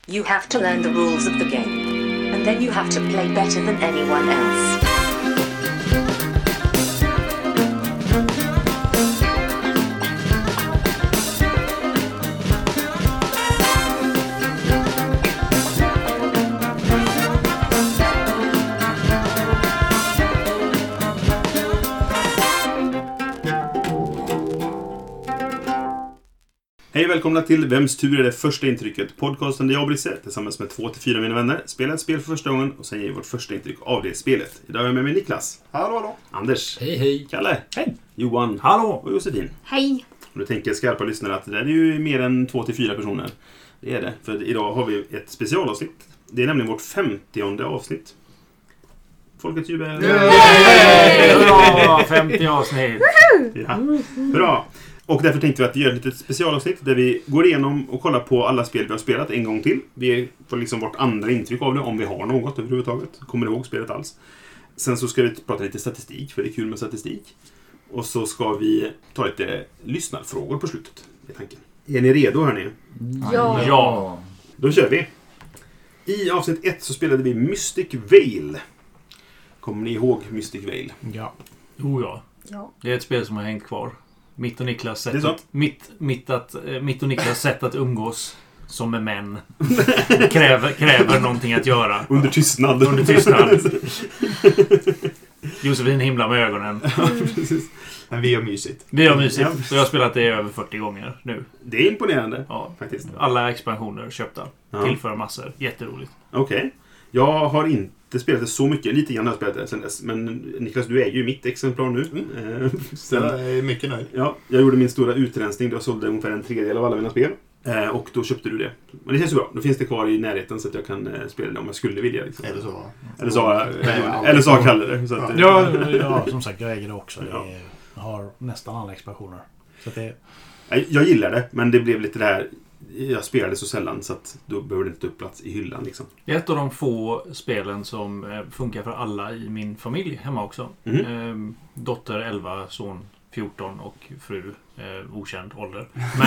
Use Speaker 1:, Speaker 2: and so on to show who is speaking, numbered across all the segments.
Speaker 1: You have to learn the rules of the game, and then you have to play better than anyone else.
Speaker 2: Hej och välkomna till Vems tur är det första intrycket? Podcasten där jag och Brisse tillsammans med 2-4 mina vänner spelar ett spel för första gången och sen ger vi vårt första intryck av det spelet. Idag är jag med mig Niklas.
Speaker 3: Hallå, hallå.
Speaker 2: Anders.
Speaker 4: Hej, hej.
Speaker 2: Kalle.
Speaker 4: Hej.
Speaker 2: Johan.
Speaker 4: Hallå.
Speaker 2: Och Josefin.
Speaker 5: Hej.
Speaker 2: Och du tänker skarpa lyssnare att det där är ju mer än 2-4 personer. Det är det. För idag har vi ett specialavsnitt. Det är nämligen vårt 50:e avsnitt. Folkets jubel.
Speaker 4: Bra, 50 avsnitt.
Speaker 2: Ja, bra. Och därför tänkte vi att vi gör ett litet specialavsnitt där vi går igenom och kollar på alla spel vi har spelat en gång till. Vi får liksom vårt andra intryck av det, om vi har något överhuvudtaget. Kommer ihåg spelet alls. Sen så ska vi prata lite statistik, för det är kul med statistik. Och så ska vi ta lite lyssnarfrågor på slutet, är tanken. Är ni redo, hörni?
Speaker 4: Ja.
Speaker 2: Då kör vi. I avsnitt 1 så spelade vi Mystic Vale. Kommer ni ihåg Mystic Vale?
Speaker 4: Ja.
Speaker 5: Ja.
Speaker 4: Det är ett spel som har hängt kvar. Mitt och Niklas sätt,
Speaker 2: Det är så?
Speaker 4: mitt och Niklas sätt att umgås som med män kräver någonting att göra.
Speaker 2: Under tystnad.
Speaker 4: Under tystnad. Josefin himlar med ögonen.
Speaker 2: Ja, precis.
Speaker 3: Men vi har mysigt.
Speaker 4: Vi har mysigt.
Speaker 2: Ja.
Speaker 4: Så jag har spelat det över 40 gånger nu.
Speaker 2: Det är imponerande,
Speaker 4: Ja.
Speaker 2: faktiskt.
Speaker 4: Alla expansioner köpta.
Speaker 2: Ja.
Speaker 4: Tillför massor. Jätteroligt.
Speaker 2: Okej. Jag har inte spelat det så mycket. Lite grann har jag spelat det sen dess. Men Niklas, du äger ju mitt exemplar nu.
Speaker 3: Jag är mycket nöjd.
Speaker 2: Ja, jag gjorde min stora utrensning. Jag sålde ungefär 1/3 av alla mina spel. Och då köpte du det. Men det känns ju bra. Då finns det kvar i närheten så att jag kan spela det om jag skulle vilja. Liksom. Eller så har Kalle det. Så att,
Speaker 6: Ja, som sagt, jag äger det också.
Speaker 2: Ja.
Speaker 6: Jag har nästan alla expansioner. Så att det...
Speaker 2: Jag gillar det, men det blev lite det här... Jag spelade så sällan så att då behöver det inte upp plats i hyllan. Liksom.
Speaker 4: Det är ett av de få spelen som funkar för alla i min familj hemma också. Dotter 11, son 14 och fru okänd ålder.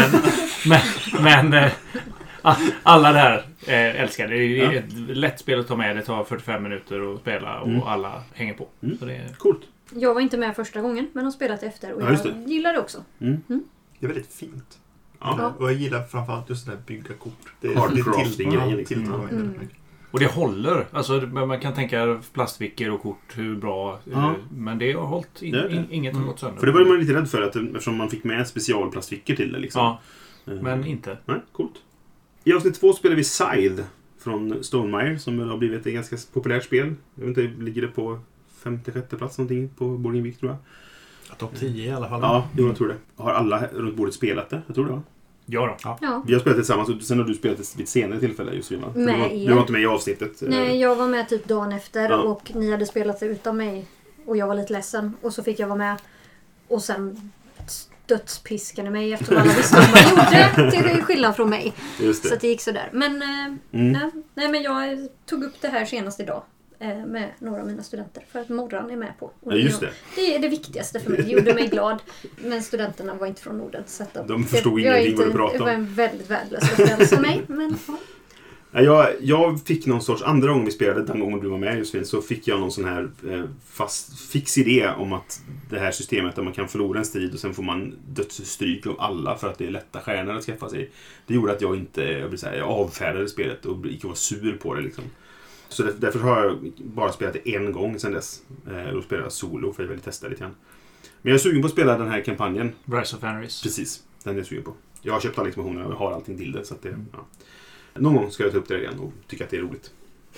Speaker 4: Men alla där älskar det. Det är ett lätt spel att ta med. Det tar 45 minuter att spela och alla hänger på. Så det är...
Speaker 2: Coolt.
Speaker 5: Jag var inte med första gången, men har spelat efter och
Speaker 2: Ja,
Speaker 5: jag gillar det också.
Speaker 3: Det är väldigt fint.
Speaker 2: Ja.
Speaker 3: Och jag gillar framförallt just det där bygga kort. Det är
Speaker 2: Hardcrafting-grejen, liksom.
Speaker 3: tilltalar mig väldigt mycket.
Speaker 4: Och det håller. Alltså, man kan tänka plastvickor och kort hur bra. Men det har hållit. Inget har gått sönder.
Speaker 2: För det var man lite rädd för att, eftersom man fick med specialplastfickor till det. Liksom.
Speaker 4: Ja, men inte.
Speaker 2: Nej, coolt. I avsnitt 2 spelar vi Scythe från Stonemaier som har blivit ett ganska populärt spel. Jag vet inte, ligger det på 5-6 plats någonting på Board Game Week, tror jag.
Speaker 6: Topp 10 i alla fall.
Speaker 2: Ja, jag tror det. Har alla runt bordet spelat det? Jag tror det, va?
Speaker 4: Ja då.
Speaker 5: Ja.
Speaker 2: Vi har spelat det tillsammans och sen har du spelat det vid ett senare tillfälle, Josefin, va?
Speaker 5: Nej,
Speaker 2: Du var inte med i avsnittet.
Speaker 5: Nej, jag var med typ dagen efter
Speaker 2: Ja.
Speaker 5: och ni hade spelat det utan mig. Och jag var lite ledsen. Och så fick jag vara med. Och sen dödspiskade mig eftersom alla visste vad jag gjorde till skillnad från mig.
Speaker 2: Just det.
Speaker 5: Så att det gick sådär. Men, nej, men jag tog upp det här senast idag. Med några av mina studenter. För att morran är med på. Och
Speaker 2: Ja, just det.
Speaker 5: Det är det viktigaste för mig. Det gjorde mig glad. Men studenterna var inte från Norden. Så att
Speaker 2: De förstod ingenting vad du pratade om.
Speaker 5: Det var en väldigt värdelös referens för mig. Men,
Speaker 2: Ja, jag fick någon sorts, andra gången vi spelade, den gången du var med, Josefin, så fick jag någon sån här fix idé om att det här systemet där man kan förlora en strid och sen får man dödsstryk av alla för att det är lätta stjärnor att skaffa sig. Det gjorde att jag avfärdade spelet och gick och var sur på det liksom. Så därför har jag bara spelat det en gång sedan dess. Då spelade jag solo för jag ville testa lite grann. Men jag är sugen på att spela den här kampanjen.
Speaker 4: Rise of Fenris.
Speaker 2: Precis, den är jag sugen på. Jag har köpt alla expansioner och jag har allting till det. Så att det ja. Någon gång ska jag ta upp det igen och tycka att det är roligt.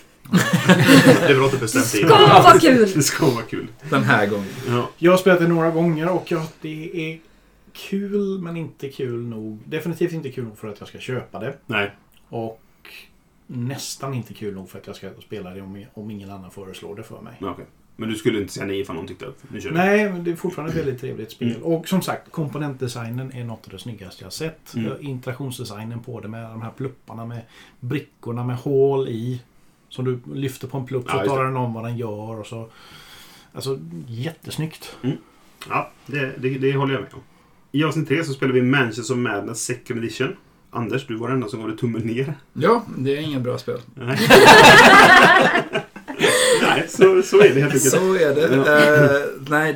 Speaker 3: Det var inte bestämt
Speaker 5: ska vara kul!
Speaker 2: Det ska vara kul.
Speaker 4: Den här gången.
Speaker 2: Ja.
Speaker 6: Jag har spelat det några gånger och det är kul men inte kul nog. Definitivt inte kul nog för att jag ska köpa det.
Speaker 2: Nej.
Speaker 6: Och nästan inte kul nog för att jag ska spela det om ingen annan föreslår det för mig.
Speaker 2: Okay. Men du skulle inte säga nej ifall någon tyckte att nu kör
Speaker 6: Nej, men det är fortfarande ett väldigt trevligt spel. Och som sagt, komponentdesignen är något av det snyggaste jag har sett. Interaktionsdesignen på det med de här plupparna med brickorna med hål i. Som du lyfter på en plupp så talar den om vad den gör. Och så. Alltså, jättesnyggt.
Speaker 2: Ja, det håller jag med om. I avsnitt 3 så spelar vi Mansions of Madness Second Edition. Anders, du var den enda som gav det tummen ner.
Speaker 7: Ja, det är inga bra spel.
Speaker 2: Nej, Nej så är det helt enkelt.
Speaker 7: Så är det. Nej,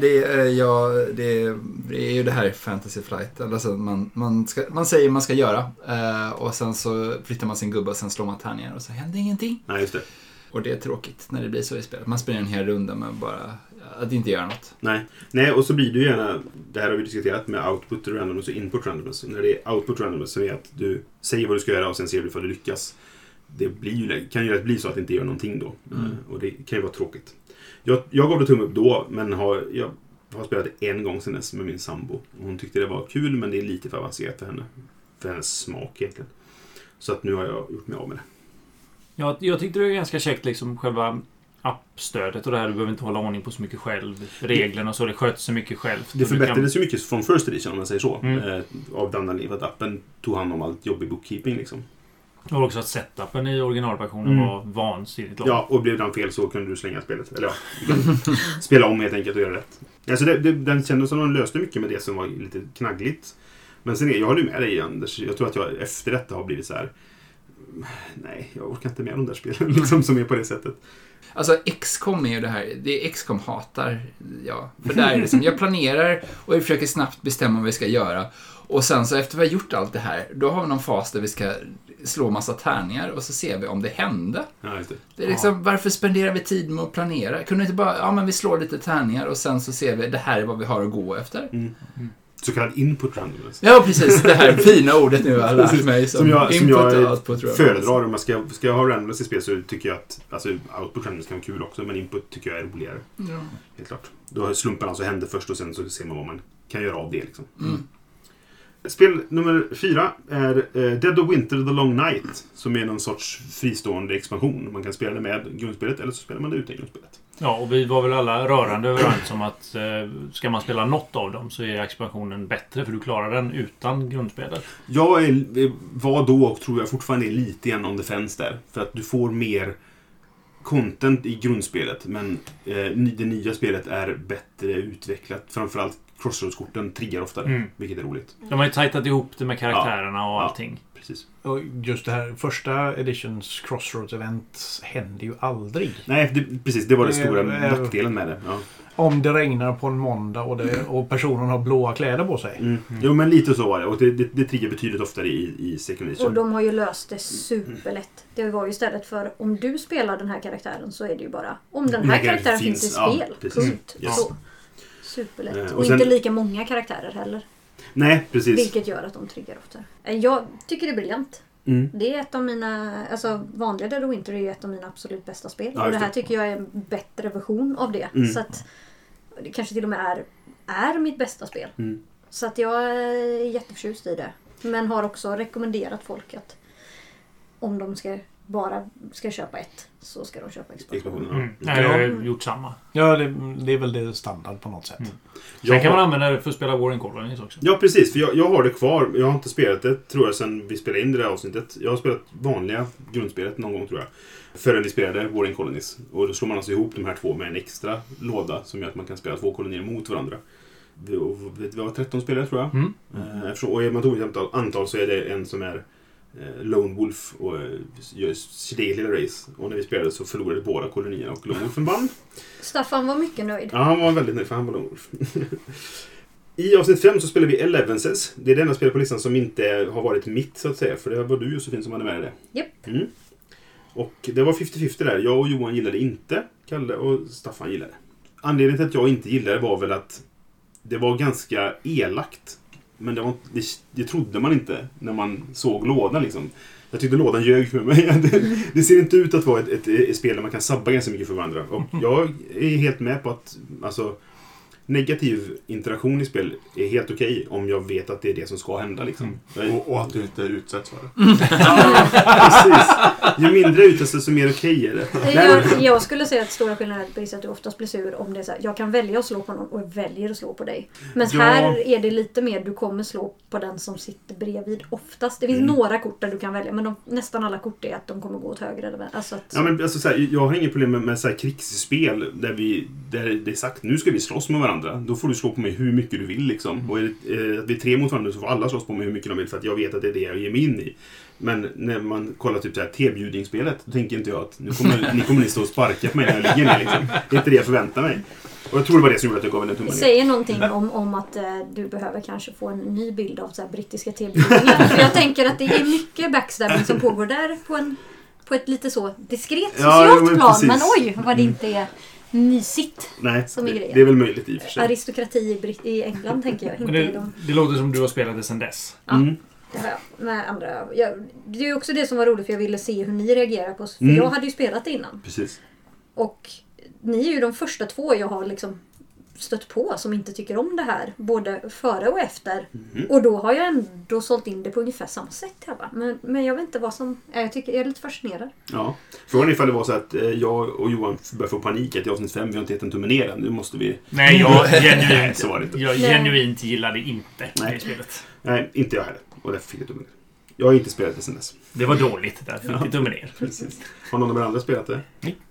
Speaker 7: det är ju det här Fantasy Flight. Alltså man säger man ska göra. Och sen så flyttar man sin gubbe och sen slår man tärningar och så händer ingenting.
Speaker 2: Nej, just det.
Speaker 7: Och det är tråkigt när det blir så i spelet. Man spelar en hel runda med bara att inte göra något.
Speaker 2: Nej, och så blir det ju gärna, det här har vi diskuterat med output randomness och input randomness. När det är output randomness så är att du säger vad du ska göra och sen ser du ifall du lyckas. Det kan ju bli så att det inte gör någonting då. Och det kan ju vara tråkigt. Jag gav det tumme upp då, men jag har spelat det en gång sedan dess med min sambo. Och hon tyckte det var kul, men det är lite för avancerat för henne. För hennes smak egentligen. Så att nu har jag gjort mig av med det.
Speaker 4: Ja, jag tyckte det var ganska käckt liksom själva appstödet och det här. Du behöver inte hålla ordning på så mycket själv. Reglerna och så, det sköts så mycket själv.
Speaker 2: Det förbättrades ju mycket från First Edition om man säger så. Av den anledningen att appen tog hand om allt jobb i bookkeeping liksom.
Speaker 4: Och också att setupen i originalversionen var vansinnigt lång.
Speaker 2: Ja, och blev den fel så kunde du slänga spelet. Eller ja, spela om helt enkelt och göra rätt. Alltså den kändes som de löste mycket med det som var lite knaggligt. Men sen jag håller med dig, Anders. Jag tror att jag efter detta har blivit så här. Nej, jag orkar inte med de där spelen liksom, som är på det sättet.
Speaker 7: Alltså XCOM är ju det här, det är XCOM hatar jag. För där är det som jag planerar och jag försöker snabbt bestämma vad vi ska göra. Och sen så efter vi har gjort allt det här, då har vi någon fas där vi ska slå massa tärningar och så ser vi om det hände.
Speaker 2: Ja, just det.
Speaker 7: Det är liksom, varför spenderar vi tid med att planera? Kunde inte bara, men vi slår lite tärningar och sen så ser vi, det här är vad vi har att gå efter.
Speaker 2: Så kallad input randomness.
Speaker 7: Ja, precis. Det här fina ordet nu har jag lärt mig.
Speaker 2: Som jag
Speaker 7: output
Speaker 2: föredrar. Om man ska jag ha randomness i spel så tycker jag att alltså, output randomness kan vara kul också, men input tycker jag är roligare. Ja. Helt klart. Då har slumpen alltså händer först och sen så ser man vad man kan göra av det. Liksom. Spel nummer 4 är Dead of Winter The Long Night, som är någon sorts fristående expansion. Man kan spela det med grundspelet eller så spelar man det utan grundspelet.
Speaker 4: Ja, och vi var väl alla rörande överens om att ska man spela något av dem så är expansionen bättre för du klarar den utan grundspelet.
Speaker 2: Jag var då och tror jag fortfarande är lite grann on the fence där. För att du får mer content i grundspelet, men det nya spelet är bättre utvecklat. Framförallt Crossroads-korten triggar oftare, vilket är roligt.
Speaker 4: De har ju tajtat ihop det med karaktärerna och allting.
Speaker 2: Precis.
Speaker 6: Och just det här första editions Crossroads-event händer ju aldrig.
Speaker 2: Nej, precis. Det var den stora nackdelen med det. Ja.
Speaker 6: Om det regnar på en måndag och personen har blåa kläder på sig.
Speaker 2: Jo, men lite så var det. Och det triggar betydligt oftare i second edition.
Speaker 5: Och de har ju löst det superlätt. Det var ju istället för om du spelar den här karaktären så är det ju bara om den här karaktären finns i spel. Punkt.
Speaker 2: Ja.
Speaker 5: Så. Superlätt. Och sen, inte lika många karaktärer heller.
Speaker 2: Nej, precis.
Speaker 5: Vilket gör att de triggar oftare. Jag tycker det är briljant. Det är ett av mina, alltså vanliga Dead of Winter är ett av mina absolut bästa spel. Ja, och det här tycker jag är en bättre version av det. Så att det kanske till och med är mitt bästa spel. Så att jag är jätteförtjust i det. Men har också rekommenderat folk att om de ska köpa ett så ska de köpa expansionen.
Speaker 4: Jag har gjort samma.
Speaker 6: Ja, det är väl det standard på något sätt.
Speaker 4: Sen kan man använda det för att spela Warring Colonies också.
Speaker 2: Ja, precis. För jag har det kvar. Jag har inte spelat det, tror jag, sen vi spelade in det där avsnittet. Jag har spelat vanliga grundspelet någon gång, tror jag. Förrän vi spelade Warring Colonies. Och då slår man alltså ihop de här två med en extra låda som gör att man kan spela 2 kolonier mot varandra. Vi var 13 spelare, tror jag. Och är man tog ett antal så är det en som är Lone Wolf och gör sitt eget lilla race. Och när vi spelade så förlorade båda kolonierna och Lone Wolfen vann.
Speaker 5: Staffan var mycket nöjd.
Speaker 2: Ja, han var väldigt nöjd för han var Lone Wolf. I avsnitt 5 så spelar vi Elevenses. Det är det enda spelet på listan som inte har varit mitt, så att säga. För det var du, Josefin, som hade med det.
Speaker 5: Japp.
Speaker 2: Och det var 50-50 där. Jag och Johan gillade inte. Kalle och Staffan gillade. Anledningen till att jag inte gillade var väl att det var ganska elakt. Men det trodde man inte när man såg lådan liksom. Jag tyckte lådan ljög för mig. Det ser inte ut att vara ett spel där man kan sabba ganska mycket för varandra. Och jag är helt med på att alltså, negativ interaktion i spel är helt okej om jag vet att det är det som ska hända. Liksom.
Speaker 3: Och att du inte utsätts för det.
Speaker 2: Precis. Ju mindre utsätts desto mer okej är det.
Speaker 5: Jag skulle säga att stora skillnader är att du oftast blir sur om det är så här, jag kan välja att slå på någon och jag väljer att slå på dig. Men här är det lite mer, du kommer slå på den som sitter bredvid oftast. Det finns några kort där du kan välja, men nästan alla kort är att de kommer gå åt höger. Alltså att...
Speaker 2: Ja, men alltså, så här, jag har inget problem med så här krigsspel där det är sagt, nu ska vi slåss med varandra. varandra. Då får du slå på mig hur mycket du vill liksom. Och att vi är 3 mot varandra så får alla slåss på mig hur mycket de vill för att jag vet att det är det jag ger mig in i. Men när man kollar typ det här T-bjudningsspelet, då tänker inte jag att ni kommer stå och sparka på mig när jag ligger ner liksom. Det är inte det jag förväntar mig. Och jag tror det var det som gjorde att jag gav en tummen ner.
Speaker 5: Det säger någonting om att du behöver kanske få en ny bild av så här brittiska T-bjudningar. För jag tänker att det är mycket backstabbing som pågår där på ett lite så diskret socialt plan.
Speaker 2: Precis.
Speaker 5: Men oj, vad det inte är mysigt.
Speaker 2: Nej,
Speaker 5: som är grejen.
Speaker 2: Det är väl möjligt i och för sig.
Speaker 5: Aristokrati i England tänker jag.
Speaker 4: Men det låter som du har spelat det sedan dess.
Speaker 5: Ja. Det har jag med andra. Det är också det som var roligt för jag ville se hur ni reagerar på. För jag hade ju spelat det innan.
Speaker 2: Precis.
Speaker 5: Och ni är ju de första 2 jag har liksom stött på som inte tycker om det här. Både före och efter. Och då har jag ändå sålt in det på ungefär samma sätt. Men jag vet inte vad som... Jag är lite fascinerad.
Speaker 2: Ja. Frågan är ifall det var så att jag och Johan började få panik att i avsnitt 5 vi har inte gett en tummen ner än. Nu måste vi...
Speaker 4: Nej,
Speaker 2: så var det inte.
Speaker 4: Jag genuint gillade inte det spelet.
Speaker 2: Nej, inte jag heller. Och därför fick jag tummen ner. Jag har inte spelat det sedan dess.
Speaker 4: Det var dåligt, därför fick jag tummen ner.
Speaker 2: Precis. Har någon av er andra spelat det?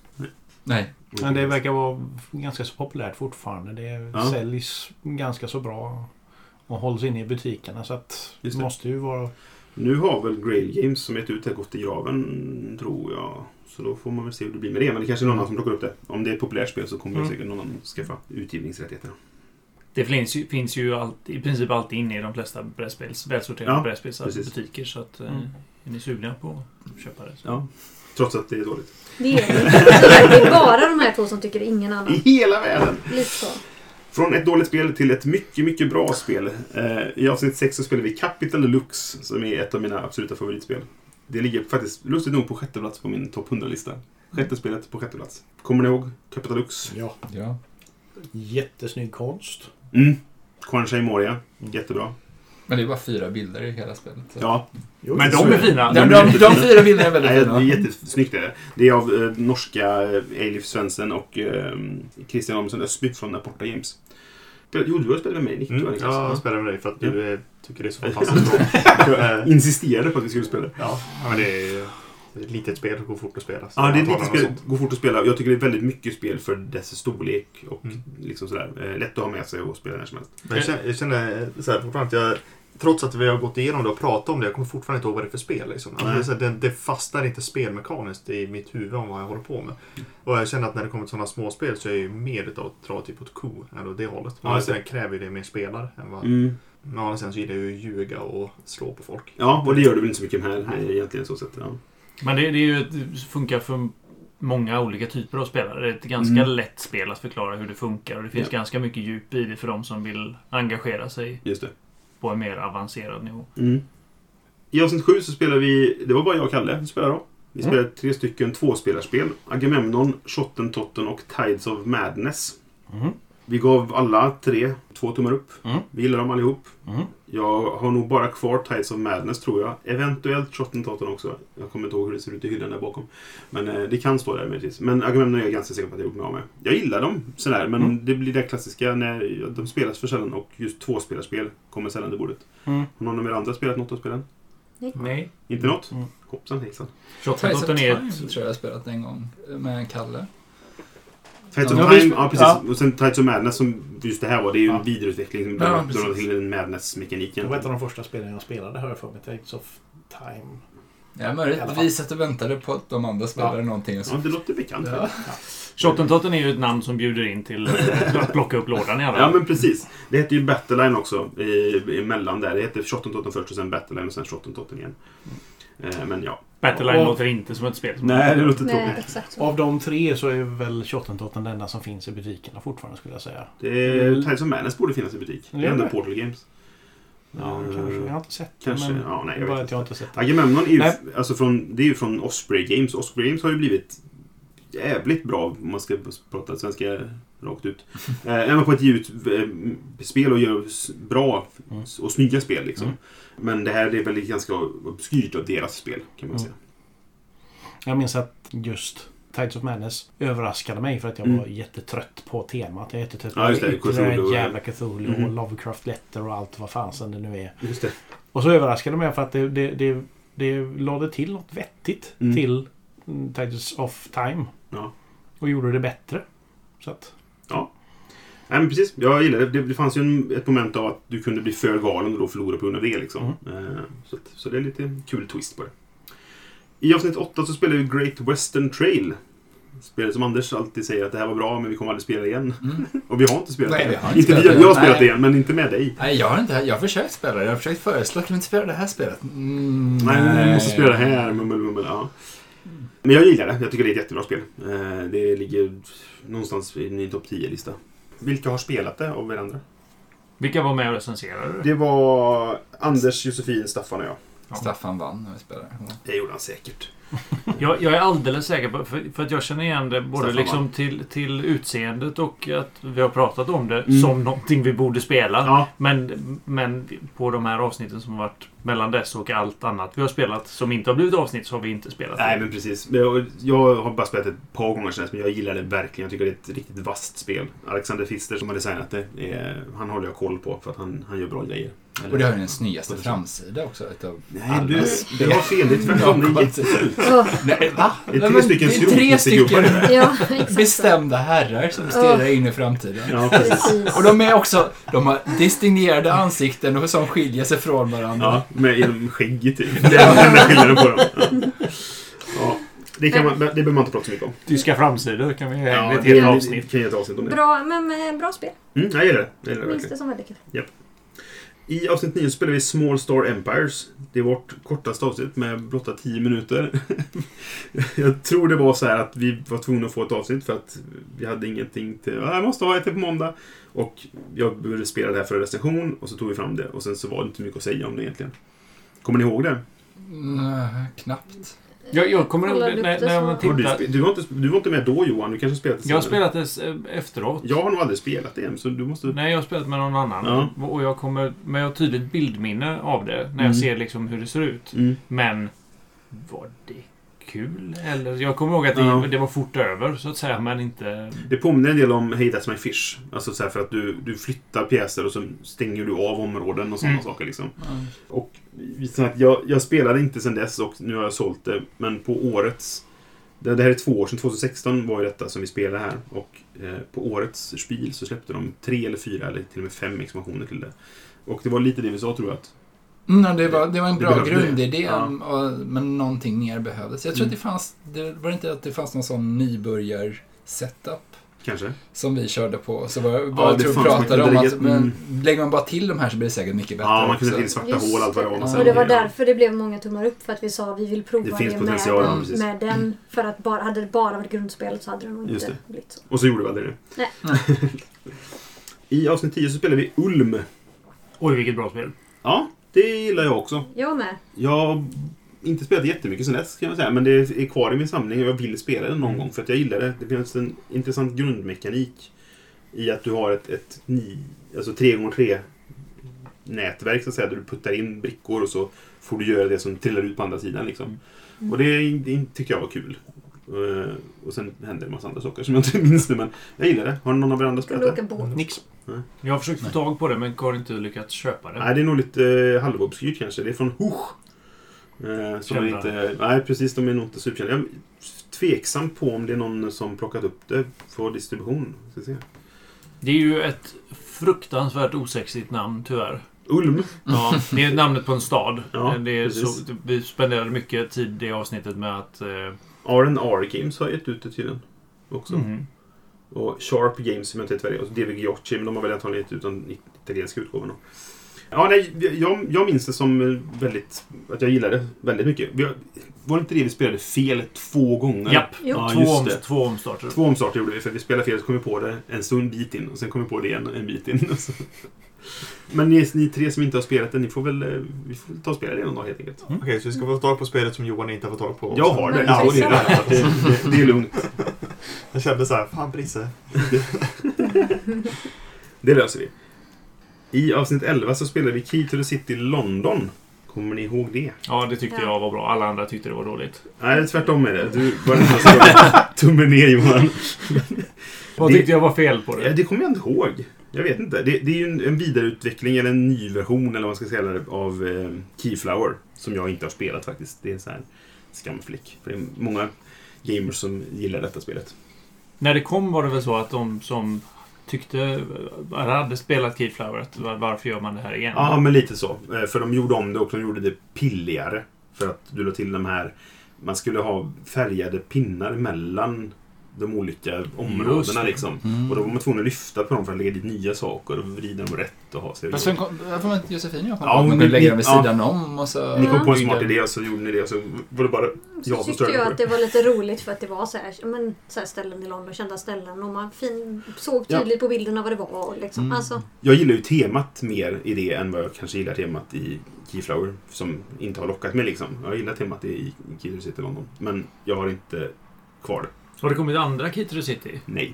Speaker 7: Nej.
Speaker 6: Men det verkar vara ganska så populärt fortfarande. Det säljs ganska så bra och hålls inne i butikerna så att det måste ju vara...
Speaker 2: Nu har väl Grail Games som är ut gått i graven, tror jag. Så då får man väl se hur det blir med det. Men det kanske är någon annan som plockar upp det. Om det är ett populärt spel så kommer säkert någon annan skaffa utgivningsrättigheterna.
Speaker 4: Det finns ju i princip alltid inne i de flesta välsorterade brädspelsbutiker. Så att är ni sugna på att köpa det? Så.
Speaker 2: Ja, trots att det är dåligt.
Speaker 5: Det är det. Bara de här 2 som tycker ingen annan.
Speaker 2: I hela världen!
Speaker 5: Lite så.
Speaker 2: Från ett dåligt spel till ett mycket, mycket bra spel. I avsnitt 6 så spelar vi Capital Lux som är ett av mina absoluta favoritspel. Det ligger faktiskt lustigt nog på 6:e plats på min topp 100-lista. 6:e spelet på 6:e plats. Kommer ni ihåg Capital Lux?
Speaker 6: Ja. Jättesnygg konst.
Speaker 2: Quanchai Moria. Jättebra.
Speaker 7: Men det är bara 4 bilder i hela spelet. Så.
Speaker 2: Ja.
Speaker 4: Men de är fina.
Speaker 7: De 4 bilderna är väldigt fina.
Speaker 2: Det är jättesnyggt det. Det är av norska Eilif Svensson och Christian Amundsen Ösby från Aporta Games. Jo, du har spelat med mig, Nick.
Speaker 3: Ja, jag spelar med dig för att du tycker det är så fantastiskt bra.
Speaker 2: Insisterade på att vi skulle spela.
Speaker 3: Ja, men det är ett litet spel som går fort att spela.
Speaker 2: Ja, det är ett litet spel går fort att spela. Jag tycker det är väldigt mycket spel för dess storlek och liksom sådär. Lätt att ha med sig och spela när som helst.
Speaker 3: Men jag känner så här, fortfarande att trots att vi har gått igenom det och pratat om det, jag kommer fortfarande inte ihåg vad det är för spel. Liksom. Alltså, det fastnar inte spelmekaniskt i mitt huvud om vad jag håller på med. Och jag känner att när det kommer till sådana små spel så är jag ju mer utav att dra typ åt än åt det hållet. Men sen kräver det mer spelare än vad... Men sen så gillar jag ju ljuga och slå på folk.
Speaker 2: Ja, och det gör du väl inte så mycket här egentligen så sätt. Ja.
Speaker 4: Men det funkar för många olika typer av spelare. Det är ett ganska lätt spel att förklara hur det funkar. Och det finns ganska mycket djup i det för de som vill engagera sig. Just det. På en mer avancerad nivå.
Speaker 2: I avsnitt 7 så spelar vi... Det var bara jag och Kalle som spelade då. Vi spelade 3 stycken 2-spelarspel. Agamemnon, Shotten Totten och Tides of Madness. Vi gav alla 2 tummar upp. Vi gillar dem allihop. Jag har nog bara kvar Tides of Madness, tror jag. Eventuellt Shotten Totten också. Jag kommer inte ihåg hur det ser ut i hyllan där bakom. Men det kan stå där möjligtvis. Men Agamemnon är jag ganska säker på att jag gjort mig av med. Jag gillar dem sådär, men det blir det klassiska när de spelas för sällan och just 2-spelarspel kommer sällan till bordet. Har någon av er andra spelat något av spelen?
Speaker 4: Nej.
Speaker 2: Inte något? Hoppsan, hejsan.
Speaker 7: Shotten Totten tror jag har spelat en gång med Kalle.
Speaker 2: Tides of Time, ja precis. Ja. Och sen Tides of Madness som just det här var, det är ju en vidareutveckling som drar till den Madness-mekaniken.
Speaker 6: Det var ett av de första spelen jag spelade, hör jag för mig. Tides of Time.
Speaker 7: Ja, men vi satt och väntade på att de andra spelade någonting. Och så.
Speaker 2: Ja, det låter bekant. Ja.
Speaker 4: Shotten Totten är ju ett namn som bjuder in till att plocka upp lådan i alla.
Speaker 2: Ja, men precis. Det heter ju Battleline också emellan där. Det heter Shotten Totten först och sen Battleline och sen Shotten Totten igen. Men ja.
Speaker 4: Battleline låter inte som ett spel.
Speaker 2: Nej, det låter tråkigt.
Speaker 6: Av de 3 så är väl Shotten Totten den enda som finns i butikerna fortfarande, skulle jag säga.
Speaker 2: Tides of Madness borde finnas i butik. Det är ändå Portal Games.
Speaker 6: Ja, kanske. Jag har inte sett det.
Speaker 2: Kanske, men ja, nej, jag vet
Speaker 6: inte. Jag har inte sett det.
Speaker 2: Agamemnon är ju, alltså det är ju från Osprey Games. Osprey Games har ju blivit jävligt bra, om man ska prata svenska rakt ut. Är man på ett givet spel och gör bra och snygga spel liksom. Men det här är väl ganska obskyrt av deras spel, kan man säga.
Speaker 6: Jag minns att just Tides of Madness överraskade mig för att jag var jättetrött på temat. Jag är jättetrött på ytterligare jävla Cthulhu och Lovecraft Letter och allt vad fan som det nu är.
Speaker 2: Just det.
Speaker 6: Och så överraskade mig för att det lade till något vettigt till Tides of Time.
Speaker 2: Ja.
Speaker 6: Och gjorde det bättre. Så att...
Speaker 2: Ja. Nej, men precis. Jag gillar det. Det fanns ju ett moment av att du kunde bli för galen och då förlora på grund av det. Liksom. Så det är lite kul twist på det. I avsnitt 8 så spelar vi Great Western Trail. Spelet som Anders alltid säger att det här var bra, men vi kommer aldrig spela igen. Och vi har inte spelat det. Jag har spelat det igen, men inte med dig.
Speaker 7: Nej, jag har försökt spela det. Jag har försökt föreslå att vi inte spelar det här spelet.
Speaker 2: Nej, vi måste spela det här. Ja. Men jag gillar det. Jag tycker det är ett jättebra spel. Det ligger någonstans i min topp 10-lista. Vilka har spelat det av er andra?
Speaker 4: Vilka var med och recenserade det?
Speaker 2: Det var Anders, Josefin, Staffan och jag.
Speaker 7: Ja. Staffan vann när vi spelade.
Speaker 2: Det gjorde han säkert.
Speaker 4: Jag är alldeles säker på, för att jag känner igen det både liksom till utseendet och att vi har pratat om det som någonting vi borde spela.
Speaker 2: Ja.
Speaker 4: Men på de här avsnitten som har varit mellan dess och allt annat vi har spelat som inte har blivit avsnitt så har vi inte spelat.
Speaker 2: Nej, men precis. Jag har bara spelat ett par gånger sedan, men jag gillar det verkligen. Jag tycker det är ett riktigt vasst spel. Alexander Pfister som har designat det, han håller jag koll på för att han gör bra grejer.
Speaker 7: Och det har ju den snyggaste framsida också.
Speaker 2: Nej, du har fel. Det är tvärtom. Det är jättefult.
Speaker 7: Nej, va?
Speaker 2: Det är tre stycken
Speaker 5: ja,
Speaker 7: bestämda herrar som stirrar in i framtiden.
Speaker 2: Ja, precis.
Speaker 7: Och de har distingerade ansikten och som skiljer sig från varandra.
Speaker 2: Ja, med skägg typ. Det är den skillnaden på dem. Ja. Det behöver man inte prata så mycket om.
Speaker 4: Tyska framsidor kan vi
Speaker 2: ha
Speaker 4: ett helt avsnitt.
Speaker 2: Kan ge ett avsnitt om det.
Speaker 5: Bra spel.
Speaker 2: Jag gillar det.
Speaker 5: Minns det som väldigt kul.
Speaker 2: Japp. I avsnitt 9 spelar vi Small Star Empires. Det är vårt kortaste avsnitt med blotta 10 minuter. Jag tror det var så här att vi var tvungna att få ett avsnitt för att vi hade ingenting till... Jag måste ha ett på måndag. Och jag började spela det här för recension och så tog vi fram det. Och sen så var det inte mycket att säga om det egentligen. Kommer ni ihåg det?
Speaker 7: Knappt.
Speaker 4: Jag kommer ihåg när jag tittade.
Speaker 2: Du var inte med då, Johan. Du kanske spelat det.
Speaker 4: Jag har spelat det efteråt.
Speaker 2: Jag har nog aldrig spelat det än, så du måste...
Speaker 4: Nej, jag har spelat med någon annan. Ja. Och men jag har tydligt bildminne av det. När jag ser liksom hur det ser ut. Men var det kul? Eller jag kommer ihåg att det var fort över, så att säga, men inte...
Speaker 2: Det påminner en del om Hey That's My Fish. Alltså så här, för att du flyttar pjäser och så stänger du av områden och sådana saker liksom. Och så att jag spelade inte sedan dess och nu har jag sålt det. Men på årets... Det här är 2 år sedan, 2016 var ju detta som vi spelade här. Och på årets spel så släppte de 3 eller 4 eller till och med 5 expansioner till det. Och det var lite det vi sa, tror jag, att
Speaker 7: det var en bra grundidé, men någonting mer behövdes. Jag tror att det var inte att det fanns någon sån nybörjar-setup
Speaker 2: kanske
Speaker 7: som vi körde på. Så jag tror pratade om att lägger man bara till de här så blir det säkert mycket bättre.
Speaker 2: Ja, man kunde till svarta hål, allt vad det var.
Speaker 5: Och det var därför det blev många tummar upp, för att vi sa att vi vill prova det med den. För att hade det bara varit grundspelet så hade det nog inte blivit så.
Speaker 2: Och så gjorde vi aldrig det. Nej. I avsnitt 10 så spelar vi Ulm.
Speaker 4: Oj, vilket bra spel.
Speaker 2: Ja, det gillar jag också.
Speaker 5: Jag med.
Speaker 2: Jag har inte spelat jättemycket sen dess, kan man säga. Men det är kvar i min samling och jag vill spela den någon gång. För att jag gillar det. Det finns en intressant grundmekanik i att du har ett 3x3 nätverk, så att säga, där du puttar in brickor och så får du göra det som trillar ut på andra sidan. Liksom. Och det tycker jag var kul. Och sen händer en massa andra saker som jag inte minns nu, men jag gillar det. Har någon av er andra spelat det?
Speaker 4: Nix. Jag har försökt få tag på det, men har inte lyckats köpa det.
Speaker 2: Nej, det är nog lite halvobskyrt kanske. Det är från Huch. Som är inte, nej, precis, de är nog inte superkända. Jag är tveksam på om det är någon som plockat upp det för distribution. Ska se.
Speaker 4: Det är ju ett fruktansvärt osexigt namn, tyvärr.
Speaker 2: Ulm.
Speaker 4: Ja, det är namnet på en stad.
Speaker 2: Ja,
Speaker 4: det är så, vi spenderade mycket tid i avsnittet med att...
Speaker 2: R&R Games har gett ut det till den också. Och Sharp Games, som jag inte vet vad det är. Och DV Giocchi, men de har väl antagligen gett ut en italienska utgåvan. Ja, nej, jag minns det som väldigt... Att jag gillade det väldigt mycket. Var det inte det vi spelade fel 2 gånger?
Speaker 4: Japp,
Speaker 2: ja,
Speaker 4: två omstarter.
Speaker 2: 2 omstarter gjorde vi, för vi spelade fel så kom vi på det en bit in. Och sen kom vi på det igen en bit in. Men ni 3 som inte har spelat det, vi får ta och spela det någon dag helt enkelt.
Speaker 3: Okej, så vi ska få tag på spelet som Johan inte har fått tag på.
Speaker 2: Jag har det. Ja, det är lugnt.
Speaker 3: Jag kände så här, fan Brisse.
Speaker 2: Det löser vi. I avsnitt 11 så spelar vi Key to the City London. Kommer ni ihåg det?
Speaker 4: Ja, det tyckte jag var bra. Alla andra tyckte det var dåligt.
Speaker 2: Nej, det är tvärtom med det. Du var inte så tummen ner, Johan.
Speaker 4: Vad tyckte jag var fel på det?
Speaker 2: Ja, det kommer jag inte ihåg. Jag vet inte. Det är ju en vidareutveckling eller en ny version eller vad man ska säga av Keyflower som jag inte har spelat faktiskt. Det är en sån här skamflick. För det är många gamers som gillar detta spelet.
Speaker 4: När det kom var det väl så att de som tyckte hade spelat Keyflower. Varför gör man det här igen?
Speaker 2: Ja, men lite så. För de gjorde om det och de gjorde det pilligare. För att du la till de här... Man skulle ha färgade pinnar mellan de olika områdena liksom. Och då var man tvungen att lyfta på dem för att lägga dit nya saker och vrida dem rätt och ha sig.
Speaker 7: Fast varför var inte Josefin jag kom på? Man kunde lägga dem vid sidan om och så...
Speaker 2: Ni kom på en smart idé och så gjorde ni det och så var det bara jag som störde.
Speaker 5: Jag tyckte att det var lite roligt för att det var så här ställen i London, kända ställen och man såg tydligt på bilderna vad det var liksom. Alltså.
Speaker 2: Jag gillar ju temat mer i det än vad jag kanske gillar temat i Keyflower som inte har lockat mig liksom. Jag gillar temat i Key to the City London, men jag har inte kvar det.
Speaker 4: Har det kommit andra Key to the City?
Speaker 2: Nej.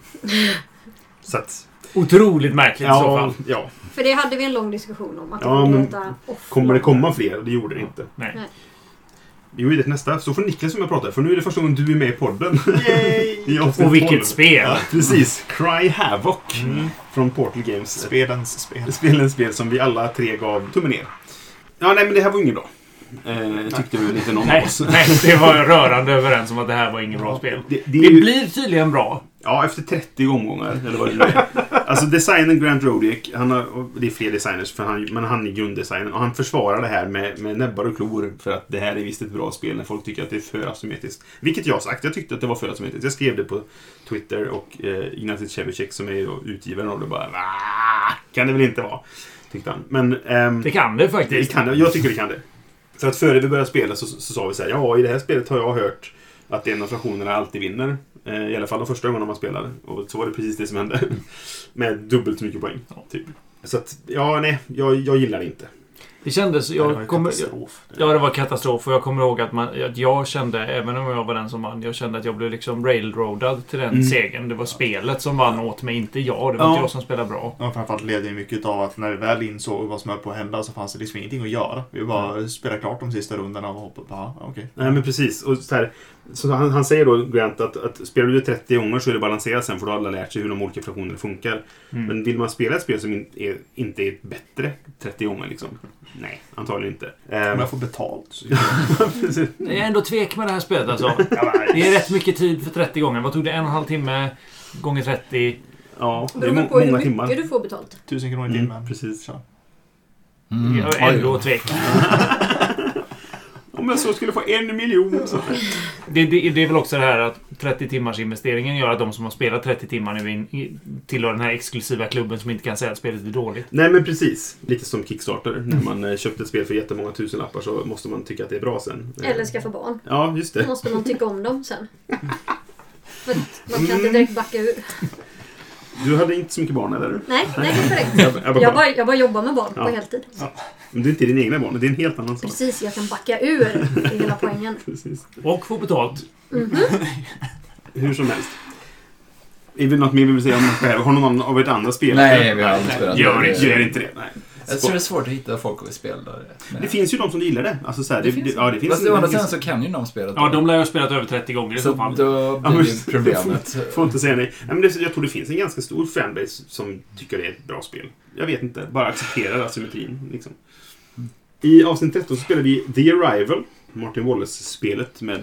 Speaker 2: Så att...
Speaker 4: Otroligt märkligt i så fall.
Speaker 2: Ja.
Speaker 5: För det hade vi en lång diskussion om. Att
Speaker 2: kommer det komma fler? Det gjorde det inte.
Speaker 4: Nej.
Speaker 2: Vi går vidare till nästa. Så får Niklas som jag pratar. För nu är det första gången du är med i podden.
Speaker 4: Yay! Och vilket spel!
Speaker 2: Ja, precis. Cry Havoc. Från Portal Games. Spelens spel som vi alla 3 gav tummen ner. Ja, nej men det här var inget bra. Tyckte du lite någon av oss.
Speaker 4: Nej, det var rörande överens om att det här var inget bra spel. Det blir tydligen bra.
Speaker 2: Ja, efter 30 omgångar. Eller vad det nu är. Alltså designen Grant Rodick, det är fler designers, men han är grunddesignen. Och han försvarar det här med näbbar och klor för att det här är visst ett bra spel när folk tycker att det är för asymmetriskt. Vilket jag har sagt, jag tyckte att det var för asymmetriskt. Jag skrev det på Twitter och Ignatius Cevicek som är utgivaren av det bara kan det väl inte vara, tyckte han. Men,
Speaker 4: det kan det faktiskt.
Speaker 2: Jag tycker det kan det. För att före vi började spela så sa vi så här, i det här spelet har jag hört att en av fraktionerna alltid vinner. I alla fall de första gångerna man spelade. Och så var det precis det som hände. Med dubbelt så mycket poäng. Typ. Så att, jag gillar det inte.
Speaker 4: Det kändes...
Speaker 3: Det
Speaker 4: var katastrof. Och jag kommer ihåg att jag kände, även om jag var den som vann, jag kände att jag blev liksom railroadad till den segern. Det var spelet som vann åt mig, inte jag. Det var inte jag som spelade bra.
Speaker 3: Ja, framförallt ledde mycket av att när vi väl insåg vad som höll på att hända så fanns det liksom ingenting att göra. Vi bara spelade klart de sista rundorna och hoppade. Okej.
Speaker 2: Nej, men precis. Och så han säger då, Grant, att spelar du 30 gånger så är det balanserat sen, för då har alla lärt sig hur de olika fraktionerna funkar. Men vill man spela ett spel som inte är bättre 30 gånger liksom? Nej, antagligen inte.
Speaker 3: Om jag får betalt.
Speaker 4: Jag är ändå tvek med det här spelet alltså. Det är rätt mycket tid för 30 gånger. Vad tog det? 1,5 timme gånger 30?
Speaker 2: Ja, det är
Speaker 5: många
Speaker 2: timmar.
Speaker 5: hur mycket du får betalt.
Speaker 3: 1000 kronor i timmen.
Speaker 2: Precis.
Speaker 4: Jag är ändå tvek.
Speaker 2: Om jag så skulle få 1 miljon. Så.
Speaker 4: Det är väl också det här att 30 timmars investeringen gör att de som har spelat 30 timmar nu tillhör den här exklusiva klubben som inte kan säga att spelet är dåligt.
Speaker 2: Nej, men precis. Lite som Kickstarter. När man köpte ett spel för jättemånga tusenlappar så måste man tycka att det är bra sen.
Speaker 5: Eller skaffa barn.
Speaker 2: Ja, just det.
Speaker 5: Då måste man tycka om dem sen. För man kan inte direkt backa ur.
Speaker 2: Du hade inte så mycket barn, eller?
Speaker 5: Nej, det är korrekt. Jag bara jobbar med barn på heltid.
Speaker 2: Ja. Men det är inte din egna barn, det är en helt annan sak.
Speaker 5: Precis, jag kan backa ur i hela poängen.
Speaker 2: Precis.
Speaker 4: Och få betalt.
Speaker 2: Hur som helst. Är det något mer vi vill säga om själv? Har någon av ett annat spel?
Speaker 7: Nej, vi har aldrig spelat.
Speaker 2: Gör inte det. Nej.
Speaker 7: Jag tror det är svårt att hitta folk att spela det.
Speaker 2: Det finns ju de som gillar det. Alltså, så här, det finns.
Speaker 7: Fast å andra sidan så kan ju de spela det.
Speaker 4: Ja, de lär ju ha spelat över 30 gånger i så fall.
Speaker 7: Då blir det problemet.
Speaker 2: Får inte säga nej. Men jag tror det finns en ganska stor fanbase som tycker det är ett bra spel. Jag vet inte. Bara accepterar asymmetrin. Liksom. I avsnitt 13 så spelar vi The Arrival. Martin Wallace-spelet med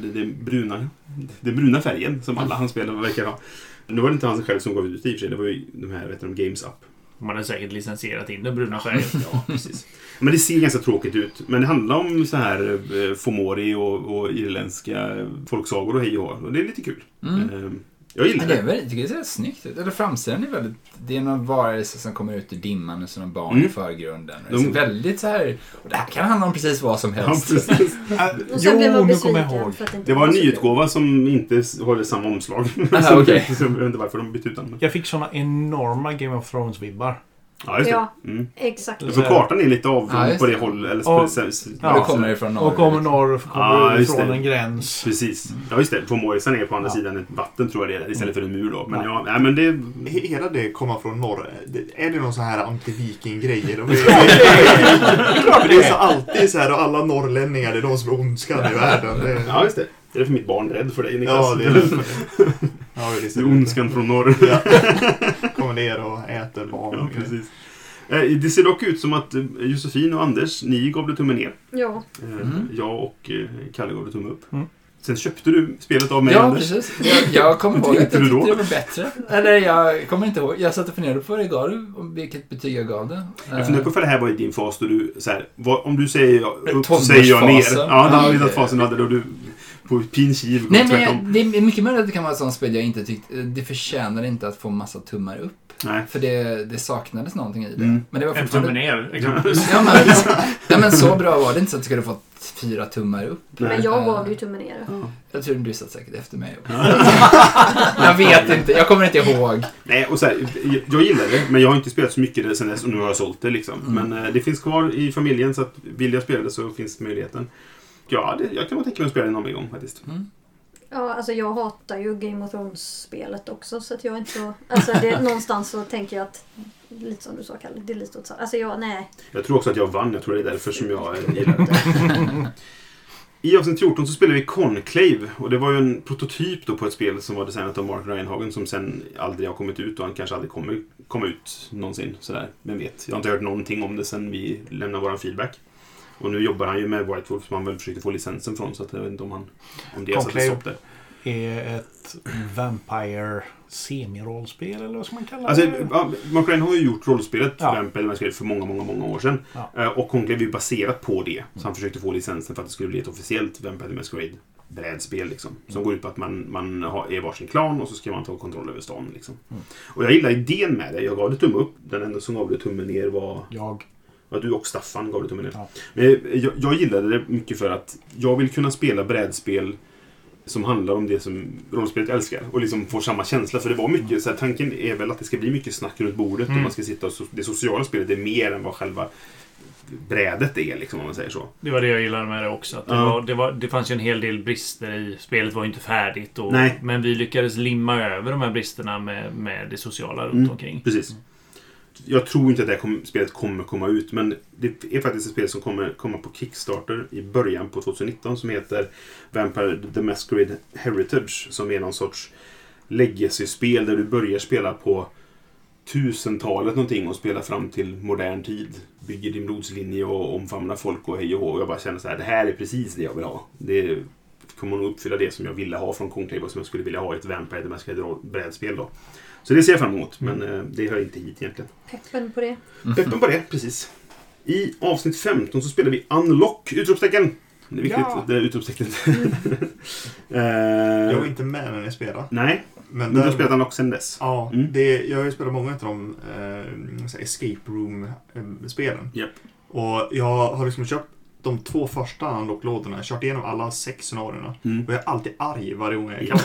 Speaker 2: den bruna färgen som alla hans spelare verkar ha. Nu var det inte han själv som gav ut det i och för sig. Det var ju de här, Games Up.
Speaker 4: Man har säkert licensierat in den bruna färgen.
Speaker 2: Ja, precis. Men det ser ganska tråkigt ut. Men det handlar om så här Fomori och irländska folksagor och hej och hå. Och det är lite kul. Jag gillar det.
Speaker 7: Jag tycker det är snyggt. Eller framsidan är väldigt... Det är någon varelse som kommer ut ur dimman och sådana barn i förgrunden. Det är väldigt så här... Och det här kan handla om precis vad som helst.
Speaker 2: Ja, precis.
Speaker 5: Och sen blev man besviken för att det inte
Speaker 2: var en nyutgåva som inte håller samma omslag.
Speaker 7: Aha, okay.
Speaker 2: Jag vet inte varför de bytt ut den.
Speaker 6: Jag fick såna enorma Game of Thrones-vibbar.
Speaker 2: Ja, just det.
Speaker 5: Ja, exakt.
Speaker 2: För kartan är lite av på det hållet. Eller
Speaker 7: det kommer ifrån norr.
Speaker 6: Och kommer norr, kommer ifrån en gräns.
Speaker 2: Precis. Ja, just det. Fomorisen är på andra sidan ett vatten, tror jag det är. Istället för en mur då. Men men det...
Speaker 3: Hela det kommer från norr. Är det någon sån här anti-viking-grejer? Det är så alltid så här, och alla norrlänningar, det är de som är ondskan i världen.
Speaker 2: Ja, just det. Det är för mitt barn rädd för dig, Niklas.
Speaker 3: Ja, det är det. Ja,
Speaker 2: det är ondskan från norr.
Speaker 3: Ja. Kommer ner och äter barn.
Speaker 2: Ja, precis. Det ser dock ut som att Josefin och Anders, ni gav det tummen ner.
Speaker 5: Ja.
Speaker 2: Jag och Kalle gav det tumme upp. Sen köpte du spelet av mig.
Speaker 7: Ja, precis. Jag kommer ihåg att jag tyckte det var bättre. Eller jag kommer inte ihåg. Jag satt och funderade på det igår, vilket betyg jag gav det.
Speaker 2: Jag funderar på för det här var i din fas då du så här, om du säger upp så säger jag ner. Ja, den fasen hade då du på pinkiv.
Speaker 7: Nej, men det är mycket möjligt att det kan vara ett sånt spel jag inte tyckte. Det förtjänar inte att få massa tummar upp. Nej. För det saknades någonting i det. Men det var
Speaker 4: fortfarande... En tumme ner, exempelvis.
Speaker 7: Men så bra var det inte så att du skulle fått 4 tummar upp.
Speaker 5: Men jag gav ju tummen ner.
Speaker 7: Jag tror du satt säkert efter mig. Jag vet inte, jag kommer inte ihåg.
Speaker 2: Nej, och så här, jag gillar det, men jag har inte spelat så mycket det sen dess och nu har jag sålt det liksom. Men det finns kvar i familjen så att vill jag spela det så finns möjligheten. Ja, jag kan nog tänka mig att spela det någon gång faktiskt.
Speaker 5: Ja, alltså jag hatar ju Game of Thrones-spelet också så att jag inte så... Alltså det, någonstans så tänker jag att lite som du sa, Kalle, det är lite åt så. Alltså nej.
Speaker 2: Jag tror också att jag vann, jag tror det är därför som jag gillar det. I avsnitt 14 så spelade vi Conclave och det var ju en prototyp då på ett spel som var designat av Mark Reinhagen som sen aldrig har kommit ut och han kanske aldrig kommer komma ut någonsin sådär, vem vet. Jag har inte hört någonting om det sen vi lämnade våran feedback. Och nu jobbar han ju med White Wolf som han väl försökte få licensen från så att jag vet inte om det är satt stopp där.
Speaker 6: Är ett Vampire semi-rollspel eller vad ska man kalla det?
Speaker 2: Alltså, Mark Reinhagen har ju gjort rollspelet Vampire för många år sedan. Ja. Och Conclave är ju baserat på det. Så han försökte få licensen för att det skulle bli ett officiellt Vampire the Masquerade brädspel liksom. Som går ut på att man är varsin klan och så ska man ta kontroll över stan liksom. Och jag gillar idén med det. Jag gav det tumme upp. Den enda som gav det tummen ner var... Ja, du och Staffan gav det tummen ner. Ja. Men jag gillade det mycket för att jag vill kunna spela brädspel som handlar om det som rollspelet älskar och liksom får samma känsla för det var mycket så här, tanken är väl att det ska bli mycket snack runt bordet och man ska sitta och det sociala spelet är mer än vad själva brädet är liksom om man säger så.
Speaker 4: Det var det jag gillade med det också att det fanns ju en hel del brister i spelet var ju inte färdigt men vi lyckades limma över de här bristerna med det sociala runt omkring.
Speaker 2: Precis. Jag tror inte att det här spelet kommer komma ut men det är faktiskt ett spel som kommer komma på Kickstarter i början på 2019 som heter Vampire the Masquerade Heritage som är någon sorts legacy-spel där du börjar spela på 1000-talet någonting och spela fram till modern tid. Bygger din blodslinje och omfamnar folk och hej och hå. Och jag bara känner så här, det här är precis det jag vill ha. Det kommer nog uppfylla det som jag ville ha från Conclave och som jag skulle vilja ha i ett Vampire the Masquerade brädspel då. Så det ser jag fram emot, men det hör inte hit egentligen.
Speaker 5: Peppen på det.
Speaker 2: Peppen på det, precis. I avsnitt 15 så spelar vi Unlock, utropstecken. Det är viktigt, det är utropstecknet.
Speaker 3: Jag var inte med när ni spelade.
Speaker 2: Nej, men du har spelat Unlock sen dess.
Speaker 3: Ja, jag har ju spelat många av de escape room-spelen.
Speaker 2: Yep.
Speaker 3: Och jag har liksom köpt de 2 första Unlock-lådorna. Jag har kört igenom alla 6 scenarierna. Och jag är alltid arg varje gång jag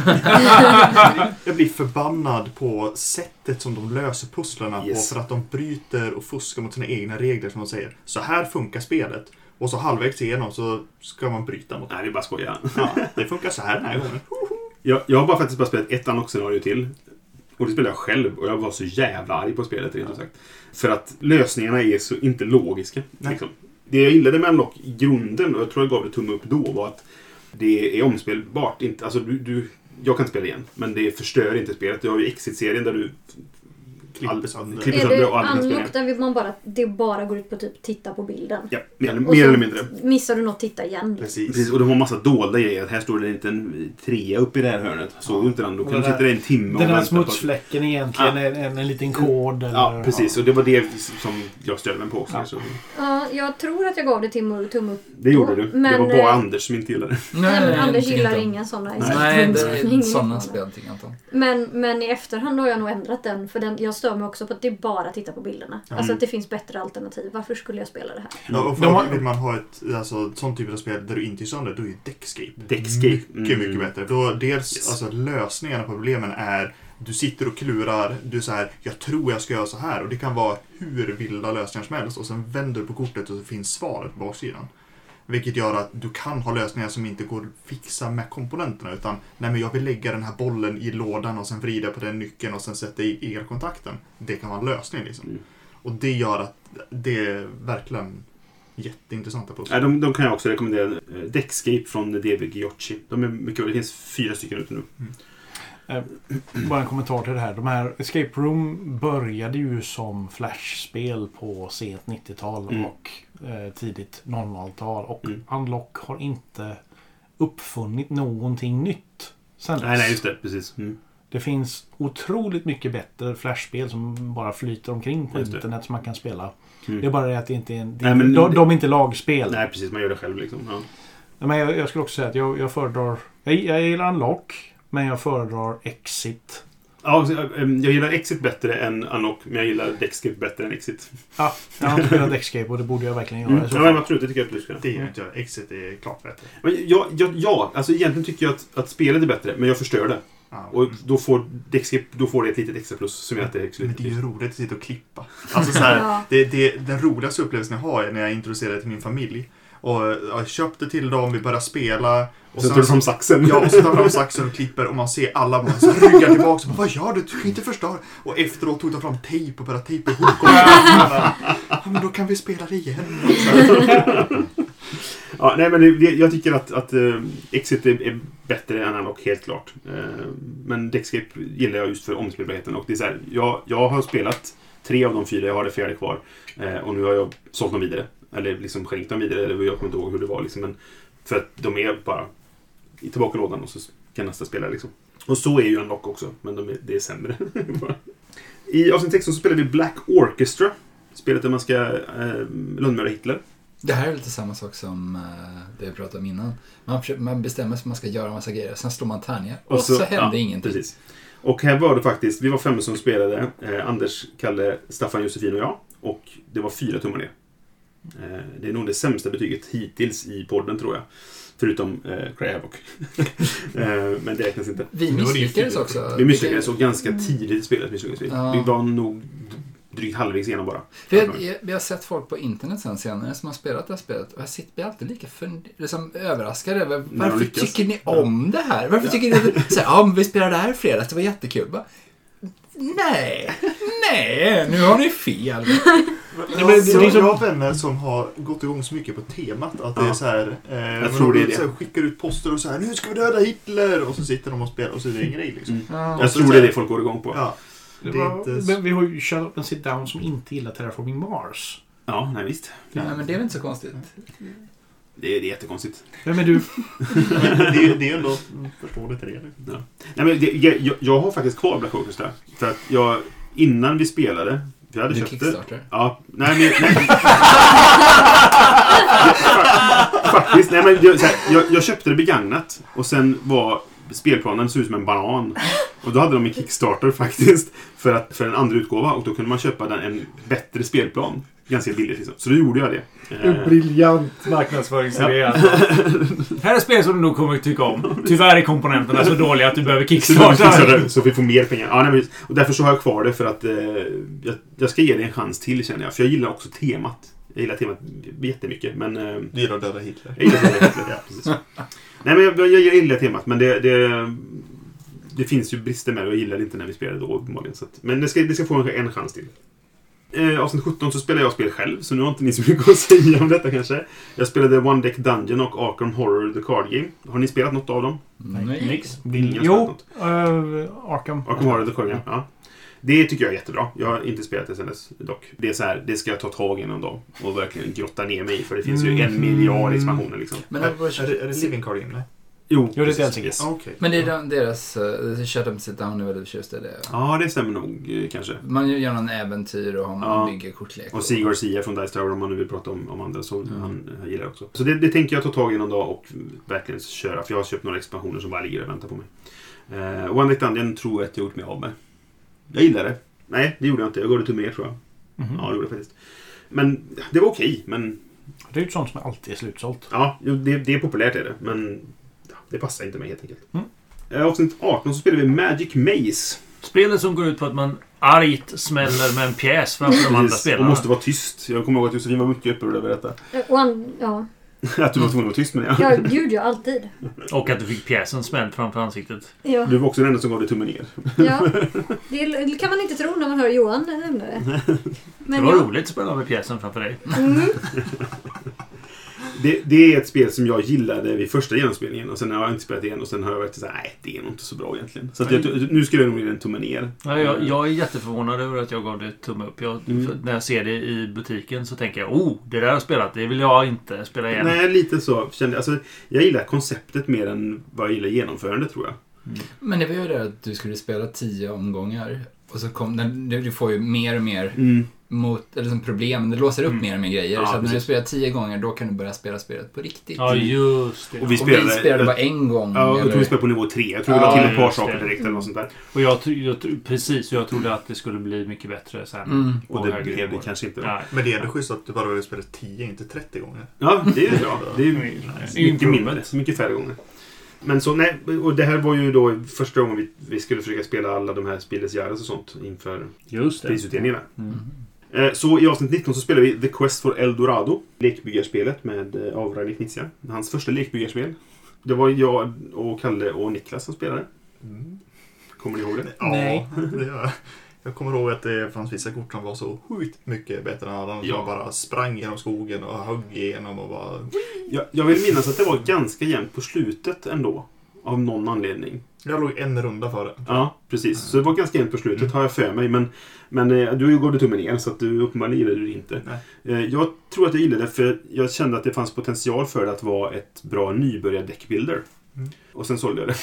Speaker 3: kan. Jag blir förbannad på sättet som de löser pusslarna på. För att de bryter och fuskar mot sina egna regler som de säger. Så här funkar spelet. Och så halvvägs igenom så ska man bryta mot det.
Speaker 2: Nej, det är bara skoja.
Speaker 3: Ja, det funkar så här den här gången.
Speaker 2: Jag har faktiskt bara spelat ett Unlock-scenario till. Och det spelade jag själv. Och jag var så jävla arg på spelet rent sagt. För att lösningarna är så inte logiska. Liksom. Det jag gillade med Unlock i grunden, och jag tror jag gav det tumme upp då, var att det är omspelbart. Alltså jag kan inte spela igen, men det förstör inte spelet. Du har ju Exit-serien där du klipper sönder och aldrig
Speaker 5: spelar igen. Där det bara går ut på typ titta på bilden.
Speaker 2: Ja, mer eller mindre.
Speaker 5: Missar du något, titta igen.
Speaker 2: Precis, och de har massa dolda grejer. Här står det inte en 3 upp i det här hörnet. Såg du inte den? Då kan du sitta där en timme och
Speaker 6: den här smutsfläcken egentligen är en liten kod. Eller,
Speaker 2: ja, precis. Och det var det som jag stödde mig på också.
Speaker 5: Ja. Ja, jag tror att jag gav det tumme upp.
Speaker 2: Det gjorde du. Men, det var bara Anders som inte gillade det.
Speaker 5: Nej, Anders gillar inga sådana.
Speaker 7: Nej, det är sådana spel.
Speaker 5: Men i efterhand har jag nog ändrat den. För jag stör mig också på att det är bara titta på bilderna. Alltså att det finns bättre alternativ. Varför skulle jag spela det här?
Speaker 3: Ja, och vill man ha ett sån typ av spel där du inte är sönder, då är ju Deckscape mycket bättre. Då dels lösningarna på problemen är du sitter och klurar, du är så här, jag tror jag ska göra så här, och det kan vara hur vilda lösningar som helst, och sen vänder du på kortet och så finns svaret på baksidan. Vilket gör att du kan ha lösningar som inte går att fixa med komponenterna, utan nej, men jag vill lägga den här bollen i lådan och sen vrida på den nyckeln och sen sätta i elkontakten. Det kan vara en lösning liksom. Och det gör att det är verkligen jätteintressanta pussel.
Speaker 2: De kan jag också rekommendera. Deckscape från David Giocchi. De är mycket, det finns 4 stycken ute nu.
Speaker 6: Bara en kommentar till det här. De här Escape Room började ju som flashspel på sent 90-tal och tidigt 00-tal. Och Unlock har inte uppfunnit någonting nytt.
Speaker 2: Nej, just det. Precis.
Speaker 6: Det finns otroligt mycket bättre flashspel som bara flyter omkring på internet som man kan spela. Det är bara det att det inte är de är inte lagspel.
Speaker 2: Nej, precis. Man gör det själv liksom. Ja.
Speaker 6: Men jag skulle också säga att jag föredrar... Jag gillar Unlock, men jag föredrar Exit.
Speaker 2: Ja, jag gillar Exit bättre än Unlock, men jag gillar Dexcape bättre än Exit.
Speaker 6: Ja, jag har inte spelat Dexcape och det borde jag verkligen göra.
Speaker 2: Ja, men absolut, det tycker jag absolut.
Speaker 3: Det är ju inte jag. Exit är klart bättre.
Speaker 2: Men ja, alltså egentligen tycker jag att spelet är bättre, men jag förstör det. Och då får Dexcape, det ett litet extra plus som gör att det är exklusivt.
Speaker 3: Men det är ju roligt att sitta och klippa. Alltså så här, den roligaste upplevelsen jag har är när jag introducerar det till min familj. Och jag köpte till dem, vi började spela. Och
Speaker 2: så tar du fram saxen.
Speaker 3: Ja, och så tar fram saxen och klipper och man ser alla bara så ryggar tillbaka. Så, vad gör du? Du ska inte förstöra. Och efteråt tog de fram tejp och började tejpa ihop. Ja, men då kan vi spela det igen.
Speaker 2: Ja, nej, men jag tycker att Exit är bättre än Unlock, helt klart. Men Dexcape gillar jag just för omspelbarheten. Och det är så här, jag har spelat 3 av de 4, jag har det 4 kvar. Och nu har jag sålt dem vidare. Eller liksom skänkt dem vidare, eller jag kommer inte ihåg hur det var. Liksom. Men för att de är bara tillbaka i lådan och så kan nästa spela. Liksom. Och så är ju Unlock också, men det är sämre. I avsnitt 16 så spelar vi Black Orchestra. Spelet där man ska lönnmörda Hitler.
Speaker 7: Det här är lite samma sak som det jag pratade om innan. Man bestämmer sig att man ska göra en massa grejer. Sen slår man tärningar och så händer ingenting.
Speaker 2: Precis. Och här var det faktiskt, vi var 5 som spelade. Anders, Kalle, Staffan, Josefin och jag. Och det var 4 tummar ner. Det är nog det sämsta betyget hittills i podden, tror jag. Förutom Cry Havoc. Men det räknas inte.
Speaker 7: Vi misslyckades också.
Speaker 2: Vi misslyckades och ganska tidigt i spelet misslyckades vi. Ja. Vi var nog drygt halvvägs igenom bara.
Speaker 7: Vi har sett folk på internet senare som har spelat det här spelet. Och jag blir alltid lika liksom överraskad över varför tycker ni om det här? Varför tycker ni att vi spelar det här fredag, det var jättekul. Bara, nej, nu har ni fel.
Speaker 3: Jag har vänner som har gått igång så mycket på temat att det är så här,
Speaker 2: jag tror det är det.
Speaker 3: Så här, skickar ut poster och så här, nu ska vi döda Hitler, och så sitter de och spelar och så är det en grej liksom.
Speaker 2: Jag tror det är det folk går igång på.
Speaker 3: Ja.
Speaker 6: Men vi har ju Shut Up and Sit Down som inte gillar Terraforming Mars.
Speaker 2: Ja, nej visst.
Speaker 7: Ja, men det är väl inte så konstigt.
Speaker 2: Det är jättekonstigt.
Speaker 6: Vem är du?
Speaker 3: det är ändå förståeligt det.
Speaker 2: Ja. Nej, men jag har faktiskt kvar Black Orchestra. För att innan vi spelade, jag hade köpt
Speaker 7: Kickstarter?
Speaker 2: Ja, nej. Faktiskt, nej men jag köpte det begagnat och sen var spelplanen såg ut som en banan. Och då hade de en Kickstarter faktiskt för en andra utgåva, och då kunde man köpa en bättre spelplan ganska billigt liksom. Så då gjorde jag det.
Speaker 4: Briljant marknadsföringsidé. Här är spel som du nog kommer att tycka om. Tyvärr är komponenterna så dåliga att du behöver Kickstarter.
Speaker 2: Så vi får mer pengar. Ja, nej, och därför så har jag kvar det för att jag ska ge det en chans till, känner jag. För jag gillar också temat. Jag gillar temat jättemycket. Men,
Speaker 3: du gillar döda Hitler.
Speaker 2: Jag gillar döda Hitler, ja, precis. Nej, men jag gillar temat, men det finns ju brister med det och jag gillar det inte när vi spelar då. Men det ska få en chans till. Avsnitt 17 så spelar jag spel själv, så nu har inte ni så mycket att säga om detta kanske. Jag spelade One Deck Dungeon och Arkham Horror The Card Game. Har ni spelat något av dem?
Speaker 4: Nej.
Speaker 6: Jo, Arkham
Speaker 2: Horror The Card Game, ja. Det tycker jag är jättebra. Jag har inte spelat det sen dess dock. Det är så här, det ska jag ta tag i någon dag och verkligen grotta ner mig i, för det finns ju 1 miljard expansioner liksom.
Speaker 3: Men är det Living Card Game?
Speaker 2: Jo,
Speaker 6: det är det.
Speaker 2: Yes.
Speaker 3: Okay.
Speaker 7: Men det är deras Shut Up and Sit Down är väldigt förtjust i det.
Speaker 2: Ja, det stämmer nog kanske.
Speaker 7: Man gör någon äventyr och man bygger kortlek.
Speaker 2: Och Sig Garcia från Dice Tower, om man nu vill prata om andra, så han gillar också. Så det tänker jag ta tag i någon dag och verkligen köra, för jag har köpt några expansioner som bara ligger och väntar på mig. One Deck Dungeon tror jag att jag gjort mig av med. Jag gillar det. Nej, det gjorde jag inte. Jag går det till mer, tror jag. Ja, det gjorde jag faktiskt. Men det var okej, men...
Speaker 6: Det är ju sånt som alltid är slutsålt.
Speaker 2: Ja, det är populärt är det, men det passar inte mig helt enkelt. Avsnitt 18 så spelar vi Magic Maze.
Speaker 4: Spelet som går ut på att man argt smäller med en pjäs framför de andra spelarna.
Speaker 2: Och måste vara tyst. Jag kommer ihåg att Josefin var mycket upprörd över detta.
Speaker 5: Ja.
Speaker 2: Att du var tvungen att vara tyst med det.
Speaker 5: Ja, det gjorde jag alltid.
Speaker 4: Och att du fick pjäsen smält framför ansiktet.
Speaker 5: Ja.
Speaker 2: Du var också den enda som gav dig tummen ner.
Speaker 5: Ja, det kan man inte tro när man hör Johan nämna det.
Speaker 4: Men det var roligt att spela med pjäsen framför dig.
Speaker 2: det är ett spel som jag gillade vid första genomspelningen och sen har jag inte spelat igen och sen har jag varit så här, nej, det är nog inte så bra egentligen. Så att nu skulle jag nog ge en tumme ner.
Speaker 4: Ja, jag är jätteförvånad över att jag gav det tumme upp. När jag ser det i butiken så tänker jag, det där har jag spelat, det vill jag inte spela igen.
Speaker 2: Nej, lite så. Jag gillar konceptet mer än vad jag gillar genomförandet, tror jag.
Speaker 7: Men det var ju det att du skulle spela 10 omgångar och så kom du får ju mer och mer eller som problem, det låser upp mer och mer grejer, så att när du spelar 10 gånger då kan du börja spela spelet på riktigt.
Speaker 4: Ja, just det.
Speaker 2: Och vi spelade
Speaker 7: bara en gång.
Speaker 2: Ja, jag tror vi spelade på nivå 3. Jag tror vi la till ett par saker direkt eller något sånt där.
Speaker 4: Och jag trodde att det skulle bli mycket bättre sen.
Speaker 2: Och det blev det kanske inte.
Speaker 3: Ja. Men det är ändå schysst att du bara vill spela 10, inte 30 gånger.
Speaker 2: Ja, det är bra. Det är mycket mindre, mycket färre gånger. Men så, nej, och det här var ju då första gången vi skulle försöka spela alla de här Spieles Jahres och sånt inför prisutdelningarna. Så i avsnitt 19 så spelar vi The Quest for El Dorado, lekbyggarspelet med Aura Knizia. Hans första lekbyggarspel. Det var jag och Kalle och Niklas som spelade. Kommer ni ihåg det?
Speaker 3: Nej. Det gör jag kommer ihåg att det fanns vissa kort som var så sjukt mycket bättre än alla. Som bara sprang genom skogen och högg igenom och bara...
Speaker 2: Jag vill minnas att det var ganska jämnt på slutet ändå. Av någon anledning.
Speaker 3: Jag låg en runda för det.
Speaker 2: Ja, precis. Så det var ganska jämnt på slutet, har jag för mig. Men du gav det tummen ner, så att du uppenbarligen gillade det inte. Jag tror att jag gillade det för jag kände att det fanns potential för det att vara ett bra nybörjar-deckbuilder. Och sen sålde jag det.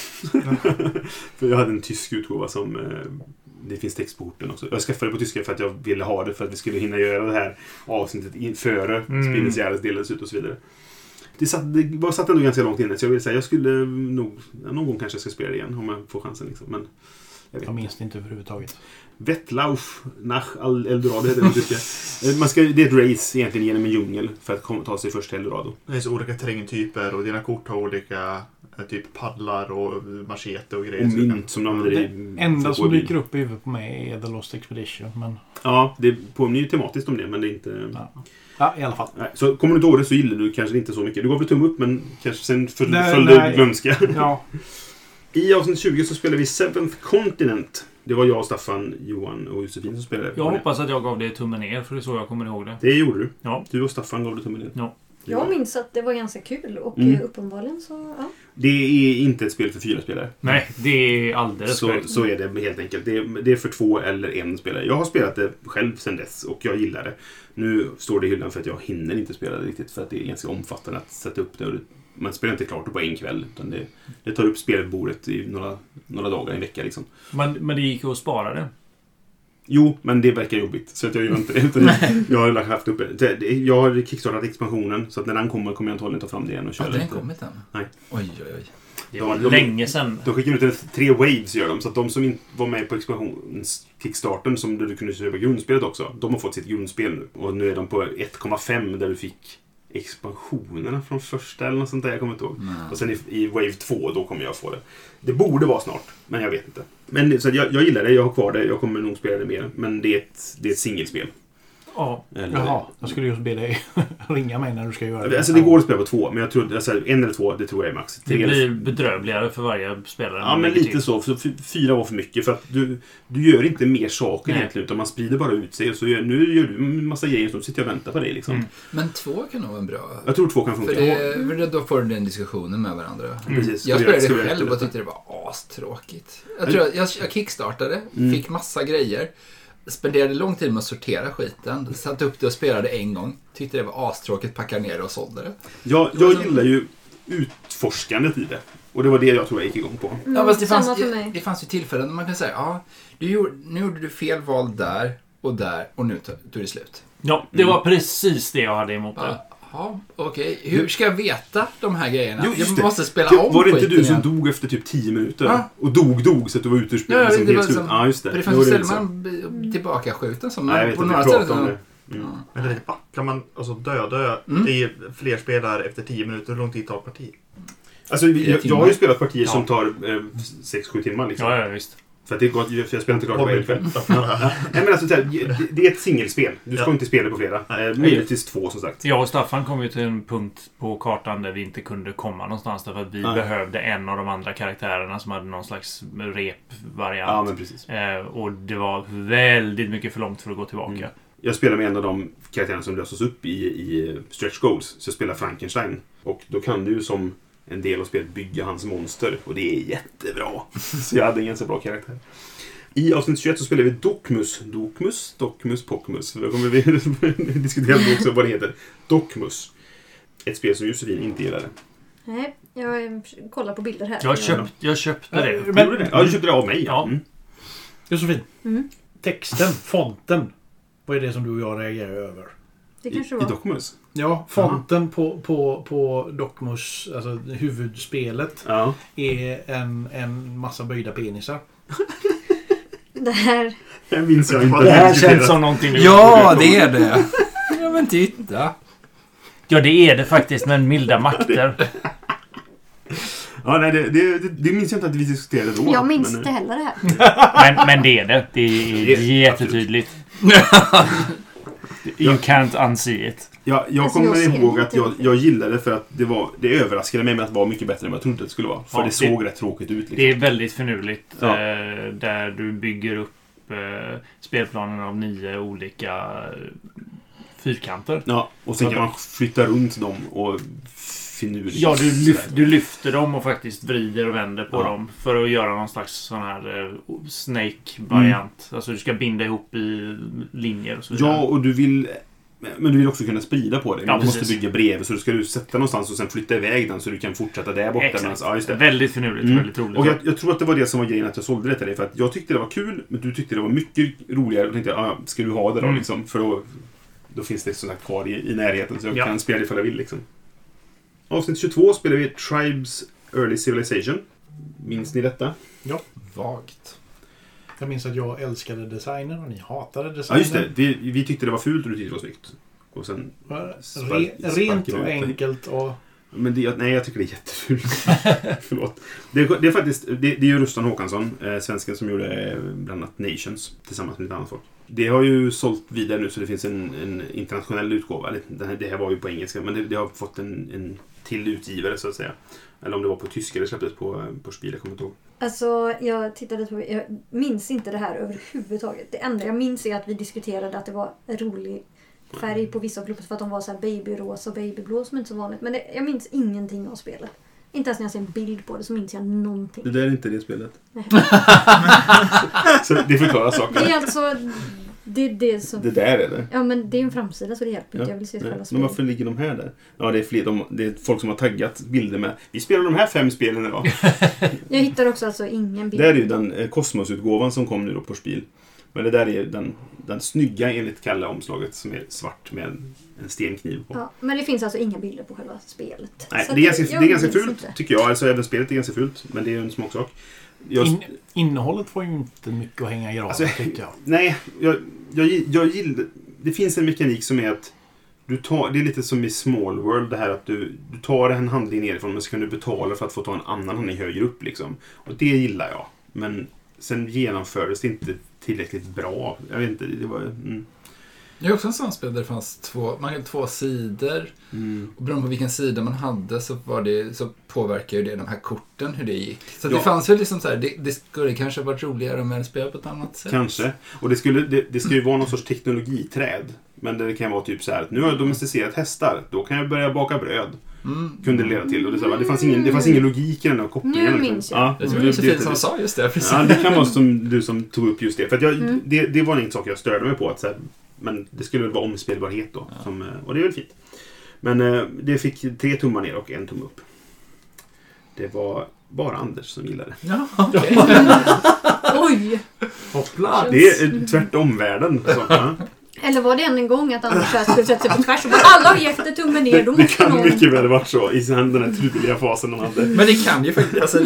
Speaker 2: För jag hade en tysk utgåva som... det finns text på korten också. Jag skaffade det på tyska för att jag ville ha det för att vi skulle hinna göra det här avsnittet före Spieles Jahres delades ut och så vidare. Det satt ändå ganska långt inne, så jag vill säga jag skulle nog någon gång kanske ska spela det igen om jag får chansen liksom. Men
Speaker 6: jag minns det inte överhuvudtaget.
Speaker 2: Wettlauf nach Eldorado heter det på tyska. Det är ett race egentligen genom en djungel för att ta sig först till Eldorado.
Speaker 3: Det är så olika terrängtyper och dina kort har olika typ paddlar och machete och grejer.
Speaker 2: Och mynt som de använder i...
Speaker 6: Det enda som dyker upp i huvudet på mig är The Lost Expedition. Men...
Speaker 2: Ja, det påminner ju tematiskt om det, men det är inte...
Speaker 6: Ja, i alla fall.
Speaker 2: Nej, så kommer du inte ihåg det så gillar du kanske inte så mycket. Du gav väl tumme upp, men kanske sen följde glömska.
Speaker 6: Ja.
Speaker 2: I avsnitt 20 så spelar vi Seventh Continent. Det var jag, Staffan, Johan och Josefin som spelade.
Speaker 4: Jag hoppas att jag gav det tummen ner, för det är så jag kommer ihåg det.
Speaker 2: Det gjorde du.
Speaker 4: Ja.
Speaker 2: Du och Staffan gav det tummen ner.
Speaker 4: Ja.
Speaker 5: Jag minns att det var ganska kul och uppenbarligen så... Ja.
Speaker 2: Det är inte ett spel för 4 spelare.
Speaker 4: Nej, det är alldeles
Speaker 2: så är det helt enkelt. Det är för 2 eller 1 spelare. Jag har spelat det själv sedan dess och jag gillar det. Nu står det i hyllan för att jag hinner inte spela det riktigt för att det är ganska omfattande att sätta upp det. Man spelar inte klart det på en kväll utan det tar upp spelbordet i några dagar, en vecka liksom.
Speaker 4: Men det gick att spara det?
Speaker 2: Jo, men det verkar jobbigt så att jag gör inte det. Jag har haft uppe. Jag har kickstartat expansionen så att när den kommer jag antagligen ta fram det igen och köra.
Speaker 7: Har den kommit än?
Speaker 2: Nej.
Speaker 7: Oj.
Speaker 4: Det var länge sedan.
Speaker 2: De skickar ut 3 waves gör de, så att de som inte var med på expansions-kickstarten som du kunde köpa grundspelet också, de har fått sitt grundspel nu. Och nu är de på 1,5 där du fick expansionerna från första eller något sånt där, jag kommer inte ihåg. Och sen i Wave 2 då kommer jag få det. Det borde vara snart, men jag vet inte. Men så jag gillar det, jag har kvar det, jag kommer nog spela det mer. Men det är ett singelspel.
Speaker 6: Ja. Jaha, jag skulle just be dig ringa mig när du ska göra det.
Speaker 2: Alltså det går att spela på 2, men jag tror alltså, 1 eller 2, det tror jag är max.
Speaker 4: 3 det blir bedrövligare för varje spelare.
Speaker 2: Ja, men lite så. För 4 var för mycket. För att du gör inte mer saker egentligen, utan man sprider bara ut sig. Så nu gör du en massa grejer som sitter och väntar på dig. Liksom.
Speaker 7: Men 2 kan nog vara bra.
Speaker 2: Jag tror 2 kan funka.
Speaker 7: För då får du den diskussionen med varandra.
Speaker 2: Precis.
Speaker 7: Jag spelade det själv och tyckte det var astråkigt. Jag tror jag kickstartade, fick massa grejer. Spenderade lång tid med att sortera skiten. Satt upp det och spelade en gång. Tyckte det var astråkigt, packade ner det och sålde det.
Speaker 2: Jag gillar ju utforskandet i det. Och det var det jag tror jag gick igång på.
Speaker 7: Ja, fast det fanns ju tillfällen där man kan säga nu gjorde du fel val där och nu tog det slut.
Speaker 4: Ja, det var precis det jag hade emot det.
Speaker 7: Ja, okej. Hur ska jag veta de här grejerna?
Speaker 2: Jo,
Speaker 7: jag måste spela
Speaker 2: typ,
Speaker 7: om.
Speaker 2: var det inte du
Speaker 7: igen.
Speaker 2: som dog efter typ 10 minuter? Och dog så att du var ute ur spelet?
Speaker 7: Ja, det var som,
Speaker 2: ja, just det.
Speaker 7: För det fanns ju ställen man tillbaka skjuten som
Speaker 2: nej,
Speaker 7: på några ställen.
Speaker 3: Men det är lite kan man alltså dö i fler spelare efter 10 minuter? Hur lång tid tar parti?
Speaker 2: Alltså, jag har ju spelat partier som tar 6-7 timmar liksom.
Speaker 4: Ja, visst.
Speaker 2: För att det går, för jag spelar inte klart på en kväll. Nej, men alltså, det är ett singelspel. Du ska inte spela på flera. Möjligtvis 2 som sagt.
Speaker 4: Jag och Staffan kom ju till en punkt på kartan där vi inte kunde komma någonstans. Därför att vi behövde en av de andra karaktärerna som hade någon slags rep-variant.
Speaker 2: Ja, men precis.
Speaker 4: Och det var väldigt mycket för långt för att gå tillbaka.
Speaker 2: Jag spelar med en av de karaktärerna som löses upp i stretch goals. Så jag spelar Frankenstein. Och då kan du ju som en del av spelet bygga hans monster. Och det är jättebra. Så jag hade ingen så bra karaktär. I avsnitt 21 så spelar vi Dokmus. Pokmus. Då kommer vi diskutera också vad det heter. Dokmus. Ett spel som Josefin inte gillade.
Speaker 5: Nej, jag kollar på bilder här.
Speaker 4: Jag köpte det.
Speaker 2: Ja, du köpte det av mig.
Speaker 4: Ja.
Speaker 2: Mm.
Speaker 6: Josefin. Texten, fonten. Vad är det som du och jag reagerar över?
Speaker 5: Det kanske
Speaker 2: I
Speaker 5: var.
Speaker 2: Dokmus?
Speaker 6: Ja, fonten på Dokmus, alltså huvudspelet, är en massa böjda penisar.
Speaker 5: Det här...
Speaker 2: Jag minns jag inte.
Speaker 4: Det här känns som någonting...
Speaker 7: Ja, det är det. Ja, men titta.
Speaker 4: Ja, det är det faktiskt, men milda makter.
Speaker 2: Ja, nej, det minns jag inte att vi diskuterade då.
Speaker 5: Jag minns inte heller det här.
Speaker 4: Men det är det. Det är jättetydligt. You can't unsee it.
Speaker 2: Ja, jag
Speaker 5: Alltså,
Speaker 2: kommer
Speaker 5: jag
Speaker 2: ihåg
Speaker 5: ser
Speaker 2: att jag gillade det för att det överraskade mig med att vara mycket bättre än vad jag trodde det skulle vara. För det såg rätt tråkigt ut. Liksom.
Speaker 4: Det är väldigt finurligt. Där du bygger upp spelplanen av 9 olika fyrkanter.
Speaker 2: Ja, och sen kan man flytta runt dem och finurligt.
Speaker 4: Ja, du lyfter dem och faktiskt vrider och vänder på dem för att göra någon slags sån här Snake-variant. Alltså du ska binda ihop i linjer och så vidare.
Speaker 2: Ja, och du vill också kunna sprida på det.
Speaker 4: Ja,
Speaker 2: du måste bygga bredvid, så du ska sätta någonstans och sen flytta iväg den så du kan fortsätta där borta.
Speaker 4: Exakt.
Speaker 2: Ja, just det.
Speaker 4: Väldigt finurligt, väldigt roligt.
Speaker 2: Och jag tror att det var det som var grejen att jag sålde det till dig, för att jag tyckte det var kul, men du tyckte det var mycket roligare och tänkte, ska du ha det då liksom? För då finns det sånt här kvar i närheten så jag kan spela det ifall jag vill liksom. Avsnitt 22 spelar vi Tribes Early Civilization. Minns ni detta?
Speaker 6: Ja.
Speaker 7: Vagt.
Speaker 6: Jag minns att jag älskade designen och ni hatade designen.
Speaker 2: Ja, just det. Vi tyckte det var fult och du tyckte det var snyggt. Och sen
Speaker 6: rent och enkelt och...
Speaker 2: Men jag tycker det är jättefult. Förlåt. Det är faktiskt det är ju Rustan Håkansson, svensken som gjorde bland annat Nations tillsammans med lite annat folk. Det har ju sålt vidare nu så det finns en internationell utgåva. Det här var ju på engelska, men det har fått en till utgivare så att säga. Eller om det var på tyska det släpptes på spel, jag kommer inte ihåg.
Speaker 5: Alltså, jag minns inte det här överhuvudtaget. Det enda jag minns är att vi diskuterade att det var rolig färg på vissa grupper för att de var så här babyrosa och babyblå som inte så vanligt. Men jag minns ingenting av spelet. Inte ens när jag ser en bild på det så minns jag någonting.
Speaker 2: Det där är inte det spelet.
Speaker 5: Nej.
Speaker 2: Så det förklarar saker.
Speaker 5: Det är alltså... Det som...
Speaker 2: Det där är det.
Speaker 5: Ja, men det är en framsida så det hjälper inte. Jag vill se själva spelet.
Speaker 2: Men varför ligger de här där? Ja, det är fler. Det är folk som har taggat bilder med. Vi spelar de här 5 spelen idag.
Speaker 5: Jag hittar också alltså ingen bild.
Speaker 2: Det är ju den kosmosutgåvan som kom nu då på spel. Men det där är den snygga enligt Kalle omslaget som är svart med en stenkniv på.
Speaker 5: Ja, men det finns alltså inga bilder på själva spelet.
Speaker 2: Nej, det är ganska fult tycker jag. Alltså även spelet är ganska fult. Men det är ju en smaksak.
Speaker 6: Innehållet var ju inte mycket att hänga i graven, alltså, tyckte jag.
Speaker 2: Nej, jag gillar... Det finns en mekanik som är att det är lite som i Small World det här att du tar en handling nerifrån men så kan du betala för att få ta en annan handling högre upp liksom. Och det gillar jag. Men sen genomfördes det inte tillräckligt bra. Jag vet inte, det var...
Speaker 7: Det är också en sån spel där det fanns man hade 2 sidor. Och beroende på vilken sida man hade så påverkar ju det de här korten hur det gick. Så det fanns väl liksom så här, det skulle kanske varit roligare om man spelade på ett annat sätt.
Speaker 2: Kanske. Och det ska ju vara någon sorts teknologiträd. Men det kan vara typ så här att nu har jag domesticerat hästar, då kan jag börja baka bröd. Kunde det leda till. Och det fanns ingen logik i den här kopplingen.
Speaker 5: Nu minns jag.
Speaker 2: Ja,
Speaker 7: det var Josefin som sa just det. Precis.
Speaker 2: Ja, det kan vara som du som tog upp just det. För att det var en sak jag störde mig på. Att, så här, men det skulle väl vara omspelbarhet då. Ja. Och det är väl fint. Men det fick 3 tummar ner och 1 tumme upp. Det var bara Anders som gillade det.
Speaker 7: Ja, okay.
Speaker 5: Oj!
Speaker 6: Hoppla!
Speaker 2: Det är tvärtom världen.
Speaker 5: Eller var det en gång att Anders skulle sätta sig på tvärs och bara alla har gett ett tumme ner, då måste
Speaker 2: det kan
Speaker 5: någon...
Speaker 2: mycket väl varit så i den här tydliga fasen han hade.
Speaker 7: Men det kan ju faktiskt, alltså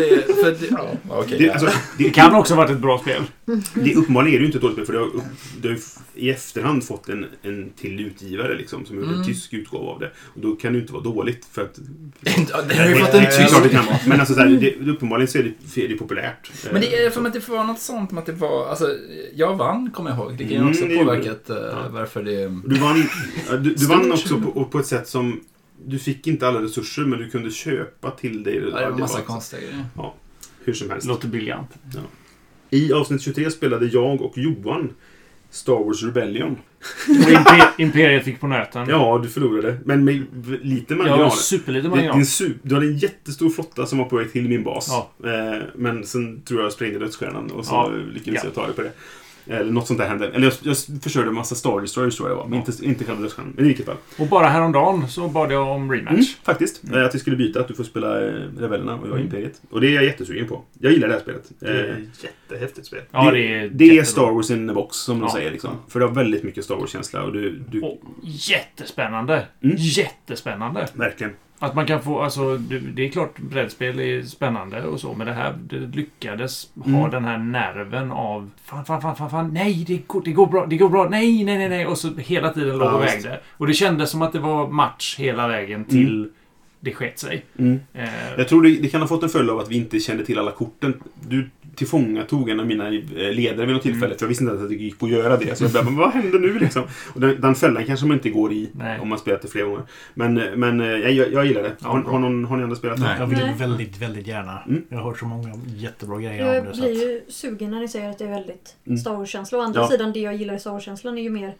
Speaker 4: det kan också varit ett bra spel.
Speaker 2: Det uppenbarligen är det ju inte ett dåligt spel, för det har i efterhand fått en till utgivare liksom, som gjorde en tysk utgåva av det. Och då kan det ju inte vara dåligt för att...
Speaker 7: det har ju fått en tysk...
Speaker 2: Klart det kan vara. Men alltså, så här, uppenbarligen så är det populärt.
Speaker 7: Men det är för att det var något sånt, att det var... Alltså, jag vann, kommer jag ihåg. Det kan ju också påverkat varför det...
Speaker 2: Du vann också på ett sätt som... Du fick inte alla resurser, men du kunde köpa till dig.
Speaker 7: Ja, det var en massa konstiga grejer.
Speaker 2: Ja, hur som helst.
Speaker 4: Låter briljant.
Speaker 2: Ja. I avsnitt 23 spelade jag och Johan Star Wars Rebellion.
Speaker 4: Och Imperiet fick på nöten.
Speaker 2: Ja, du förlorade. Men med lite marginal.
Speaker 4: Ja, superlite marginal.
Speaker 2: Du hade en jättestor flotta som var på väg till min bas.
Speaker 4: Ja.
Speaker 2: Men sen tror jag sprängde dödsstjärnan och så lyckades jag ta det på det. Eller något sånt där hände. Eller jag förstörde en massa Star Destroyers tror jag det var. Men inte själva dödsstjärnan. Men i vilket fall.
Speaker 4: Och bara häromdagen så bad jag om rematch.
Speaker 2: Faktiskt. Att vi skulle byta. Att du får spela Rebellerna och jag Imperiet. Och det är jag jättesugen på. Jag gillar det här spelet.
Speaker 3: Det är ett jättehäftigt spel.
Speaker 4: Ja,
Speaker 2: det är Star Wars in a box som de säger liksom. För det har väldigt mycket Star Wars-känsla. Och
Speaker 4: och jättespännande. Jättespännande.
Speaker 2: Verkligen.
Speaker 4: Att man kan få, alltså det är klart brädspel är spännande och så, men det lyckades ha den här nerven av fan, nej, det går bra, nej, och så hela tiden låg och vägde. Och det kändes som att det var match hela vägen till det skett sig.
Speaker 2: Jag tror det kan ha fått en följd av att vi inte kände till alla korten. Du tillfångatog en av mina ledare vid något tillfälle, för jag visste inte att det gick att göra det. Så jag bara, men vad händer nu liksom? Och den fällan kanske man inte går i om man spelat det flera gånger. Men jag gillar det. Har ni andra spelat det?
Speaker 6: Jag vill väldigt, väldigt gärna. Jag har hört så många jättebra grejer om det.
Speaker 5: Jag blir ju sugen när ni säger att det är väldigt Star Wars-känsla. Å andra sidan, det jag gillar i Star Wars-känslan är ju mer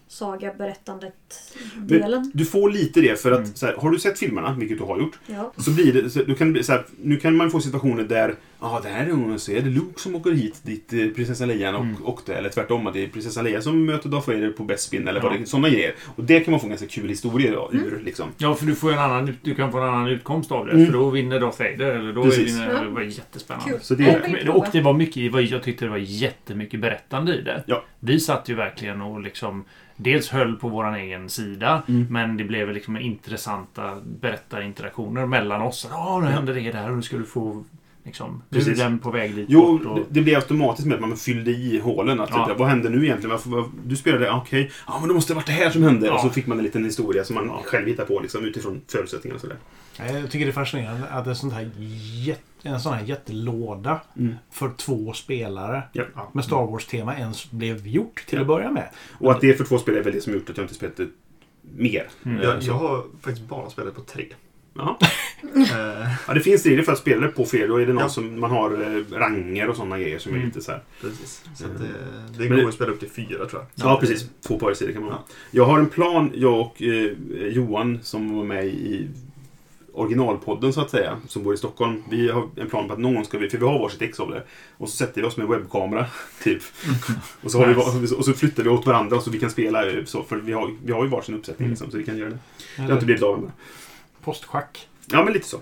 Speaker 5: saga-berättandet-delen.
Speaker 2: Du får lite det för att så här, har du sett filmerna, vilket du har gjort, så blir det så här, nu kan man få situationer där det här är så är det Luke som åker hit dit prinsessan Leia och det, eller tvärtom att det är prinsessan Leia som möter Darth Vader på Bespin eller vad det är, sådana grejer. Och det kan man få en ganska kul historia ur liksom. Ja, för
Speaker 4: du kan få en annan utkomst av det, för då vinner Darth Vader eller då vinner, det var jättespännande.
Speaker 5: Cool.
Speaker 2: Så
Speaker 4: och det var mycket, jag tyckte det var jättemycket berättande i det. Ja. Vi satt ju verkligen och liksom dels höll på våran egen sida, men det blev liksom intressanta berättarinteraktioner mellan oss. Nu hände det där och nu ska du få liksom, nu är den på väg dit bort. Och
Speaker 2: det blev automatiskt med att man fyllde i hålen. Att vad hände nu egentligen? Du spelade, men det måste ha varit det här som hände. Och så fick man en liten historia som man själv hittar på liksom, utifrån förutsättningar och sådär.
Speaker 6: Jag tycker det är fascinerande att en sån här jättelåda för 2 spelare med Star Wars-tema ens blev gjort till att börja med.
Speaker 2: Och att det för 2 spelare är väl det som gjort att jag inte spelat det mer.
Speaker 3: Jag har faktiskt bara spelat på 3.
Speaker 2: Ja, det finns regler för att spela på fler. Då är det någon som man har ranger och sådana grejer som är lite så här.
Speaker 3: Precis. Så det går att spela upp till 4 tror jag.
Speaker 2: Ja, precis. 2 par sidor kan man ha. Jag har en plan, jag och Johan som var med i originalpodden så att säga, som bor i Stockholm. Vi har en plan på att någon ska för vi har varsitt ex av det. Och så sätter vi oss med webbkamera typ. Och så och så flyttar vi åt varandra så vi kan spela så, för vi har ju varsin uppsättning liksom, så vi kan göra det. Det har inte blivit av med.
Speaker 6: Postschack.
Speaker 2: Ja, men lite så.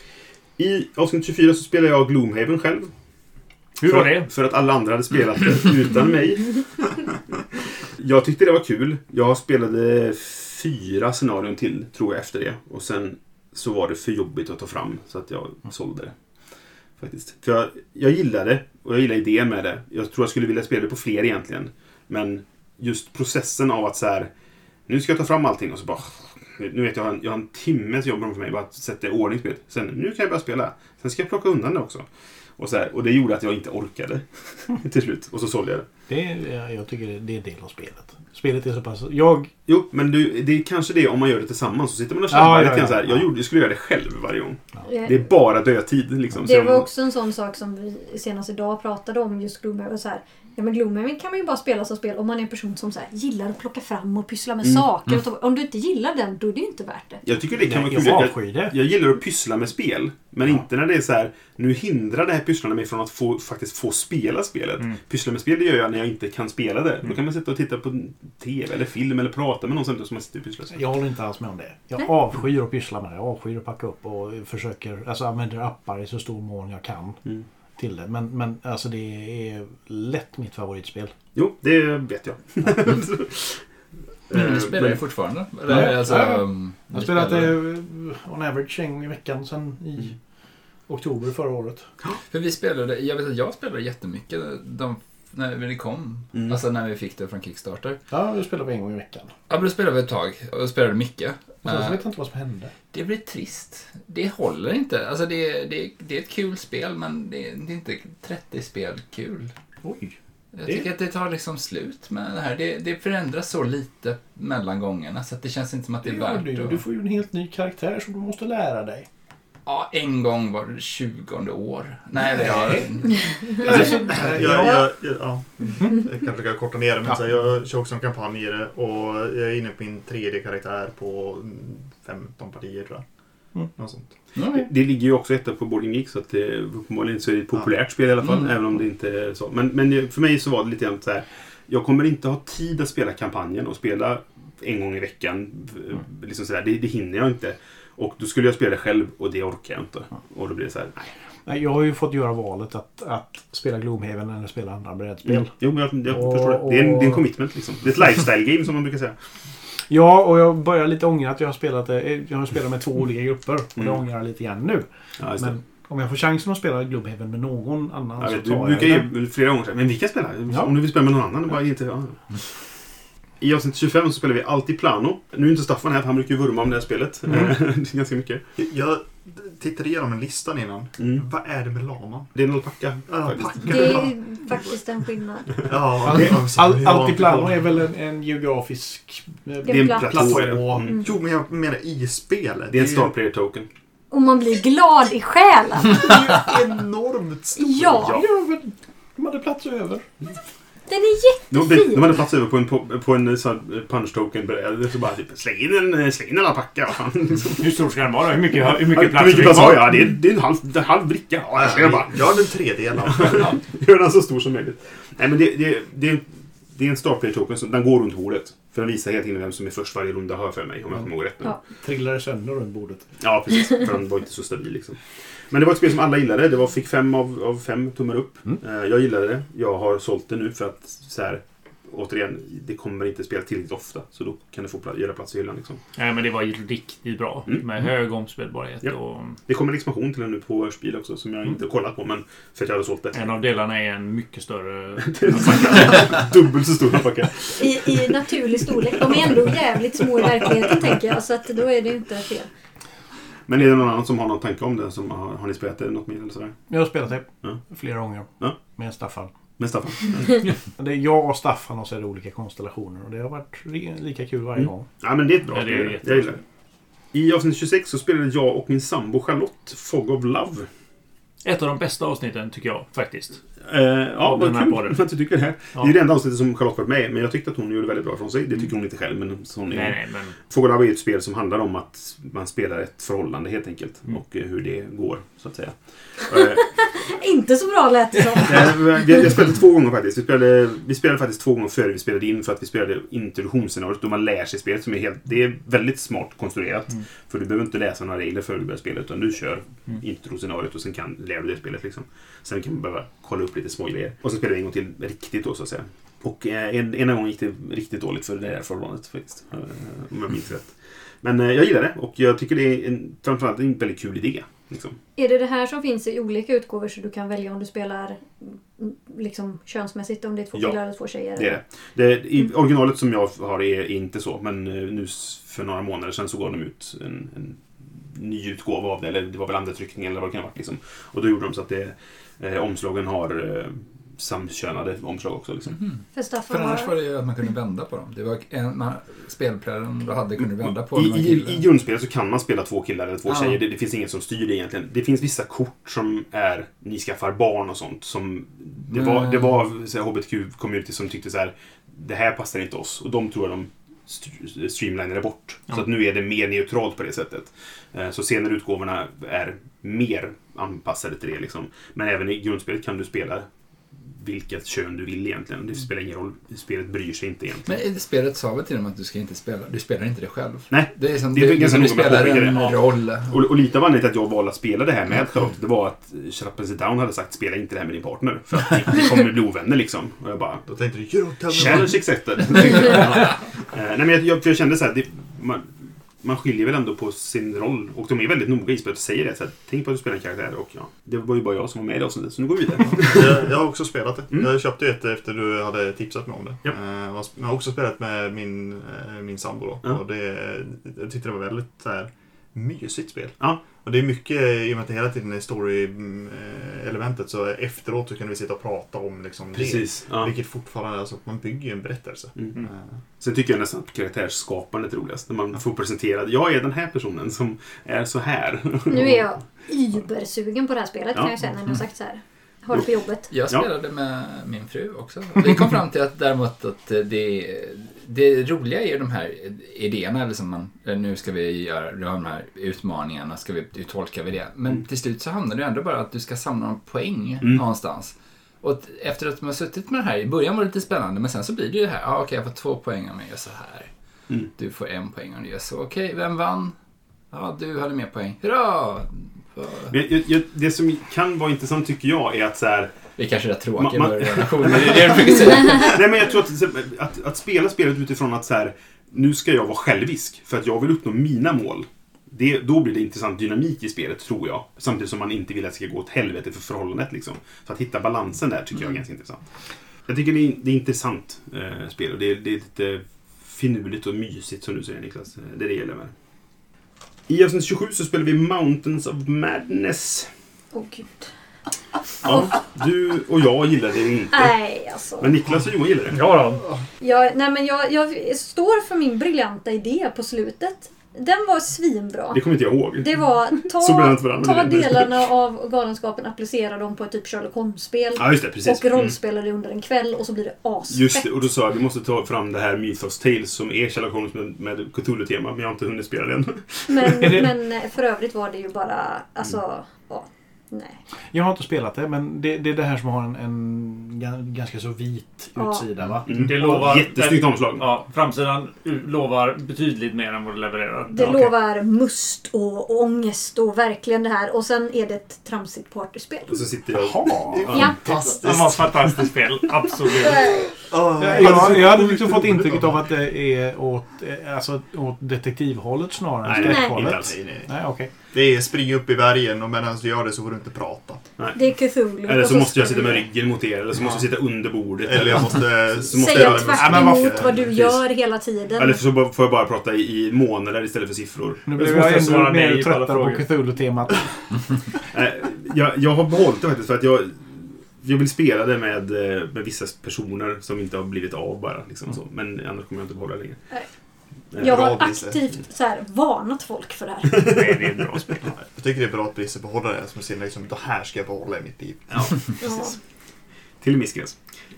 Speaker 2: I avsnitt 24 så spelar jag Gloomhaven själv.
Speaker 4: Hur var det?
Speaker 2: För att alla andra hade spelat det utan mig. Jag tyckte det var kul. Jag spelade 4 scenarion till, tror jag, efter det. Och sen så var det för jobbigt att ta fram så att jag sålde det. Faktiskt. För jag gillade det och jag gillar idén med det. Jag tror jag skulle vilja spela det på fler egentligen. Men just processen av att så här, nu ska jag ta fram allting och så bara... Nu vet jag har en timmes jobb framför mig bara att sätta i ordning spelet. Sen, nu kan jag börja spela. Sen ska jag plocka undan det också. Och det gjorde att jag inte orkade till slut. Och så sålde jag det.
Speaker 6: Jag tycker det är del av spelet. Spelet är så pass...
Speaker 2: Jo, men det är kanske det om man gör det tillsammans. Så sitter man och slabbar lite grann så här. Jag skulle göra det själv varje gång. Ja. Det är bara dödtid liksom.
Speaker 5: Det var också en sån sak som vi senast idag pratade om, just Gloomhaven. Så här, men Gloomhaven kan man ju bara spela som spel om man är en person som så här, gillar att plocka fram och pyssla med saker. Om du inte gillar den, då är det ju inte värt det.
Speaker 2: Jag tycker det kan vara kul. Jag gillar att pyssla med spel. Men inte när det är så här, nu hindrar det här pysslarna mig från att faktiskt få spela spelet. Pyssla med spel, det gör jag när jag inte kan spela det. Då kan man sitta och titta på tv eller film eller prata med någon som man sitter och pysslar.
Speaker 6: Jag håller inte alls med om det. Jag avskyr att pyssla med det. Jag avskyr att packa upp och försöker, använder appar i så stor mån jag kan till det. Men alltså det är lätt mitt favoritspel.
Speaker 2: Jo, det vet jag.
Speaker 7: Men du spelar ju fortfarande?
Speaker 6: Jag har spelat det on average en gång i veckan sedan i oktober förra året.
Speaker 7: För vi spelade, jag vet att jag spelade jättemycket när det kom. Alltså när vi fick det från Kickstarter.
Speaker 6: Ja, vi spelade en gång i veckan.
Speaker 7: Ja, men då spelade vi ett tag och spelade mycket.
Speaker 6: Och så vet jag inte vad som hände.
Speaker 7: Det blir trist. Det håller inte. Alltså det är ett kul spel, men det är inte 30 spel kul.
Speaker 6: Oj.
Speaker 7: Jag tycker att det tar liksom slut med det här. Det förändras så lite mellan gångerna så att det känns inte som att det är värt
Speaker 6: det. Du får ju en helt ny karaktär som du måste lära dig.
Speaker 7: Ja, en gång var det 20:e år. Nej, det
Speaker 3: Jag kanske kan korta ner det, men så jag kör också en kampanj i det och jag är inne på min 3D karaktär på 15 partier tror jag. Något sånt.
Speaker 2: Det ligger ju också etta på Board Game Geek, så att det uppenbarligen så är det ett populärt spel i alla fall, även om det inte är så. Men för mig så var det lite grann så här, jag kommer inte ha tid att spela kampanjen och spela en gång i veckan. Liksom så där, det hinner jag inte. Och då skulle jag spela det själv och det orkar jag inte. Och då blir det så här, nej.
Speaker 6: Jag har ju fått göra valet att spela Gloomhaven eller spela andra brädspel.
Speaker 2: Jo, men jag förstår det. Det är en commitment liksom. Det är ett lifestyle-game som man brukar säga.
Speaker 6: Ja, och jag börjar lite ångra att jag har spelat med 2 olika grupper. Och det ångrar jag lite grann nu. Ja, men om jag får chansen att spela Gloomhaven med någon annan så tar
Speaker 2: du brukar ju flera gånger säga, men vi kan spela. Om du vill spela med någon annan, bara inte... Ja. I avsnitt 25 så spelar vi alltid Plano. Nu är inte Staffan här, för han brukar ju vurma om det här spelet. Det är ganska mycket.
Speaker 3: Jag tittade igenom en listan innan. Vad är det med laman?
Speaker 2: Det är en alpacka.
Speaker 5: Det är faktiskt en skillnad.
Speaker 6: Alltid Plano är väl en geografisk...
Speaker 5: Det är en
Speaker 6: plattform.
Speaker 3: Jo, men jag menar i spelet.
Speaker 2: Det är en star player token.
Speaker 5: Och man blir glad i själen.
Speaker 3: Det är ju enormt stort.
Speaker 5: Ja.
Speaker 6: De hade plats över.
Speaker 5: Den är jättefin.
Speaker 2: De hade plats över på en sån punch token. Så bara typ, släng in alla packar.
Speaker 4: Hur stor ska den vara? Hur mycket plats?
Speaker 2: Hur mycket plats har jag? Det är en halv bricka. Ja,
Speaker 3: jag har den 3D.
Speaker 2: Gör den så stor som möjligt. Nej, men det är en star player token som den går runt bordet. För den visar hela tiden vem som är först varje runda, har för mig, om jag kommer ihåg rätt nu.
Speaker 5: Ja.
Speaker 6: Trillade sönder runt bordet.
Speaker 2: Ja, precis. För den var inte så stabil liksom. Men det var ett spel som alla gillade. Det fick 5 av 5 tummar upp. Jag gillade det. Jag har sålt det nu för att så här, återigen, det kommer inte spela tillräckligt ofta. Så då kan det få göra plats i hyllan liksom.
Speaker 4: Nej, men det var ju riktigt bra. Med hög omspelbarhet.
Speaker 2: Ja. Och... Det kommer en expansion till den nu på Örspil också, som jag inte har kollat på, men för att jag hade sålt det.
Speaker 4: En av delarna är en mycket större...
Speaker 2: Dubbelt så stor alpacka.
Speaker 5: I naturlig storlek. De är ändå jävligt små i verkligheten, tänker jag. Så att då är det inte fel.
Speaker 2: Men är det någon annan som har någon tanke om det? Som har ni spelat det något mer eller sådär?
Speaker 6: Jag har spelat det flera gånger. Med Staffan. Det är jag och Staffan och så är det olika konstellationer. Och det har varit lika kul varje gång.
Speaker 2: Ja, men det är ett bra spel. Jag gillar det. I avsnitt 26 så spelade jag och min sambo Charlotte Fog of Love.
Speaker 4: Ett av de bästa avsnitten tycker jag faktiskt.
Speaker 2: Ja, vad kul att du tycker det här. Ja. Det är det enda avsnittet som Charlotte varit med, men jag tyckte att hon gjorde väldigt bra från sig. Det tycker hon inte själv, men hon är...
Speaker 4: Nej, men...
Speaker 2: Fog of Love är ett spel som handlar om att man spelar ett förhållande helt enkelt. Och hur det går, så att säga.
Speaker 5: Inte så bra lät det som.
Speaker 2: Jag spelade 2 gånger faktiskt. Vi spelade faktiskt 2 gånger före vi spelade in, för att vi spelade introduktionsscenariot då man lär sig spelet, som är det är väldigt smart konstruerat. För du behöver inte läsa några regler för att du börjar spela, utan du kör introscenariot och sen lär du det spelet liksom. Sen kan man behöva kolla upp lite små grejer. Och sen spelade vi en gång till riktigt då, så att säga. Och ena gången gick det riktigt dåligt för det där förhållandet faktiskt. Om jag minns rätt. Men jag gillar det, och jag tycker det är framförallt en väldigt kul idé. Liksom.
Speaker 5: Är det här som finns i olika utgåvor, så du kan välja om du spelar liksom könsmässigt, om det är 2 killar eller 2 tjejer?
Speaker 2: Det är det. I originalet som jag har är inte så, men nu för några månader sedan så gav de ut en ny utgåva av det, eller det var väl andra tryckningen eller vad det kan ha varit liksom. Och då gjorde de så att omslagen har samkönade omslag också liksom.
Speaker 7: För annars var det ju att man kunde vända på dem. Det var spelplären du hade kunde vända på.
Speaker 2: I grundspelet så kan man spela 2 killar eller 2 tjejer. Det finns inget som styr det egentligen. Det finns vissa kort som är ni skaffar barn och sånt. Som det var HBTQ-community som tyckte så här: det här passar inte oss. Och de tror jag de streamlinade bort. Så att nu är det mer neutralt på det sättet. Så senare utgåvorna är mer anpassade till det liksom. Men även i grundspelet kan du spela vilket kön du vill egentligen. Det spelar ingen roll. Spelet bryr sig inte egentligen.
Speaker 7: Men spelet sa väl till dem att du ska inte spela. Du spelar inte det själv.
Speaker 2: Nej.
Speaker 7: Det är som
Speaker 2: du
Speaker 7: spelar en roll.
Speaker 2: Och lite av anledningen till att jag valde att spela det här med det var att Shut Up and Sit Down hade sagt: spela inte det här med din partner. För att ni kommer bli ovänner liksom. Och jag bara...
Speaker 3: Då tänkte du,
Speaker 2: challenge accepted. Nej, men jag kände så här, man skiljer väl ändå på sin roll. Och de är väldigt noga i spelet och säger det. Så här, tänk på att du spelar en karaktär. Och det var ju bara jag som var med i det avsnittet. Så nu går vi vidare.
Speaker 3: Jag har också spelat det. Jag köpte ett efter du hade tipsat mig om det.
Speaker 2: Ja.
Speaker 3: Jag har också spelat med min sambo då. Och jag tyckte det var väldigt så här, mysigt spel.
Speaker 2: Ja.
Speaker 3: Och det är mycket, i och med att det hela tiden är story-elementet, så efteråt så kan vi sitta och prata om liksom
Speaker 2: precis,
Speaker 3: det. Ja. Vilket fortfarande, alltså, man bygger ju en berättelse.
Speaker 2: Sen tycker jag nästan att karaktärsskapandet är roligast. När man får presenterad, jag är den här personen som är så här.
Speaker 5: Nu är jag übersugen på det här spelet kan jag säga när jag har sagt så här. Har det på jobbet.
Speaker 7: Jag spelade med min fru också. Vi kom fram till att däremot att det roliga är de här idéerna. Eller som nu ska vi göra de här utmaningarna, hur tolkar vi det? Men till slut så handlar det ändå bara att du ska samla en poäng någonstans. Och efter att man har suttit med det här, i början var det lite spännande, men sen så blir det ju det här. Okej, jag får 2 poäng om jag gör så här. Du får 1 poäng om du gör så. Okej, vem vann? Ja, du hade mer poäng. Hurra!
Speaker 2: Det som kan vara intressant tycker jag är att så här,
Speaker 7: det är kanske rätt tråkigt med relationer. Det är det du försöker säga.
Speaker 2: Nej, men jag tror att spela spelet utifrån att så här, nu ska jag vara självisk för att jag vill uppnå mina mål. Då blir det intressant dynamik i spelet, tror jag. Samtidigt som man inte vill att det ska gå åt helvete för förhållandet. Liksom. Så att hitta balansen där tycker jag är ganska intressant. Jag tycker det är intressant spel. Och det är lite finurligt och mysigt som du säger, Niklas. Det är det gäller med. I avsnitt 27 så spelar vi Mountains of Madness.
Speaker 5: Gud.
Speaker 2: Ja, du och jag gillar det inte.
Speaker 5: Nej, alltså.
Speaker 2: Men Niklas och Johan gillar det.
Speaker 4: Ja då.
Speaker 5: Jag står för min briljanta idé på slutet. Den var svinbra.
Speaker 2: Det kommer inte jag ihåg.
Speaker 5: Det var ta delarna av galenskapen, applicera dem på ett typ Sherlock Holmes-spel.
Speaker 2: Ja, just det, precis.
Speaker 5: Och rollspela det under en kväll och så blir det asfett.
Speaker 2: Just det, och då sa jag vi måste ta fram det här Mythos Tales som är Sherlock Holmes med Cthulhu-tema, men jag har inte hunnit spela den.
Speaker 5: Men för övrigt var det ju bara, alltså, nej.
Speaker 6: Jag har inte spelat det, men det är det här som har en ganska så vit utsida, va?
Speaker 4: Det lovar
Speaker 2: jättesnyggt omslag.
Speaker 4: Ja, framsidan lovar betydligt mer än vad det levererar.
Speaker 5: Det lovar must och ångest och verkligen det här. Och sen är det ett tramsigt partyspel.
Speaker 2: Och så sitter jag...
Speaker 5: Ja.
Speaker 4: Det var ett fantastiskt spel, absolut.
Speaker 6: Jag hade liksom fått intrycket av att det är åt detektivhållet snarare än skräckhållet. Nej, okej.
Speaker 3: Det är springa upp i bergen och medan du gör det så får du inte prata.
Speaker 2: Nej.
Speaker 5: Det är Cthulhu.
Speaker 2: Eller så måste jag sitta med ryggen mot er. Eller så måste jag sitta under bordet.
Speaker 3: Eller jag måste
Speaker 5: säga tvärt emot vad du gör hela tiden.
Speaker 2: Eller så får jag bara prata i månader istället för siffror.
Speaker 6: Nu blir jag ändå mer tröttare på Cthulhu-temat.
Speaker 2: Jag har behållit det faktiskt för att jag vill spela det med vissa personer som inte har blivit av bara. Liksom så. Men annars kommer jag inte behålla det längre.
Speaker 5: Jag har aktivt så här, varnat folk för det här.
Speaker 4: Nej, det är ett bra spel.
Speaker 3: Jag tycker det är bra att Brisse behåller det som ser liksom, det här ska jag behålla i mitt liv.
Speaker 2: Ja, precis. Till miskgräns.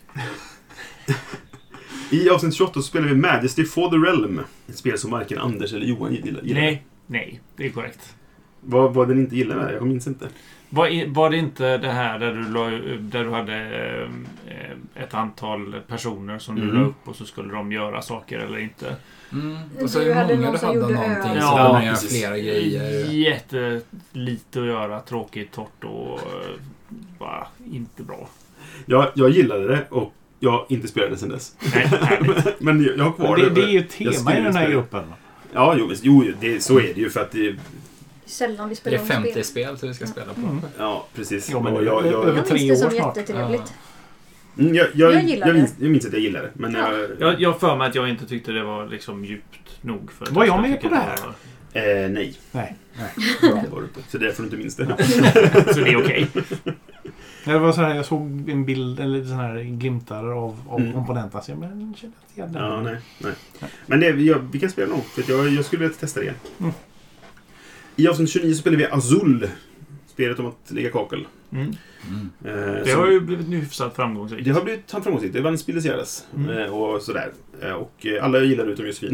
Speaker 2: I avsnitt 28 så spelar vi Majesty for the Realm. Ett spel som varken Anders eller Johan gillar.
Speaker 4: Nej, det är korrekt.
Speaker 2: Vad den inte gillar med? Jag minns inte.
Speaker 4: Var det inte det här där du hade ett antal personer som du la upp och så skulle de göra saker eller inte?
Speaker 7: Och så
Speaker 5: du hade
Speaker 7: många
Speaker 5: någon som
Speaker 7: hade
Speaker 5: gjorde
Speaker 7: någonting
Speaker 5: öl.
Speaker 7: så de gör flera grejer.
Speaker 4: Jättelite att göra, tråkigt, torrt och bara inte bra.
Speaker 2: Jag gillade det och jag inte spelade sen dess.
Speaker 4: Nej,
Speaker 2: men jag har kvar det.
Speaker 6: Det är ju ett tema i den här gruppen.
Speaker 2: Ja, så är det ju för att det
Speaker 5: sällan vi
Speaker 7: det
Speaker 5: spelar
Speaker 7: är 50 spel som vi ska spela på.
Speaker 2: Ja, precis.
Speaker 6: Ja, men
Speaker 2: jag
Speaker 6: över 3
Speaker 5: minns det
Speaker 6: år
Speaker 5: som
Speaker 6: snart.
Speaker 5: jättetrevligt.
Speaker 2: Jag minns att jag gillade det. Men
Speaker 4: jag för mig att jag inte tyckte det var liksom djupt nog. För
Speaker 6: var jag med på det här?
Speaker 2: Nej.
Speaker 6: Bra.
Speaker 2: Det var det. Så därför du inte minns det.
Speaker 4: Så det är okej.
Speaker 6: Det var så här, jag såg en bild eller sån här glimtar av komponenter. Så jag kände att jag
Speaker 2: nej. Men vi kan spela nog. För jag skulle vilja testa det igen. I avsnitt 29 så spelar vi Azul. Spelet om att lägga kakel.
Speaker 4: Det har ju blivit hyfsat framgångsrikt.
Speaker 2: Det har blivit framgångsrikt. Det vann Spiliciadas och sådär. Och alla gillar utom Josefin.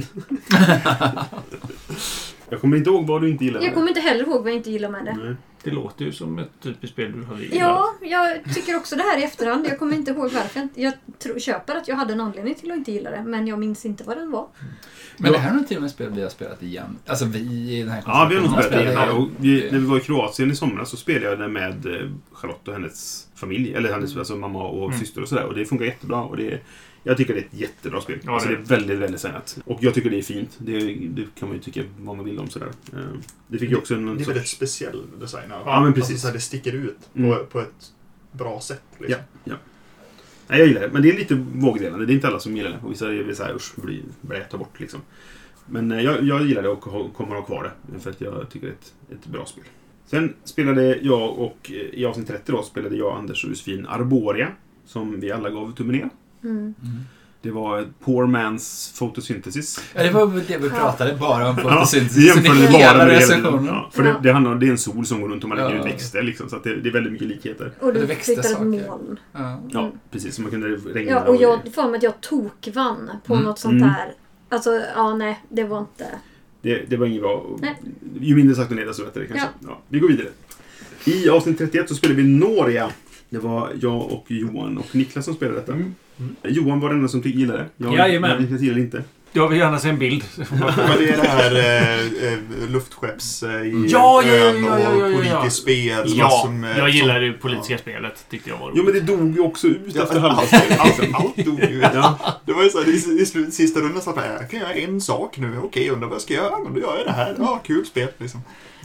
Speaker 2: Jag kommer inte ihåg vad du inte gillar.
Speaker 5: Jag kommer inte heller ihåg vad jag inte gillar med det.
Speaker 2: Nej.
Speaker 4: Det låter ju som ett typiskt spel du har gillat.
Speaker 5: Ja, jag tycker också det här i efterhand. Jag kommer inte ihåg varför. Jag köper att jag hade en anledning till att inte gilla det. Men jag minns inte vad den var.
Speaker 7: Men det här är nog till och med spel vi har spelat igen. Alltså vi i den här
Speaker 2: Ja, vi har nog spelat det.
Speaker 7: igen.
Speaker 2: När vi var i Kroatien i somras så spelade jag det med Charlotte och hennes familj. Eller hennes alltså mamma och syster och sådär. Och det funkar jättebra. Och jag tycker det är ett jättebra spel.
Speaker 4: Ja,
Speaker 2: alltså det är väldigt, väldigt sänat. Och jag tycker det är fint. Det kan man ju tycka vad man vill om sådär. Det fick ju också en...
Speaker 3: Det är väl ett speciell design.
Speaker 2: Ja, men precis.
Speaker 3: Alltså, det sticker ut på ett bra sätt. Liksom.
Speaker 2: Ja. Nej, jag gillar det. Men det är lite vågdelande. Det är inte alla som gillar det. Och vissa är så här, usch, börjar ta bort liksom. Men jag gillar det och kommer att ha kvar det. För att jag tycker det är ett bra spel. Sen spelade jag och i avsnitt 30 då spelade jag, Anders och Josefin Arboria. Som vi alla gav tummen ner. Det var Poor Man's Photosynthesis.
Speaker 7: Ja, det var det vi pratade bara om photosynthesis.
Speaker 2: Ja, det jämförde bara med
Speaker 7: recensionen.
Speaker 2: Ja, för det handlar om, det är en sol som går runt och man lägger ut växter liksom, så att det är väldigt mycket likheter.
Speaker 5: Och du flyttar ett moln.
Speaker 2: Ja, precis. Så man kunde regna.
Speaker 5: Ja, och jag får med att jag tokvann på något sånt där. Alltså, nej, det var inte...
Speaker 2: Det var inget bra. Nej. Ju mindre sagt och ner så bättre kanske. Ja, vi går vidare. I avsnitt 31 så spelade vi Noria. Det var jag och Johan och Niklas som spelade detta. Johan var den enda som gillade det. Jag gillade inte.
Speaker 4: Jag vill gärna se en bild.
Speaker 3: Men det är det här luftskepps politiskt spel.
Speaker 4: Jag gillade det politiska spelet, tyckte jag var roligt.
Speaker 2: Jo, men det dog ju också ut efter halva spelet.
Speaker 3: Allt dog ju ut. Det var ju så här, i sista rundan så att jag kan göra en sak nu. Okej, undrar vad jag ska göra, men då gör jag det här. Ja, kul spel liksom.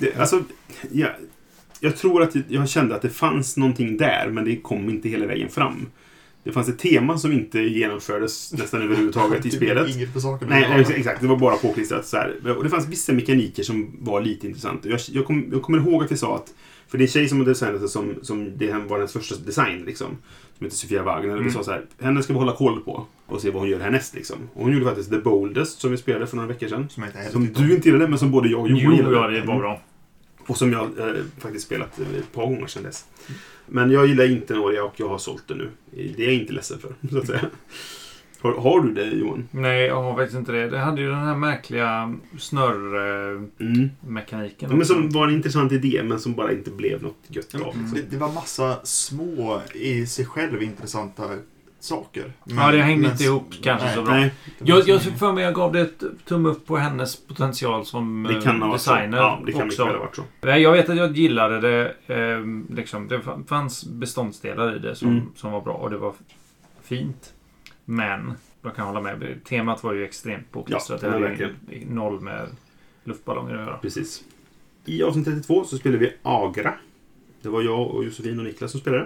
Speaker 2: Jag tror att jag kände att det fanns någonting där, men det kom inte hela vägen fram. Det fanns ett tema som inte genomfördes nästan överhuvudtaget i spelet.
Speaker 3: Inget på saken.
Speaker 2: Nej, exakt. Det var bara påklistrat så här. Och det fanns vissa mekaniker som var lite intressant. Jag kommer ihåg att vi sa att, för det är en tjej som har designat det som det var hennes första design liksom, som heter Sofia Wagner. Och vi sa så här, henne ska vi hålla koll på och se vad hon gör härnäst liksom. Och hon gjorde faktiskt The Boldest som vi spelade för några veckor sedan. Som du inte gillade, men som både jag och Johan gillade.
Speaker 4: Jo, det var bra.
Speaker 2: Och som jag faktiskt spelat ett par gånger sedan dess. Men jag gillar inte Noria och jag har sålt det nu. Det är jag inte ledsen för, så att säga. Har du det, Johan?
Speaker 4: Nej, jag har faktiskt inte det. Det hade ju den här märkliga snörrmekaniken.
Speaker 2: Men som var en intressant idé, men som bara inte blev något gött av.
Speaker 3: Det var massa små, i sig själv intressanta saker.
Speaker 4: Men, det hängde inte ihop kanske så bra. Nej. Jag för mig jag gav det ett tumme upp på hennes potential som designer.
Speaker 2: Ja, det kan mycket väl ha varit så.
Speaker 4: Jag vet att jag gillade det. Liksom, det fanns beståndsdelar i det som var bra och det var fint. Men jag kan hålla med. Temat var ju extremt påklistrat. Det hade noll med luftballonger att göra.
Speaker 2: Precis. I avsnitt 32 så spelade vi Agra. Det var jag och Josefin och Niklas som spelade.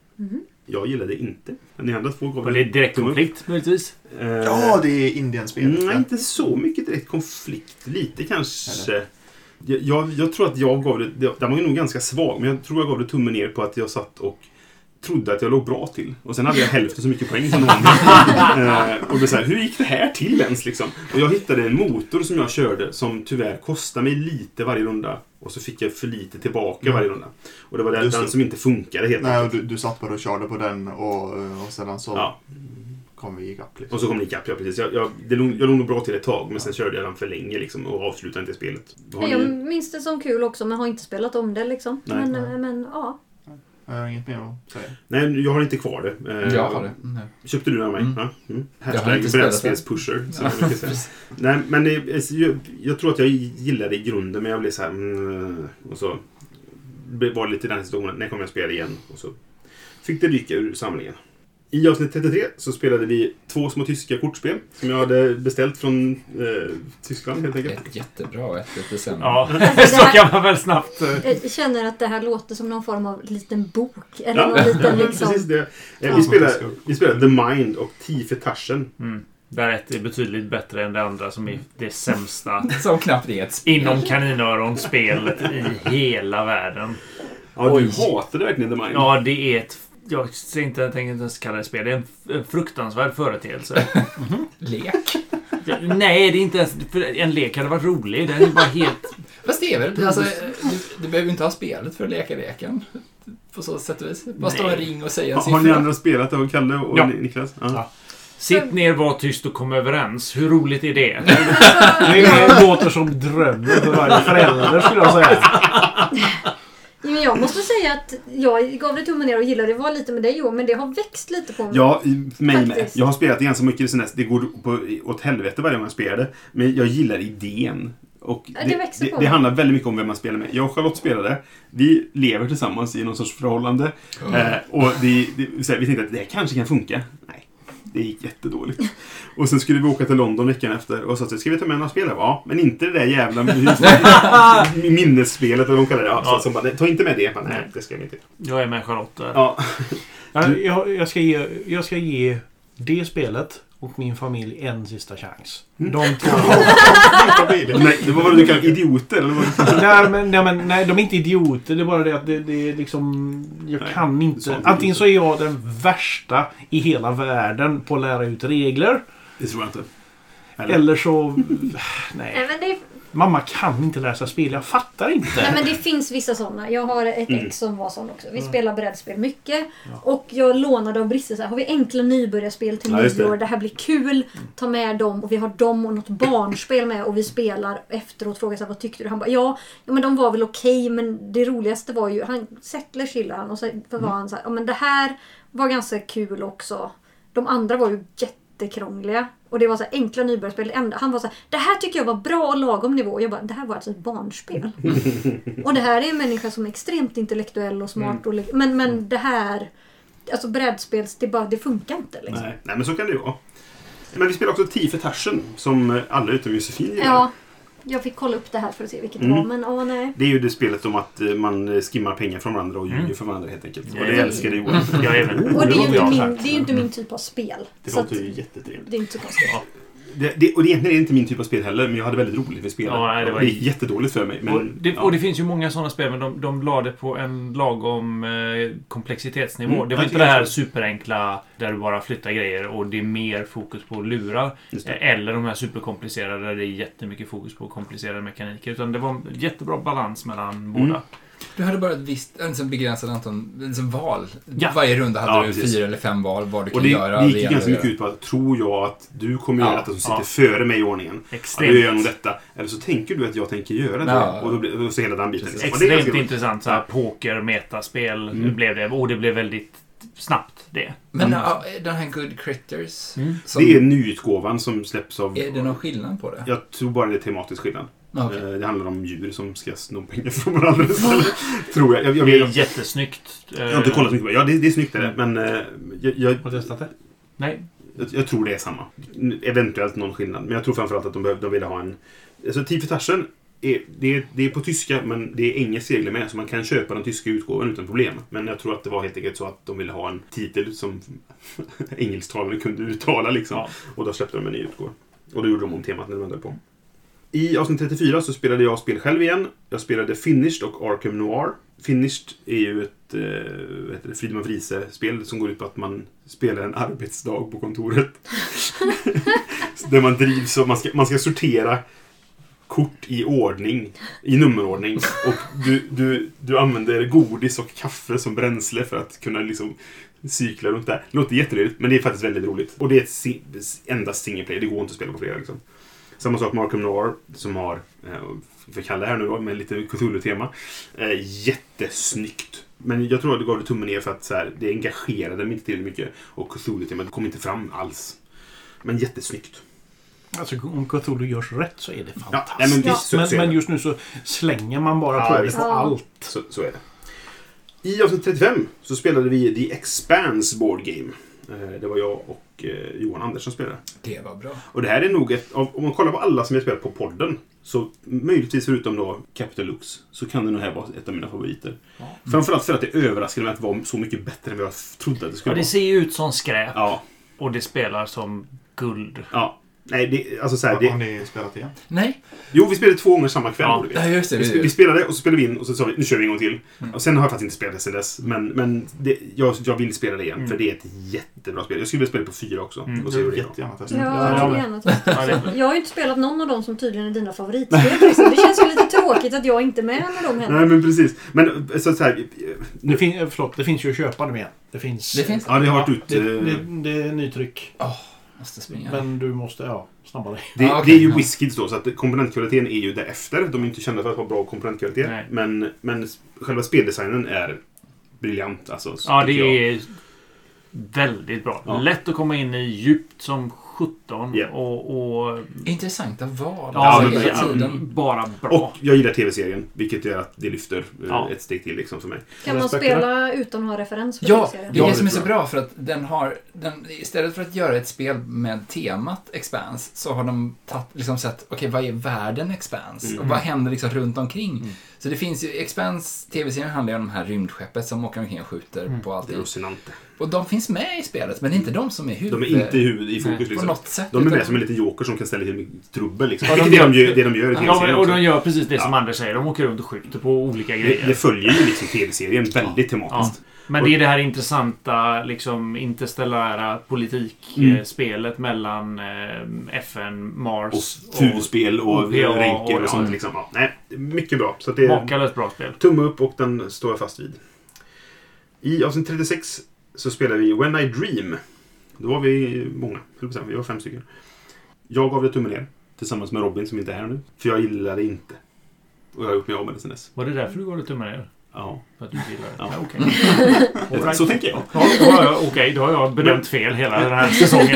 Speaker 2: Jag gillade det inte. Ni andra två gav
Speaker 4: det är direkt konflikt möjligtvis?
Speaker 3: Ja, det är Indien-spel.
Speaker 2: Nej, inte så mycket direkt konflikt. Lite kanske. Jag tror att jag gav det... Den var ju nog ganska svag, men jag tror jag gav det tummen ner på att jag satt och trodde att jag låg bra till. Och sen hade jag hälften så mycket poäng som någon. Och det så här, hur gick det här till ens liksom? Och jag hittade en motor som jag körde som tyvärr kostade mig lite varje runda. Och så fick jag för lite tillbaka varje runda. Och det var den som inte funkade helt enkelt.
Speaker 3: Nej, du satt bara och körde på den och sedan så kom vi ikapp. Liksom.
Speaker 2: Och så kom vi ikapp, ja precis. Jag låg nog bra till ett tag, men sen körde jag den för länge liksom, och avslutade inte spelet.
Speaker 5: Jag minns det som kul också, men har inte spelat om det liksom. Men ja.
Speaker 3: Jag har inget mer att säga.
Speaker 2: Nej, jag har inte kvar det.
Speaker 7: Jag har det. Nej.
Speaker 2: Köpte du det av mig?
Speaker 7: Hashtag
Speaker 2: brädspelspusher. Nej, men jag tror att jag gillar det i grunden, men jag blev så här... och så var det lite den historien. När kommer jag spela igen? Och så fick det ryka ur samlingen. I avsnitt 33 så spelade vi 2 små tyska kortspel som jag hade beställt från Tyskland helt enkelt.
Speaker 7: Ett jättebra och ett lite sämre.
Speaker 4: Ja, så kan man väl snabbt.
Speaker 5: Jag känner att det här låter som någon form av liten bok. Eller någon liten liksom...
Speaker 2: precis det. Vi spelade The Mind och Tiefe Taschen.
Speaker 4: Där ett är betydligt bättre än det andra som är det sämsta.
Speaker 7: Som knappt är ett
Speaker 4: spel. Inom kaninöronspelet i hela världen.
Speaker 2: Ja, du hatade verkligen The Mind.
Speaker 4: Ja, det är ett... Jag tänker inte ens kalla det spel. Det är en fruktansvärd företeelse.
Speaker 7: Lek?
Speaker 4: Nej, det är inte ens... En lek hade varit rolig. Den är bara helt...
Speaker 7: Fast det är väl... Alltså, du behöver inte ha spelet för att leka leken. På så sätt och vis. Bara stå en ring och säga en siffra.
Speaker 2: Har ni andra spelat det? Kalle och Niklas?
Speaker 4: Ja. Sitt ner, var tyst och kom överens. Hur roligt är det?
Speaker 6: Det låter som drömmen för varje förälder, skulle jag säga.
Speaker 5: Men jag måste säga att jag gav det tummen ner och gillade det. Var lite med dig, jo, men det har växt lite på mig.
Speaker 2: Ja, mig med. Jag har spelat det ganska mycket sen dess. Det går åt helvete varje gång jag spelar det. Men jag gillar idén. Och det handlar väldigt mycket om vem man spelar med. Jag och Charlotte spelade. Vi lever tillsammans i någon sorts förhållande. Och vi tänkte att det kanske kan funka. Nej, det gick jättedåligt. Och sen skulle vi åka till London veckan efter och så ska vi ta med några spelare? Ja, men inte det där jävla minnesspelet och de kallar det. Ja, så bara, ta inte med det. Nej, det ska vi inte.
Speaker 4: Jag är med Charlotte.
Speaker 2: Ja.
Speaker 6: Jag ska ge det spelet och min familj en sista chans. De två...
Speaker 2: Nej, det var vad du kallar idioter eller
Speaker 6: nej, de är inte idioter. Det är bara det att det är liksom... Jag kan inte... Antingen så är jag den värsta i hela världen på att lära ut regler.
Speaker 2: Det tror jag inte.
Speaker 6: Eller så... Nej.
Speaker 5: Men det...
Speaker 6: Mamma kan inte läsa spel, jag fattar inte.
Speaker 5: Nej, men det finns vissa sådana. Jag har ett ex som var sån också. Vi spelar brädspel mycket. Och jag lånade av Brisse så här, har vi enkla nybörjarspel till nyår. Det här blir kul. Ta med dem och vi har dem och något barnspel med och vi spelar efteråt. Frågar så här, vad tyckte du? Han bara, ja men de var väl okej, men det roligaste var ju, han Settlers gillar han och så var han så här, ja men det här var ganska kul också. De andra var ju jättekrångliga. Och det var så här enkla nybörjarspel. Han var så här, det här tycker jag var bra och lagom nivå. Jag bara, det här var alltså ett barnspel. Och det här är en människa som är extremt intellektuell och smart. Och, men det här, alltså brädspels, det funkar inte. Liksom.
Speaker 2: Nej, men så kan det ju vara. Men vi spelar också Thief Eternal som alla utom Josefin gillar.
Speaker 5: Ja, jag fick kolla upp det här för att se vilket det var. Men nej.
Speaker 2: Det är ju det spelet om att man skimmar pengar från varandra och ljuger för varandra helt enkelt. Och det älskar det Johan.
Speaker 5: Och det är ju inte min typ av spel.
Speaker 2: Det låter ju jättetrevligt.
Speaker 5: Det är inte så konstigt.
Speaker 2: Och det egentligen är inte min typ av spel heller, men jag hade väldigt roligt med spelet.
Speaker 4: Ja,
Speaker 2: det gick jättedåligt för mig. Men,
Speaker 4: och det finns ju många sådana spel, men de lade på en lagom komplexitetsnivå. Det var inte det här superenkla där du bara flyttar grejer och det är mer fokus på att lura. Eller de här superkomplicerade där det är jättemycket fokus på komplicerade mekaniker. Utan det var en jättebra balans mellan båda.
Speaker 7: Du hade bara ett visst, en begränsad antal val. Ja. Varje runda hade du 4 eller 5 val vad du kan göra.
Speaker 2: Och det gick ganska mycket ut på att tror jag att du kommer göra detta som sitter före mig i ordningen.
Speaker 4: Extremt.
Speaker 2: Då gör jag nog detta. Eller så tänker du att jag tänker göra det. Och då så hela den biten.
Speaker 4: Extremt intressant. Så här, poker, metaspel blev det. Och det blev väldigt snabbt det.
Speaker 7: Men den här Good Critters.
Speaker 2: Det är nyutgåvan som släpps av...
Speaker 7: Är det någon skillnad på det?
Speaker 2: Jag tror bara det är tematisk skillnad.
Speaker 7: Okay.
Speaker 2: Det handlar om djur som ska sno pengar från varandra. Tror jag.
Speaker 4: Det är jättesnyggt.
Speaker 2: Jag har inte kollat så mycket. Ja, det är snyggt det. Men
Speaker 6: har du testat det?
Speaker 4: Nej.
Speaker 2: Jag tror det är samma. Eventuellt någon skillnad. Men jag tror framförallt att de ville ha en... Alltså Thief Eternal det är på tyska, men det är engelska regler med. Så man kan köpa den tyska utgåvan utan problem. Men jag tror att det var helt enkelt så att de ville ha en titel som engelsktalare kunde uttala liksom. Ja. Och då släppte de en ny utgåva. Och då gjorde de om temat när de väntade på. I avsnitt 34 så spelade jag spel själv igen. Jag spelade Finished och Arkham Noir. Finished är ju ett Freedom of Riese-spel som går ut på att man spelar en arbetsdag på kontoret. Där man drivs och man ska sortera kort i ordning, i nummerordning. Och du använder godis och kaffe som bränsle för att kunna liksom cykla runt där. Det låter jätteroligt, men det är faktiskt väldigt roligt. Och det är endast single player, det går inte att spela på flera liksom. Samma sak med Arkham Noir som har, för kalla det här nu då, med lite Cthulhu-tema. Jättesnyggt. Men jag tror att det gav det tummen ner för att så här, det engagerade mig inte tillräckligt mycket. Och Cthulhu-temat kom inte fram alls. Men jättesnyggt.
Speaker 6: Alltså om Cthulhu görs rätt så är det fantastiskt.
Speaker 2: Ja,
Speaker 6: men just nu så slänger man bara på det på allt.
Speaker 2: Så är det. I avsnitt 35 så spelade vi The Expanse Board Game. Det var jag och Johan Andersson som spelade.
Speaker 7: Det var bra. Och
Speaker 2: det här är nog om man kollar på alla som jag spelat på podden, så möjligtvis förutom då Capital Lux, så kan det nog här vara ett av mina favoriter. Framförallt för att det överraskade mig att det var så mycket bättre än vad jag trodde att det skulle vara.
Speaker 4: Det ser ju ut som skräp. Ja. Och det spelar som guld.
Speaker 2: Ja. Nej, alltså så här,
Speaker 3: har ni spelat igen?
Speaker 7: Nej.
Speaker 2: Jo, vi spelade 2 gånger samma kväll.
Speaker 7: Ja, just det.
Speaker 2: Vi spelade och så spelade vi in och så sa vi, nu kör vi en gång till. Och sen har jag faktiskt inte spelat det sedan dess. Men jag vill spela det igen, för det är ett jättebra spel. Jag skulle vilja spela på 4 också. Och se hur det
Speaker 3: jättegärna testa.
Speaker 5: Jag har ju inte spelat någon av dem som tydligen är dina favoritspel. Liksom. Det känns ju lite tråkigt att jag inte är med dem heller.
Speaker 2: Nej, men precis. Men så här...
Speaker 6: Det finns ju att köpa dem igen. Det finns.
Speaker 2: Ja, det har varit ut...
Speaker 6: Det är nytryck. Men du måste, snabbare.
Speaker 2: Det är ju Whiskids då, så att komponentkvaliteten är ju därefter. De är inte kända för att ha bra komponentkvalitet. Men själva speldesignen är briljant. Alltså,
Speaker 4: ja, det är väldigt bra. Ja. Lätt att komma in i djupt som 17 och
Speaker 7: intressanta val.
Speaker 4: Ja, bara bra.
Speaker 2: Och jag gillar tv-serien, vilket gör att det lyfter ett steg till liksom för mig.
Speaker 5: Kan man spela utan att ha referens på
Speaker 7: tv-serien? Ja, det är det som är så bra, för att den istället för att göra ett spel med temat Expanse, så har de liksom sett, okej, vad är världen Expanse? Och vad händer liksom runt omkring? Så det finns ju, Expanse TV-serien handlar ju om de här rymdskeppet som åker omkring och skjuter på allting.
Speaker 2: Rocinante.
Speaker 7: Och de finns med i spelet, men det är inte de som är
Speaker 2: De är inte i fokus liksom.
Speaker 7: På något sätt.
Speaker 2: De är med som en liten joker som kan ställa till trubbel liksom. Ja, det de gör i TV-serien.
Speaker 4: Och de gör precis det som Anders säger. De åker runt och skjuter på olika grejer.
Speaker 2: Det följer ju liksom TV-serien väldigt tematiskt.
Speaker 4: Ja. Men det är det här intressanta liksom interstellära politikspelet mellan FN, Mars
Speaker 2: och fulspel och ränker och sånt liksom. Ja, nej, mycket bra. Så det är
Speaker 4: makalöst bra spel.
Speaker 2: Tumme upp och den står jag fast vid. I avsnitt 36 så spelar vi When I Dream. Då var vi många. Vi var 5 stycken. Jag gav det tummen ner tillsammans med Robin som inte är här nu. För jag gillade det inte. Och jag har gjort mig av med det sen dess.
Speaker 4: Var det därför du gav det tummen ner?
Speaker 2: Ja.
Speaker 4: För att du gillar det?
Speaker 2: Ja,
Speaker 4: okej.
Speaker 2: Okay. Så tänker jag.
Speaker 4: Okej, då har jag bedömt fel hela den här säsongen.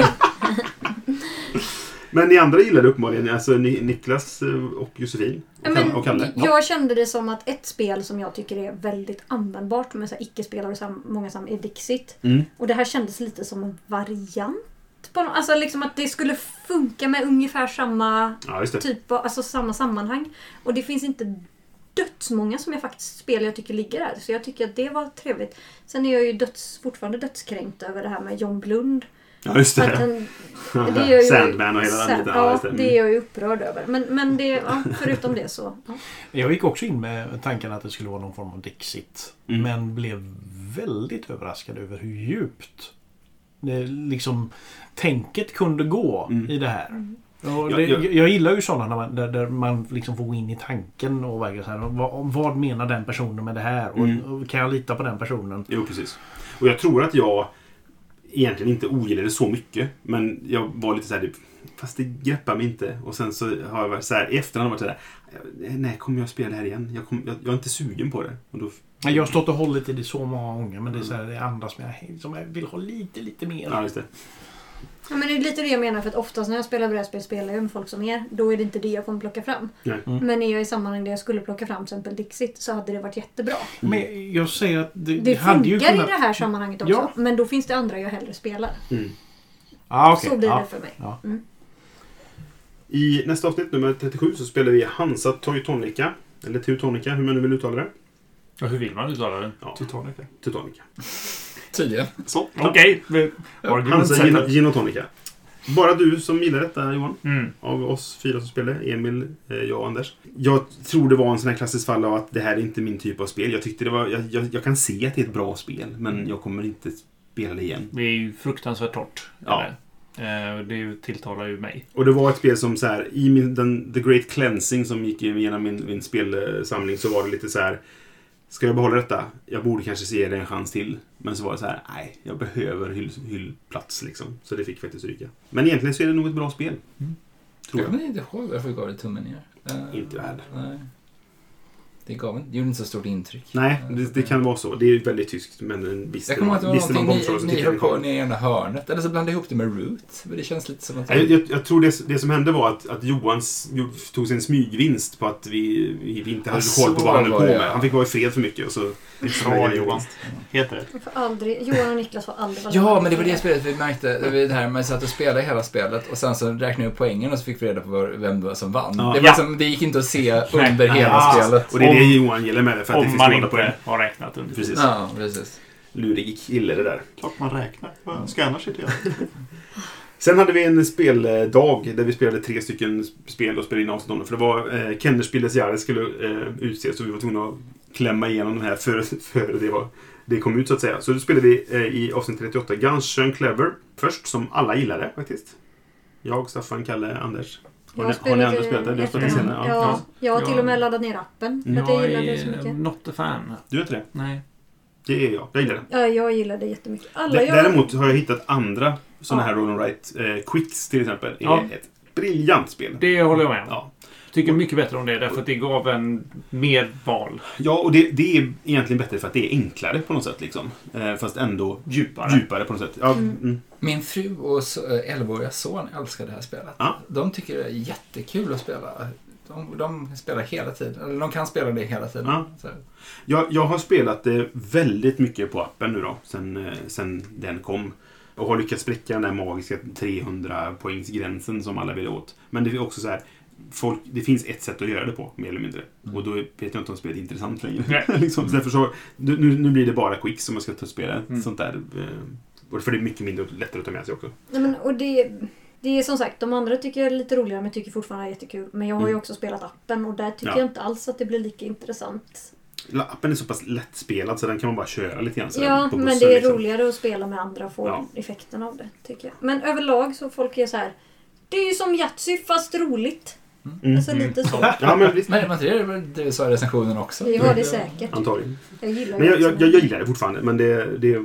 Speaker 2: Men ni andra gillade uppenbarligen, alltså Niklas och Josefin och Kalle.
Speaker 5: Jag kände det som att ett spel som jag tycker är väldigt användbart med så här icke-spelare och många som är Dixit. Och det här kändes lite som en variant. Alltså liksom att det skulle funka med ungefär samma typ av, alltså samma sammanhang. Och det finns inte dödsmånga som jag faktiskt spelar jag tycker ligger där. Så jag tycker att det var trevligt. Sen är jag ju fortfarande dödskränkt över det här med John Blund.
Speaker 2: Ja, just det.
Speaker 5: Det är ju,
Speaker 2: Sandman och hela den biten.
Speaker 5: Ja, det är jag ju upprörd över. Men det, förutom det så... Ja.
Speaker 6: Jag gick också in med tanken att det skulle vara någon form av Dixit. Men blev väldigt överraskad över hur djupt det, liksom, tänket kunde gå i det här. Jag gillar ju sådana där man liksom får gå in i tanken och väga så här, vad menar den personen med det här? Och kan jag lita på den personen?
Speaker 2: Jo, precis. Och jag tror att jag egentligen inte ogillade så mycket, men jag var lite så här, fast det greppar mig inte. Och sen så har jag varit så här, i efterhand varit så här, nej, kommer jag spela det här igen? Jag är inte sugen på det. Och då...
Speaker 6: Jag har stått och hållit i det så många gånger, men det är så här, det är andra som jag vill ha lite mer.
Speaker 2: Ja, just det.
Speaker 5: Ja, men det är lite det jag menar, för att oftast när jag spelar brädspel spelar jag med folk som är, då är det inte det jag kommer plocka fram. Men är jag i sammanhang där jag skulle plocka fram till exempel Dixit, så hade det varit jättebra.
Speaker 6: Men jag säger att
Speaker 5: det
Speaker 6: hade ju
Speaker 5: funkar
Speaker 6: kunnat...
Speaker 5: i det här sammanhanget också, men då finns det andra jag hellre spelar.
Speaker 6: Okay.
Speaker 5: Så blir det för mig.
Speaker 6: Ja.
Speaker 2: I nästa avsnitt, nummer 37, så spelar vi Hansa Teutonica, eller Teutonica, hur man nu vill uttala det.
Speaker 4: Ja, hur vill man uttala det?
Speaker 2: Ja, Teutonica.
Speaker 7: Tydligen.
Speaker 2: Så.
Speaker 4: Okej.
Speaker 2: Hansa Gin och Tonica. Bara du som gillar detta, Johan. Av oss 4 som spelar, Emil, jag och Anders. Jag tror det var en sån här klassisk fall av att det här är inte min typ av spel. Jag tyckte det var, jag kan se att det är ett bra spel, men jag kommer inte spela det igen.
Speaker 4: Det är ju fruktansvärt torrt.
Speaker 2: Ja.
Speaker 4: Det tilltalar ju mig.
Speaker 2: Och det var ett spel som så här, i The Great Cleansing som gick igenom min spelsamling, så var det lite så här: ska jag behålla detta? Jag borde kanske se det en chans till. Men så var det så här, nej, jag behöver hyllplats liksom. Så det fick faktiskt ryka. Men egentligen så är det nog ett bra spel. Tror jag.
Speaker 7: Jag kommer inte ihåg varför jag gav det tummen ner.
Speaker 2: Inte jag heller.
Speaker 7: Nej. Det gjorde inte så stort intryck.
Speaker 2: Nej, det kan vara så. Det är väldigt tyskt, men visst.
Speaker 7: Jag kommer att det var någonting ni höll på i ena hörnet. Eller så blandade ihop det med Root. Det känns lite som att...
Speaker 2: Jag tror det som hände var att Johan tog sin smygvinst på att vi inte hade koll på vad han höll på med. Han fick vara i fred för mycket och så...
Speaker 3: Bra Johan. Heter det?
Speaker 5: Johan och Niklas får aldrig vara
Speaker 7: Ja, men det var det spelet vi märkte. Det här med att spela hela spelet och sen så räknade vi upp poängen och så fick vi reda på vem det var som vann. Ja. Det gick inte att se under hela spelet.
Speaker 2: Och det är det Johan gillar med det. För att
Speaker 4: om man inte har räknat under.
Speaker 2: Precis.
Speaker 7: Ja, precis.
Speaker 2: Lurig kille det där.
Speaker 3: Klart man räknar. Vad ska annars inte göra?
Speaker 2: Sen hade vi en speldag där vi spelade 3 stycken spel och spelade in avsnitt om det. För det var Kennerspieles Jahre skulle utses, så vi var tvungna att klämma igenom de här före det kom ut så att säga. Så då spelade vi i avsnitt 38 Gunshun Clever först, som alla gillade faktiskt. Jag, Staffan, Kalle, Anders. Har ni andra spelat det?
Speaker 5: Jag har till och med laddat ner appen. För att jag gillade det så mycket.
Speaker 4: Not a fan.
Speaker 2: Du vet det?
Speaker 4: Nej.
Speaker 2: Det är jag. Jag gillar det.
Speaker 5: Ja, jag gillar det jättemycket.
Speaker 2: Däremot har jag hittat andra sådana här roll and write. Quicks till exempel är ett briljant spel.
Speaker 4: Det håller jag med om.
Speaker 2: Ja.
Speaker 4: Tycker mycket bättre om det, därför att det gav en mer val.
Speaker 2: Ja, och det är egentligen bättre för att det är enklare på något sätt liksom. Fast ändå djupare på något sätt. Ja,
Speaker 7: Min fru och 11-åriga son älskar det här spelet.
Speaker 2: Ja.
Speaker 7: De tycker det är jättekul att spela. De spelar hela tiden. Eller de kan spela det hela tiden.
Speaker 2: Ja.
Speaker 7: Så.
Speaker 2: Jag har spelat det väldigt mycket på appen nu då. Sen den kom. Och har lyckats spräcka den där magiska 300-poängsgränsen som alla vill åt. Men det är också så här. det finns ett sätt att göra det på, mer eller mindre. Och då vet jag inte om spelet är intressant längre. Liksom, så därför så, nu blir det bara quicks som man ska ta och spela. Sånt där. För det är mycket mindre lättare att ta med sig också.
Speaker 5: Ja, men, och det är som sagt, de andra tycker jag är lite roligare, men tycker fortfarande är jättekul. Men jag har ju också spelat appen och där tycker jag inte alls att det blir lika intressant.
Speaker 2: Appen är så pass lättspelad så den kan man bara köra lite grann.
Speaker 5: Ja,
Speaker 2: på
Speaker 5: bussen, men det är roligare att spela med andra och få effekten av det, tycker jag. Men överlag så folk är så här, det är ju som Yatzy fast roligt. Alltså lite så.
Speaker 2: Ja, men visst.
Speaker 7: Men det sa recensionen också.
Speaker 5: Ja, det är säkert.
Speaker 2: Antagligen.
Speaker 5: Jag gillar
Speaker 2: men jag gillar det fortfarande, men det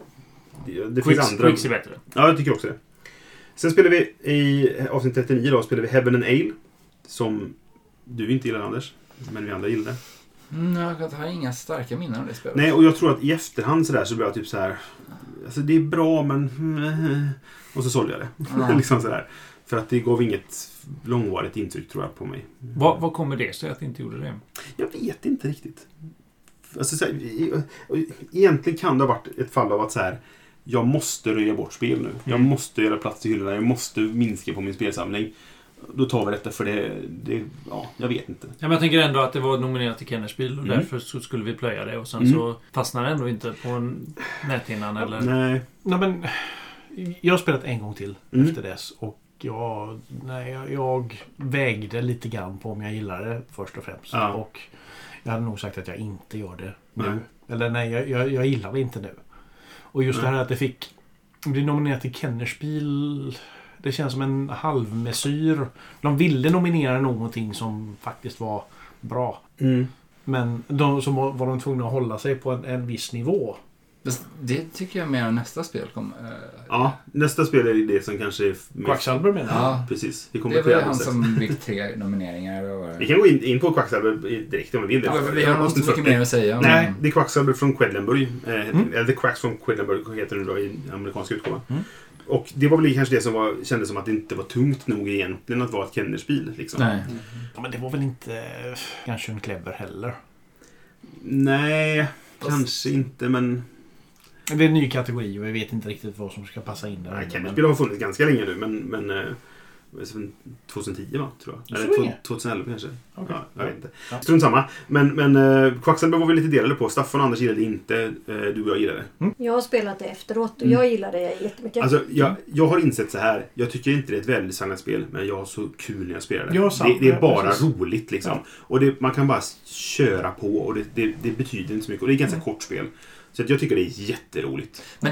Speaker 2: finns andra.
Speaker 4: Quicks är bättre.
Speaker 2: Ja, jag tycker också det. Sen spelar vi i avsnitt 39 då, spelar vi Heaven and Ale, som du inte gillar, Anders, men vi andra gillar det.
Speaker 7: Jag har inga starka minnen av det spelet.
Speaker 2: Nej, och jag tror att i efterhand så blir jag typ så här, alltså det är bra, men och så sålde jag det. Liksom så där. För att det gav inget långvarigt intryck, tror jag, på mig.
Speaker 4: Vad kommer det sig att det inte gjorde det?
Speaker 2: Jag vet inte riktigt. Alltså, så här, egentligen kan det ha varit ett fall av att så här, jag måste röja bort spel nu. Jag måste göra plats i hyllorna. Jag måste minska på min spelsamling. Då tar vi detta för det jag vet inte. Ja,
Speaker 4: men jag tänker ändå att det var nominerat till Kennerspiel och därför så skulle vi plöja det. Och sen så fastnar det ändå inte på en näthinnan eller...
Speaker 2: Nej,
Speaker 6: men jag har spelat en gång till efter dess och jag vägde lite grann på om jag gillade det först och främst. Ja. Och jag hade nog sagt att jag inte gör det nu.
Speaker 2: Nej.
Speaker 6: Eller nej, jag gillar det inte nu. Och just det här att det fick bli nominerat till Kennerspiel, det känns som en halvmesyr. De ville nominera någonting som faktiskt var bra. Men så var de tvungna att hålla sig på en viss nivå.
Speaker 7: Det tycker jag mer än nästa spel kommer.
Speaker 2: Ja, nästa spel är det som kanske är...
Speaker 6: Quacksalber menar jag.
Speaker 2: Ja, precis.
Speaker 7: Det var han som fick 3 nomineringar.
Speaker 2: Vi kan gå in på Quacksalber direkt om vi vill.
Speaker 7: Vi har inte så mycket mer att säga.
Speaker 2: Nej, det är Quacksalber från Quedlinburg. Eller The Quacks från Quedlinburg heter det då i amerikanska utgåvan. Och det var väl kanske det som kändes som att det inte var tungt nog egentligen att vara ett Kennerspiel. Liksom.
Speaker 6: Nej. Ja, men det var väl inte kanske en Clever heller?
Speaker 2: Nej, kanske inte, men...
Speaker 6: Det är en ny kategori och vi vet inte riktigt vad som ska passa in där.
Speaker 2: Nej, Kennerspiel har funnits ganska länge nu, men 2010 va, tror jag. Eller 2011 kanske. Okay. Ja, jag vet inte. Ja. Strunt samma. Men Quacksalber var vi lite delade på. Staffan och Anders gillade inte, du och jag gillade det.
Speaker 5: Jag har spelat det efteråt och jag gillade det jättemycket.
Speaker 2: Alltså, jag har insett så här. Jag tycker inte det är ett väldigt designat spel, men jag har så kul när jag spelar det. Det är bara roligt liksom. Ja. Och man kan bara köra på och det betyder inte så mycket. Och det är ett ganska kort spel. Så jag tycker det är jätteroligt.
Speaker 7: Men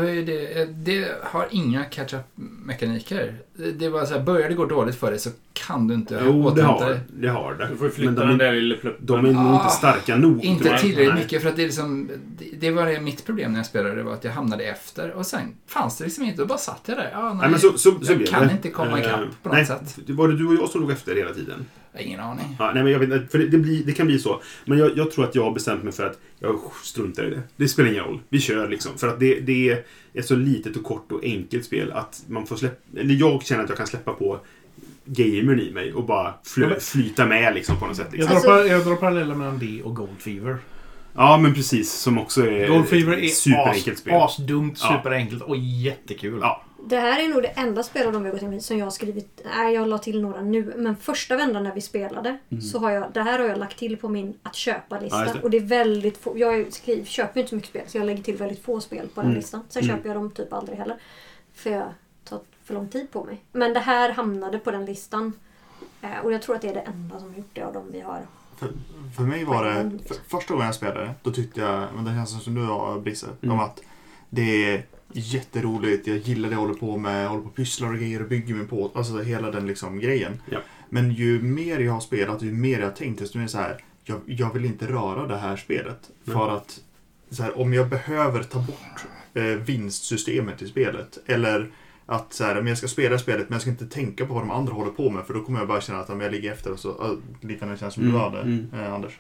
Speaker 7: det har inga catch-up-mekaniker. Det var så här, börjar det gå dåligt för dig så kan du inte
Speaker 2: återhämta det. Det har det.
Speaker 4: Du får flytta den där lilla pluppen.
Speaker 2: De är nog inte starka nog.
Speaker 7: Inte tillräckligt mycket för att det är liksom, det var mitt problem när jag spelade. Det var att jag hamnade efter och sen fanns det liksom inte. Då bara satt jag där.
Speaker 2: Nej, men så
Speaker 7: jag kan inte komma ikapp på något sätt.
Speaker 2: Var det du och jag som låg efter hela tiden?
Speaker 7: Ingen aning.
Speaker 2: Ja, nej, men jag vet, för det kan bli så. Men jag tror att jag har bestämt mig för att jag struntar i det. Det spelar ingen roll. Vi kör liksom. För att det är ett så litet och kort och enkelt spel att man får eller jag känner att jag kan släppa på gamern i mig och bara flyta med liksom på något sätt. Liksom.
Speaker 6: Jag drar paralleller mellan det och Gold Fever.
Speaker 2: Ja, men precis. Som också är
Speaker 6: Gold Fever är
Speaker 2: superenkelt spel.
Speaker 6: Asdumt, superenkelt och jättekul.
Speaker 2: Ja.
Speaker 5: Det här är nog det enda spel av de vi gått in som jag har skrivit. Jag la till några nu. Men första vändan när vi spelade så har det här har jag lagt till på min att köpa-lista. Ja, och det är väldigt få. Jag köper inte så mycket spel så jag lägger till väldigt få spel på den listan. Sen köper jag dem typ aldrig heller. För jag tar för lång tid på mig. Men det här hamnade på den listan. Och jag tror att det är det enda som gjort det av dem vi har.
Speaker 3: För mig var det första gången jag spelade, då tyckte jag, men det känns som du har Brisse, om att det är jätteroligt, jag gillar det jag håller på med, jag håller på och pysslar och grejer och bygger min på, alltså hela den liksom grejen.
Speaker 2: Ja.
Speaker 3: Men ju mer jag har spelat, ju mer jag har tänkt, desto mer så här, jag vill inte röra det här spelet. För att så här, om jag behöver ta bort vinstsystemet i spelet, eller att så här, men jag ska spela spelet men jag ska inte tänka på vad de andra håller på med, för då kommer jag bara känna att jag ligger efter och så liknande känns som du hade, Anders.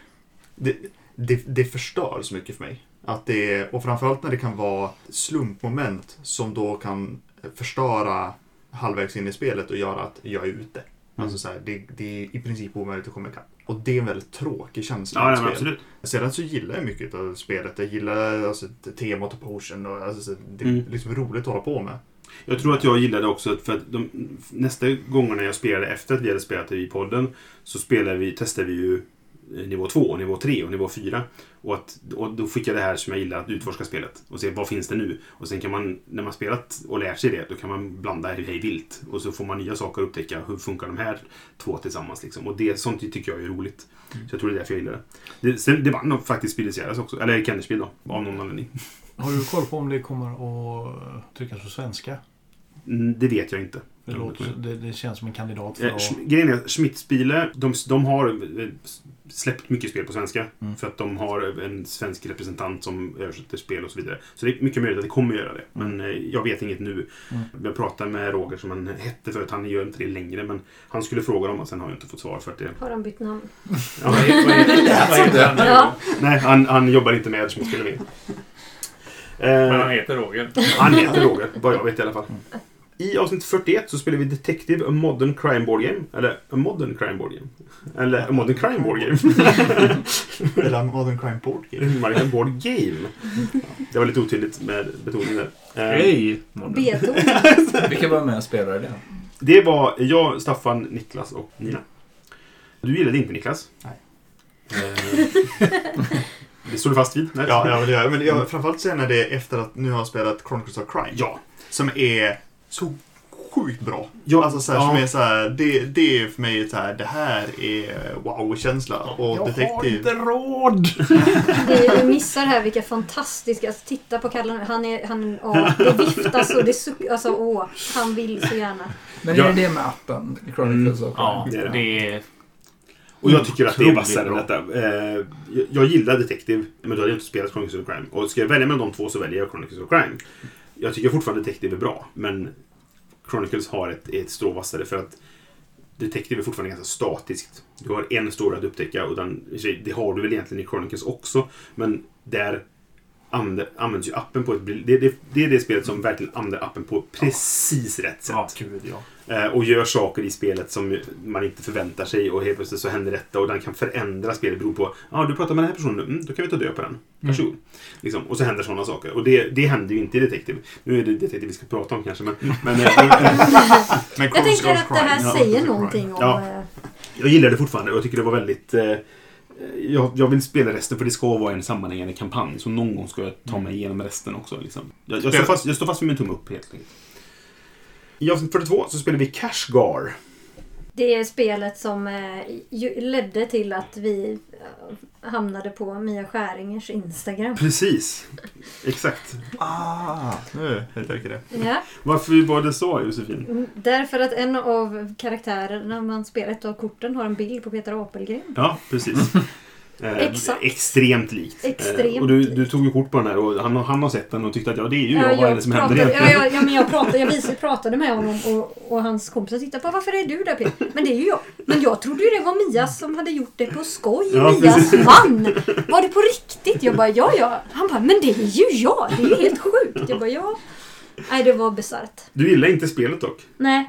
Speaker 3: Det förstör så mycket för mig. Att och framförallt när det kan vara slumpmoment som då kan förstöra halvvägs in i spelet och göra att jag är ute. Alltså så här, det är i princip omöjligt att komma ikapp. Och det är en väldigt tråkig känsla.
Speaker 2: Ja, absolut.
Speaker 3: Sedan så gillar jag mycket av spelet. Jag gillar temat och potion och alltså, det är liksom roligt att hålla på med.
Speaker 2: Jag tror att jag gillade också för att nästa gångerna jag spelade efter att vi hade spelat i podden så testade vi ju nivå 2, nivå 3 och nivå 4. Och då fick jag det här som jag gillar, att utforska spelet och se vad finns det nu. Och sen kan man, när man spelat och lärt sig det, då kan man blanda hej vilt. Och så får man nya saker att upptäcka. Hur funkar de här två tillsammans liksom. Och sånt tycker jag är roligt. Så jag tror det är därför jag gillar det. Det var nog faktiskt Spiliciaras också. Eller Kennerspiel då, av någon anledning.
Speaker 6: Har du koll på om det kommer att tryckas på svenska?
Speaker 2: Det vet jag inte.
Speaker 6: Det känns som en kandidat för att...
Speaker 2: Grejen är, Schmidt-Spiele, de har släppt mycket spel på svenska. För att de har en svensk representant som översätter spel och så vidare. Så det är mycket möjligt att det kommer att göra det. Men jag vet inget nu. Jag pratade med Roger som han hette förut. Han gör inte det längre. Men han skulle fråga dem och sen har jag inte fått svar för att det...
Speaker 5: Har han bytt namn?
Speaker 2: Ja, vad heter han? Ja. Nej, han jobbar inte med Schmidt-Spiele med.
Speaker 4: Men han heter Roger.
Speaker 2: Han heter Roger, vad jag vet i alla fall. I avsnitt 41 så spelar vi Detective, A Modern Crime Board Game. Eller A Modern Crime Board Game. Eller A Modern Crime Board Game.
Speaker 3: Eller A Modern Crime Board Game.
Speaker 2: Modern Board Game. Det var lite otydligt med betoningen där.
Speaker 4: Hej!
Speaker 7: Vilka var med och spelade det?
Speaker 2: Det var jag, Staffan, Niklas och Nina. Du gillade inte Niklas?
Speaker 3: Nej.
Speaker 2: Det står du fast vid? Nej.
Speaker 3: Ja, jag vill göra. Men jag framförallt sen när det är efter att nu har jag spelat Chronicles of Crime.
Speaker 2: Ja.
Speaker 3: Som är så sjukt bra.
Speaker 2: Ja,
Speaker 3: alltså så här, som är så här, det är för mig så här, det här är wow-känsla. Och
Speaker 6: jag
Speaker 3: detektiv.
Speaker 6: har inte råd!
Speaker 5: Du missar här vilka fantastiska... Alltså, titta på Kalle nu. Det viftas och det alltså, han vill så gärna.
Speaker 7: Men är det med appen? Chronicles of Crime?
Speaker 4: Ja, det är...
Speaker 2: Och jag tycker att det är vassare än detta. Jag gillar Detective, men då hade jag inte spelat Chronicles of Crime. Och ska jag välja mellan de två så väljer jag Chronicles of Crime. Jag tycker fortfarande Detective är bra, men Chronicles har ett strå vassare för att Detective är fortfarande ganska statiskt. Du har en story att upptäcka och det har du väl egentligen i Chronicles också, men där används ju appen på det är det spelet som verkligen använder appen på precis rätt sätt.
Speaker 3: Ja, kul, ja.
Speaker 2: Och gör saker i spelet som man inte förväntar sig och helt plötsligt så händer detta och den kan förändra spelet beroende på du pratar med den här personen, då kan vi ta död på den. Varsågod. Liksom. Och så händer sådana saker. Och det händer ju inte i Detective. Nu är det Detective vi ska prata om kanske, men
Speaker 5: jag tänker att det här säger någonting om...
Speaker 2: Ja. Jag gillar det fortfarande och jag tycker det var väldigt... Jag vill spela resten för det ska vara en sammanhängande kampanj. Så någon gång ska jag ta mig igenom resten också. Liksom. Jag står fast vid min tumme upp helt enkelt. I avsnitt 42 så spelar vi Kashgar.
Speaker 5: Det är spelet som ledde till att vi hamnade på Mia Skäringers Instagram.
Speaker 2: Precis. Exakt.
Speaker 3: Nu jag tycker det.
Speaker 5: Ja.
Speaker 2: Varför var det så, Josefin?
Speaker 5: Därför att en av karaktärerna man spelar ett av korten har en bild på Peter Apelgren.
Speaker 2: Ja, precis.
Speaker 5: Exakt.
Speaker 2: Extremt likt.
Speaker 5: Extremt
Speaker 2: och du tog ju kort på den här och han har sett den och tyckte att det är ju jag. Vad är det som händer egentligen?
Speaker 5: Men jag pratade med honom och hans kompisar tittade på varför är du där, Peter? Men det är ju jag. Men jag trodde ju det var Mia som hade gjort det på skoj. Ja, Mias man. Var det på riktigt? Jag bara ja. Han bara, men det är ju jag. Det är ju helt sjukt. Jag bara ja. Nej, det var bisarrt.
Speaker 2: Du gillar inte spelet dock?
Speaker 5: Nej.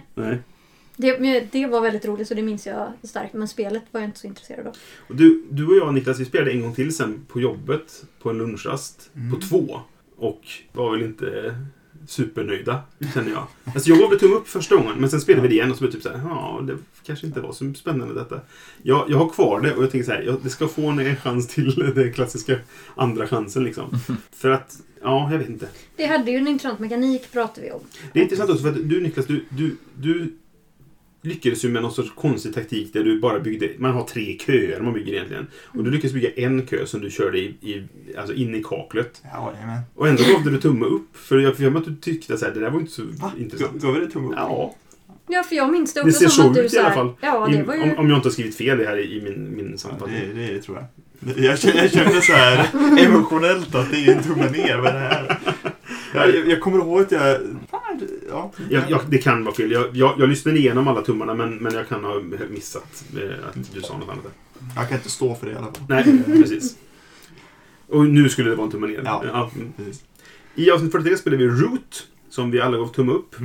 Speaker 5: Det var väldigt roligt så det minns jag starkt. Men spelet var jag inte så intresserad av.
Speaker 2: Och du och jag, Niklas, vi spelade en gång till sen på jobbet på en lunchrast på 2. Och var väl inte supernöjda, känner jag. Alltså jag var väl tumme upp första gången, men sen spelade vi det igen och så blev det typ så här, det kanske inte var så spännande detta. Jag har kvar det och jag tänker så här, det ska få en chans till den klassiska andra chansen liksom. För att, jag vet inte.
Speaker 5: Det hade ju en intressant mekanik, pratade vi om.
Speaker 2: Det är intressant också för att du, Niklas, du lyckades ju med någon sorts konstig taktik där du bara byggde, man har 3 köer man bygger egentligen. Och du lyckades bygga en kö som du körde alltså in i kaklet.
Speaker 3: Ja, men.
Speaker 2: Och ändå gav du tumme upp. För jag för att du tyckte att det där var inte så intressant.
Speaker 3: Gav det tumme upp?
Speaker 2: Ja.
Speaker 5: Ja, för jag minns det också
Speaker 2: det ser
Speaker 5: som att du
Speaker 2: ut i alla fall.
Speaker 5: Ja, det var ju...
Speaker 2: Om jag inte har skrivit fel det här i min sammanfattning.
Speaker 3: Ja, det tror jag. Jag kände så här emotionellt att det är en tumme ner med det här. Jag kommer ihåg att
Speaker 2: det kan vara fel. Jag lyssnade igenom alla tummarna men jag kan ha missat att du sa något annat.
Speaker 3: Jag kan inte stå för det i alla fall.
Speaker 2: Nej, precis. Och nu skulle det vara en tumme ner.
Speaker 3: Ja, precis.
Speaker 2: I avsnitt 43 spelar vi Root som vi alla gav tumme upp.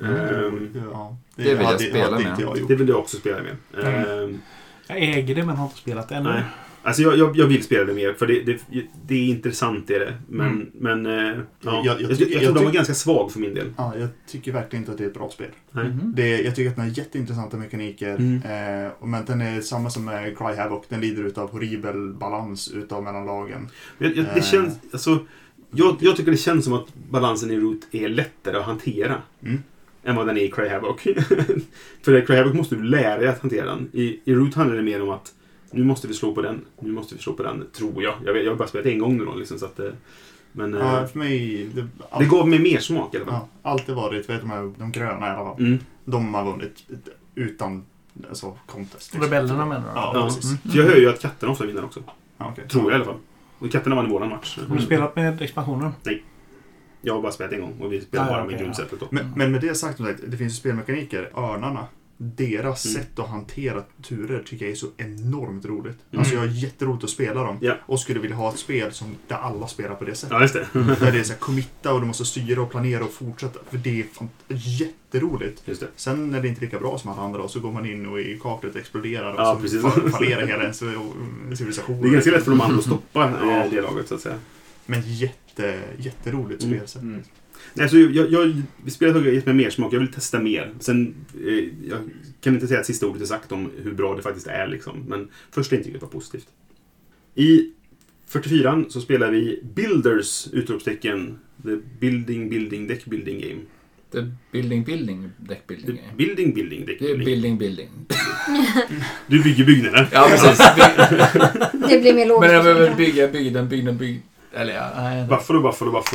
Speaker 7: Det vill jag spela med.
Speaker 2: Det vill jag också spela med.
Speaker 6: Jag äger det men har inte spelat ännu.
Speaker 2: Alltså jag vill spela det mer, för det är intressant är det. Men jag tror de var ganska svag för min del.
Speaker 3: Ja, jag tycker verkligen inte att det är ett bra spel. Jag tycker att den har jätteintressanta mekaniker. Men den är samma som med Cry Havoc. Den lider utav horribel balans utav mellan lagen.
Speaker 2: Det känns, alltså, jag tycker det känns som att balansen i Root är lättare att hantera än vad den är i Cry Havoc. För i Cry Havoc måste du lära dig att hantera den. I Root handlar det mer om att nu måste vi slå på den. Nu måste vi slå på den, tror jag. Jag har bara spelat en gång nu då, liksom, så att men
Speaker 3: för mig
Speaker 2: det gav mig mer smak i alla fall.
Speaker 3: Ja, alltid varit, de gröna i alla fall. De har vunnit utan contest.
Speaker 6: Liksom. Rebellerna menar du?
Speaker 3: Ja, precis.
Speaker 2: För jag hör ju att katterna ofta vinner också.
Speaker 3: Okay.
Speaker 2: Tror jag i alla fall. Och katterna vann i våran match.
Speaker 6: Har du spelat med expansionen?
Speaker 2: Nej. Jag har bara spelat en gång och vi spelar bara med grundsättet då.
Speaker 3: Men med det sagt, det finns ju spelmekaniker. Örnarna, deras sätt att hantera turer tycker jag är så enormt roligt. Alltså jag har jätteroligt att spela dem. Och skulle vilja ha ett spel där alla spelar på det sättet.
Speaker 2: Ja, just det.
Speaker 3: Där det är så här committa och du måste styra och planera och fortsätta. För det är jätteroligt.
Speaker 2: Just det.
Speaker 3: Sen när det inte är lika bra som alla andra, så går man in och i kaklet exploderar och
Speaker 2: precis.
Speaker 3: fallerar hela en civilisation.
Speaker 2: Det är ganska lätt för de andra att stoppa det laget, så att säga.
Speaker 3: Men jätteroligt spelsätt.
Speaker 2: Nej, så vi spelet har gett mig mer smak. Jag vill testa mer. Sen jag kan inte säga att sista ordet är sagt om hur bra det faktiskt är liksom. Men första intrycket var positivt. I 44 så spelar vi Builders utropstecken The Building Deck Building Game.
Speaker 7: The Building Deck Building Game.
Speaker 2: Building Deck
Speaker 7: Building. Building.
Speaker 2: Du bygger byggnader.
Speaker 7: Ja, precis.
Speaker 5: Det blir mer logiskt.
Speaker 7: Men jag behöver bygga. Eller ja,
Speaker 2: Buffalo.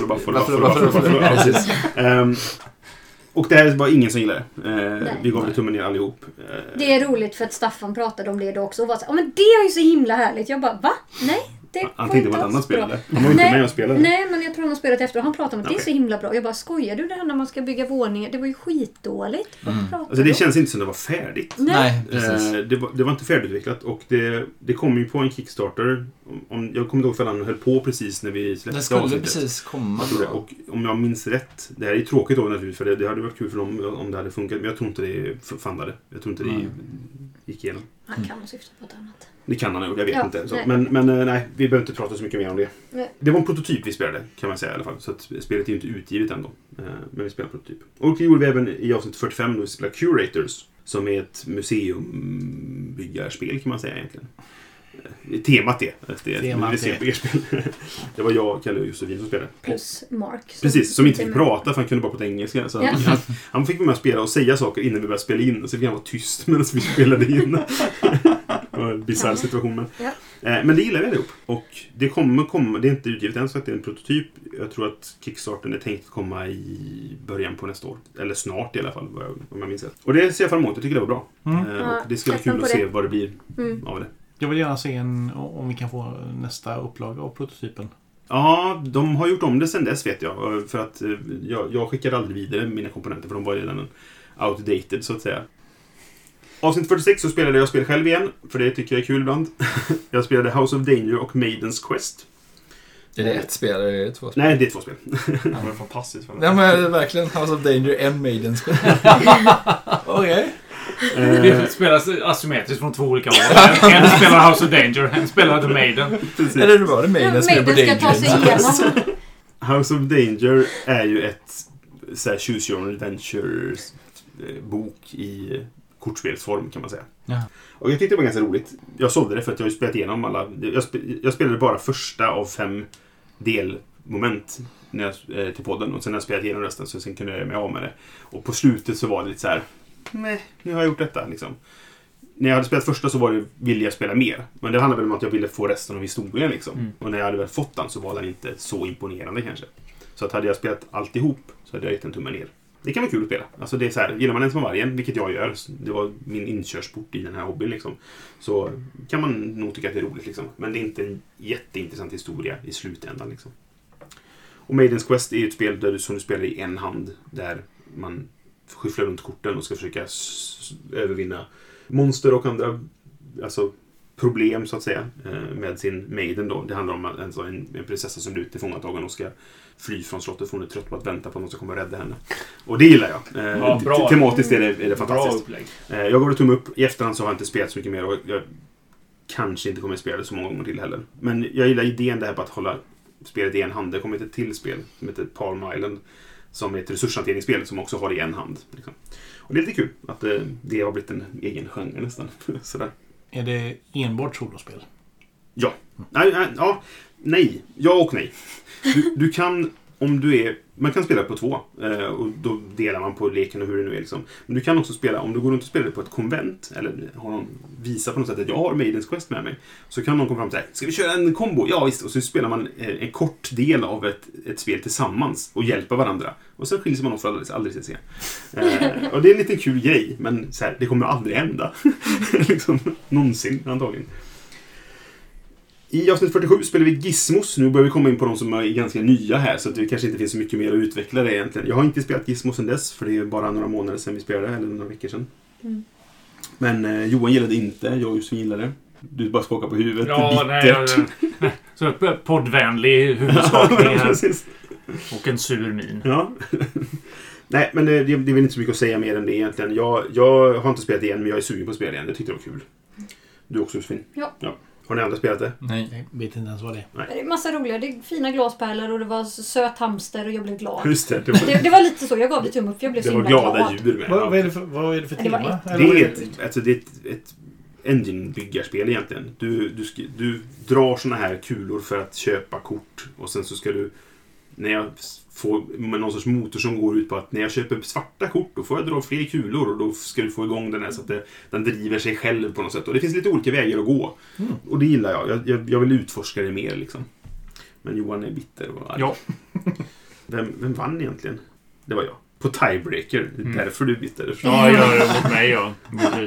Speaker 2: Precis. Och det här var ingen som gillade det. Vi gav tummen ner allihop.
Speaker 5: Det är roligt för att Staffan pratade om det då också och var så, men det är ju så himla härligt. Jag bara, va? Nej.
Speaker 2: Han tänkte på ett annat spel. Han var inte med och spelade.
Speaker 5: Nej, men jag tror han har spelat efter och han pratade om att det är så himla bra. Jag bara, skojar du det här när man ska bygga våningar? Det var ju skitdåligt.
Speaker 2: Alltså det känns inte som det var färdigt.
Speaker 7: Nej,
Speaker 2: det var inte färdigutvecklat och det kom ju på en Kickstarter. Jag kommer ihåg för han höll på precis när vi släppte
Speaker 7: avsnittet. Det skulle precis komma.
Speaker 2: Och om jag minns rätt, det här är tråkigt då naturligtvis, för det hade varit kul för dem om det hade funkat, men jag tror inte det fandade. Jag tror inte det gick igenom.
Speaker 5: Han kan syfta på ett annat.
Speaker 2: Det kan han nog, jag vet inte. Så, men nej, vi behöver inte prata så mycket mer om det. Nej. Det var en prototyp vi spelade, kan man säga i alla fall. Så att spelet är ju inte utgivet ändå. Men vi spelar prototyp. Och det gjorde vi även i avsnitt 45 då vi spelade Curators. Som är ett museumbyggarspel kan man säga egentligen. Temat är ett museibyggarspel. Det var jag, Kalle och Josefin som spelade.
Speaker 5: Plus Mark.
Speaker 2: Precis, som inte fick prata för han kunde bara prata engelska. Så han fick med att spela och säga saker innan vi började spela in. Så fick han vara tyst medan vi spelade in. Det var en bizarr situation. Men det gillar vi allihop. Och det kommer komma, det är inte utgivet än så att det är en prototyp. Jag tror att Kickstarten är tänkt att komma i början på nästa år. Eller snart i alla fall, om jag minns rätt. Och det ser jag fram emot, jag tycker det var bra. Och det ska bli kul att se vad det blir av det.
Speaker 6: Jag vill gärna se om vi kan få nästa upplaga av prototypen.
Speaker 2: Ja, de har gjort om det sen dess vet jag. För att jag skickade aldrig vidare mina komponenter för de var redan outdated så att säga. Avsnitt 46 så spelade jag spel själv igen. För det tycker jag är kul ibland. Jag spelade House of Danger och Maiden's Quest.
Speaker 7: Är det ett spel eller är det två spel?
Speaker 2: Nej, det är 2 spel.
Speaker 3: Det var fantastiskt.
Speaker 7: Ja, men verkligen House of Danger and Maiden's Quest. Okej.
Speaker 4: Det spelas asymmetriskt från 2 olika håll. En spelar House of Danger, en spelar The Maiden.
Speaker 7: Precis. Eller det var det Maiden som är på
Speaker 5: Maiden ska ta sig igenom.
Speaker 2: House of Danger är ju ett så här, choose your own adventure bok i kortspelsform kan man säga.
Speaker 7: Ja.
Speaker 2: Och jag tyckte det var ganska roligt. Jag sålde det för att jag har spelat igenom alla. Jag spelade bara första av 5 delmoment till podden och sen har jag spelat igenom resten så sen kunde jag göra mig av med det. Och på slutet så var det lite så här: nej, nu har jag gjort detta liksom. När jag hade spelat första så ville jag spela mer. Men det handlade väl om att jag ville få resten av historien liksom. Och när jag hade väl fått den så var den inte så imponerande kanske. Så att hade jag spelat alltihop så hade jag gett en tumme ner. Det kan vara kul att spela. Alltså det är så här, gillar man en som vargen, vilket jag gör. Det var min inkörsport i den här hobbyn liksom. Så kan man nog tycka att det är roligt liksom. Men det är inte en jätteintressant historia i slutändan liksom. Och Maiden's Quest är ett spel som du spelar i en hand. Där man skyfflar runt korten och ska försöka övervinna monster och andra problem så att säga med sin maiden då. Det handlar om en prinsessa som blir tillfångatagen och ska fly från slottet för hon är trött på att vänta på att någon ska komma och rädda henne. Och det gillar jag. Tematiskt är det fantastiskt. Jag gav det tumme upp. I efterhand så har jag inte spelat så mycket mer och kanske inte kommer att spela det så många gånger till heller. Men jag gillar idén där på att hålla spelet i en hand. Det kommer ett till spel som heter Palm Island, som är ett resurshanteringsspel som också har i en hand. Liksom. Och det är lite kul att det har blivit en egen genre nästan. Sådär.
Speaker 6: Är det enbart solospel?
Speaker 2: Ja. Nej. Ja och nej. Du kan, man kan spela på 2 och då delar man på leken och hur det nu är liksom. Men du kan också spela, om du går runt och spelar på ett konvent eller har någon visa på något sätt att jag har Maidens Quest med mig, så kan någon komma fram och säga, ska vi köra en kombo? Ja visst, och så spelar man en kort del av ett spel tillsammans och hjälper varandra. Och sen skiljs man off för aldrig se. Och det är en liten kul grej, men så här, det kommer aldrig hända. Liksom, någonsin antagligen. I avsnitt 47 spelar vi Gizmos. Nu börjar vi komma in på de som är ganska nya här, så att det kanske inte finns så mycket mer att utveckla det egentligen. Jag har inte spelat Gizmos sedan dess, för det är bara några månader sedan vi spelade, eller några veckor sedan. Mm. Men Johan gillade inte, jag och Josefin gillade det. Du bara skakar på huvudet.
Speaker 4: Ja, nej. Så poddvänlig huvudskakning här. Och en sur min.
Speaker 2: Ja. Nej, men det är väl inte så mycket att säga mer än det egentligen. Jag har inte spelat igen, men jag är sugen på att spela igen. Jag tyckte det var kul. Du också, Josefin?
Speaker 5: Ja.
Speaker 2: Har ni andra spelat det?
Speaker 7: Nej.
Speaker 6: Jag vet inte ens vad det är.
Speaker 5: Nej. Det är massa roliga. Det är fina glaspärlor och det var söt hamster och jag blev glad.
Speaker 2: Just det.
Speaker 5: Det var lite så. Jag gav det tumme upp för jag blev så himla glad.
Speaker 2: Det var glada djur med.
Speaker 6: Vad är det för tema?
Speaker 2: Det är ett engine-byggarspel egentligen. Du drar såna här kulor för att köpa kort. Och sen så ska du, när jag får med någon sorts motor som går ut på att när jag köper svarta kort, då får jag dra fler kulor och då ska du få igång den här så att den driver sig själv på något sätt. Och det finns lite olika vägar att gå. Och det gillar jag. Jag vill utforska det mer liksom. Men Johan är bitter och arg.
Speaker 4: Ja.
Speaker 2: Vem vann egentligen? Det var jag. På tiebreaker. Därför du är bitter.
Speaker 4: Ja, jag gör det mot mig, ja.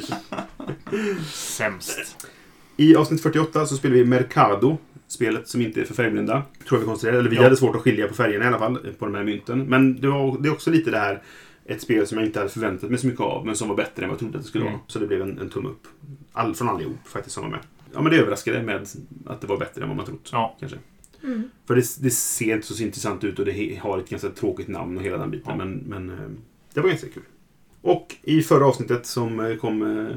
Speaker 4: Sämst.
Speaker 2: I avsnitt 48 så spelar vi Mercado. Spelet som inte är för färgblinda. Tror vi konstaterade. Eller vi hade svårt att skilja på färgerna i alla fall. På de här mynten. Men det är också lite det här. Ett spel som jag inte hade förväntat mig så mycket av. Men som var bättre än vad jag trodde att det skulle vara. Så det blev en tumme upp. Från allihop faktiskt som var med. Ja, men det överraskade med att det var bättre än vad man trott. Ja. Kanske. Mm. För det ser inte så intressant ut. Och det har ett ganska tråkigt namn och hela den biten. Ja. Men det var ganska kul. Och i förra avsnittet som kom...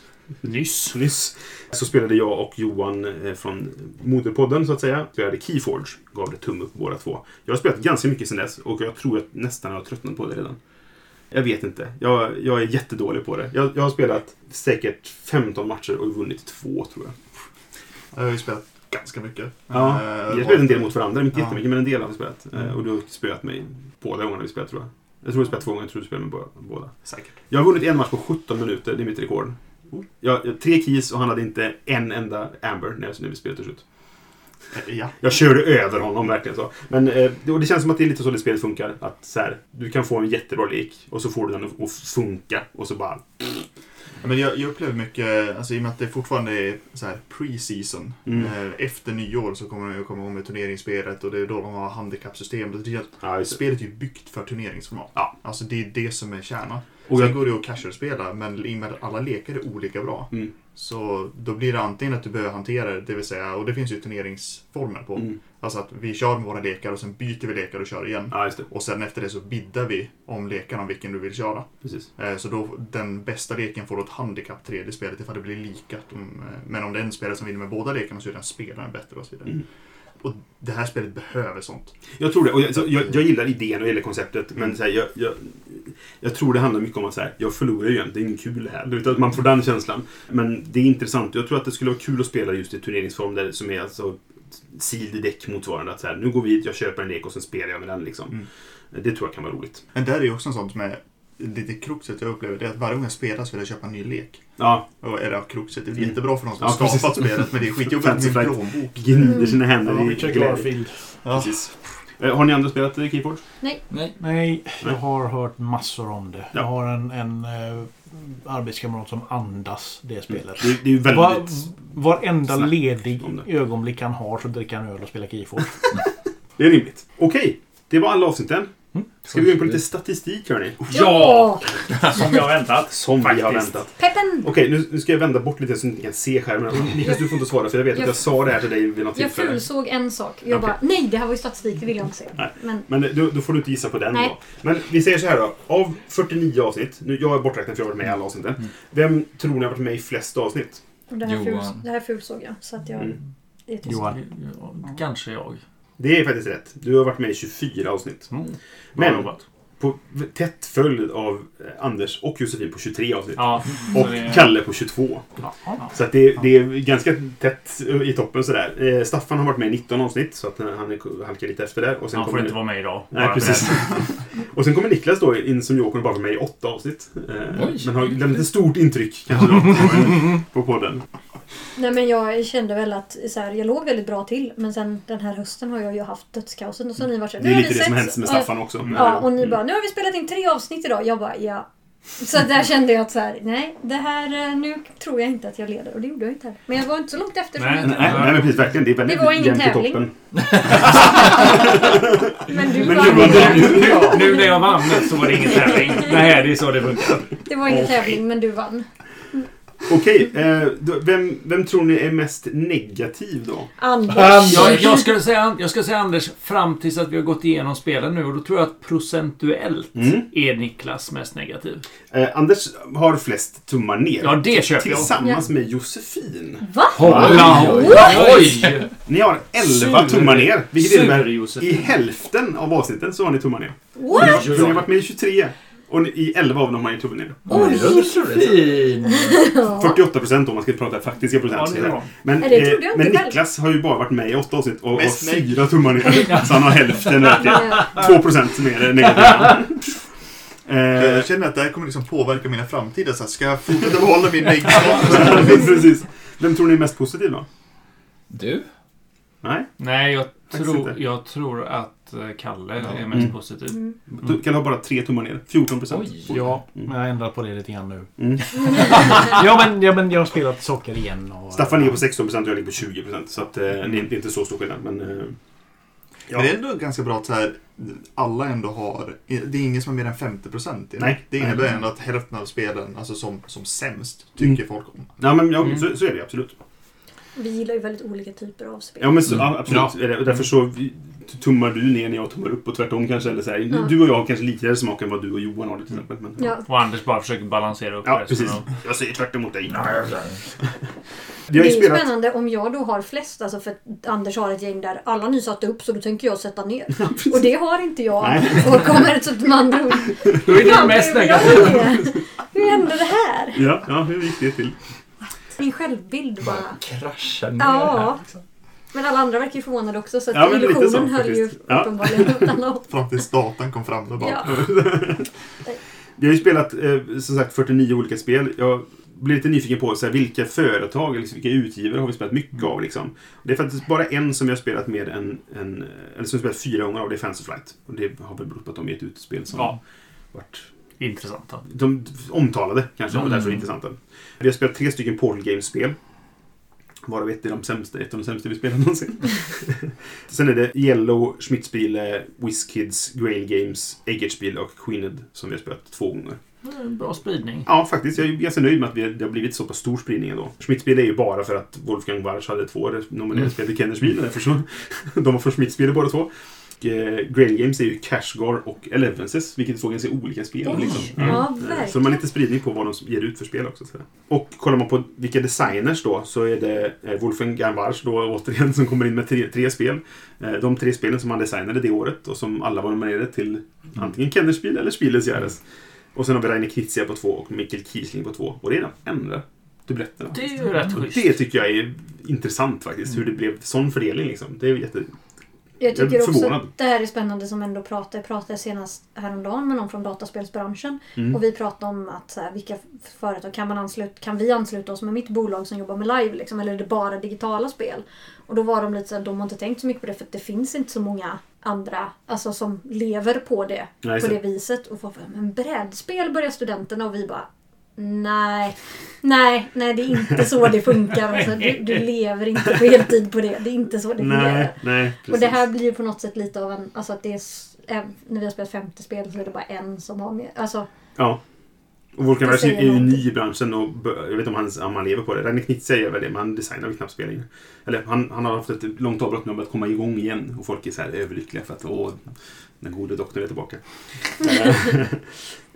Speaker 2: Nyss. Så spelade jag och Johan från Moderpodden så att säga. Spelade Keyforge. Gav det tumme upp båda två. Jag har spelat ganska mycket sedan dess. Och jag tror att nästan har tröttnat på det redan. Jag vet inte. Jag är jättedålig på det. Jag har spelat säkert 15 matcher och vunnit 2 tror jag.
Speaker 3: Jag har ju spelat ganska mycket.
Speaker 2: Ja, jag har spelat en del mot varandra. Inte jättemycket, men en del har vi spelat. Och du har spelat mig båda gångerna vi spelat tror jag. Jag tror jag spelat 2 gånger. Jag tror du spelat med båda. Säkert. Jag har vunnit en match på 17 minuter. Det är mitt rekord. Jag 3 keys och han hade inte en enda amber när vi spelade till slut. Ja. Jag körde över honom verkligen så. Men och det känns som att det är lite så det spelet funkar. Att så här, du kan få en jättebra lek och så får du den att funka och så bara...
Speaker 3: Ja, men jag upplever mycket, alltså, i och med att det fortfarande är så här pre-season. Efter nyår så kommer det komma om med turneringsspelet och det är då de har handikappsystem. Spelet är ju byggt för turneringsformat. Ja. Alltså det är det som är kärnan. Sen går det att casual-spela, men i och med att alla lekar är olika bra. Så då blir det antingen att du behöver hantera det, vill säga, och det finns ju turneringsformer på. Alltså att vi kör med våra lekar och sen byter vi lekar och kör igen.
Speaker 2: Ja, just det.
Speaker 3: Och sen efter det så biddar vi om lekarna om vilken du vill köra.
Speaker 2: Precis.
Speaker 3: Så då den bästa leken får då ett handikapp 3D-spelet ifall det blir lika. Men om det är en spelare som vinner med båda lekarna så är den spelaren bättre och så vidare. Och det här spelet behöver sånt.
Speaker 2: Jag tror det. Och jag gillar idén och gillar konceptet. Men så här, jag tror det handlar mycket om att så här, jag förlorar ju inte. Det är ingen kul här. Utan att man får den känslan. Men det är intressant. Jag tror att det skulle vara kul att spela just i turneringsform där som är alltså sealed deck motsvarande. Att så här, nu går vi hit, jag köper en lek och sen spelar jag med den liksom. Det tror jag kan vara roligt.
Speaker 3: Men där är ju också en sån som är lite kruxet jag upplever. Det är att varje gång jag spelar så vill jag köpa en ny lek.
Speaker 2: Ja.
Speaker 3: Och är det kruxet. Det är jättebra för någon som har skapat spelet. Men det är skitjobbigt med min plånbok.
Speaker 2: Gnider sina händer
Speaker 6: i Garfield.
Speaker 2: Precis. Har ni andra spelat Keyforge?
Speaker 5: Nej,
Speaker 6: jag har hört massor om det. Jag har en arbetskamrat som andas det spelet.
Speaker 2: Det är ju väldigt...
Speaker 6: Varenda ledig ögonblick han har så dricker han öl och spelar Keyforge.
Speaker 2: Det är rimligt. Okej, det var alla avsnitten. Ska vi gå in på lite statistik, hörni?
Speaker 4: Ja! Som jag har väntat.
Speaker 2: Vi har väntat.
Speaker 5: Peppen!
Speaker 2: Okej, nu ska jag vända bort lite så att ni kan se skärmen. Niklas, du får inte svara för jag vet att jag sa det här till dig vid något tillfälle.
Speaker 5: Jag fulsåg en sak. Jag bara, nej, det här var ju statistik, det vill jag inte säga.
Speaker 2: Men då får du inte gissa på den då. Men vi säger så här då. Av 49 avsnitt, nu jag är borträknad för jag har varit med i alla avsnitten. Vem tror ni har varit med i flest avsnitt?
Speaker 5: Och det här fulsåg jag. Så att jag...
Speaker 6: Johan.
Speaker 4: Kanske jag.
Speaker 2: Det är faktiskt rätt. Du har varit med i 24 avsnitt. Men på tätt följd av Anders och Josefin på 23 avsnitt. Ja, och Kalle på 22. Ja. Så att det är ganska tätt i toppen sådär. Staffan har varit med i 19 avsnitt så att han halkar lite efter där. Och sen
Speaker 4: han får inte vara med idag.
Speaker 2: Nej, precis. Och sen kommer Niklas då in som Joker och bara med i 8 avsnitt. Men har lämnat ett stort intryck kanske då på podden.
Speaker 5: Nej, men jag kände väl att så här, jag låg väldigt bra till. Men sen den här hösten har jag ju haft dödskaosen. Och så ni var så,
Speaker 2: det är lite det som hänt med Staffan också.
Speaker 5: Ja, och ni bara, nu har vi spelat in 3 avsnitt idag. Jag bara, ja. Så där kände jag att så här, nej, det här, nu tror jag inte att jag leder. Och det gjorde jag inte heller. Men jag var inte så långt efter.
Speaker 2: Nej, men precis, verkligen. Det är väldigt
Speaker 5: det var ingen tävling. Men du
Speaker 4: vann. Nu när jag vann så var det ingen tävling. Nej, det är så det funkar.
Speaker 5: Det var ingen tävling, men du vann.
Speaker 2: Okej, vem tror ni är mest negativ då?
Speaker 5: Anders.
Speaker 4: Jag ska säga Anders fram tills att vi har gått igenom spelen nu. Och då tror jag att procentuellt är Niklas mest negativ.
Speaker 2: Anders har flest tummar ner.
Speaker 4: Ja, det köper jag.
Speaker 2: Tillsammans med Josefin.
Speaker 5: Va?
Speaker 2: Oj! Ni har 11 tummar ner. Vilket innebär i hälften av avsnitten så har ni tummar ner.
Speaker 5: What?
Speaker 2: Så ni har varit med i 23. Och i 11 av dem har ni tummar ner.
Speaker 5: Oj,
Speaker 6: fin!
Speaker 2: 48% om man ska prata faktiska procent.
Speaker 4: Ja,
Speaker 2: men Niklas har ju bara varit med i 8 avsnitt och har 4 tummar ner. Så han har hälften verkligen. 2% mer negativa.
Speaker 3: Jag känner att det här kommer liksom påverka mina framtida. Så ska jag fortsätta behålla min negativa?
Speaker 2: Precis. Vem tror ni är mest positiv då?
Speaker 7: Du?
Speaker 2: Nej,
Speaker 4: jag tror att Kalle är mest positiv.
Speaker 2: Kalle har bara 3 tummar ner. 14%.
Speaker 6: Oj, ja. Jag har ändrat på det lite grann nu. ja, men jag har spelat socker igen. Och,
Speaker 2: Staffan ligger på 16% och jag ligger på 20%. Så att, det är inte så stor skillnad. Men
Speaker 3: det är ändå ganska bra att så här, alla ändå har... Det är ingen som är mer än 50%.
Speaker 2: Nej.
Speaker 3: Det innebär ändå att hälften av spelen, alltså som sämst, tycker folk om.
Speaker 2: Ja, men så är det absolut.
Speaker 5: Vi gillar ju väldigt olika typer av spel.
Speaker 2: Ja, men absolut. Ja. Därför så tummar du ner när jag tummar upp och tvärtom kanske. Eller så här. Du och jag har kanske likare smak än vad du och Johan har till exempel. Men,
Speaker 5: ja.
Speaker 4: Och Anders bara försöker balansera upp
Speaker 2: resten. Precis. Jag säger tvärt emot dig.
Speaker 5: Det är ju spännande om jag då har flest. Alltså för Anders har ett gäng där alla ni satte upp så då tänker jag sätta ner. Och det har inte jag. Nej. Och kommer ett sånt man andra ord.
Speaker 4: Då är det mest negativt.
Speaker 5: Hur hände det här?
Speaker 2: Ja, hur gick det till?
Speaker 5: Min självbild bara
Speaker 7: kraschar ner
Speaker 5: här. Liksom. Men alla andra verkar ju förvånade också. Så att illusionen höll ju uppenbarligen.
Speaker 3: Fram tills datan kom fram.
Speaker 5: Ja.
Speaker 2: Vi har ju spelat som sagt 49 olika spel. Jag blir lite nyfiken på så här, vilka företag eller vilka utgivare har vi spelat mycket av. Liksom. Det är faktiskt bara en som jag har spelat med eller som jag spelat 4 gånger av. Det är Fantasy Flight. Och det har väl berott på att de är ett utspel som varit
Speaker 4: intressanta.
Speaker 2: De omtalade kanske och därför intressanta. Vi har spelat 3 stycken Portal Games-spel. Varav ett av de sämsta vi spelat någonsin. Sen är det Yellow, Schmidt-Spiele, WizKids, Grail Games, Eggert-Spiel och Queened som vi har spelat 2 gånger.
Speaker 4: Bra spridning.
Speaker 2: Ja, faktiskt. Jag är ganska nöjd med att det har blivit så pass stor spridning ändå. Schmidt-Spiel är ju bara för att Wolfgang Warsch hade 2 nominerade spel till Kennerspiel. Därför så de var för Schmidt-Spiel båda 2. Grail Games är ju Cashgar och Elevenses, vilket är 2 ganska olika spel. Liksom.
Speaker 5: Ja,
Speaker 2: så de har lite spridning på vad de ger ut för spel också. Så. Och kollar man på vilka designers då, så är det Wolfgang Warsch då återigen som kommer in med 3 spel. De 3 spelen som han designade det året och som alla var nominerade till antingen Kennerspiel eller Spielens Jahres. Och sen har vi Rainer Knizia på 2 och Mikkel Kiesling på 2. Och det är de enda dubbletterna.
Speaker 4: Det är ju rätt schysst.
Speaker 2: Det tycker jag är intressant faktiskt, hur det blev sån fördelning liksom. Det är
Speaker 5: Jag tycker också att det här är spännande som ändå pratade senast häromdagen med någon från dataspelsbranschen. Och vi pratade om att så här, vilka företag kan vi ansluta oss med mitt bolag som jobbar med live liksom, eller är det bara digitala spel? Och då var de lite så här, de har inte tänkt så mycket på det för att det finns inte så många andra alltså, som lever på det på det viset. Och får en brädspel börjar studenterna och vi bara Nej, det är inte så det funkar. Alltså, du lever inte på heltid på det. Det är inte så det fungerar.
Speaker 2: Nej,
Speaker 5: och det här blir på något sätt lite av en... Alltså att det är, när vi har spelat 50 spel så är det bara en som har med. Alltså,
Speaker 2: ja. Och Wolfgang Warsch är ju ny i branschen och jag vet inte om han lever på det. Rainer Knizia säger väl det, men han designar ju knappt spelningen. Eller han har haft ett långt avbrott nu om att komma igång igen och folk är så här överlyckliga för att den gode doktorn är tillbaka.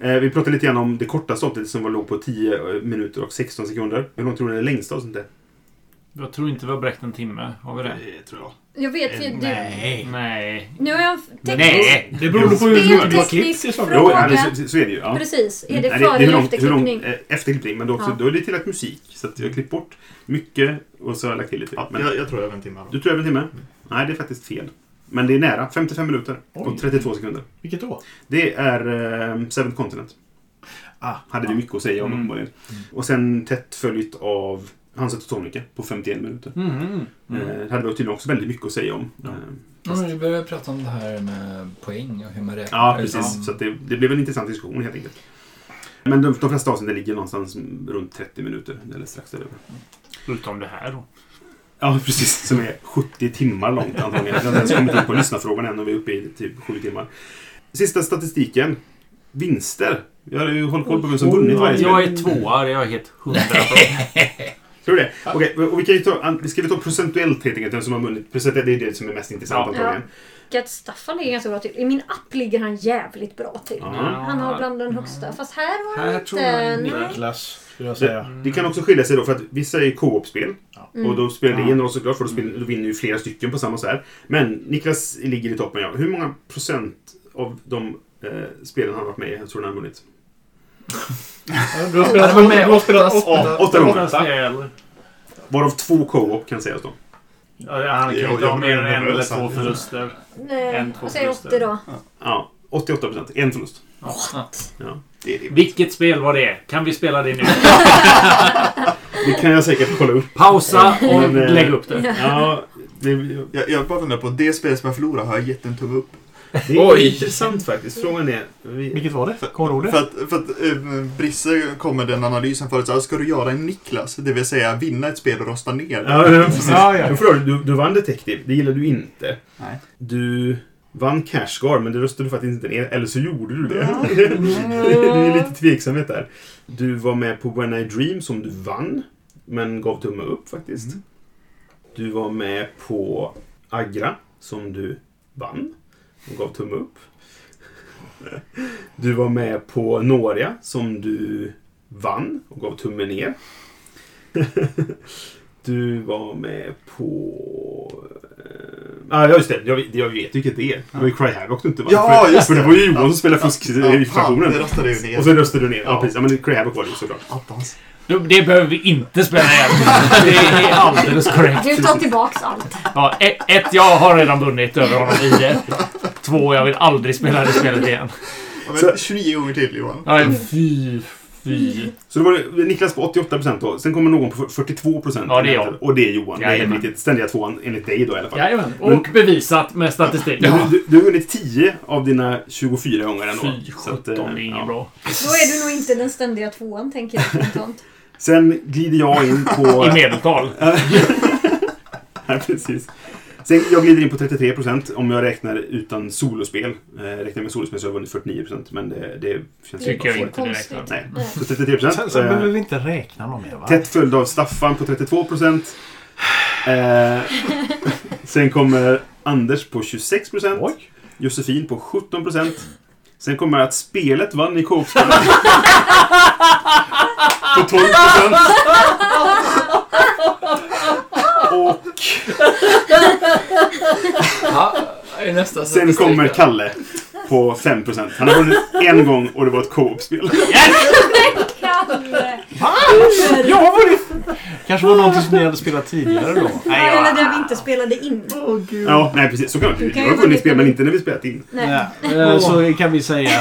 Speaker 2: Vi pratade lite grann om det kortaste avsnittet som låg på 10 minuter och 16 sekunder. Hur långt tror ni det längsta avsnittet?
Speaker 4: Jag tror inte vi har bräckt en timme. Har vi det?
Speaker 3: Det tror jag.
Speaker 5: Jag vet ju...
Speaker 4: Nej.
Speaker 5: Nu har jag
Speaker 4: Nej.
Speaker 6: Det beror på hur mycket du har klippt.
Speaker 2: Så är det ju. Ja.
Speaker 5: Precis. Är det
Speaker 2: Nej,
Speaker 5: före eller efterklippning?
Speaker 2: Efterklippning, men då är det till att musik. Så att jag har klippt bort mycket och så har jag lagt till lite.
Speaker 3: Ja,
Speaker 2: men
Speaker 3: jag tror över en timme.
Speaker 2: Du tror över en timme? Nej, det är faktiskt fel. Men det är nära. 55 minuter och 32 sekunder.
Speaker 6: Vilket då?
Speaker 2: Det är Seventh Continent. Hade vi mycket att säga om. Och sen tätt följt av Hansa Teutonica på 51 minuter. Hade vi tydligen också väldigt mycket att säga om.
Speaker 7: Vi började prata om det här med poäng och hur man räknar.
Speaker 2: Ja, precis. Så att det blev en intressant diskussion helt enkelt. Men de flesta avsnitt ligger någonstans runt 30 minuter eller strax över.
Speaker 4: Utom det här då.
Speaker 2: Ja, precis. Som är 70 timmar långt antagligen. Jag har inte kommit in på lyssnarfrågan än och vi är uppe i typ 7 timmar. Sista statistiken. Vinster. Jag har ju hållit koll på vem som vunnit varje spel.
Speaker 4: Jag är tvåa, jag är helt 100%.
Speaker 2: Tror du det? Okej, och vi kan ju ska vi ta procentuellt helt enkelt, vem som har vunnit. Det är det som är mest intressant antagligen.
Speaker 5: Staffan är ganska bra till. I min app ligger han jävligt bra till. Han har bland den högsta. Fast här har han inte...
Speaker 6: Tror jag Niklas, skulle jag säga.
Speaker 2: Det kan också skilja sig då, för att vissa är co-op-spel. Och då spelar det in och såklart, för då vinner ju flera stycken på samma så här. Men Niklas ligger i toppen. Hur många procent av de spelen han har varit med i, jag tror han har vunnit?
Speaker 6: Du har spelat
Speaker 2: 8 gånger. Varav 2 co-op kan sägas då.
Speaker 4: Han kan inte ha mer än 1 eller 2 förluster.
Speaker 5: Nej, jag säger 80 då.
Speaker 2: Ja, 88%. En förlust.
Speaker 4: Ja. Vilket spel var det? Kan vi spela det nu?
Speaker 2: Det kan jag säkert kolla upp.
Speaker 4: Pausa och lägg upp det.
Speaker 2: Ja,
Speaker 3: jag bara funderar på det spel som jag förlorar har jag gett en tumme upp.
Speaker 2: Det är intressant faktiskt. Frågan är...
Speaker 6: Vilket var det? Kodordet?
Speaker 3: För att Brisse kommer den analysen förut. Så ska du göra en Niklas, det vill säga vinna ett spel och rösta ner.
Speaker 2: Ja. Du vann Detective. Det gillar du inte.
Speaker 3: Nej.
Speaker 2: Du vann Cashgar, men det röstade du faktiskt inte ner. Eller så gjorde du det. Det är lite tveksamhet där. Du var med på When I Dream som du vann, men gav tumme upp faktiskt. Du var med på Agra som du vann och gav tumme upp. Du var med på Noria som du vann och gav tumme ner. Du var med på... just det. Jag vet vilket det är. Det var ju Cry Havoc du inte vann.
Speaker 3: Ja, just
Speaker 2: det. För det var ju Johan som spelade fusk i stationen.
Speaker 3: Det röstade ju ner.
Speaker 2: Och så röstade du ner. Ja, precis. Ja, men Cry Havoc var det ju såklart.
Speaker 3: Attans.
Speaker 4: Det behöver vi inte spela igen. Det är alldeles korrekt.
Speaker 5: Du tar tillbaks allt.
Speaker 4: Ja, 1, jag har redan vunnit över honom i det. 2, jag vill aldrig spela det spelet igen.
Speaker 3: Ja, men 29 gånger till, Johan.
Speaker 4: Ja, fy.
Speaker 2: Så då var det Niklas på 88% då. Sen kommer någon på 42%.
Speaker 4: Ja, det är jag.
Speaker 2: Och det är Johan. Det är
Speaker 4: Jajamän.
Speaker 2: riktigt ständiga tvåan enligt dig då i alla fall.
Speaker 4: Jajamän. Och bevisat med statistik.
Speaker 2: Du har vunnit 10 av dina 24 gånger ändå.
Speaker 4: Fy 17, det är inget bra.
Speaker 5: Då är du nog inte den ständiga tvåan, tänker jag spontant.
Speaker 2: Sen glider jag in på...
Speaker 4: I medeltal.
Speaker 2: Ja, precis. Sen jag glider in på 33% om jag räknar utan solospel. Räknar med solospel så har jag vunnit 49%. Men det känns
Speaker 4: tycker jag inte direkt.
Speaker 2: Nej, så 33%.
Speaker 6: Sen behöver vi inte räkna någon mer, va?
Speaker 2: Tätt följd av Staffan på 32%. Sen kommer Anders på 26%.
Speaker 6: Oj.
Speaker 2: Josefin på 17%. Sen kommer att spelet vann i co-op-spelet. På 12%. Och... Sen kommer Kalle på 5%. Han har vunnit en gång och det var ett co-op-spel.
Speaker 5: Kalle!
Speaker 6: Jag har vunnit! Kanske var någonting som ni hade spelat tidigare då.
Speaker 5: Nej, eller där vi inte spelade in.
Speaker 2: Ja, nej precis. Så kan man. Jag har vunnit spel men inte när vi spelat in.
Speaker 5: Nej.
Speaker 6: Ja, så kan vi säga.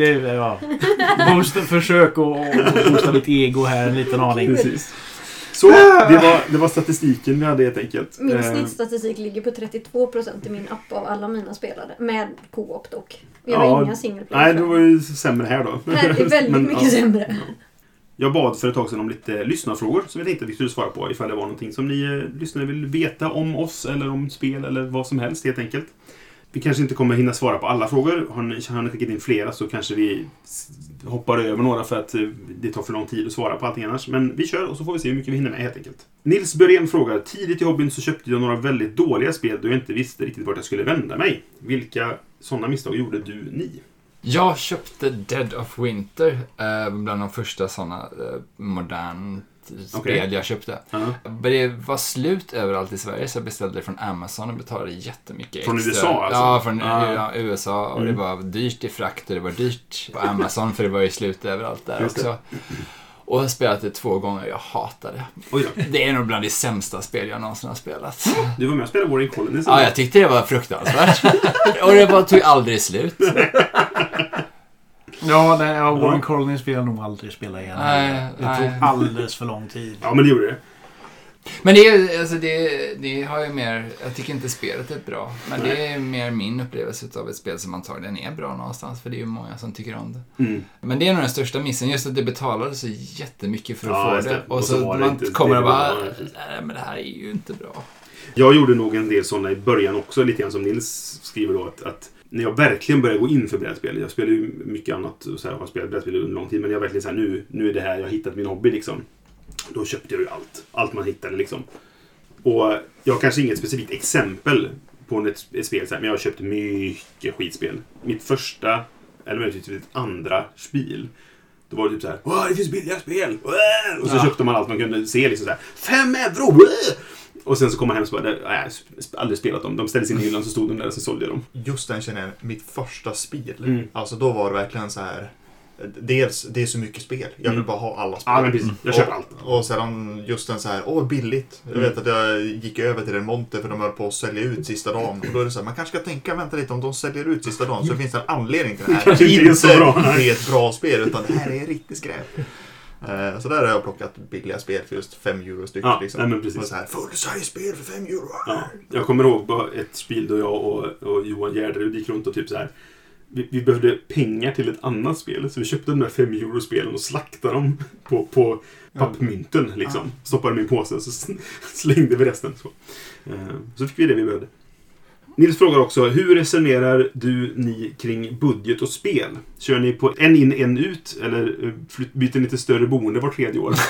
Speaker 6: Försök att boosta ditt ego här en liten aning.
Speaker 2: Precis. Så, det var statistiken vi hade helt enkelt.
Speaker 5: Min snittstatistik ligger på 32% i min app av alla mina spelare. Med co-op dock. Jag har inga singleplayer.
Speaker 2: Nej, det var ju sämre här då.
Speaker 5: Här är väldigt mycket sämre.
Speaker 2: Jag bad för ett tag sedan om lite lyssnarfrågor som jag tänkte att vi skulle svara på ifall det var någonting som ni lyssnare vill veta om oss eller om spel eller vad som helst helt enkelt. Vi kanske inte kommer hinna svara på alla frågor. Har ni skickat in flera så kanske vi hoppar över några för att det tar för lång tid att svara på allting annars. Men vi kör och så får vi se hur mycket vi hinner med helt enkelt. Nils Börén frågar: tidigt i hobbyn så köpte jag några väldigt dåliga spel då jag inte visste riktigt vart jag skulle vända mig. Vilka sådana misstag gjorde ni?
Speaker 7: Jag köpte Dead of Winter, bland de första sådana modern spel jag köpte. Det var slut överallt i Sverige, så jag beställde det från Amazon och betalade jättemycket
Speaker 2: från
Speaker 7: extra.
Speaker 2: USA alltså?
Speaker 7: Ja, från USA, och det var dyrt i frakt och det var dyrt på Amazon för det var ju slut överallt där också. Och jag har spelat det 2 gånger och jag hatar det. Det är nog bland de sämsta spel jag någonsin har spelat.
Speaker 2: Du var med och spelade Warring Colony.
Speaker 7: Ja, jag tyckte det var fruktansvärt. Och det tog aldrig slut.
Speaker 6: Warring Colony spelar nog aldrig spela igen. Det tog alldeles för lång tid.
Speaker 2: Ja, men det gjorde det.
Speaker 7: Men det är, alltså det har ju mer, jag tycker inte spelet är bra, men det är mer min upplevelse av ett spel som antagligen är bra någonstans, för det är ju många som tycker om det. Men det är nog den största missen, just att det betalades så jättemycket för att få det. Och så man kommer och bara, nej men det här är ju inte bra.
Speaker 2: Jag gjorde nog en del sådana i början också, lite grann som Nils skriver då, att när jag verkligen började gå in för brädspel, jag spelar ju mycket annat och så här, har spelat brädspel under lång tid, men jag verkligen så här, nu är det här, jag har hittat min hobby liksom. Då köpte jag ju allt man hittade liksom. Och jag har kanske inget specifikt exempel på ett spel så här, men jag har köpt mycket skitspel. Mitt första, eller möjligtvis ett andra spel, då var det typ så här, det finns billiga spel! Och så köpte man allt man kunde se liksom så här, 5 euro! Och sen så kom man hem och så bara, jag har aldrig spelat dem. De ställdes in i hyllan, så stod de där och så sålde jag dem.
Speaker 3: Just den känner jag, mitt första spel. Alltså då var det verkligen så här. Dels, det är så mycket spel. Jag vill bara ha alla spel.
Speaker 2: Ja, men precis. Jag köper allt.
Speaker 3: Och sedan just den så här, billigt. Jag vet att jag gick över till Remonte för de höll på att sälja ut sista dagen. Och då är det så här, man kanske ska vänta lite, om de säljer ut sista dagen så finns det en anledning till det här.
Speaker 2: Kanske inte är så bra.
Speaker 3: Det är ett bra spel, utan det här är riktigt skräp. Så där har jag plockat billiga spel för just 5 euro stycken.
Speaker 2: Ja,
Speaker 3: liksom.
Speaker 2: nej, men precis.
Speaker 3: Och så här, full-size-spel för 5 euro.
Speaker 2: Ja. Jag kommer ihåg bara ett spel då jag och Johan Gärderud gick runt och typ så här. Vi behövde pengar till ett annat spel, så vi köpte de där 5 euro-spelen och slaktade dem på pappmynten liksom. Stoppade dem i en påse och så slängde vi resten. Så fick vi det vi behövde. Nils frågar också, hur resonerar ni kring budget och spel? Kör ni på en in, en ut, eller byter ni till större boende var 3:e år?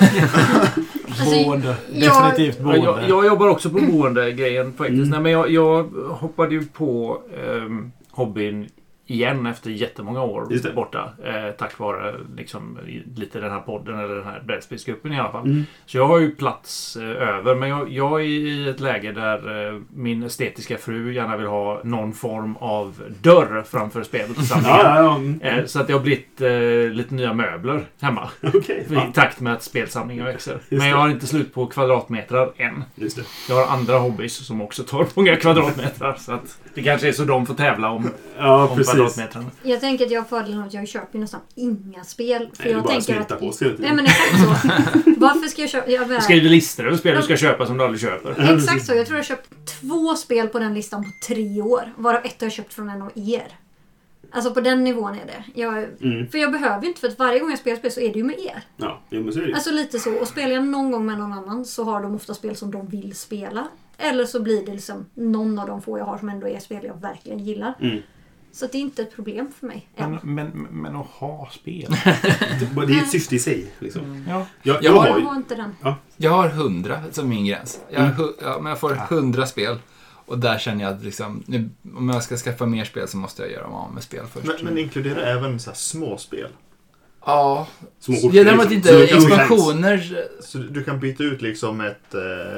Speaker 6: Boende. Definitivt boende.
Speaker 4: Jag jobbar också på boende-grejen faktiskt. Nej, men jag hoppade ju på hobbyn igen efter jättemånga år borta. Tack vare liksom, lite den här podden eller den här brädspelsgruppen i alla fall. Så jag har ju plats över. Men jag är i ett läge där min estetiska fru gärna vill ha någon form av dörr framför spelet. Så att det har blivit lite nya möbler hemma. I takt med att spelsamlingen växer. Men jag har inte slut på kvadratmetrar än.
Speaker 2: Just det.
Speaker 4: Jag har andra hobbys som också tar många kvadratmetrar. Så att det kanske är så de får tävla om kvadratmetrarna.
Speaker 5: Jag tänker att jag har fördelen att jag köper nästan inga spel. För
Speaker 2: nej,
Speaker 5: jag tänker att...
Speaker 2: Nej,
Speaker 5: men exakt så. Varför ska jag köpa...
Speaker 4: Du skriver listor över spel du ska köpa som du aldrig köper.
Speaker 5: Exakt så. Jag tror jag har köpt 2 spel på den listan på 3 år. Varav 1 har jag köpt från en av er. Alltså på den nivån är det. För jag behöver inte, för att varje gång jag spelar spel så är det ju med er.
Speaker 2: Ja, men så är det.
Speaker 5: Alltså lite så. Och spelar jag någon gång med någon annan så har de ofta spel som de vill spela. Eller så blir det liksom någon av de få jag har som ändå är spel jag verkligen gillar. Så det är inte ett problem för mig.
Speaker 6: Men att ha spel.
Speaker 2: Det är ett syfte i sig. Liksom.
Speaker 7: Jag
Speaker 5: har inte den.
Speaker 7: Jag har 100 som min gräns. Men jag får 100 spel. Och där känner jag att liksom, nu, om jag ska skaffa mer spel så måste jag göra mig av med spel först.
Speaker 3: Men inkluderar även så här små spel?
Speaker 7: Ja. Däremot inte expansioner.
Speaker 3: Så du kan byta ut liksom ett...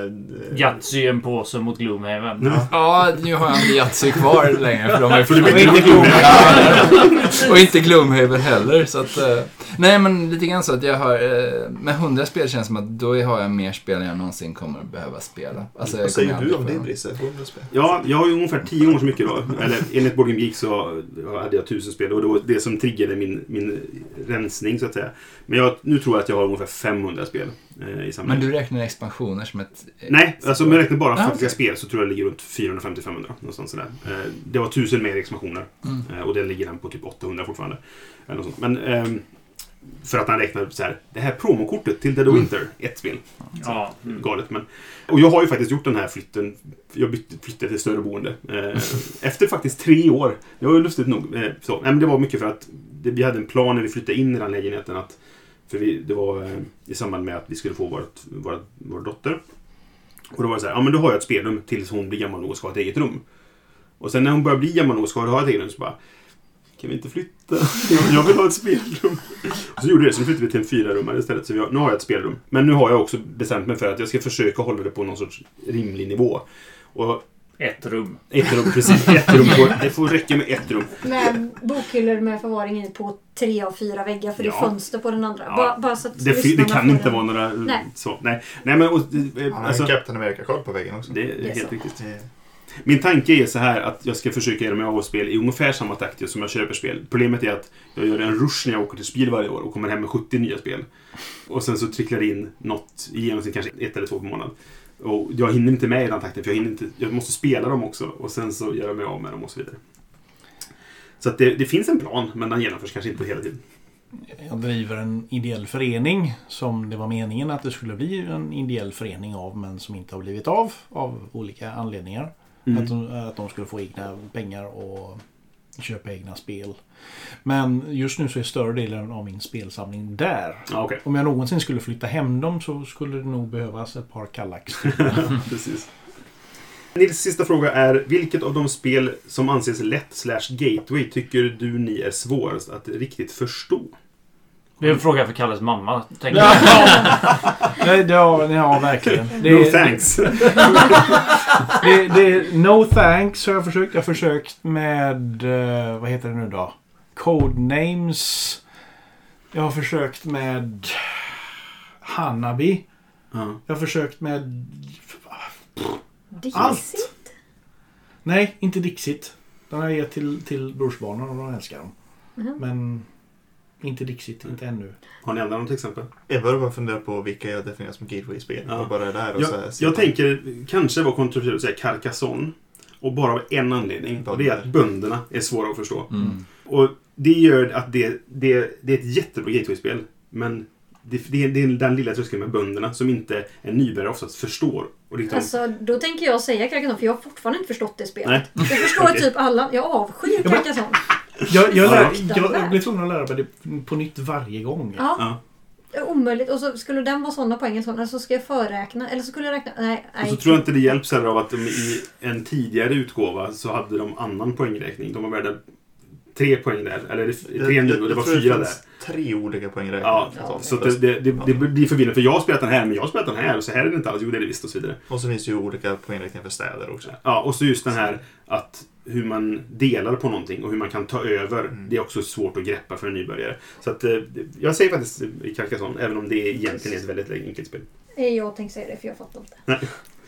Speaker 4: Yatzy en påse mot Gloomhaven.
Speaker 7: Ja, nu har jag inte Yatzy kvar längre. För de har ju inte Gloomhaven. Och inte Gloomhaven heller. Så att, nej, men lite grann så att jag har... Med 100 spel känns som att då har jag mer spel än jag någonsin kommer att behöva spela. Alltså,
Speaker 3: vad säger du om det, Brisse?
Speaker 2: Ja, jag har ju ungefär 10 gånger så mycket då. Eller enligt Board Game Geek så hade jag 1000 spel. Och det var det som triggade min rensning så att säga. Men nu tror jag att jag har ungefär 500 spel i samma.
Speaker 7: Men du räknar expansioner som ett...
Speaker 2: Nej, alltså om jag räknar bara faktiska spel så tror jag det ligger runt 450-500 någonstans sådär. Det var 1000 mer expansioner. Och det ligger den på typ 800 fortfarande. Eller något sånt. Men för att han räknar så här, det här promokortet till Dead of Winter, ett spel. Ja, galet. Men, och jag har ju faktiskt gjort den här flytten. Jag flyttade till större boende. Efter faktiskt 3 år. Det var ju lustigt nog. Så. Men det var mycket för att vi hade en plan när vi flyttade in i den lägenheten. För det var i samband med att vi skulle få vår dotter. Och då var det så här, men då har jag ett spelrum tills hon blir gammal nog och ska ha ett eget rum. Och sen när hon börjar bli gammal nog och ska ha ett eget rum så bara, kan vi inte flytta? Jag vill ha ett spelrum. Och så gjorde det, så flyttade vi till en 4-rummare istället. Så nu har jag ett spelrum. Men nu har jag också bestämt mig för att jag ska försöka hålla det på någon sorts rimlig nivå. Och
Speaker 4: ett rum,
Speaker 2: precis. Ett rum. Det får räcka med ett rum.
Speaker 5: Med bokhyllor med förvaring på 3 av 4 väggar, för det är fönster på den andra.
Speaker 2: Ja.
Speaker 5: Bara så att
Speaker 2: det kan inte vara några...
Speaker 5: Nej.
Speaker 2: Så, nej men...
Speaker 3: Han har en Captain America-kort på väggen också.
Speaker 2: Det är helt riktigt. Min tanke är så här att jag ska försöka göra mig av spel i ungefär samma takt som jag köper spel. Problemet är att jag gör en rush när jag åker till spel varje år och kommer hem med 70 nya spel. Och sen så tricklar det in något i genomsnitt kanske 1 eller 2 på månad. Och jag hinner inte med i den takten, för jag måste spela dem också. Och sen så gör jag mig av med dem och så vidare. Så att det finns en plan, men den genomförs kanske inte hela tiden.
Speaker 6: Jag driver en ideell förening som det var meningen att det skulle bli en ideell förening av, men som inte har blivit av olika anledningar. Att de skulle få egna pengar och köpa egna spel. Men just nu så är större delen av min spelsamling där.
Speaker 2: Okay.
Speaker 6: Om jag någonsin skulle flytta hem dem så skulle det nog behövas ett par Kallax.
Speaker 2: Precis. Nils sista fråga är: vilket av de spel som anses lätt/gateway tycker du ni är svårast att riktigt förstå?
Speaker 4: Det är en fråga för Kalles mamma, tänker
Speaker 6: jag. Ja, verkligen.
Speaker 2: No thanks.
Speaker 6: No thanks har jag försökt. Jag har försökt med, vad heter det nu då? Codenames. Jag har försökt med Hanabi. Jag har försökt med
Speaker 5: Dixit?
Speaker 6: Nej, inte Dixit. Den har jag gett till brorsbarnen och de älskar dem. Men inte Dixit, inte ännu.
Speaker 2: Har ni andra något exempel?
Speaker 3: Jag börjar bara fundera på vilka jag definierar som gateway-spel.
Speaker 2: Ja.
Speaker 3: Bara där och
Speaker 2: jag tänker kanske vara kontroversiellt att säga Carcassonne. Och bara av en anledning. Och det är att bönderna är svåra att förstå. Och det gör att det är ett jättebra gateway-spel. Men det är den lilla tröskeln med bönderna som inte en nybörjare oftast förstår. Och liksom...
Speaker 5: Alltså, då tänker jag säga Carcassonne, för jag har fortfarande inte förstått det spelet.
Speaker 2: Nej.
Speaker 5: Jag förstår typ alla. Jag avskyr Carcassonne.
Speaker 6: Jag blir tvungen att lära mig det på nytt varje gång.
Speaker 5: Ja. Omöjligt. Och så skulle den vara sådana poäng eller så ska jag förräkna. Eller så skulle jag räkna... Nej.
Speaker 2: Och så tror jag inte det hjälps heller av att de i en tidigare utgåva så hade de annan poängräkning. De var värda 3 poäng där. Eller 3 nu och det var 4 där.
Speaker 3: 3 olika poängräkningar.
Speaker 2: Ja, så det blir förvirrande. För jag har spelat den här, men jag har spelat den här. Och så här är det inte alls. Jo, det är det visst och så vidare.
Speaker 3: Och så finns det ju olika poängräkningar för städer också.
Speaker 2: Ja, och så just den här att hur man delar på någonting och hur man kan ta över. Det är också svårt att greppa för en nybörjare. Så att jag säger faktiskt i Carcassonne, även om det egentligen är ett väldigt enkelt spel.
Speaker 5: Jag tänkte säga det, för jag fattar inte.
Speaker 2: Nej.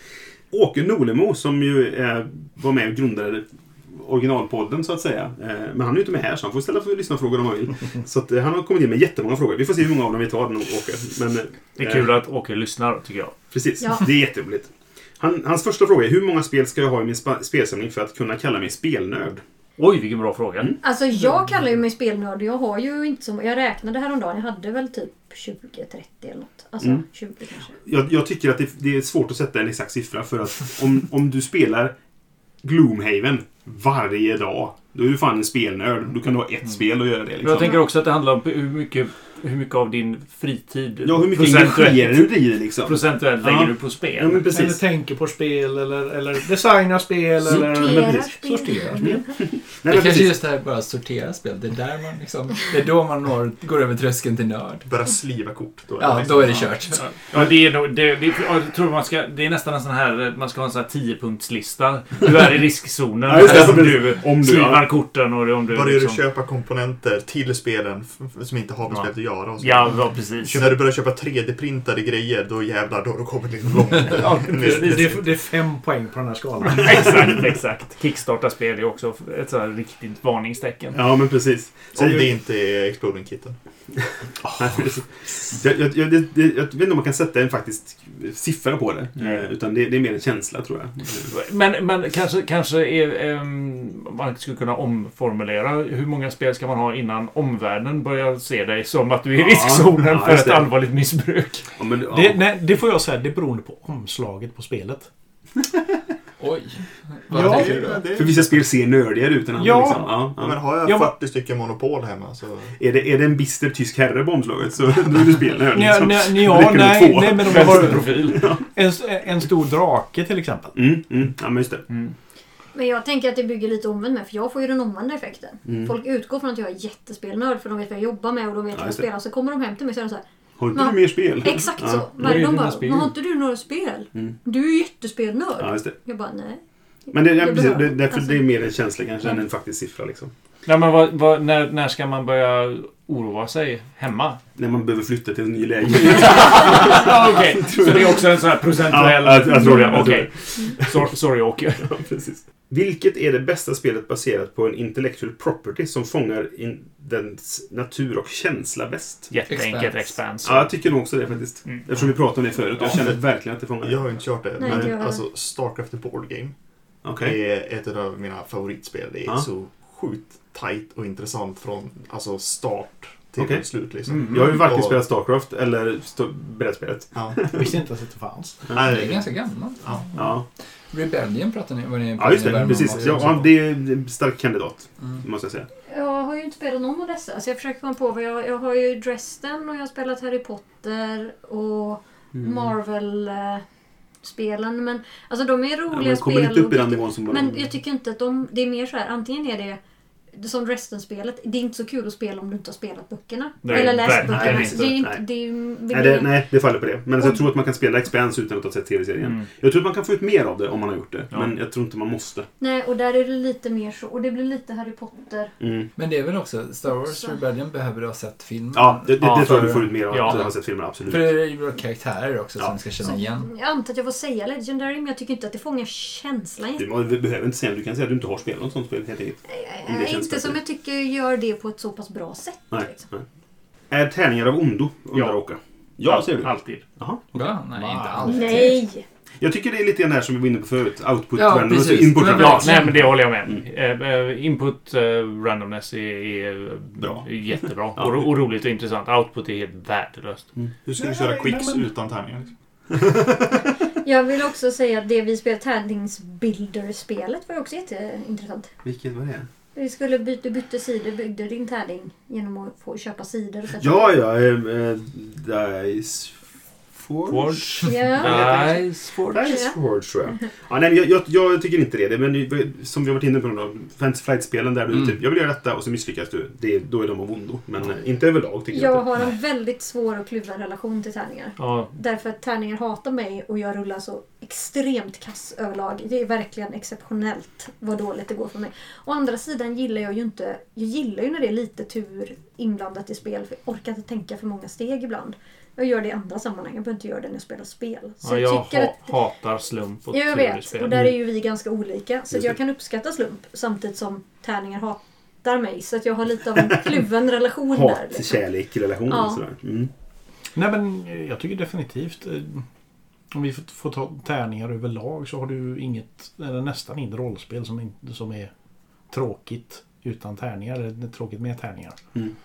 Speaker 2: Åke Nolemo, som ju var med och grundade originalpodden så att säga. Men han är ju inte med här, så han får ställa för lyssnarfrågor om han vill. Så att, han har kommit in med jättemånga frågor. Vi får se hur många av dem vi tar nog, Åke. Men,
Speaker 4: det är kul att Åke lyssnar, tycker jag.
Speaker 2: Precis, det är jätteroligt. Hans första fråga är: hur många spel ska jag ha i min spelsamling för att kunna kalla mig spelnörd?
Speaker 4: Oj, vilken bra fråga.
Speaker 5: Alltså, jag kallar ju mig spelnörd. Jag har ju inte så... Jag räknade häromdagen. Jag hade väl typ 20-30 eller något. Alltså, 20 kanske.
Speaker 2: Jag tycker att det är svårt att sätta en exakt siffra. För att om du spelar Gloomhaven varje dag, då är du fan en spelnörd. Du kan ha ett spel och göra det. Liksom.
Speaker 4: Jag tänker också att det handlar om hur mycket av din fritid...
Speaker 2: Ja, hur mycket engagerar du i det liksom?
Speaker 4: Procentuellt lägger du på spel.
Speaker 2: Ja, men precis.
Speaker 6: Eller tänker på spel, eller designar spel.
Speaker 5: Sorterar
Speaker 6: spel.
Speaker 7: Det kanske just det här bara sortera spel. Det är där man liksom... Det är då man går över tröskeln till nörd.
Speaker 3: Börja sliva kort.
Speaker 7: Då är det kört.
Speaker 4: Ja, det är nog... Jag tror man ska... Det är nästan en sån här... Man ska ha en sån här 10-punktslista. Du är i riskzonen. Om du slivar korten och om du...
Speaker 3: Börjar du köpa komponenter till spelen som inte har med spelet att göra. Och så.
Speaker 4: Ja, precis.
Speaker 3: När du börjar köpa 3D-printade grejer, då jävlar, då kommer det långt.
Speaker 6: Det är 5 poäng på den här skalan.
Speaker 4: Exakt. Kickstarter-spel är också ett så här riktigt varningstecken.
Speaker 2: Ja, men precis.
Speaker 3: Så det inte är Exploding-kitten.
Speaker 2: Jag vet inte om man kan sätta en faktisk siffra på det. Utan det är mer en känsla, tror jag.
Speaker 4: Men kanske är, man skulle kunna omformulera. Hur många spel ska man ha innan omvärlden börjar se dig som att du är i riskzonen för ett allvarligt missbruk?
Speaker 2: Ja, men,
Speaker 6: det får jag säga, det beror på omslaget på spelet.
Speaker 7: Oj.
Speaker 2: För vissa spel ser nördigare ut än andra. Liksom.
Speaker 3: Ja, men har jag 40 stycken Monopol hemma så...
Speaker 2: Är det en bister tysk herre på omslaget så då är du spelnörd. Liksom.
Speaker 6: Nej, men de har en stor drake till exempel.
Speaker 2: Ja, men just det.
Speaker 5: Men jag tänker att det bygger lite omvänt med, för jag får ju den omvända effekten. Folk utgår från att jag är jättespelnörd, för de vet vad jag jobbar med och de vet vad jag spelar. Så kommer de hem till mig och säger så här:
Speaker 2: har inte du mer spel?
Speaker 5: Exakt så. Men de bara, men har inte du några spel? Du är ju jättespelnörd.
Speaker 2: Ja, just det.
Speaker 5: Jag bara, nej.
Speaker 2: Men det är mer en känsla kanske än en faktisk siffra liksom.
Speaker 4: Ja, men när ska man börja oroa sig hemma?
Speaker 2: När man behöver flytta till en ny lägenhet.
Speaker 4: Okej, så det är också en sån här procentuell...
Speaker 2: Ja, jag tror det.
Speaker 4: Okej. Sorry, Åke.
Speaker 2: Ja, precis. Vilket är det bästa spelet baserat på en intellectual property som fångar dens natur och känsla bäst?
Speaker 4: Jätteenkelt Expanse.
Speaker 2: Ja, jag tycker nog också det faktiskt. Eftersom vi pratade om det förut. Jag känner verkligen att det fångar.
Speaker 3: Jag har ju inte kört det.
Speaker 5: Nej,
Speaker 3: men alltså Starcraft the Board Game är ett av mina favoritspel. Det är så sjukt tight och intressant från alltså start till slut. Liksom.
Speaker 2: Jag har ju varken spelat Starcraft eller brädspelet.
Speaker 6: Ja. Visste inte att det fanns.
Speaker 7: Nej, det är ganska gammalt.
Speaker 2: Ja.
Speaker 7: Rebellion pratade ni om.
Speaker 2: Ja, just det. Precis. Ja, det är en stark kandidat, måste jag säga.
Speaker 5: Jag har ju inte spelat någon av dessa, så jag försöker komma på vad jag har ju Dresden och jag har spelat Harry Potter och Marvel-spelen. Men alltså de är roliga spel.
Speaker 2: Kommer inte upp i den nivån som
Speaker 5: men jag tycker inte att det är mer så här, antingen är det som Dresden-spelet, det är inte så kul att spela om du inte har spelat böckerna. Eller läst böckerna. Nej,
Speaker 2: det faller på det. Men jag tror att man kan spela Expanse utan att ha sett tv-serien. Jag tror att man kan få ut mer av det om man har gjort det. Ja. Men jag tror inte man måste.
Speaker 5: Nej, och där är det lite mer så. Och det blir lite Harry Potter.
Speaker 7: Men det är väl också, Star Wars Rebellion behöver du ha sett filmen.
Speaker 2: Ja, det tror jag du får ut mer av att ha sett filmen, absolut.
Speaker 7: För det är ju karaktärer också som ska känna igen.
Speaker 5: Jag antar att jag får säga Legendary, men jag tycker inte att det fångar känslan.
Speaker 2: Du behöver inte säga, du kan säga att du inte har spelat något sånt spel helt enkelt.
Speaker 5: Inte som jag tycker gör det på ett så pass bra sätt.
Speaker 2: Nej. Är tärningar av ondo undrar Åka? Ja, ser du.
Speaker 4: Alltid.
Speaker 2: Jaha.
Speaker 7: Ja, nej, inte alltid.
Speaker 5: Nej!
Speaker 2: Jag tycker det är lite grann här som vi var inne på förut. Output
Speaker 7: randomness
Speaker 2: och input randomness.
Speaker 4: Nej, men det håller jag med. Input randomness är
Speaker 2: bra.
Speaker 4: Jättebra. Och roligt och intressant. Output är helt värdelöst.
Speaker 3: Hur ska du köra quicks utan tärningar?
Speaker 5: Jag vill också säga att det vi spelar tärningsbuilder-spelet var också jätteintressant.
Speaker 2: Vilket var det?
Speaker 5: Vi skulle bytte sidor, byggde din tärning genom att få köpa sidor.
Speaker 2: Dice Forge.
Speaker 5: Dice
Speaker 2: Forge tror jag. Ja, nej, jag tycker inte det. Men som vi har varit inne på då, Fantasy Flight-spelen där du typ, jag vill göra detta och så misslyckas du. Då är de av ondo. Men inte överlag tycker jag.
Speaker 5: Jag har en väldigt svår och kluven relation till tärningar. Ja. Därför att tärningar hatar mig och jag rullar så extremt kass överlag. Det är verkligen exceptionellt vad dåligt det går för mig. Å andra sidan gillar jag ju inte... Jag gillar ju när det är lite tur inblandat i spel. För jag orkar inte tänka för många steg ibland. Jag gör det i andra sammanhang. Jag behöver inte göra det när jag spelar spel. Så
Speaker 4: jag hatar slump och
Speaker 5: jag vet. Och där är ju vi ganska olika. Så jag kan uppskatta slump samtidigt som tärningar hatar mig. Så att jag har lite av en kluven relation där.
Speaker 2: Hat-kärlek-relation.
Speaker 5: Ja.
Speaker 6: Nej, men jag tycker definitivt... Om vi får ta tärningar överlag så har du nästan inget rollspel som är tråkigt utan tärningar. Det är tråkigt med tärningar.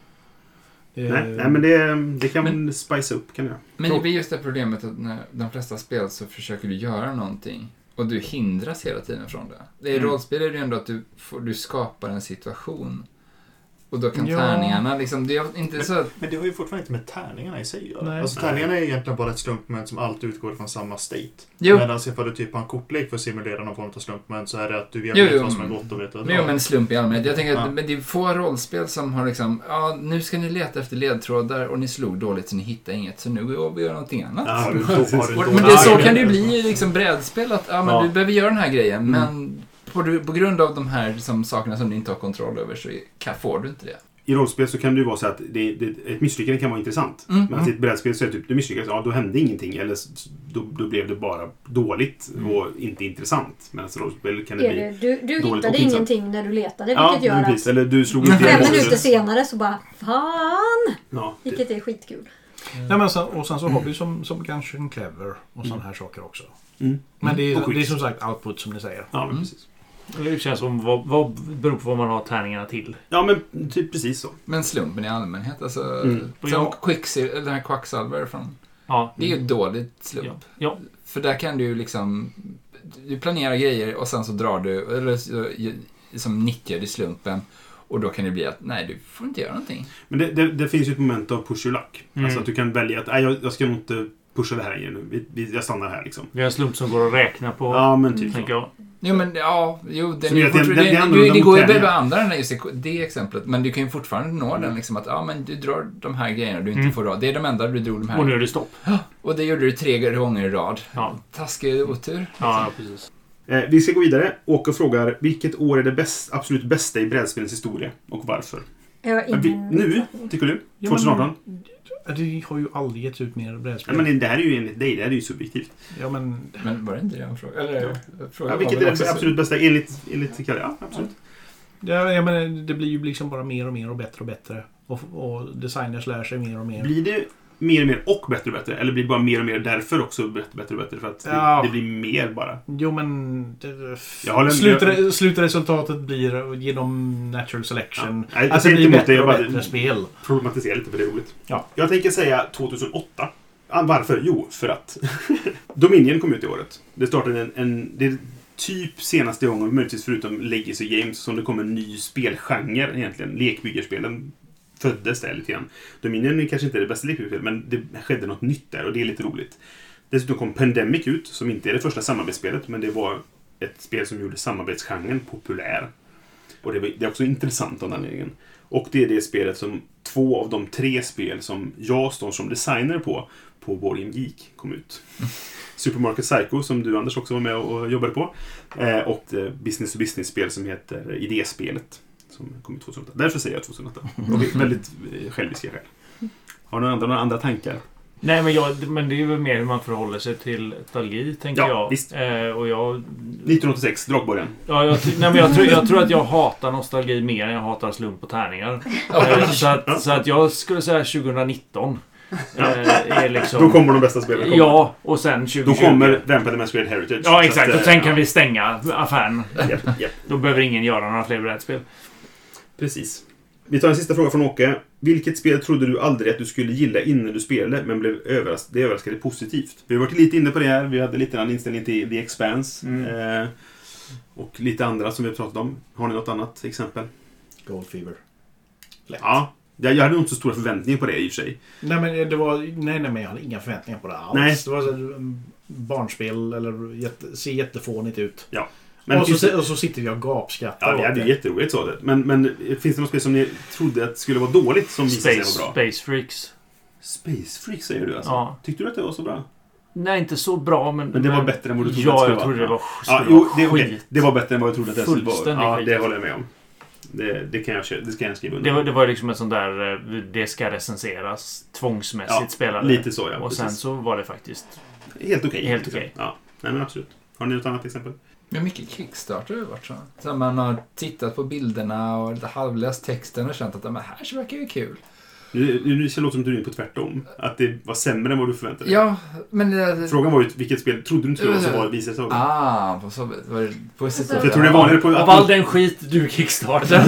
Speaker 2: Nej, men det kan man spice upp, kan jag.
Speaker 7: Men det blir just det problemet att när de flesta spel så försöker du göra någonting och du hindras hela tiden från det. I rollspel är det ju ändå att du skapar en situation. Och då kan tärningarna liksom, det är inte så att...
Speaker 3: Men det har ju fortfarande inte med tärningarna i sig att göra. Alltså tärningarna är egentligen bara ett slumpmoment som alltid utgår från samma state. Medan ifall du typ har en kortlek för att simulera någon form av slumpmoment så är det att du vet vad som är gott och vet vad det är.
Speaker 7: Jo, men slump i allmänhet. Jag tänker att men det är få rollspel som har liksom, nu ska ni leta efter ledtrådar och ni slog dåligt så ni hittar inget, så nu går vi göra någonting annat. Men så kan det ju bli liksom brädspel att men du behöver göra den här grejen, men på grund av de här sakerna som du inte har kontroll över så får du inte det.
Speaker 2: I rollspel så kan det ju vara så att ett misslyckande kan vara intressant. Men i ett brädspel så är det typ, du misslyckas, då hände ingenting. Eller då blev det bara dåligt och inte intressant. Men i rollspel kan det bli
Speaker 5: du hittade ingenting när du letade, vilket gör att...
Speaker 2: Eller du slog inte
Speaker 5: 5 minuter senare så bara, fan! Vilket är skitkul.
Speaker 6: Nej, men och sen så har vi som kanske en clever och sådana här saker också. Men det är som sagt output som ni säger.
Speaker 2: Ja, men precis.
Speaker 4: Det känns som vad beror på vad man har tärningarna till.
Speaker 2: Ja, men typ precis så.
Speaker 7: Men slumpen i allmänhet, alltså som den här Quacksalver från. Det är ju ett dåligt slump.
Speaker 4: Ja.
Speaker 7: För där kan du liksom du planerar grejer och sen så drar du eller som nyttjar du slumpen och då kan det bli att nej, du får inte göra någonting.
Speaker 2: Men det finns ju ett moment av push your luck. Alltså att du kan välja att jag ska nog inte pusha det här igen nu. Jag stannar här liksom.
Speaker 4: Vi har en slump som går att räkna på.
Speaker 2: Ja, men typ
Speaker 4: tänker jag.
Speaker 7: Jo, men ja, det går ju att beandra den just det exemplet, men du kan ju fortfarande nå den liksom att men du drar de här grejerna du inte får dra. Det är de enda du drog de här.
Speaker 4: Och nu är det stopp.
Speaker 7: Och det gjorde du 3 gånger i rad. Ja. Taskig otur. Liksom.
Speaker 4: Ja, precis.
Speaker 2: Vi ska gå vidare. Åke frågar, vilket år är det absolut bästa i brädspelens historia och varför? Nu, tycker du? 2018?
Speaker 6: Det har ju aldrig getts ut mer brädspel.
Speaker 2: Ja, men det här är ju enligt dig, det här är ju subjektivt.
Speaker 6: Ja, men
Speaker 7: var det inte det han frågade? Eller frågade
Speaker 2: vilket är det absolut bästa enligt Kalle? Ja, absolut.
Speaker 6: Ja, men det blir ju liksom bara mer och mer och bättre. Och designers lär sig mer och mer.
Speaker 2: Blir det mer och mer och bättre? Eller blir det bara mer och mer därför också bättre? För att det blir mer bara.
Speaker 6: Jo, men slutresultatet blir genom natural selection.
Speaker 2: Ja. Alltså, det blir bättre
Speaker 6: spel.
Speaker 2: Problematisera lite för det är roligt.
Speaker 6: Ja.
Speaker 2: Jag tänker säga 2008. Varför? Jo, för att Dominion kom ut i året. Det startade det typ senaste gången, möjligtvis förutom Legacy Games, som det kom en ny spelgenre egentligen. Lekbyggarspelen föddes där lite grann. Dominion är kanske inte det bästa lekbyggarspelet, men det skedde något nytt där och det är lite roligt. Dessutom kom Pandemic ut, som inte är det första samarbetsspelet, men det var ett spel som gjorde samarbetsgenren populär. Och det är också intressant av den anledningen. Och det är det spelet som 2 av de 3 spel som jag står som designer på Board Game Geek kom ut. Supermarket Psycho, som du Anders också var med och jobbade på. Och business-to-business-spel som heter Idéspelet, som kom ut 2008. Därför säger jag 2008. Och väldigt själviska skäl. Har några andra tankar?
Speaker 4: Nej, men det är ju mer hur man förhåller sig till nostalgi, tänker jag.
Speaker 2: Visst.
Speaker 4: Och jag
Speaker 2: 1986, Dragborgen.
Speaker 4: Ja, jag tror att jag hatar nostalgi mer än jag hatar slump och tärningar. Så att jag skulle säga 2019. Är liksom...
Speaker 2: Då kommer de bästa spelen.
Speaker 4: Ja, och sen 2020.
Speaker 2: Då kommer Vampire the Masquerade Heritage.
Speaker 4: Ja, exakt. Och sen kan vi stänga affären.
Speaker 2: Yep.
Speaker 4: Då behöver ingen göra några fler brädspel.
Speaker 2: Precis. Vi tar en sista fråga från Åke. Vilket spel trodde du aldrig att du skulle gilla innan du spelade, men blev överraskade positivt? Vi har varit lite inne på det här. Vi hade lite annan inställning till The Expanse. Och lite andra som vi har pratat om. Har ni något annat exempel?
Speaker 6: Gold Fever. Lätt.
Speaker 2: Ja. Jag hade nog inte så stora förväntningar på det i och för sig.
Speaker 6: Nej, men men jag hade inga förväntningar på det alls.
Speaker 2: Nej.
Speaker 6: Det var så barnspel eller ser jättefånigt ut.
Speaker 2: Ja.
Speaker 6: Men och så sitter vi och gapskrattar.
Speaker 2: Ja, det hade jätteroligt så. Men finns det något spel som ni trodde att skulle vara dåligt som visade sig vara bra?
Speaker 4: Space Freaks.
Speaker 2: Space Freaks säger du alltså?
Speaker 4: Ja.
Speaker 2: Tyckte du att det var så bra?
Speaker 4: Nej, inte så bra, men
Speaker 2: det var bättre än vad du trodde att det skulle vara.
Speaker 4: Ja, jag trodde det var skit.
Speaker 2: Det var bättre än vad jag trodde att det skulle vara. Ja,
Speaker 4: skit.
Speaker 2: det håller jag med om. Det kan jag skriva under.
Speaker 4: Det var liksom ett sånt där, det ska recenseras tvångsmässigt spelade.
Speaker 2: Lite så, ja.
Speaker 4: Och
Speaker 2: precis.
Speaker 4: sen så var det faktiskt
Speaker 2: helt okej.
Speaker 4: Helt okej.
Speaker 2: Ja, nej, men absolut. Har ni något annat exempel?
Speaker 7: Ja, mycket Kickstarter har varit så. Så man har tittat på bilderna och lite halvläst texten och känt att det här så verkar ju kul.
Speaker 2: Nu låter som att du är inne på tvärtom. Att det var sämre än vad du förväntade dig.
Speaker 7: Ja, men...
Speaker 2: Frågan var ju vilket spel trodde du inte skulle vara så var visade sig.
Speaker 7: Var det positivt?
Speaker 2: Jag tror det är vanligare på...
Speaker 4: Av all den skit du kickstartade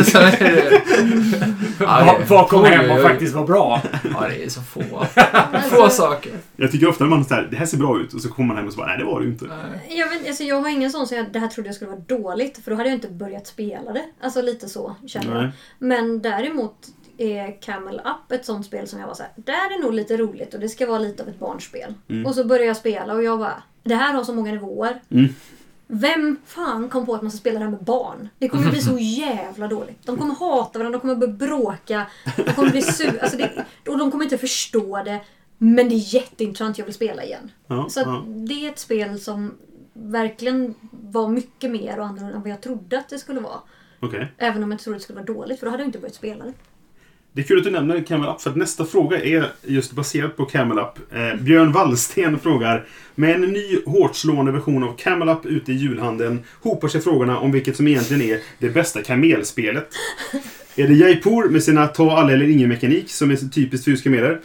Speaker 4: vad kom hem och faktiskt var bra?
Speaker 7: Ja, det är så få saker.
Speaker 2: Jag tycker ofta när man säger det här ser bra ut och så kommer man hem och så bara, nej det var det ju inte.
Speaker 5: Jag har ingen sån så det här trodde jag skulle vara dåligt, för då hade jag inte börjat spela det. Alltså lite så känner jag. Men däremot är Camel Up ett sånt spel som jag var så här, där är nog lite roligt och det ska vara lite av ett barnspel. Och så började jag spela och jag bara, det här har så många nivåer. Vem fan kom på att man ska spela det här med barn? Det kommer bli så jävla dåligt. De kommer hata varandra, de kommer börja bråka, de kommer bli och de kommer inte förstå det. Men det är jätteintressant, jag vill spela igen. Så det är ett spel som verkligen var mycket mer och annorlunda än vad jag trodde att det skulle vara.
Speaker 2: Okay.
Speaker 5: Även om jag trodde det skulle vara dåligt, för då hade jag inte börjat spela det.
Speaker 2: Det är kul att du nämner Camel Up, för att nästa fråga är just baserad på Camel Up. Björn Wallsten frågar: med en ny hårt slående version av Camel Up ute i julhandeln hopar sig frågorna om vilket som egentligen är det bästa kamelspelet. Är det Jaipur med sina ta alla eller ingen mekanik som är så typiskt för kameler?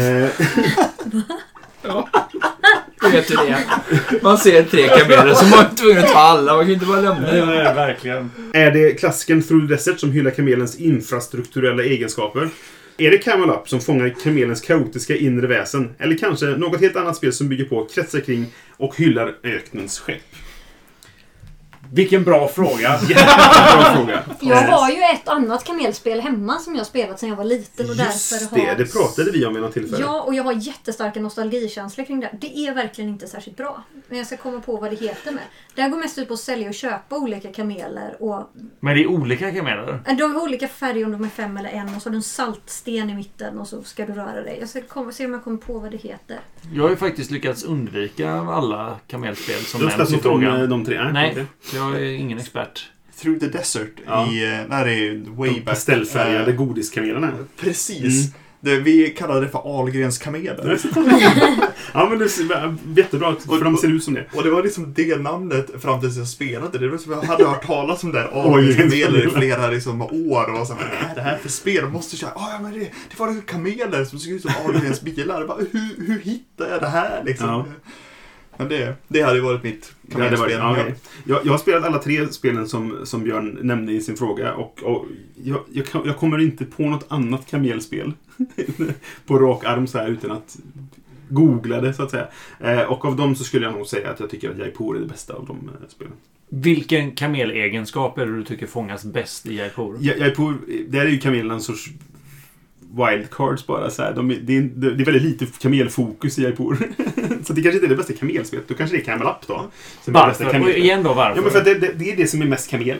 Speaker 7: Ja. Du vet hur det är. Man ser 3 kameler så man är tvungen att ta alla. Man kan inte bara lämna det.
Speaker 4: Nej, verkligen.
Speaker 2: Är det klassiken Through the Desert som hyllar kamelens infrastrukturella egenskaper? Är det Camel Up som fångar kamelens kaotiska inre väsen? Eller kanske något helt annat spel som bygger på, kretsar kring och hyllar öknens skepp?
Speaker 4: Vilken bra fråga.
Speaker 2: Jättebra fråga.
Speaker 5: Jag har ju ett annat kamelspel hemma som jag spelat sedan jag var liten. Och
Speaker 2: Just det pratade vi om i något tillfälle.
Speaker 5: Ja, och jag har jättestarka nostalgikänslor kring det. Det är verkligen inte särskilt bra. Men jag ska komma på vad det heter med. Det här går mest ut på att sälja och köpa olika kameler.
Speaker 4: Men det är olika kameler?
Speaker 5: De har olika färger om de är 5 eller 1. Och så har du en saltsten i mitten och så ska du röra dig. Jag ska se om jag kommer på vad det heter.
Speaker 4: Jag har ju faktiskt lyckats undvika alla kamelspel som
Speaker 2: nämns i frågan. De 3?
Speaker 4: Nej, jag är ingen expert.
Speaker 3: Through the Desert när det är way back.
Speaker 2: Pastellfärgade godiskamelerna.
Speaker 3: Precis. Vi kallade det för Ahlgrens kameler.
Speaker 2: Ja, men det är jättebra för de ser ut som det.
Speaker 3: Och det var liksom det namnet fram tills jag spelade. Det var som jag hade hört talas om där Ahlgrens kameler i flera liksom, år. Och så här, det här för spel måste köra. Ja, men det var kameler som såg ut som Ahlgrens bilar. Bara, hur hittade jag det här liksom? Ja. Men det hade ju varit mitt kamelspel.
Speaker 2: Jag har spelat alla 3 spelen som Björn nämnde i sin fråga. Och jag kommer inte på något annat kamelspel på rak arm så här utan att googla det så att säga. Och av dem så skulle jag nog säga att jag tycker att Jaipur är det bästa av de spelen.
Speaker 4: Vilken kamelegenskap är det du tycker fångas bäst i Jaipur?
Speaker 2: Jaipur, där är ju kamelerna en sorts wildcards bara så här. Det är väldigt lite kamelfokus i Jaipur. Så det kanske inte är det bästa kamelspelet. Då kanske det är Camel Up då.
Speaker 4: Varför? Och igen då varför?
Speaker 2: Ja, men för att det är det som är mest kamel.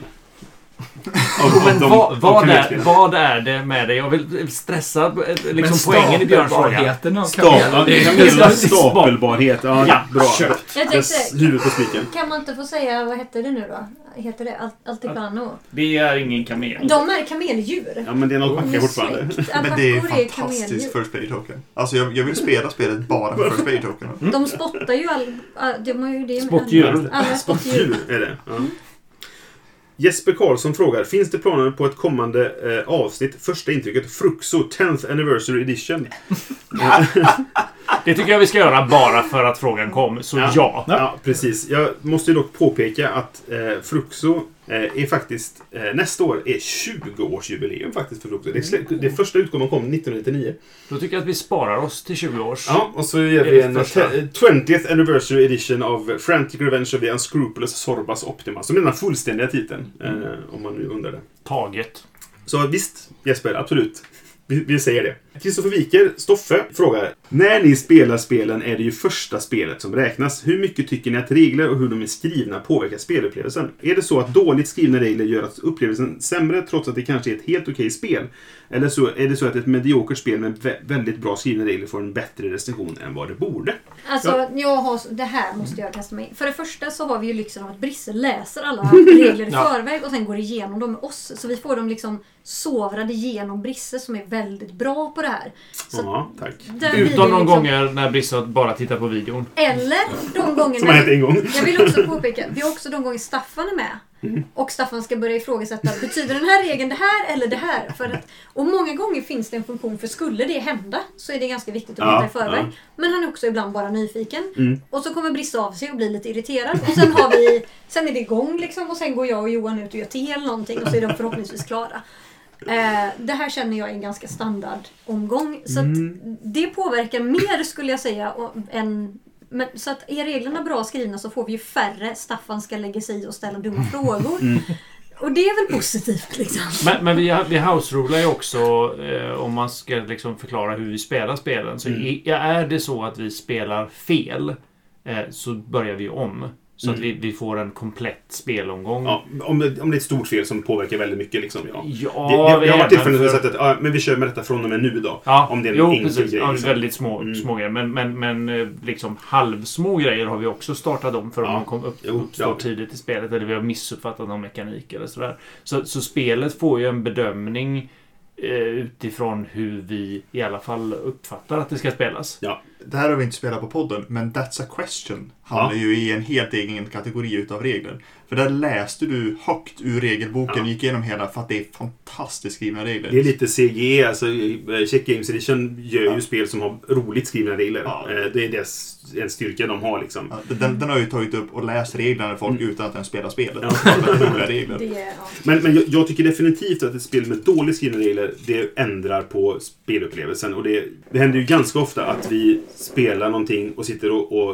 Speaker 4: Vad är det med dig? Jag vill stressa liksom poängen i Björns fråga.
Speaker 2: Stapelbarhet. Ja, bra.
Speaker 5: Jag tänkte,
Speaker 2: huvud på spiken.
Speaker 5: Kan man inte få säga, vad heter det nu då? Heter det Altiplano?
Speaker 4: Det är ingen kamel.
Speaker 5: De är kameldjur.
Speaker 2: Ja, men det är något macka fortfarande.
Speaker 3: Men det är fantastiskt First Player Token. Alltså jag vill spela spelet bara för First Player Token.
Speaker 5: De spottar ju de har ju det.
Speaker 2: Spottdjur är det. Ja. Jesper Karlsson frågar, finns det planer på ett kommande avsnitt, första intrycket, Fruxo 10th Anniversary Edition?
Speaker 4: Det tycker jag vi ska göra bara för att frågan kom, så ja.
Speaker 2: Ja, precis. Jag måste ju dock påpeka att Fruxo är faktiskt, nästa år är 20-årsjubileum faktiskt för Fruxo. Det första utgåvan kom 1999.
Speaker 4: Då tycker jag att vi sparar oss till 20 års.
Speaker 2: Ja, och så gör vi en 20th Anniversary Edition av Frantic Revenge of the Unscrupulous Sorbas Optima. Som är den fullständiga titeln, om man nu undrar det.
Speaker 4: Taget.
Speaker 2: Så visst, Jesper, absolut. Vi säger det. Kristoffer Wiker, Stoffe, frågar: när ni spelar spelen är det ju första spelet som räknas. Hur mycket tycker ni att regler och hur de är skrivna påverkar spelupplevelsen? Är det så att dåligt skrivna regler gör att upplevelsen sämre trots att det kanske är ett helt okej spel? Eller så är det så att ett mediokert spel med väldigt bra skrivna regler får en bättre recension än vad det borde?
Speaker 5: Alltså, det här måste jag kasta mig in. För det första så har vi ju lyxen av att Brisse läser alla regler i förväg och sen går igenom dem med oss. Så vi får dem liksom sovrade genom Brisse som är väldigt bra på det här. Så
Speaker 2: ja, tack.
Speaker 4: Utom de gånger när Brisse bara tittar på videon.
Speaker 5: Eller de gånger
Speaker 2: som har hänt en gång.
Speaker 5: Jag vill också påpeka, vi har också de gånger Staffan är med. Och Staffan ska börja ifrågasätta, betyder den här regeln det här eller det här? Och många gånger finns det en funktion, för skulle det hända så är det ganska viktigt att veta i förväg. Men han är också ibland bara nyfiken. Och så kommer Brissa av sig och blir lite irriterad. Och sen är det igång liksom, och sen går jag och Johan ut och gör te eller någonting och så är de förhoppningsvis klara. Det här känner jag är en ganska standard omgång. Så att det påverkar mer skulle jag säga men, så att är reglerna bra skrivna så får vi ju färre Staffan ska lägga sig i och ställa dumma frågor. Och det är väl positivt liksom.
Speaker 4: Men vi house-rular ju också om man ska liksom förklara hur vi spelar spelen. Så är det så att vi spelar fel så börjar vi om. Så att vi får en komplett spelomgång. Ja,
Speaker 2: om det är ett stort fel som påverkar väldigt mycket liksom,
Speaker 4: ja.
Speaker 2: Vi har varit tillfällen att säga att men vi kör med detta från och med nu då.
Speaker 4: Ja,
Speaker 2: om det är en enkel
Speaker 4: precis.
Speaker 2: grej.
Speaker 4: Ja,
Speaker 2: liksom.
Speaker 4: Väldigt små grejer. Men liksom halvsmå grejer har vi också startat om för om de uppstår tidigt i spelet. Eller vi har missuppfattat någon mekanik eller sådär. Så spelet får ju en bedömning utifrån hur vi i alla fall uppfattar att det ska spelas.
Speaker 3: Ja. Det här har vi inte spelat på podden, men That's a Question handlar ju i en helt egen kategori utav regler. För där läste du högt ur regelboken, gick igenom hela, för att det är fantastiskt skrivna regler.
Speaker 2: Det är lite CGE, alltså Check Games Edition gör ju spel som har roligt skrivna regler. Det är en styrka de har liksom.
Speaker 3: Den har ju tagit upp och läst reglerna folk utan att den spelar spelet. Regler.
Speaker 2: Men jag tycker definitivt att ett spel med dåligt skrivna regler, det ändrar på spelupplevelsen. Och det händer ju ganska ofta att vi spelar någonting och sitter och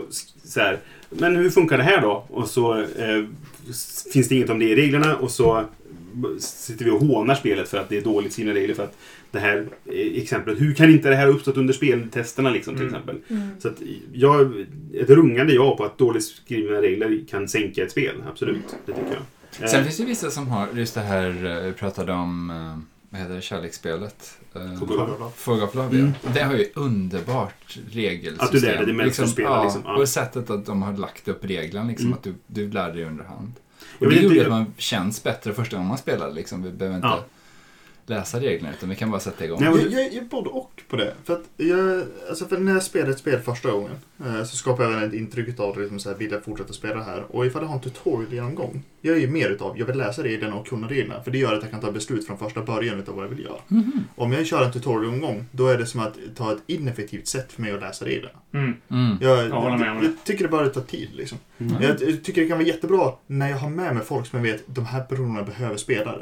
Speaker 2: så här, men hur funkar det här då? Och så finns det inget om det i reglerna och så sitter vi och hånar spelet för att det är dåligt skrivna regler för att det här exemplet, hur kan inte det här uppstått under speltesterna liksom, till exempel. Så att ett rungande ja på att dåligt skrivna regler kan sänka ett spel, absolut, det tycker jag.
Speaker 7: Sen finns det vissa som har just det här, vi pratade om vad heter det, kärleksspelet? Fog of Love. Det har ju underbart regelsystem.
Speaker 2: Att du lärde dig med att spela. Liksom.
Speaker 7: Och sättet att de har lagt upp reglerna, liksom, att du lärde dig underhand. Och det gjorde att man känns bättre första gången man spelade. Liksom. Vi behöver inte läsa reglerna, utan vi kan bara sätta igång.
Speaker 3: Jag är både och på det. För att för när jag spelade ett spel första gången så skapade jag ett intryck av liksom så här, vill jag fortsätta spela här. Och ifall jag har en tutorial genomgång, jag är ju mer utav, jag vill läsa reglerna och kunna reglerna. För det gör att jag kan ta beslut från första början utav vad jag vill göra. Om jag kör en tutorial genomgång, då är det som att ta ett ineffektivt sätt för mig att läsa reglerna. Jag tycker det bara tar tid liksom. Jag tycker det kan vara jättebra när jag har med mig folk som jag vet, de här personerna behöver spelare.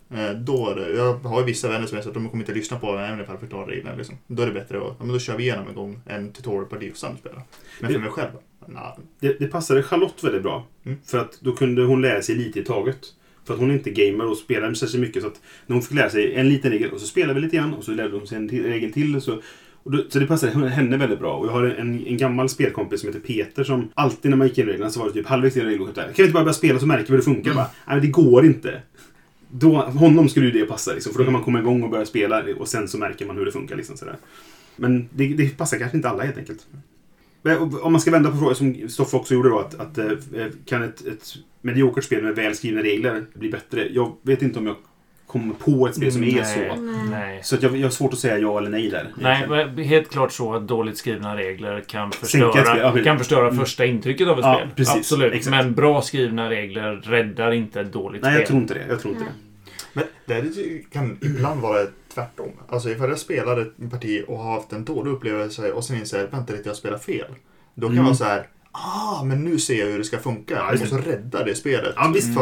Speaker 3: Jag har ju vissa vänner som är så att de kommer inte lyssna på även ifall jag förklarar reglerna liksom. Då är det bättre att då kör vi igenom en gång en tutorial på det och samspela. Men för mig själv,
Speaker 2: det passade Charlotte väldigt bra. För att då kunde hon lära sig lite i taget. För att hon är inte gamer och spelar så mycket, så att när hon fick lära sig en liten regel och så spelar vi lite grann och så lärde hon sig en regel till så det passade henne väldigt bra. Och jag har en gammal spelkompis som heter Peter som alltid när man gick in i reglerna så var det typ halvvägs in i reglerna. Kan vi inte bara börja spela så märker vi hur det funkar? Nej, men det går inte. Honom skulle ju det passa liksom, för då kan man komma igång och börja spela och sen så märker man hur det funkar liksom, sådär. Men det passar kanske inte alla helt enkelt. Om man ska vända på frågan som Stoffe också gjorde då, att kan ett mediokert spel med väl skrivna regler bli bättre? Jag vet inte om jag kommer på ett spel som är så.
Speaker 4: Nej.
Speaker 2: Så att jag har svårt att säga ja eller nej där.
Speaker 4: Nej, helt klart så att dåligt skrivna regler kan förstöra första intrycket av ett spel.
Speaker 2: Precis,
Speaker 4: absolut.
Speaker 2: exakt.
Speaker 4: Men bra skrivna regler räddar inte ett dåligt spel.
Speaker 2: Nej, jag tror inte det.
Speaker 3: Men det kan ibland vara tvärtom. Alltså ifall jag spelar ett parti och har haft en dålig upplevelse och sen inser vänta lite, jag spelar fel. Då kan vara så här, men nu ser jag hur det ska funka. Och så räddar det spelet.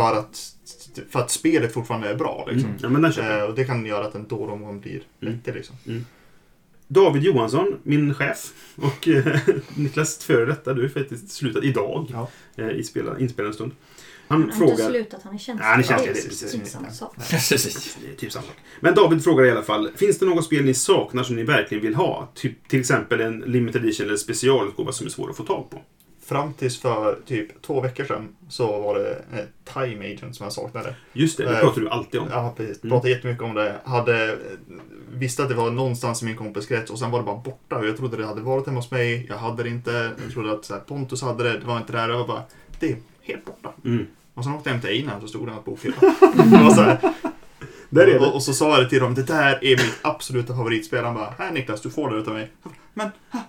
Speaker 3: För att spelet fortfarande är bra. Liksom. Och det kan göra att en dålig omgång blir bättre. Liksom.
Speaker 2: David Johansson, min chef, och Niklas före detta, du är faktiskt slutat idag i inspelande stund. Han frågar...
Speaker 5: inte slutat, han är tjänst.
Speaker 2: Han är tjänst,
Speaker 5: det är typ samma sak.
Speaker 2: Det är typ samma sak. Men David frågar i alla fall, finns det något spel ni saknar som ni verkligen vill ha? Till exempel en limited edition eller specialutgåva som är svår att få tag på.
Speaker 3: Fram tills för typ 2 veckor sedan så var det Time Agent som jag saknade.
Speaker 2: Just det pratar du alltid om.
Speaker 3: Ja, precis. Pratade jättemycket om det. Visste att det var någonstans i min kompiskrets och sen var det bara borta. Och jag trodde det hade varit hemma hos mig. Jag hade det inte. Jag trodde att Pontus hade det. Det var inte där. Jag var bara, det är helt borta. Och sen åkte jag hem till Einar och så stod det här bokhylla. Och så sa jag det till dem, det där är mitt absoluta favoritspel. Han bara, här Niklas, du får det utav mig. Men...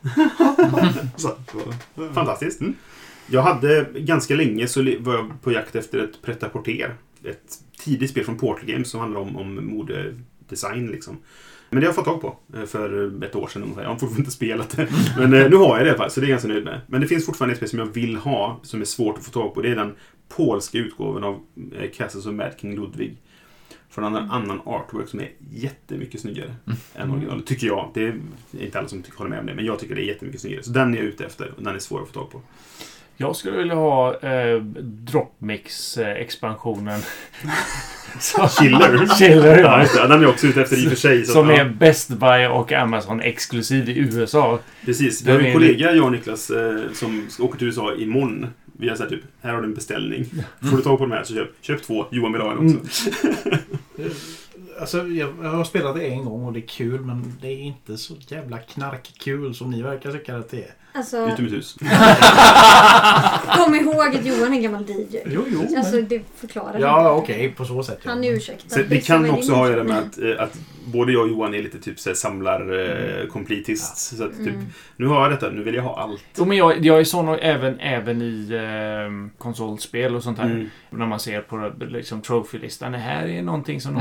Speaker 2: Fantastiskt. Jag hade ganska länge så var jag på jakt efter ett Pret-à-Porter. Ett tidigt spel från Portal Games som handlar om modedesign liksom. Men det har jag fått tag på för ett år sedan ungefär. Jag har fortfarande inte spelat det. Men nu har jag det i alla fall, så det är jag ganska nöjd med. Men det finns fortfarande ett spel som jag vill ha, som är svårt att få tag på. Det är den polska utgåvan av Castles of Mad King Ludwig. Från en annan artwork som är jättemycket snyggare än originalet, tycker jag. Det är inte alla som håller med om det, men jag tycker det är jättemycket snyggare. Så den är jag ute efter och den är svår att få tag på.
Speaker 4: Jag skulle vilja ha Dropmix-expansionen.
Speaker 2: Chiller, ja. Den är också ute efter i och för sig.
Speaker 4: Som är Best Buy och Amazon-exklusiv i USA.
Speaker 2: Precis, vi har en kollega, jag och Niklas, som åker till USA imorgon. Vi har sagt typ, här har du en beställning. Får du tag på de här så köp 2. Johan vill ha en också.
Speaker 6: Alltså, jag har spelat det en gång och det är kul, men det är inte så jävla knarkkul som ni verkar tycka att det är.
Speaker 5: Alltså,
Speaker 2: utom ett hus.
Speaker 5: Kom ihåg att Johan är en gammal DJ.
Speaker 6: Jo,
Speaker 5: alltså, det förklarar
Speaker 6: ja, okej, på så sätt.
Speaker 5: Han är ursäktad.
Speaker 2: Det kan också ha att göra med att både jag och Johan är lite typ samlar-completist. Så att typ, nu har jag detta, nu vill jag ha allt.
Speaker 4: Jo, men jag är sån även i konsolspel och sånt här. När man ser på liksom, trophy-listan. Det här är någonting som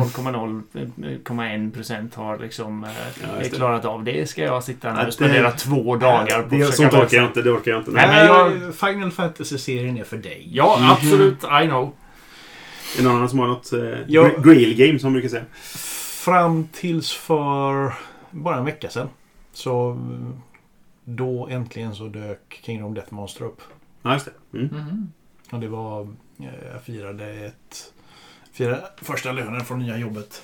Speaker 4: 0,1% har liksom, klarat av. Det ska jag sitta och spendera 2 dagar på.
Speaker 2: Sånt orkar jag inte, det orkar jag inte.
Speaker 6: Nej, men Final Fantasy-serien är för dig.
Speaker 4: Ja, absolut, I know.
Speaker 2: Är någon annan som har något grail game som man brukar säga?
Speaker 6: Fram tills för bara en vecka sedan. Så då äntligen så dök Kingdom Death Monster upp.
Speaker 2: Ja, just det.
Speaker 6: Och det var... Jag firade första lönen från nya jobbet.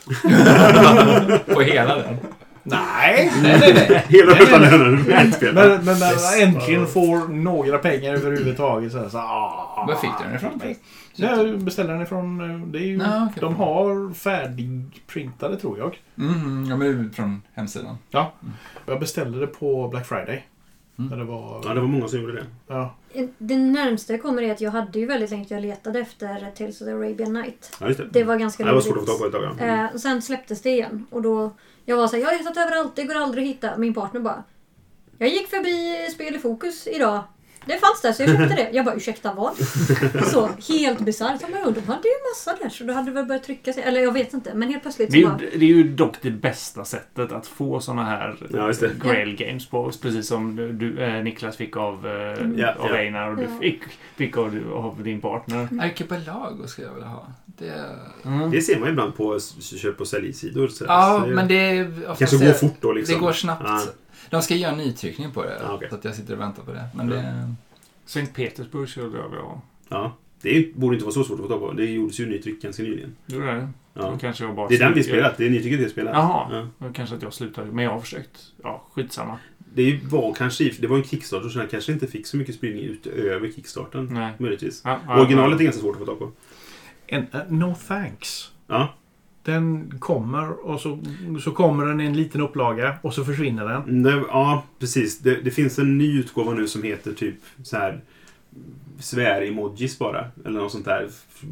Speaker 7: På hela den?
Speaker 6: Nej.
Speaker 2: Hela första lönen.
Speaker 6: Men när man äntligen får några pengar överhuvudtaget så
Speaker 7: Vad fick du den ifrån?
Speaker 6: Jag beställde den ifrån... Det är ju, de har färdigprintade, tror jag.
Speaker 7: Ja, men från hemsidan.
Speaker 6: Ja. Jag beställde det på Black Friday. Det var
Speaker 2: många som gjorde det.
Speaker 6: Ja.
Speaker 5: Det närmaste kommer är att jag hade ju väldigt länge jag letade efter Tales of the Arabian Night.
Speaker 2: Ja, just det.
Speaker 5: Det var ganska
Speaker 2: det var svårt att få tag på ett tag. Ja.
Speaker 5: Och sen släpptes det igen. Och då, jag var så här, jag har letat överallt, det går aldrig att hitta. Min partner bara, jag gick förbi Spel i Fokus idag. Det fanns där så jag köpte det. Jag bara, ursäkta vad? Så, helt bisarrt. De hade ju en massa där så då hade väl börjat trycka sig. Eller jag vet inte, men helt plötsligt så bara...
Speaker 4: Det är ju dock det bästa sättet att få såna här Grail Games på. Precis som du Niklas fick av Einar och du fick av din partner.
Speaker 7: Archipelago ska jag vilja ha.
Speaker 2: Det ser man ibland på köp- och säljsidor.
Speaker 7: Ja, men det...
Speaker 2: Kanske går fort då liksom.
Speaker 7: Det går snabbt. De ska göra en nytryckning på det. Så att jag sitter och väntar på det. Men det...
Speaker 4: Sankt Petersburg skulle jag vilja ha.
Speaker 2: Ja, det borde inte vara så svårt att få tag på. Det gjordes ju nytryck ganska nyligen.
Speaker 4: Jo, det är det.
Speaker 2: Ja.
Speaker 4: Kanske jag bara
Speaker 2: det är den vi spelat. Det är nytrycket vi spelat.
Speaker 4: Jaha, kanske att jag slutade. Men jag har försökt. Ja, skitsamma.
Speaker 2: Det var en Kickstarter så den kanske inte fick så mycket spridning utöver Kickstarten.
Speaker 4: Nej.
Speaker 2: Möjligtvis. Originalet är ganska svårt att få tag på.
Speaker 6: No Thanks.
Speaker 2: Ja.
Speaker 6: Den kommer och så kommer den i en liten upplaga och så försvinner den.
Speaker 2: Ja, precis. Det finns en ny utgåva nu som heter typ så här svär-emojis bara. Eller något sånt där.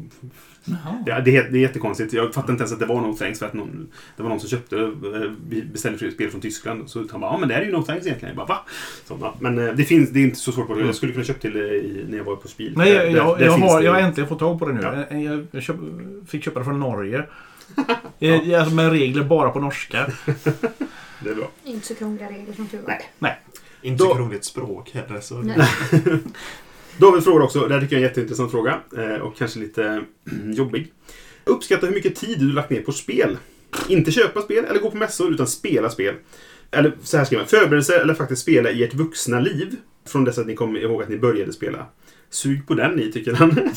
Speaker 2: Ja, det är jättekonstigt. Jag fattar inte ens att det var No Thanks för att det var någon som beställde spel från Tyskland. Så han bara, men det är ju No Thanks egentligen. Jag bara, va? Så, men det är inte så svårt. Jag skulle kunna köpa till det när jag var på Spiel.
Speaker 6: Nej, jag har äntligen fått tag på det nu. Ja. Jag fick köpa det från Norge. Med regler bara på norska.
Speaker 2: Det är bra.
Speaker 5: Inte så krångliga regler som tur var.
Speaker 6: Nej.
Speaker 3: Inte så krångligt språk heller. Så.
Speaker 2: Då har vi en fråga också. Det här tycker jag är en jätteintressant fråga. Och kanske lite jobbig. Uppskatta hur mycket tid du lagt ner på spel. Inte köpa spel eller gå på mässor utan spela spel. Eller så här skriver man. Förberedelser eller faktiskt spela i ert vuxna liv. Från dess att ni kommer ihåg att ni började spela. Sug på den ni, tycker han.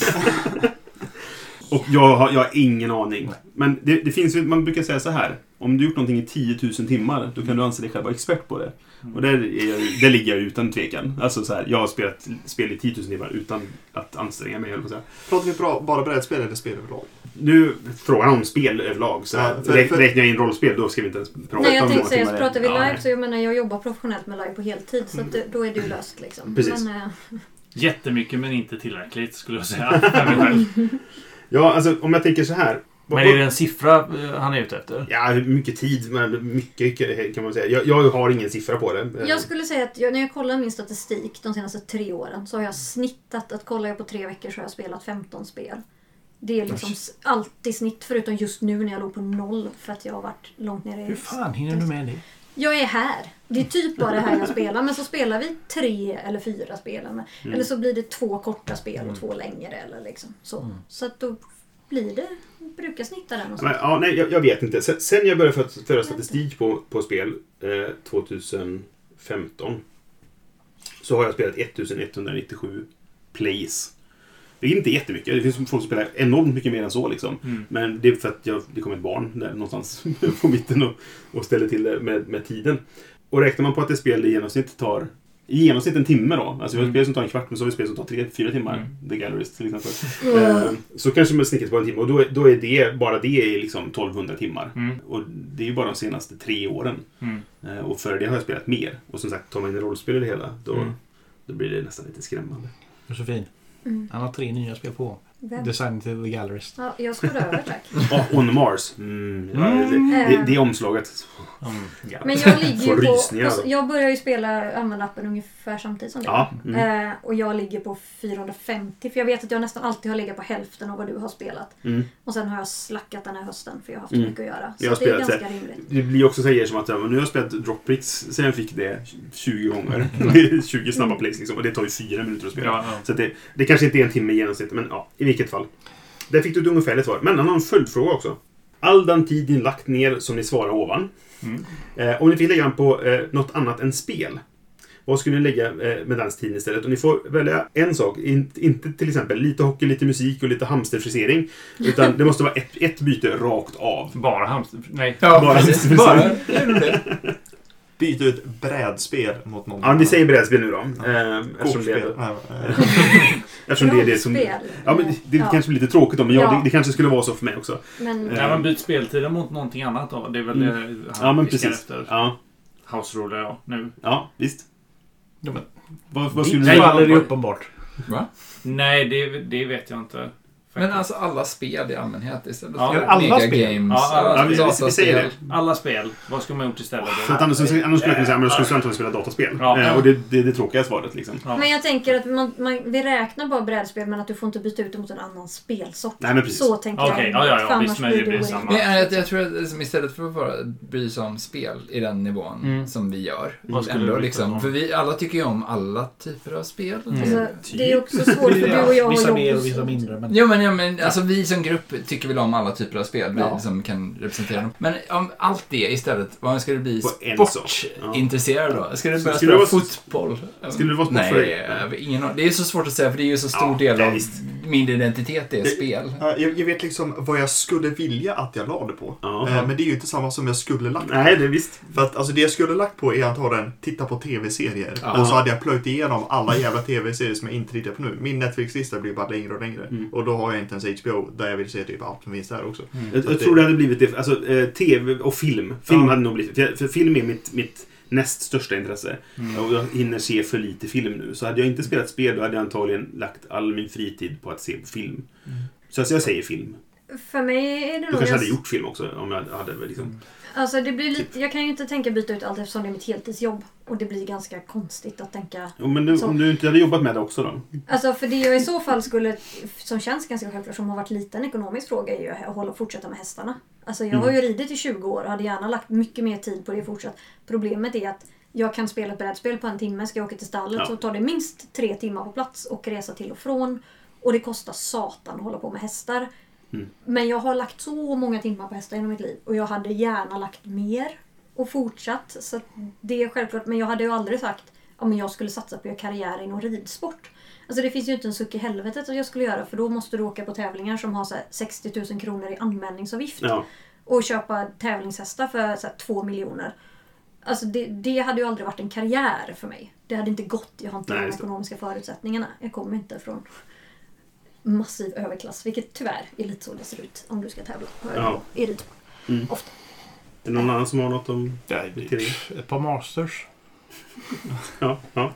Speaker 2: Och jag har ingen aning. Men det finns ju, man brukar säga så här. Om du gjort någonting i 10 000 timmar, då kan du anse dig själv vara expert på det. Och där ligger jag utan tvekan. Alltså så här, jag har spelat spel i 10 000 timmar utan att anstränga mig.
Speaker 3: Pratar vi bara brädspel eller spel överlag?
Speaker 2: Nu frågan om spel överlag. Så räknar jag in rollspel, då ska vi inte ens prata om.
Speaker 5: Nej, jag tänkte säga, pratar vi live så jag menar, jag jobbar professionellt med live på heltid. Så att då är det ju löst liksom.
Speaker 2: Precis.
Speaker 5: Men,
Speaker 4: jättemycket men inte tillräckligt skulle jag säga.
Speaker 2: Ja, alltså om jag tänker så här.
Speaker 4: Men är det en siffra han är ute efter?
Speaker 2: Ja, mycket tid, men mycket kan man säga. Jag har ingen siffra på det.
Speaker 5: Jag skulle säga att när jag kollar min statistik de senaste 3 åren så har jag snittat att kollar jag på 3 veckor så har jag spelat 15 spel. Det är liksom alltid snitt förutom just nu när jag låg på 0 för att jag har varit långt ner i...
Speaker 6: Hur fan hinner du med det?
Speaker 5: Jag är här. Det är typ bara det här jag spelar. Men så spelar vi 3 eller 4 spel. Eller så blir det 2 korta spel och 2 längre. Eller liksom. Så att då blir det... Brukar snitta den. Och
Speaker 2: men, nej, jag vet inte. Sen jag började föra statistik på spel 2015 så har jag spelat 1197 plays. Det är inte jättemycket. Det finns folk som spelar enormt mycket mer än så. Liksom. Men det är för att det kommer ett barn där någonstans på mitten och ställer till det med tiden. Och räknar man på att det spel i genomsnitt en timme då. Alltså vi har spel som tar en kvart, men så har vi spel som tar 3-4 timmar. The Gallerist till exempel. Så kanske man snickar på en timme. Och då är det, bara det är liksom 1200 timmar. Och det är ju bara de senaste 3 åren. Och för det har jag spelat mer. Och som sagt, tar man in rollspel i det hela, då blir det nästan lite skrämmande.
Speaker 6: Josefin, han har 3 nya spel på. Design till The Gallerist.
Speaker 5: Ja, jag ska över, tack.
Speaker 2: On Mars. Det är omslaget.
Speaker 5: Men jag ligger ju på... Jag börjar ju använda appen ungefär samtidigt som det. Och jag ligger på 450. För jag vet att jag nästan alltid har legat på hälften av vad du har spelat. Och sen har jag slackat den här hösten för jag har haft mycket att göra. Så det är ganska rimligt.
Speaker 2: Det blir också så här som att nu har jag spelat Dropbricks sen jag fick det 20 gånger. 20 snabba plays liksom. Och det tar ju 4 minuter att spela. Så det kanske inte är en timme i genomsnitt. Men i vilket fall. Där fick du ett ungefärligt svar. Men han har en följdfråga också. All den tid ni lagt ner som ni svarar ovan. Om ni vill lägga på något annat än spel. Vad skulle ni lägga med den tiden istället? Och ni får välja en sak. Inte till exempel lite hockey, lite musik och lite hamsterfrisering. Utan det måste vara ett byte rakt av.
Speaker 4: Bara hamster... Nej.
Speaker 7: Ja,
Speaker 2: bara
Speaker 7: precis. Bara.
Speaker 3: Byta ut brädspel mot någon.
Speaker 2: Ja, vi säger brädspel nu då. Eftersom det är det som... Ja, men det kanske blir lite tråkigt då, men det kanske skulle vara så för mig också.
Speaker 5: Men
Speaker 4: man byter speltiden mot någonting annat då. Det är väl det
Speaker 2: han fiskar efter.
Speaker 4: Ja. House-roller, nu.
Speaker 2: Ja, visst.
Speaker 6: Ja, men,
Speaker 2: vad skulle
Speaker 6: det faller det uppenbart.
Speaker 7: Va?
Speaker 4: Nej, det vet jag inte.
Speaker 7: Men alltså alla spel i allmänhet istället
Speaker 6: för
Speaker 7: alla
Speaker 6: spel.
Speaker 7: Games,
Speaker 2: vi säger det.
Speaker 4: Alla spel. Vad ska man gjort istället?
Speaker 2: För att annars skulle jag kunna säga att skulle antagligen spela dataspel. Ja. Och det är det tråkiga svaret liksom.
Speaker 5: Ja. Men jag tänker att vi räknar bara brädspel, men att du får inte byta ut det mot en annan spelsort.
Speaker 2: Nej, men precis.
Speaker 5: Så tänker jag.
Speaker 4: Ja, visst, men det blir samma.
Speaker 7: Men jag tror att istället för att bara bry sig om spel i den nivån som vi gör. Ändå liksom, för vi alla tycker ju om alla typer av spel.
Speaker 5: Alltså, det är också svårt för du och jag
Speaker 6: vissa
Speaker 5: har
Speaker 6: mer och vissa mindre. Men...
Speaker 7: Ja, men alltså vi som grupp tycker väl om alla typer av spel vi som kan representera dem. Men om allt det istället, vad ska det bli sportintresserad då? Ska det börja spela fotboll?
Speaker 2: Skulle det vara sport för dig?
Speaker 7: Nej, det är så svårt att säga för det är ju så stor del av min identitet är spel.
Speaker 3: Jag vet liksom vad jag skulle vilja att jag la det på. Men det är ju inte samma som jag skulle lagt på.
Speaker 2: Nej, det är visst.
Speaker 3: För att alltså, det jag skulle lagt på är antagligen titta på tv-serier. Och så hade jag plöjt igenom alla jävla tv-serier som jag inte tittar på nu. Min Netflix-lista blir bara längre och längre. Och då har jag inte ens HBO där jag vill se typ allt som finns där också.
Speaker 2: Jag tror det hade blivit det. Alltså tv och film. Film hade nog blivit. För film är mitt näst största intresse. Och jag hinner se för lite film nu. Så hade jag inte spelat spel, då hade jag antagligen lagt all min fritid på att se på film. Så alltså jag säger film.
Speaker 5: För mig är det nog...
Speaker 2: Du kanske hade gjort film också om jag hade liksom...
Speaker 5: Alltså det blir lite... Jag kan ju inte tänka byta ut allt eftersom det är mitt heltidsjobb. Och det blir ganska konstigt att tänka...
Speaker 2: Jo, men om du inte hade jobbat med det också då?
Speaker 5: Alltså för det jag i så fall skulle... Som känns ganska självklart, som har varit liten ekonomisk fråga, är ju att fortsätta med hästarna. Alltså jag har ju ridit i 20 år och hade gärna lagt mycket mer tid på det fortsatt. Problemet är att jag kan spela ett brädspel på en timme. Ska jag åka till stallet så tar det minst 3 timmar på plats och resa till och från. Och det kostar satan att hålla på med hästar. Men jag har lagt så många timmar på hästar genom mitt liv. Och jag hade gärna lagt mer och fortsatt. Så det är självklart. Men jag hade ju aldrig sagt att jag skulle satsa på karriär inom ridsport. Alltså det finns ju inte en suck i helvetet att jag skulle göra. För då måste du åka på tävlingar som har så här 60 000 kronor i anmälningsavgift. Ja. Och köpa tävlingshästar för så här 2 miljoner. Alltså det hade ju aldrig varit en karriär för mig. Det hade inte gått. Jag har inte de ekonomiska förutsättningarna. Jag kommer inte från massiv överklass. Vilket tyvärr är lite så det ser ut om du ska tävla i ridsport. Ofta.
Speaker 2: Är det någon annan som har något om
Speaker 6: ett par masters?
Speaker 2: Ja.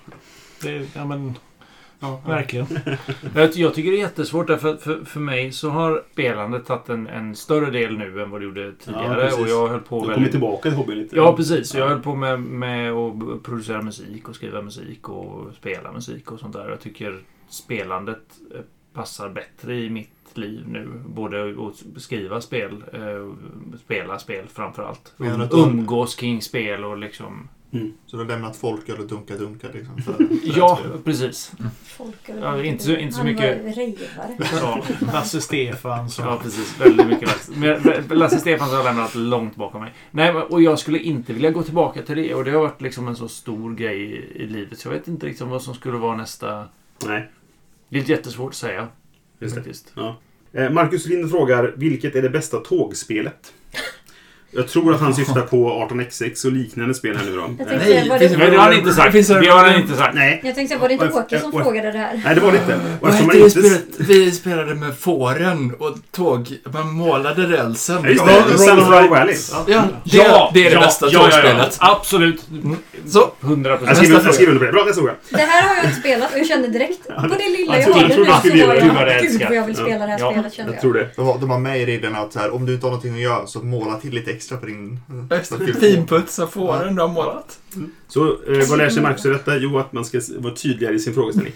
Speaker 6: Verkligen.
Speaker 4: Jag tycker det är jättesvårt därför för mig så har spelandet tagit en större del nu än vad det gjorde tidigare. Och jag höll på
Speaker 2: väldigt... tillbaka till hobbyn lite.
Speaker 4: Ja, precis. Jag höll på med att producera musik och skriva musik och spela musik och sånt där. Jag tycker spelandet passar bättre i mitt liv nu. Både att skriva spel, spela spel framförallt. Umgås kring spel och liksom...
Speaker 3: Så du har lämnat folk eller dunka liksom?
Speaker 4: Ja, precis.
Speaker 5: Inte
Speaker 4: så mycket...
Speaker 6: Lasse Stefans.
Speaker 4: Ja, precis. Väldigt mycket Lasse Stefans har jag lämnat långt bakom mig. Nej, och jag skulle inte vilja gå tillbaka till det. Och det har varit liksom en så stor grej i livet. Så jag vet inte liksom vad som skulle vara nästa...
Speaker 2: Nej.
Speaker 4: Det är jättesvårt att säga.
Speaker 2: Just det. Ja. Marcus Lind frågar, vilket är det bästa tågspelet? Jag tror att han syftar på 18xx och liknande spel här nu då.
Speaker 4: Nej, det har han inte sagt. Det har han inte sagt.
Speaker 5: Nej. Jag tänkte, var det inte Åke som frågade det här?
Speaker 2: Nej, det var det inte.
Speaker 7: Vad hette det spelet? Vi spelade med fåren och tåg. Man målade rälsen.
Speaker 2: Just det, Sunflower Valley.
Speaker 7: Ja, det är det bästa tågspelet.
Speaker 4: Absolut. Så, 100%.
Speaker 2: Jag skriver under på det. Bra, det såg jag.
Speaker 5: Det här har jag inte spelat och jag kände direkt på det lilla jag hade nu så var jag gud vad jag vill spela det här spelet, kände jag.
Speaker 2: Tror det.
Speaker 3: De har med i regeln att så här, om du inte har någonting att göra så måla till lite extra på din...
Speaker 7: Finputsa fåren du har målat.
Speaker 2: Så vad lär sig Marcus detta? Jo, att man ska vara tydligare i sin frågeställning.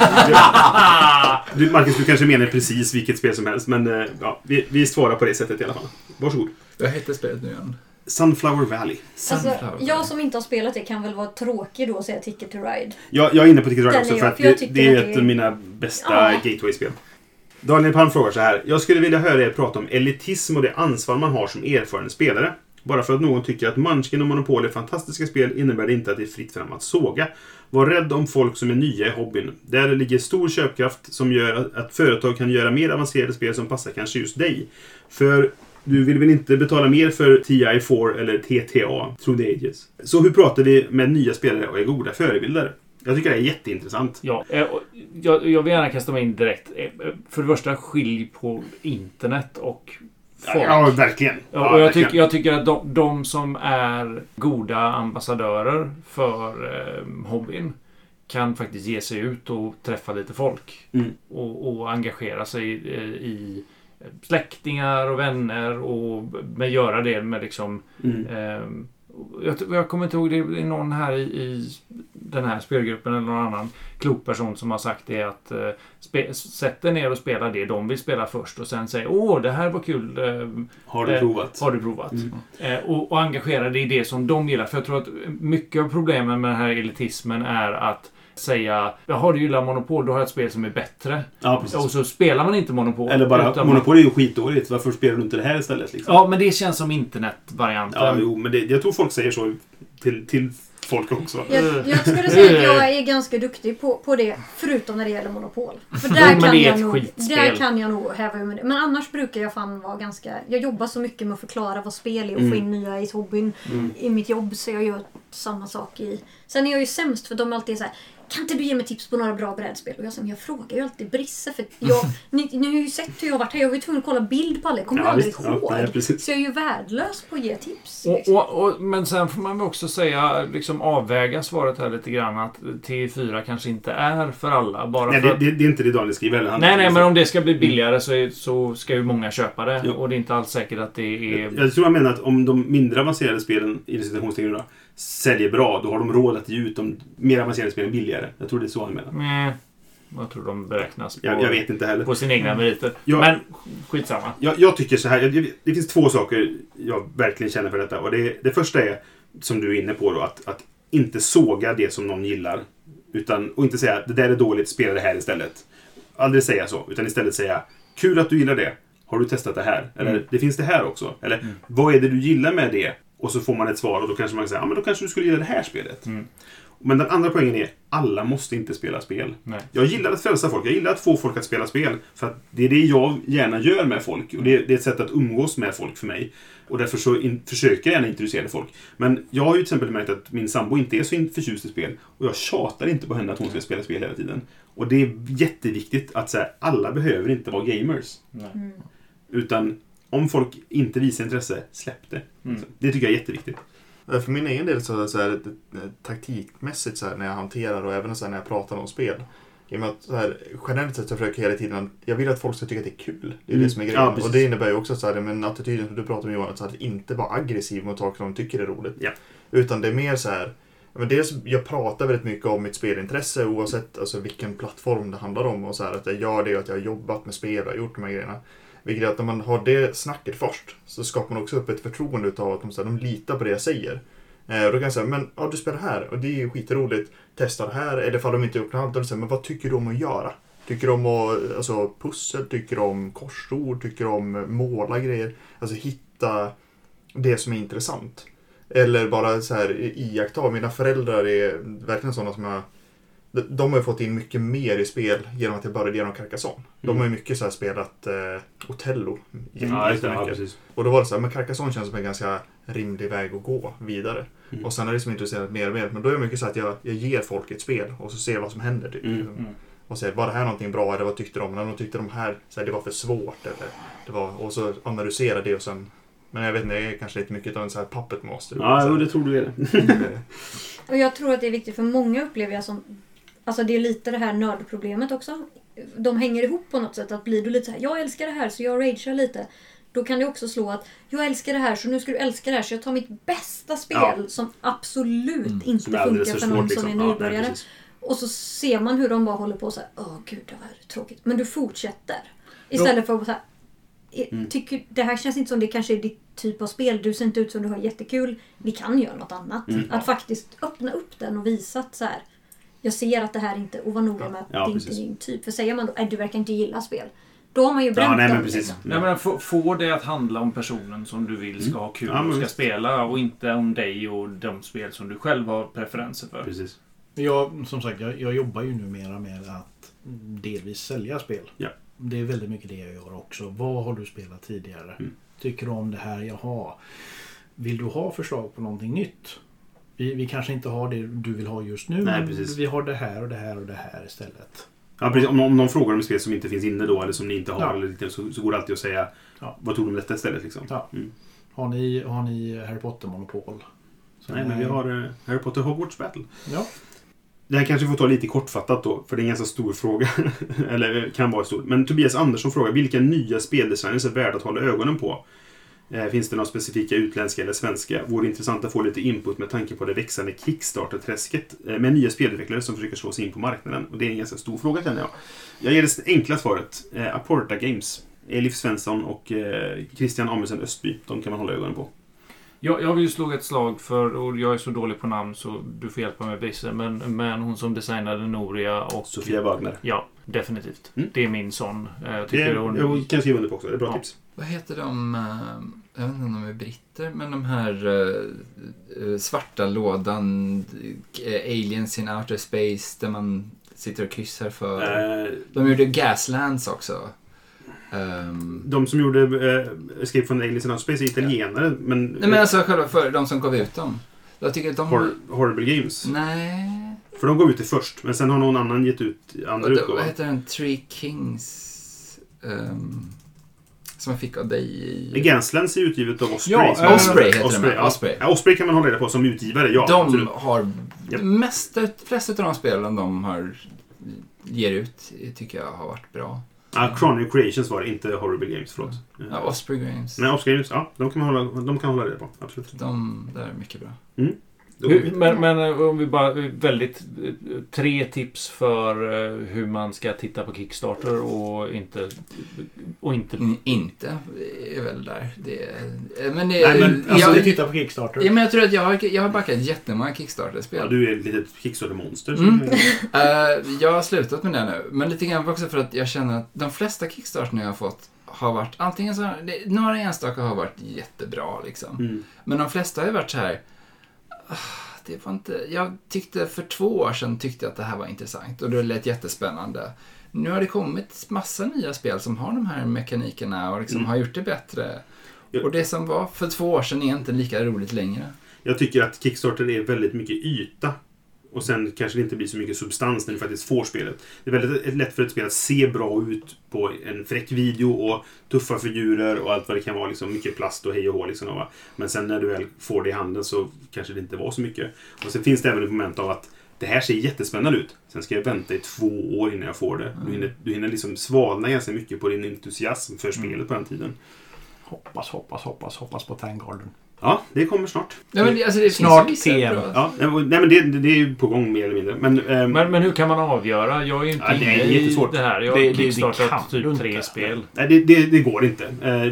Speaker 2: Marcus, du kanske menar precis vilket spel som helst, men vi svarar på det sättet i alla fall. Varsågod.
Speaker 7: Vad heter spelet nu igen?
Speaker 2: Sunflower Valley.
Speaker 5: Alltså, jag som inte har spelat det kan väl vara tråkig då att säga Ticket to Ride.
Speaker 2: Jag är inne på Ticket to Ride också för att det är ett av mina bästa gateway-spel. Daniel Palm frågar så här. Jag skulle vilja höra er prata om elitism och det ansvar man har som erfaren spelare. Bara för att någon tycker att Munchkin och Monopol är fantastiska spel innebär det inte att det är fritt fram att såga. Var rädd om folk som är nya i hobbyn. Där ligger stor köpkraft som gör att företag kan göra mer avancerade spel som passar kanske just dig. För du vill väl inte betala mer för TI4 eller TTA, Through the Ages. Så hur pratar vi med nya spelare och är goda förebilder? Jag tycker det är jätteintressant.
Speaker 4: Ja, jag vill gärna kasta mig in direkt. För det första, skilj på internet och folk.
Speaker 2: Ja, verkligen.
Speaker 4: Ja, och jag tycker att de som är goda ambassadörer för hobbyn kan faktiskt ge sig ut och träffa lite folk. Och engagera sig i släktingar och vänner och göra det med liksom... Jag kommer inte ihåg, det är någon här i den här spelgruppen eller någon annan klok person som har sagt det att sätt dig ner och spela det de vill spela först och sen säga det här var kul.
Speaker 2: Har du provat?
Speaker 4: Och engagera dig i det som de gillar. För jag tror att mycket av problemen med den här elitismen är att säga, jaha, du gillar Monopol, då har jag ett spel som är bättre.
Speaker 2: Ja, precis.
Speaker 4: Och så spelar man inte Monopol.
Speaker 2: Eller bara, Monopol är ju skitdåligt. Varför spelar du inte det här istället? Liksom?
Speaker 4: Ja, men det känns som internetvarianten.
Speaker 2: Ja, jo, men jag tror folk säger så till folk också.
Speaker 5: Jag skulle säga att jag är ganska duktig på det, förutom när det gäller Monopol. För där kan jag nog häva ur med det. Men annars brukar jag fan vara ganska... Jag jobbar så mycket med att förklara vad spel är och få in nya i hobbyn i mitt jobb, så jag gör samma sak i... Sen är jag ju sämst för de alltid är så här: kan inte du ge mig tips på några bra brädspel? Och jag frågar ju alltid Brisse, för ni har ju sett hur jag har varit här. Jag var ju tvungen att kolla bild på alla. Jag kommer aldrig ihåg. Så jag är ju värdelös på att ge tips. Liksom.
Speaker 4: Men sen får man väl också säga, liksom avväga svaret här lite grann, att T4 kanske inte är för alla. Bara
Speaker 2: nej,
Speaker 4: för
Speaker 2: det är inte det Daniel skriver.
Speaker 4: Nej, men om det ska bli billigare så ska ju många köpa det. Ja. Och det är inte alls säkert att det är...
Speaker 2: Jag tror jag menar att om de mindre avancerade spelen i situationstecken säljer bra, då har de råd att ge ut de mer avancerade spelen billigare. Jag tror det är så han menar.
Speaker 4: Nej, jag tror de beräknas på,
Speaker 2: jag vet inte heller.
Speaker 4: På sin egna meriter. Men skitsamma.
Speaker 2: Jag tycker så här, det finns två saker jag verkligen känner för detta. Och det första är, som du är inne på då, att inte såga det som någon gillar. Och inte säga, det där är dåligt, spela det här istället. Aldrig säga så, utan istället säga, kul att du gillar det. Har du testat det här? Eller det finns det här också. Eller vad är det du gillar med det? Och så får man ett svar och då kanske man säger, men då kanske du skulle gilla det här spelet. Men den andra poängen är, alla måste inte spela spel.
Speaker 4: Nej.
Speaker 2: Jag gillar att frälsa folk. Jag gillar att få folk att spela spel. För att det är det jag gärna gör med folk. Och det är ett sätt att umgås med folk för mig. Och därför så försöker jag gärna introducera folk. Men jag har ju till exempel märkt att min sambo inte är så förtjust i spel. Och jag tjatar inte på henne att hon ska spela spel hela tiden. Och det är jätteviktigt att säga, alla behöver inte vara gamers. Utan om folk inte visar intresse, släpp det. Det tycker jag är jätteviktigt.
Speaker 3: För min egen del så är det taktikmässigt så här, när jag hanterar och även så här, när jag pratar om spel. I och med att så här, generellt sett så försöker jag hela tiden, jag vill att folk ska tycka att det är kul. Det är det som är grejen. Och det innebär ju också så här, men attityden som du pratar om, Johan, att inte vara aggressiv mot saker som de tycker är roligt.
Speaker 2: Ja.
Speaker 3: Utan det är mer så här, men dels jag pratar väldigt mycket om mitt spelintresse oavsett alltså, vilken plattform det handlar om. Och så här, att jag gör det och att jag har jobbat med spel och gjort de här grejerna. Vilket är att när man har det snacket först så skapar man också upp ett förtroende utav att de litar på det jag säger. Och då kan jag säga, men du spelar här och det är ju skitroligt. Testa det här, eller ifall de inte gjort något annat. Då säger, men vad tycker du om att göra? Tycker du om att, alltså, pussel, tycker du om korsord, tycker du om måla grejer? Alltså hitta det som är intressant. Eller bara så här iaktta. Mina föräldrar är verkligen sådana som de har ju fått in mycket mer i spel genom att jag började genom Carcassonne. De har ju mycket så här spelat Otello. Och då var det så här, men Carcassonne känns som en ganska rimlig väg att gå vidare. Och sen är det som intresserat mer och mer. Men då är det mycket så att jag ger folk ett spel och så ser vad som händer. Typ. Och säger, var det här någonting bra eller vad tyckte de? När de tyckte de här, så här, det var för svårt. Eller, det var, och så analysera det och sen... Men jag vet inte, det är kanske lite mycket av en så här puppet master.
Speaker 2: Ja, det tror du är det.
Speaker 5: Och jag tror att det är viktigt för många upplever jag som... Alltså det är lite det här nördproblemet också. De hänger ihop på något sätt. Att blir du lite så här, jag älskar det här så jag ragear lite. Då kan det också slå att jag älskar det här så nu ska du älska det här. Så jag tar mitt bästa spel som absolut inte funkar för någon som är nybörjare. Ja, och så ser man hur de bara håller på så här, gud det var tråkigt. Men du fortsätter. Istället för att så här, tycker, det här känns inte som det kanske är ditt typ av spel. Du ser inte ut som du har jättekul. Vi kan göra något annat. Att faktiskt öppna upp den och visa att så här, jag ser att det här inte, och var noga med att det inte är din typ. För säger man då, du verkar inte gilla spel. Då har man ju bränt dem.
Speaker 2: Precis.
Speaker 4: Nej, men få det att handla om personen som du vill ska ha kul och ska spela. Och inte om dig och de spel som du själv har preferenser för.
Speaker 2: Precis.
Speaker 6: Som sagt, jag jobbar ju numera med att delvis sälja spel.
Speaker 2: Ja.
Speaker 6: Det är väldigt mycket det jag gör också. Vad har du spelat tidigare? Tycker du om det här? Jaha. Vill du ha förslag på någonting nytt? Vi kanske inte har det du vill ha just nu.
Speaker 2: Nej,
Speaker 6: men
Speaker 2: precis.
Speaker 6: vi har det här och det här och det här istället.
Speaker 2: Ja, precis. Om någon frågar om ett spel som inte finns inne då, eller som ni inte har, eller lite, så går det alltid att säga vad tog de detta istället liksom.
Speaker 6: Ja. Har ni Harry Potter-monopol?
Speaker 2: Nej, men vi har Harry Potter Hogwarts Battle.
Speaker 6: Ja.
Speaker 2: Det här kanske vi får ta lite kortfattat då, för det är en ganska stor fråga. Eller kan vara stor. Men Tobias Andersson frågar, vilka nya speldesigners är värda att hålla ögonen på? Finns det några specifika utländska eller svenska? Vore intressant att få lite input med tanke på det växande Kickstarter-träsket med nya spelutvecklare som försöker slå sig in på marknaden. Och det är en ganska stor fråga, känner jag. Jag ger det enkla svaret. Aporta Games, Elif Svensson och Christian Amundsen Östby. De kan man hålla ögonen på.
Speaker 4: Jag vill ju slå ett slag för, och jag är så dålig på namn så du får hjälpa mig vissa, men hon som designade Noria och...
Speaker 2: Sofia Wagner.
Speaker 4: Ja, definitivt. Det är min sån. Jag
Speaker 2: kan skriva under på också, det är bra tips.
Speaker 7: Vad heter de, jag vet inte om de är britter, men de här svarta lådan, Aliens in Outer Space, där man sitter och kryssar för... De gjorde Gaslands också.
Speaker 2: De som gjorde Escape from Aliens in Outer Space är italienare, men...
Speaker 7: Nej, men alltså själva för de som gav ut dem. Jag tycker att de...
Speaker 2: Horrible Games?
Speaker 7: Nej.
Speaker 2: För de gav ut det först, men sen har någon annan gett ut andra utgåvor.
Speaker 7: Vad heter den? Three Kings... som jag fick av dig i...
Speaker 2: Gaslands är utgivet av Osprey.
Speaker 7: Ja, Osprey heter det.
Speaker 2: Osprey. Ja, Osprey kan man hålla reda på som utgivare, ja.
Speaker 7: De
Speaker 2: absolut.
Speaker 7: har... Flesta av de spelen de ger ut tycker jag har varit bra.
Speaker 2: Chronic Creations var det, inte Horrible Games, förlåt.
Speaker 7: Ja, Osprey Games.
Speaker 2: Nej, Osprey Games, ja. De kan hålla reda på, absolut.
Speaker 7: De där är mycket bra.
Speaker 4: Men om vi bara väldigt 3 tips för hur man ska titta på Kickstarter och inte
Speaker 7: inte är väl där.
Speaker 6: Jag tittar på Kickstarter.
Speaker 7: Ja, men jag tror att jag har backat jättemånga Kickstarter-spel.
Speaker 2: Ja, du är ett litet Kickstarter-monster.
Speaker 7: Jag har slutat med det nu. Men lite grann också för att jag känner att de flesta Kickstarter jag har fått har varit antingen så några enstaka har varit jättebra liksom. Men de flesta har ju varit så här. Det var inte, jag tyckte för 2 år sedan att det här var intressant och det lät jättespännande. Nu har det kommit massa nya spel som har de här mekanikerna och liksom har gjort det bättre. Och det som var för 2 år sedan är inte lika roligt längre.
Speaker 2: Jag tycker att Kickstarter är väldigt mycket yta. Och sen kanske det inte blir så mycket substans när du faktiskt får spelet. Det är väldigt lätt för ett spel att se bra ut på en fräck video och tuffa figurer och allt vad det kan vara. Liksom mycket plast och hej och hå. Liksom. Men sen när du väl får det i handen så kanske det inte var så mycket. Och sen finns det även ett moment av att det här ser jättespännande ut. Sen ska jag vänta i 2 år innan jag får det. Du hinner liksom svalna ganska mycket på din entusiasm för spelet på den tiden.
Speaker 6: Hoppas på Tangarden.
Speaker 2: Ja, det kommer snart.
Speaker 7: Ja, men det
Speaker 6: snart
Speaker 7: finns
Speaker 6: TM.
Speaker 2: Ja, nej, men det är ju på gång mer eller mindre. Men
Speaker 4: hur kan man avgöra? Jag är ju inte inne i det här. Jag har kickstartat typ 3 spel.
Speaker 2: Nej, det går inte.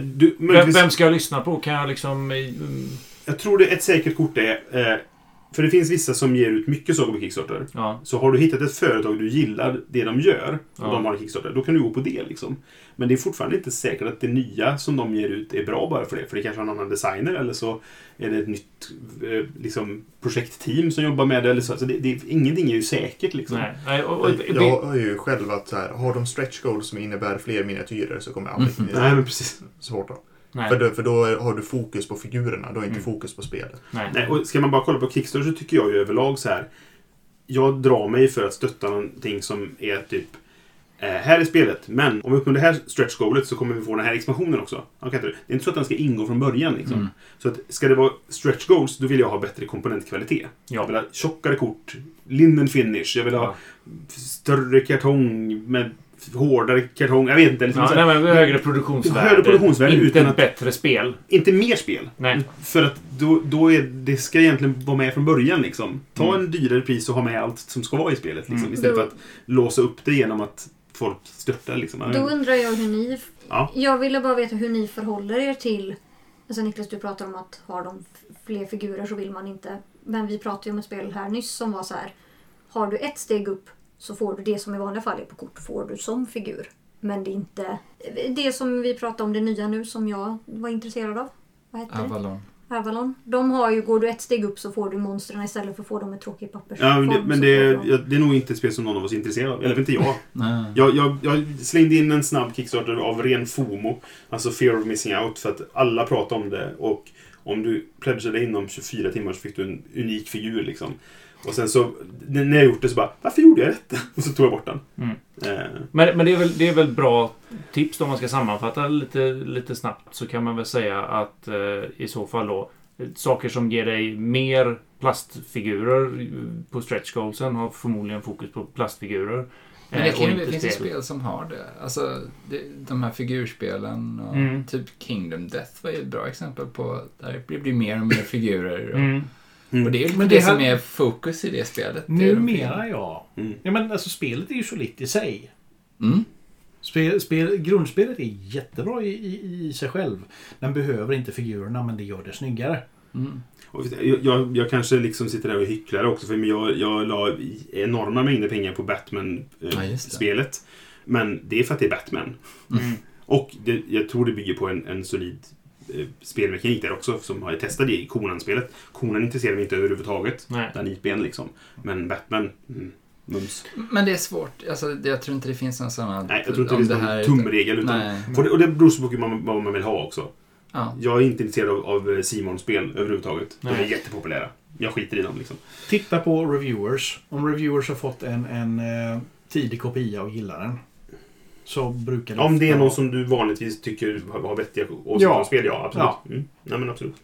Speaker 4: Vem ska jag lyssna på? Kan jag liksom...
Speaker 2: Jag tror det ett säkert kort är... För det finns vissa som ger ut mycket saker på Kickstarter. Ja. Så har du hittat ett företag du gillar det de gör och de har en Kickstarter, då kan du gå på det liksom. Men det är fortfarande inte säkert att det nya som de ger ut är bra bara för det. För det kanske har en annan designer eller så är det ett nytt liksom, projektteam som jobbar med det. Eller så. Alltså ingenting är ju säkert liksom.
Speaker 3: Nej, jag har ju själv att så här, har de stretch goals som innebär fler miniatyrer så kommer aldrig
Speaker 2: Nej, men precis.
Speaker 3: Svårt då. För då har du fokus på figurerna, då är inte fokus på spelet.
Speaker 2: Nej, och ska man bara kolla på Kickstarter så tycker jag ju överlag så här. Jag drar mig för att stötta någonting som är typ här är spelet, men om vi uppnår det här stretch goalet så kommer vi få den här expansionen också. Det är inte så att den ska ingå från början liksom. Så att ska det vara stretch goals, då vill jag ha bättre komponentkvalitet. Jag vill ha tjockare kort, linden finish, jag vill ha större kartong med hårdare kartong, jag vet inte. Liksom
Speaker 4: men högre produktionsvärde. Inte ett bättre spel.
Speaker 2: Inte mer spel.
Speaker 4: Nej.
Speaker 2: För att då är det ska egentligen vara med från början. Liksom. Ta en dyrare pris och ha med allt som ska vara i spelet. Liksom, istället för att låsa upp det genom att folk stöttar. Liksom.
Speaker 5: Då undrar jag hur ni... Jag ville bara veta hur ni förhåller er till... Alltså Niklas, du pratar om att har de fler figurer så vill man inte... Men vi pratade ju om ett spel här nyss som var så här. Har du ett steg upp så får du det som i vanliga fall är på kort får du som figur. Men det är inte det som vi pratar om det nya nu som jag var intresserad av. Vad heter
Speaker 7: Avalon.
Speaker 5: Avalon. De har ju, går du ett steg upp så får du monstren istället för att få dem med tråkig pappers.
Speaker 2: Ja, men det är nog inte ett spel som någon av oss är intresserad av. Eller inte jag. Jag slängde in en snabb Kickstarter av ren FOMO. Alltså Fear of Missing Out. För att alla pratar om det. Och om du pledgade inom 24 timmar så fick du en unik figur liksom. Och sen så, när jag gjort det så bara, varför gjorde jag detta? Och så tog jag bort den.
Speaker 4: Men det är väl bra tips då, om man ska sammanfatta lite snabbt, så kan man väl säga att i så fall då saker som ger dig mer plastfigurer på stretch goalsen har förmodligen fokus på plastfigurer.
Speaker 7: Men det finns ju spel som har det. Alltså de här figurspelen och typ Kingdom Death var ju ett bra exempel på där det blir mer och mer figurer. Och det är ju det som är fokus i det spelet.
Speaker 6: Numera ja. Men alltså spelet är ju så lite i sig. Grundspelet är jättebra i sig själv. Den behöver inte figurerna, men det gör det snyggare.
Speaker 2: Och jag kanske liksom sitter där och hycklar också, för jag la enorma mängder pengar på Batman-spelet. Men det är för att det är Batman. Och jag tror det bygger på en solid spelmekanik där också, som har testat det i Conan-spelet. Conan intresserar mig inte överhuvudtaget. Den IP liksom. Men Batman... mums.
Speaker 7: Men det är svårt. Alltså, jag tror inte det finns någon sån...
Speaker 2: Nej, jag tror inte det finns någon tumregel. Och det beror på vad man vill ha också.
Speaker 7: Ja.
Speaker 2: Jag är inte intresserad av Simon-spel överhuvudtaget. De är jättepopulära. Jag skiter i dem liksom.
Speaker 6: Titta på reviewers. Om reviewers har fått en tidig kopia och gillar den, så brukar det...
Speaker 2: Om det är någon som du vanligtvis tycker har vettiga åsikter om spel, ja, absolut. Nej, men absolut.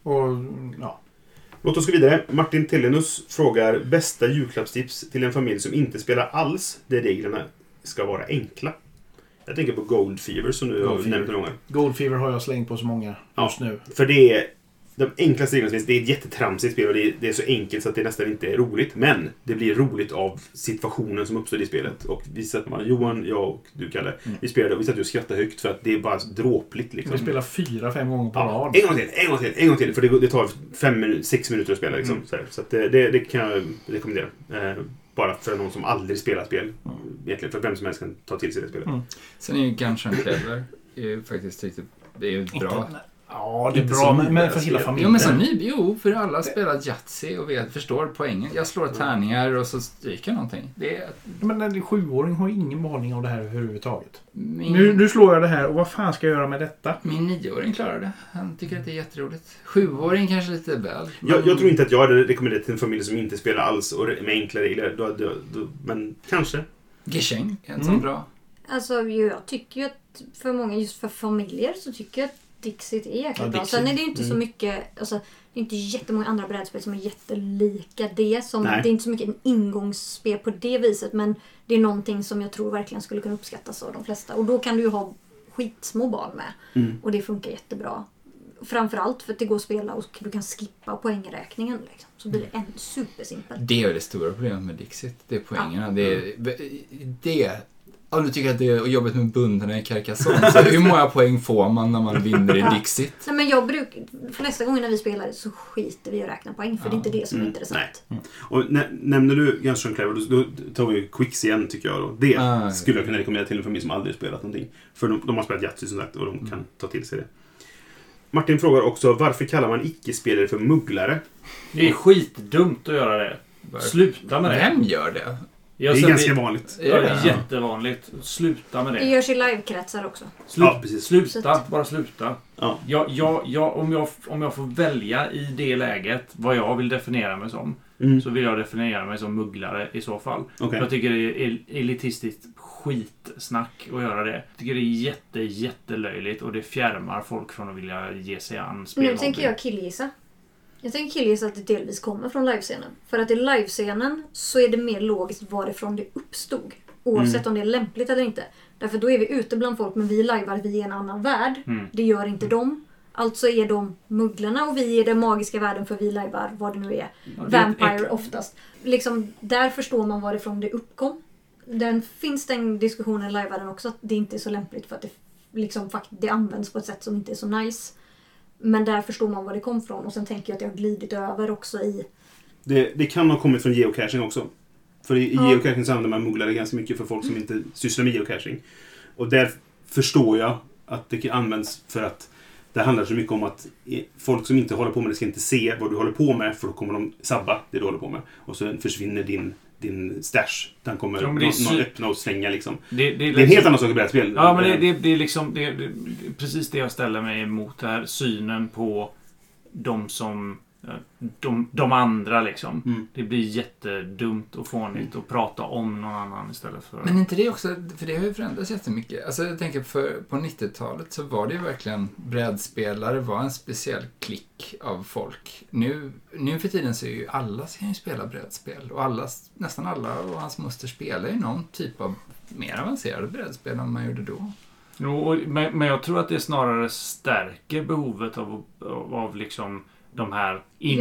Speaker 2: Låt oss gå vidare. Martin Tellenus frågar: bästa julklappstips till en familj som inte spelar alls där reglerna ska vara enkla. Jag tänker på Gold Fever som du har nämnt några gånger.
Speaker 6: Gold Fever har jag slängt på så många just nu.
Speaker 2: För det är de enklaste reglerna som finns. Det är ett jättetramsigt spel och det är så enkelt så att det nästan inte är roligt. Men det blir roligt av situationen som uppstår i spelet. Och vi satt med Johan, jag och du, Kalle. Vi spelade och vi satt och skrattade högt för att det är bara dråpligt liksom.
Speaker 6: Vi spelar 4-5 gånger på rad.
Speaker 2: En gång till. För det tar 6 minuter att spela liksom. Så att det kan jag rekommendera. Bara för någon som aldrig spelar spel. Egentligen för vem som helst kan ta till sig det spelet.
Speaker 7: Sen är ju Gungeon Clever faktiskt riktigt... Det är ju bra.
Speaker 6: Ja, det är bra, men för hela familjen.
Speaker 7: Jo, men som ny, för alla spelar Yatzy och förstår poängen. Jag slår tärningar och så stryker någonting.
Speaker 6: Men en 7-åring har ingen behållning av det här överhuvudtaget. Nu slår jag det här och vad fan ska jag göra med detta?
Speaker 7: Min 9-åring klarar det. Han tycker att det är jätteroligt. 7-åring kanske lite väl.
Speaker 2: Jag tror inte att jag hade rekommenderat till en familj som inte spelar alls och med enkla regler. Men kanske.
Speaker 7: Gesheng, en sån bra.
Speaker 5: Alltså, jag tycker ju att för många, just för familjer, så tycker jag att Dixit är jäkligt bra. Sen är det ju inte så mycket, alltså, det är inte jättemånga andra brädspel som är jättelika det. Det är inte så mycket en ingångsspel på det viset, men det är någonting som jag tror verkligen skulle kunna uppskattas av de flesta. Och då kan du ju ha skitsmå barn med. Och det funkar jättebra. Framförallt för att det går att spela och du kan skippa poängräkningen liksom. Så blir det supersimpelt.
Speaker 7: Det är det stora problemet med Dixit. Det är poängerna. Det om du tycker att det är jobbigt med bundarna i Carcassonne, så hur många poäng får man när man vinner i Dixit?
Speaker 5: Nej, men nästa gång när vi spelar så skiter vi att räkna poäng, för det är inte det som är intressant.
Speaker 2: Och nämner du Gungeon Clever, då tar vi Quicks igen tycker jag då. Det skulle jag kunna rekommendera till en familj som aldrig spelat någonting. För de har spelat Yatzy som sagt och de kan ta till sig det. Martin frågar också: varför kallar man icke-spelare för mugglare?
Speaker 4: Det är skitdumt att göra det. Sluta med det.
Speaker 7: Vem gör det?
Speaker 2: Det är ganska vanligt.
Speaker 4: Ja, det är jättevanligt. Sluta med det.
Speaker 5: Det görs i livekretsar också.
Speaker 2: Precis.
Speaker 4: Sluta. Bara sluta.
Speaker 2: Ja.
Speaker 4: Om jag får välja i det läget vad jag vill definiera mig som, så vill jag definiera mig som mugglare i så fall.
Speaker 2: Okay.
Speaker 4: Jag tycker det är elitistiskt skitsnack att göra det. Jag tycker det är jättelöjligt och det fjärmar folk från att vilja ge sig an spel.
Speaker 5: Nu tänker jag killgissa. Jag tänker killgissa att det delvis kommer från livescenen. För att i livescenen så är det mer logiskt varifrån det uppstod. Oavsett om det är lämpligt eller inte. Därför då är vi ute bland folk, men vi livear, vi är en annan värld. Det gör inte de. Alltså är de mugglarna och vi är den magiska världen, för vi livear vad det nu är. Vampire oftast. Liksom, där förstår man varifrån det uppkom. Finns den diskussionen i livevärlden också, att det inte är så lämpligt för att det används på ett sätt som inte är så nice. Men där förstår man var det kom från. Och sen tänker jag att jag har glidit över också i...
Speaker 2: Det kan ha kommit från geocaching också. För i geocaching så använder man mugglare ganska mycket för folk som inte sysslar med geocaching. Och där förstår jag att det används för att Det handlar så mycket om att folk som inte håller på med det ska inte se vad du håller på med, för då kommer de sabba det du håller på med. Och så försvinner din stash. Den kommer någon öppna och slänga liksom. Det är en helt annan sak i brädspel.
Speaker 4: Ja, men det är liksom det är precis det jag ställer mig emot här. Synen på de som de andra liksom. Det blir jättedumt och fånigt att prata om någon annan istället för...
Speaker 7: Men inte det också, för det har ju förändrats jättemycket. Alltså jag tänker på 90-talet så var det ju verkligen brädspelare var en speciell klick av folk. Nu för tiden så är ju alla ska ju spela brädspel och nästan alla och hans moster spelar ju någon typ av mer avancerade brädspel än man gjorde då.
Speaker 4: Jo, men jag tror att det snarare stärker behovet av liksom de här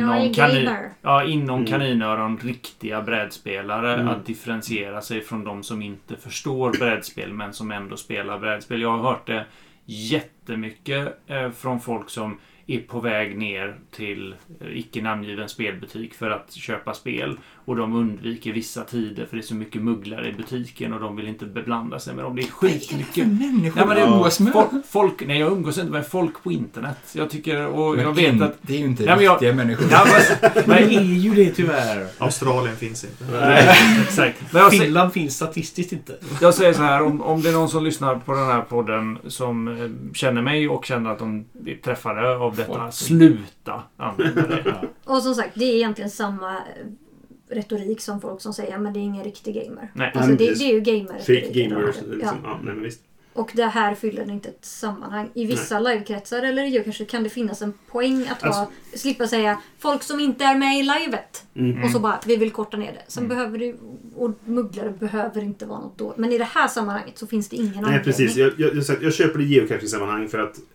Speaker 4: inom kaninöron riktiga brädspelare att differentiera sig från de som inte förstår brädspel men som ändå spelar brädspel. Jag har hört det jättemycket från folk som är på väg ner till icke namngiven spelbutik för att köpa spel och de undviker vissa tider för det är så mycket mugglare i butiken och de vill inte beblanda sig med dem. Det är skitmycket folk. Nej, jag umgås inte med folk på internet. Jag tycker och
Speaker 7: men
Speaker 4: jag vet att
Speaker 7: det är ju inte riktiga människor.
Speaker 6: Men är ju det tyvärr.
Speaker 3: Australien finns inte.
Speaker 4: Nej, exakt. Men
Speaker 6: Finland finns statistiskt inte.
Speaker 4: Jag säger så här, om det är någon som lyssnar på den här podden som känner mig och känner att de är träffade av detta, sluta använda det.
Speaker 5: Och som sagt, det är egentligen samma retorik som folk som säger men det är ingen riktig gamer.
Speaker 4: Nej.
Speaker 5: Alltså det är ju gamer.
Speaker 2: Fake gamers. Liksom. Ja, nej, men visst.
Speaker 5: Och det här fyller inte ett sammanhang. I vissa livekretsar eller kanske kan det finnas en poäng att slippa säga folk som inte är med i livet. Och så bara, vi vill korta ner det. Sen behöver det, och mugglare behöver inte vara något då. Men i det här sammanhanget så finns det ingen anledning.
Speaker 2: Nej, precis. Jag köper det geocaching-sammanhang för att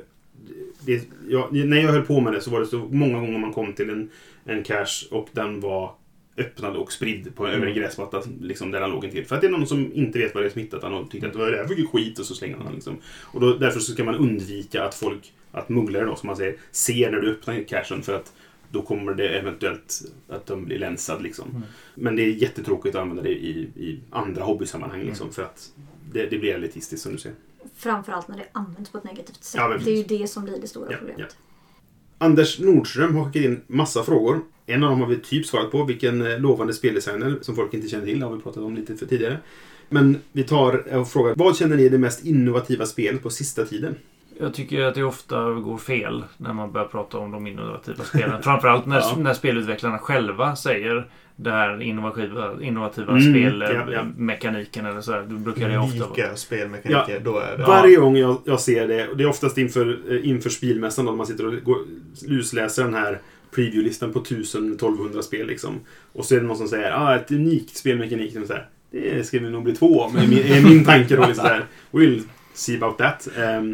Speaker 2: när jag höll på med det så var det så många gånger man kom till en cache och den var öppnad och spridd över en gräsmatta liksom, där han låg till. För att det är någon som inte vet vad det är smittat. Han tyckte att det var det här för skit och så slänger han liksom. Och därför så ska man undvika att mugglare då, som man säger, ser när du öppnar cachen för att då kommer det eventuellt att de blir länsad liksom. Men det är jättetråkigt att använda det i andra hobbysammanhang liksom, för att det blir elitistiskt som du ser.
Speaker 5: Framförallt när det används på ett negativt sätt.
Speaker 2: Ja,
Speaker 5: det är ju det som blir det stora problemet.
Speaker 2: Ja. Anders Nordström har skickat in massa frågor. En av dem har vi typ svarat på. Vilken lovande speldesigner som folk inte känner till har vi pratat om lite för tidigare. Men vi tar och frågar, vad känner ni är det mest innovativa spelet på sista tiden?
Speaker 4: Jag tycker att det ofta går fel när man börjar prata om de innovativa spelen. Framförallt när spelutvecklarna själva säger det här innovativa spelmekaniken eller så här. Då brukar det ofta
Speaker 3: vara spelmekaniker, då är det.
Speaker 2: Varje gång jag ser det, och det är oftast inför spelmässan då man sitter och lusläser den här preview-listan på 1000-1200 spel liksom. Och så är det någon som säger ett unikt spelmekanik och så här. Det ska vi nog bli 2 av, är min tanke då liksom där. We'll see about that.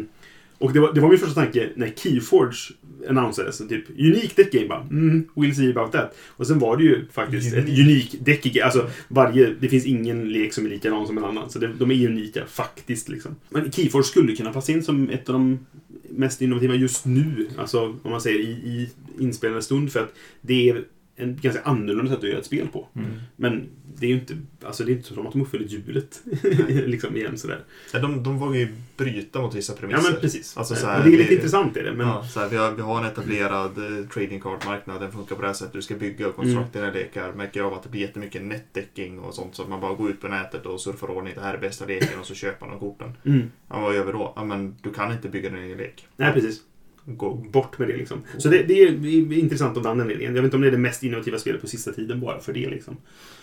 Speaker 2: Och det var min första tanke när Keyforge annonserades. Typ, unique deck game bara. We'll see about that. Och sen var det ju faktiskt ett unikt deck. Alltså det finns ingen lek som är likadan som en annan. Så de är unika faktiskt liksom. Men Keyforge skulle kunna passa in som ett av de mest innovativa just nu. Alltså om man säger i inspelande stund. För att det är en ganska annorlunda sätt att göra ett spel på. Men det är ju inte, alltså det är inte som att de uppfyller hjulet liksom igen sådär.
Speaker 3: Ja, de vågar ju bryta mot vissa premisser.
Speaker 2: Ja, men precis.
Speaker 3: Alltså, så här,
Speaker 2: och det är lite intressant är det. Men...
Speaker 3: Ja, så här, vi har en etablerad trading card-marknad. Den funkar på det här sättet. Du ska bygga och konstruera lekar. Märker av att det blir jättemycket netdecking och sånt. Så att man bara går ut på nätet och surfar ordning. Det här är bästa leken och så köper man korten. Ja, vad gör vi då? Ja, men du kan inte bygga din egen lek.
Speaker 2: Nej, precis. Gå bort med det liksom. Så det är intressant av den anledningen. Jag vet inte om det är det mest innovativa spelet på sista tiden bara för det liksom.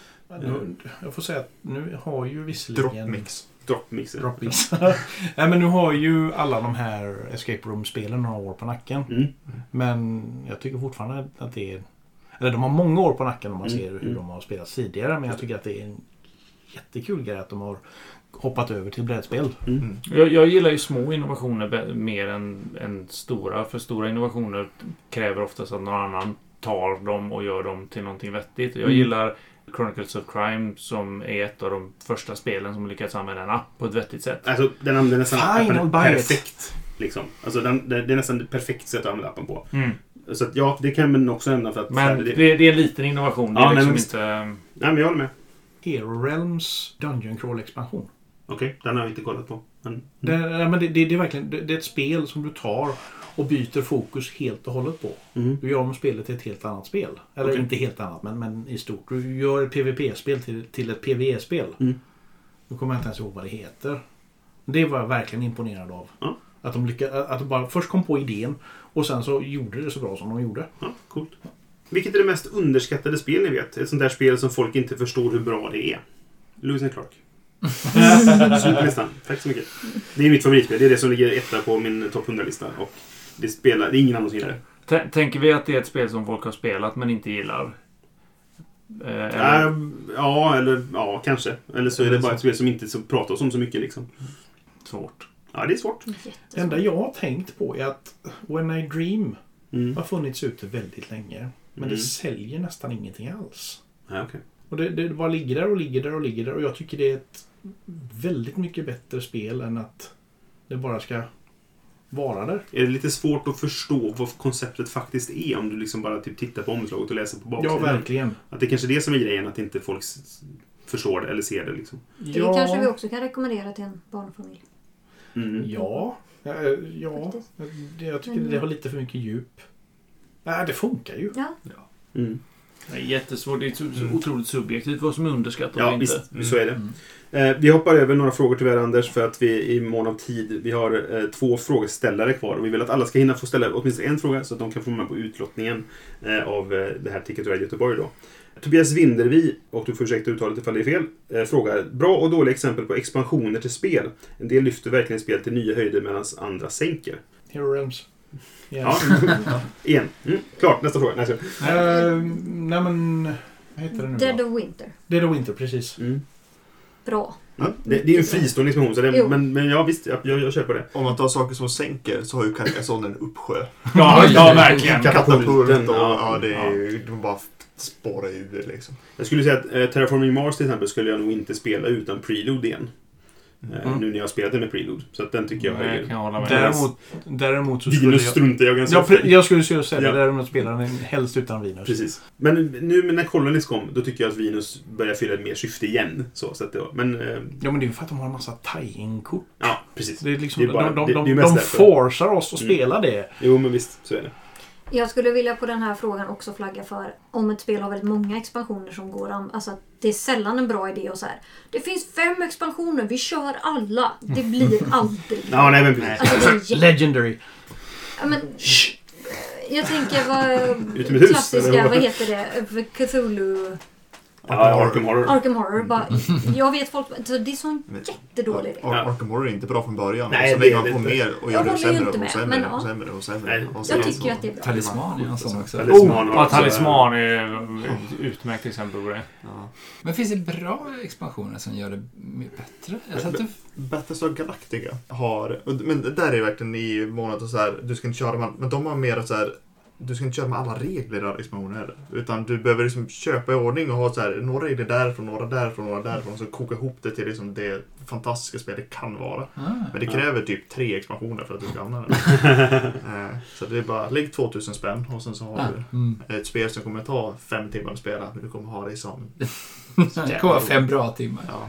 Speaker 6: Jag får säga att nu har ju visserligen...
Speaker 2: Dropmix.
Speaker 6: Nej, men nu har ju alla de här Escape Room-spelen några år på nacken. Men jag tycker fortfarande att det är... Eller de har många år på nacken om man ser hur de har spelat tidigare. Men jag tycker att det är en jättekul grej att de har hoppat över till brädspel.
Speaker 4: Jag gillar ju små innovationer mer än stora. För stora innovationer kräver oftast att någon annan tar dem och gör dem till någonting vettigt. Jag gillar Chronicles of Crime som är ett av de första spelen som lyckats använda en app på ett vettigt sätt.
Speaker 2: Alltså den använder nästan perfekt. Liksom. Alltså det är nästan ett perfekt sätt att använda appen på. Så att, ja, det kan man också ändra för att...
Speaker 4: Men det är en liten innovation. Det är liksom inte...
Speaker 2: Nej, men jag håller med.
Speaker 6: Hero Realms Dungeon Crawl-expansion.
Speaker 2: Okej, den har jag inte kollat på. Men...
Speaker 6: Det är verkligen det är ett spel som du tar och byter fokus helt och hållet på. Du gör om spelet till ett helt annat spel. Eller inte helt annat, men i stort. Du gör ett PvP-spel till ett PvE-spel. Nu kommer jag inte ens ihåg vad det heter. Det var jag verkligen imponerad av. Att de bara först kom på idén och sen så gjorde det så bra som de gjorde.
Speaker 2: Ja, coolt. Vilket är det mest underskattade spel ni vet? Ett sånt där spel som folk inte förstår hur bra det är. Lewis and Clark. Superlistan. Tack så mycket. Det är mitt favoritspel. Det är det som ligger etta på min topp 100-lista. Och det är ingen annan som gillar
Speaker 4: det. Tänker vi att det är ett spel som folk har spelat men inte gillar?
Speaker 2: Ja, kanske. Eller så är det bara ett spel som inte så pratas om så mycket liksom.
Speaker 4: Svårt.
Speaker 2: Ja, det är svårt.
Speaker 6: Det enda jag har tänkt på är att When I Dream har funnits ute väldigt länge. Men det säljer nästan ingenting alls.
Speaker 2: Ja, okay.
Speaker 6: Och det bara ligger där och ligger där och ligger där. Och jag tycker det är ett väldigt mycket bättre spel än att det bara ska vara där.
Speaker 2: Är det lite svårt att förstå vad konceptet faktiskt är om du liksom bara typ tittar på omslaget och läser på baksidan?
Speaker 6: Ja, verkligen.
Speaker 2: Att det kanske är det som är grejen, att inte folk förstår det eller ser det liksom.
Speaker 5: Det kanske vi också kan rekommendera till en barnfamilj.
Speaker 6: Ja. Jag tycker det har lite för mycket djup. Nej, det funkar ju.
Speaker 5: Ja.
Speaker 4: Det är jättesvårt. Det är så otroligt subjektivt vad som är underskattat och inte.
Speaker 2: Visst, så är det. Vi hoppar över några frågor tyvärr, Anders, för att vi i mån av tid, vi har 2 frågeställare kvar och vi vill att alla ska hinna få ställa åtminstone en fråga så att de kan få med på utlottningen av det här Ticket to Ride Göteborg då. Tobias Windervi, och du får ursäkta uttalet ifall det är fel, frågar: bra och dåliga exempel på expansioner till spel. En del lyfter verkligen spel till nya höjder medan andra sänker.
Speaker 6: Hero Realms.
Speaker 2: Ja, igen. Klart, nästa fråga.
Speaker 6: Nej men, vad heter det nu?
Speaker 5: Dead of Winter.
Speaker 6: Dead of Winter, precis.
Speaker 5: Bra.
Speaker 2: Ja, det är ju en fristående expansion, så men ja, visst, jag kör på det.
Speaker 3: Om man tar saker som sänker så har ju Carcassonne en uppsjö.
Speaker 4: Ja, verkligen.
Speaker 3: Katapulten och det är ju bara spåra ur liksom.
Speaker 2: Jag skulle säga att Terraforming Mars till exempel skulle jag nog inte spela utan Prelude igen. Nu när jag spelade med Prelude. Så att den tycker jag är...
Speaker 4: kan hålla med.
Speaker 6: Däremot så skulle
Speaker 2: Vinus struntar jag ganska ofta.
Speaker 6: Jag skulle säga det, däremot spelar den helst utan Vinus.
Speaker 2: Precis. Men nu när Colonies kom, då tycker jag att Vinus börjar fylla ett mer syfte igen. Så att det var, men
Speaker 6: ja, men det är ju för att de har en massa tie-in-kort.
Speaker 2: Ja, precis.
Speaker 6: Det är liksom,
Speaker 2: det är bara,
Speaker 6: de forcar oss att spela det.
Speaker 2: Jo, men visst, så är det.
Speaker 5: Jag skulle vilja på den här frågan också flagga för om ett spel har väldigt många expansioner som går an. Alltså det är sällan en bra idé och så här. Det finns 5 expansioner, vi kör alla. Det blir aldrig.
Speaker 2: Ja, nej men precis.
Speaker 5: Alltså,
Speaker 6: Legendary.
Speaker 5: Ja, men jag tänker klassiska, vad heter det? Cthulhu.
Speaker 2: Arkham Horror.
Speaker 5: Arkham Horror. Bara, jag vet folk, det är sån jättedålig idé.
Speaker 3: Arkham Horror är inte bra från början.
Speaker 2: Nej,
Speaker 3: så lägger man på mer och gör det
Speaker 5: sämre
Speaker 3: och sämre.
Speaker 5: Jag tycker ju att det är bra.
Speaker 7: Talisman är en sån också.
Speaker 4: Talisman är utmärkt exempel på det.
Speaker 7: Ja. Men finns det bra expansioner som gör det bättre?
Speaker 3: Battlestar Galactica har... Men där är det verkligen i månaden så här, du ska inte köra med... Men de har mer så här... Du ska inte köra med alla regler i expansioner. Utan du behöver liksom köpa i ordning och ha så här, några regler därifrån, några därifrån. Så koka ihop det till liksom det fantastiska spel det kan vara. Men det kräver typ 3 expansioner för att du ska använda det. Så det är bara, lägg 2000 spänn och sen så har du ett spel som kommer ta 5 timmar att spela. Men du kommer ha det som...
Speaker 7: Det kommer 5 bra timmar.
Speaker 3: Ja.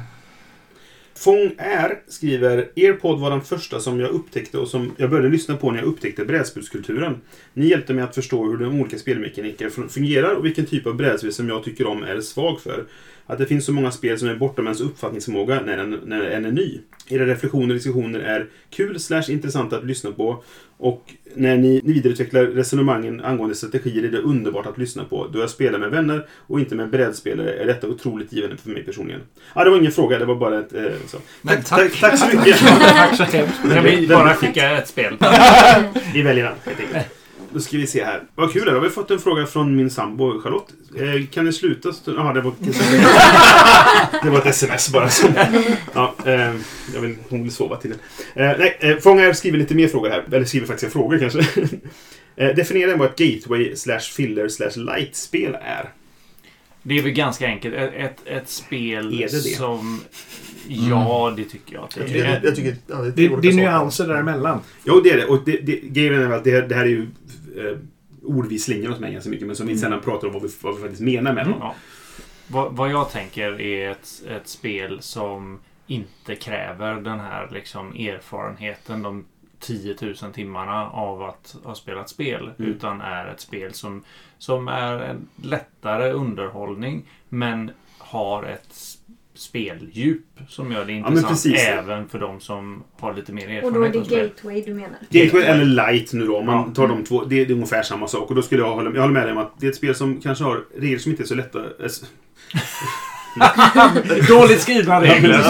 Speaker 2: Fång R skriver: er podd var den första som jag upptäckte och som jag började lyssna på när jag upptäckte brädspelskulturen. Ni hjälpte mig att förstå hur de olika spelmekaniker fungerar och vilken typ av brädspel som jag tycker om är svag för. Att det finns så många spel som är bortom ens uppfattningsförmåga när en är ny. Era reflektioner och diskussioner är kul/intressanta att lyssna på, och när ni vidareutvecklar resonemangen angående strategier är det underbart att lyssna på. Då jag spelar med vänner och inte med brädspelare är detta otroligt givande för mig personligen. Ja, det var ingen fråga, det var bara ett så. Tack så mycket.
Speaker 6: Tack så hemskt.
Speaker 4: Kan vi bara skicka ett spel?
Speaker 2: Vi väljer den, helt enkelt. Då ska vi se här. Vad kul, då har vi fått en fråga från min sambo Charlotte. Kan ni sluta? Jaha, det var ett sms bara. Ja, hon vill sova till det. Fångar skriver lite mer frågor här. Eller skriver faktiskt en fråga kanske. Definiera vad ett gateway/filler/light-spel är.
Speaker 4: Det är väl ganska enkelt. Ett spel
Speaker 2: är det
Speaker 4: som... Ja, det tycker jag.
Speaker 6: Det är nyanser däremellan.
Speaker 2: Jo, det är det. Och grejen är att det här är ju ord vi slänger oss med ganska mycket, men som vi sedan pratar om vad vi faktiskt menar med dem.
Speaker 4: Ja. Vad jag tänker är ett spel som inte kräver den här liksom erfarenheten, de 10 000 timmarna av att ha spelat spel, utan är ett spel som är en lättare underhållning men har ett speldjup som gör det intressant även för de som har lite mer erfarenhet.
Speaker 5: Och då är det Gateway du menar?
Speaker 2: Gateway eller Light nu då, om man tar de två, det är ungefär samma sak. Och då skulle jag hålla med dig om att det är ett spel som kanske har regler som inte är så lätta.
Speaker 6: Dåligt skrivna regler.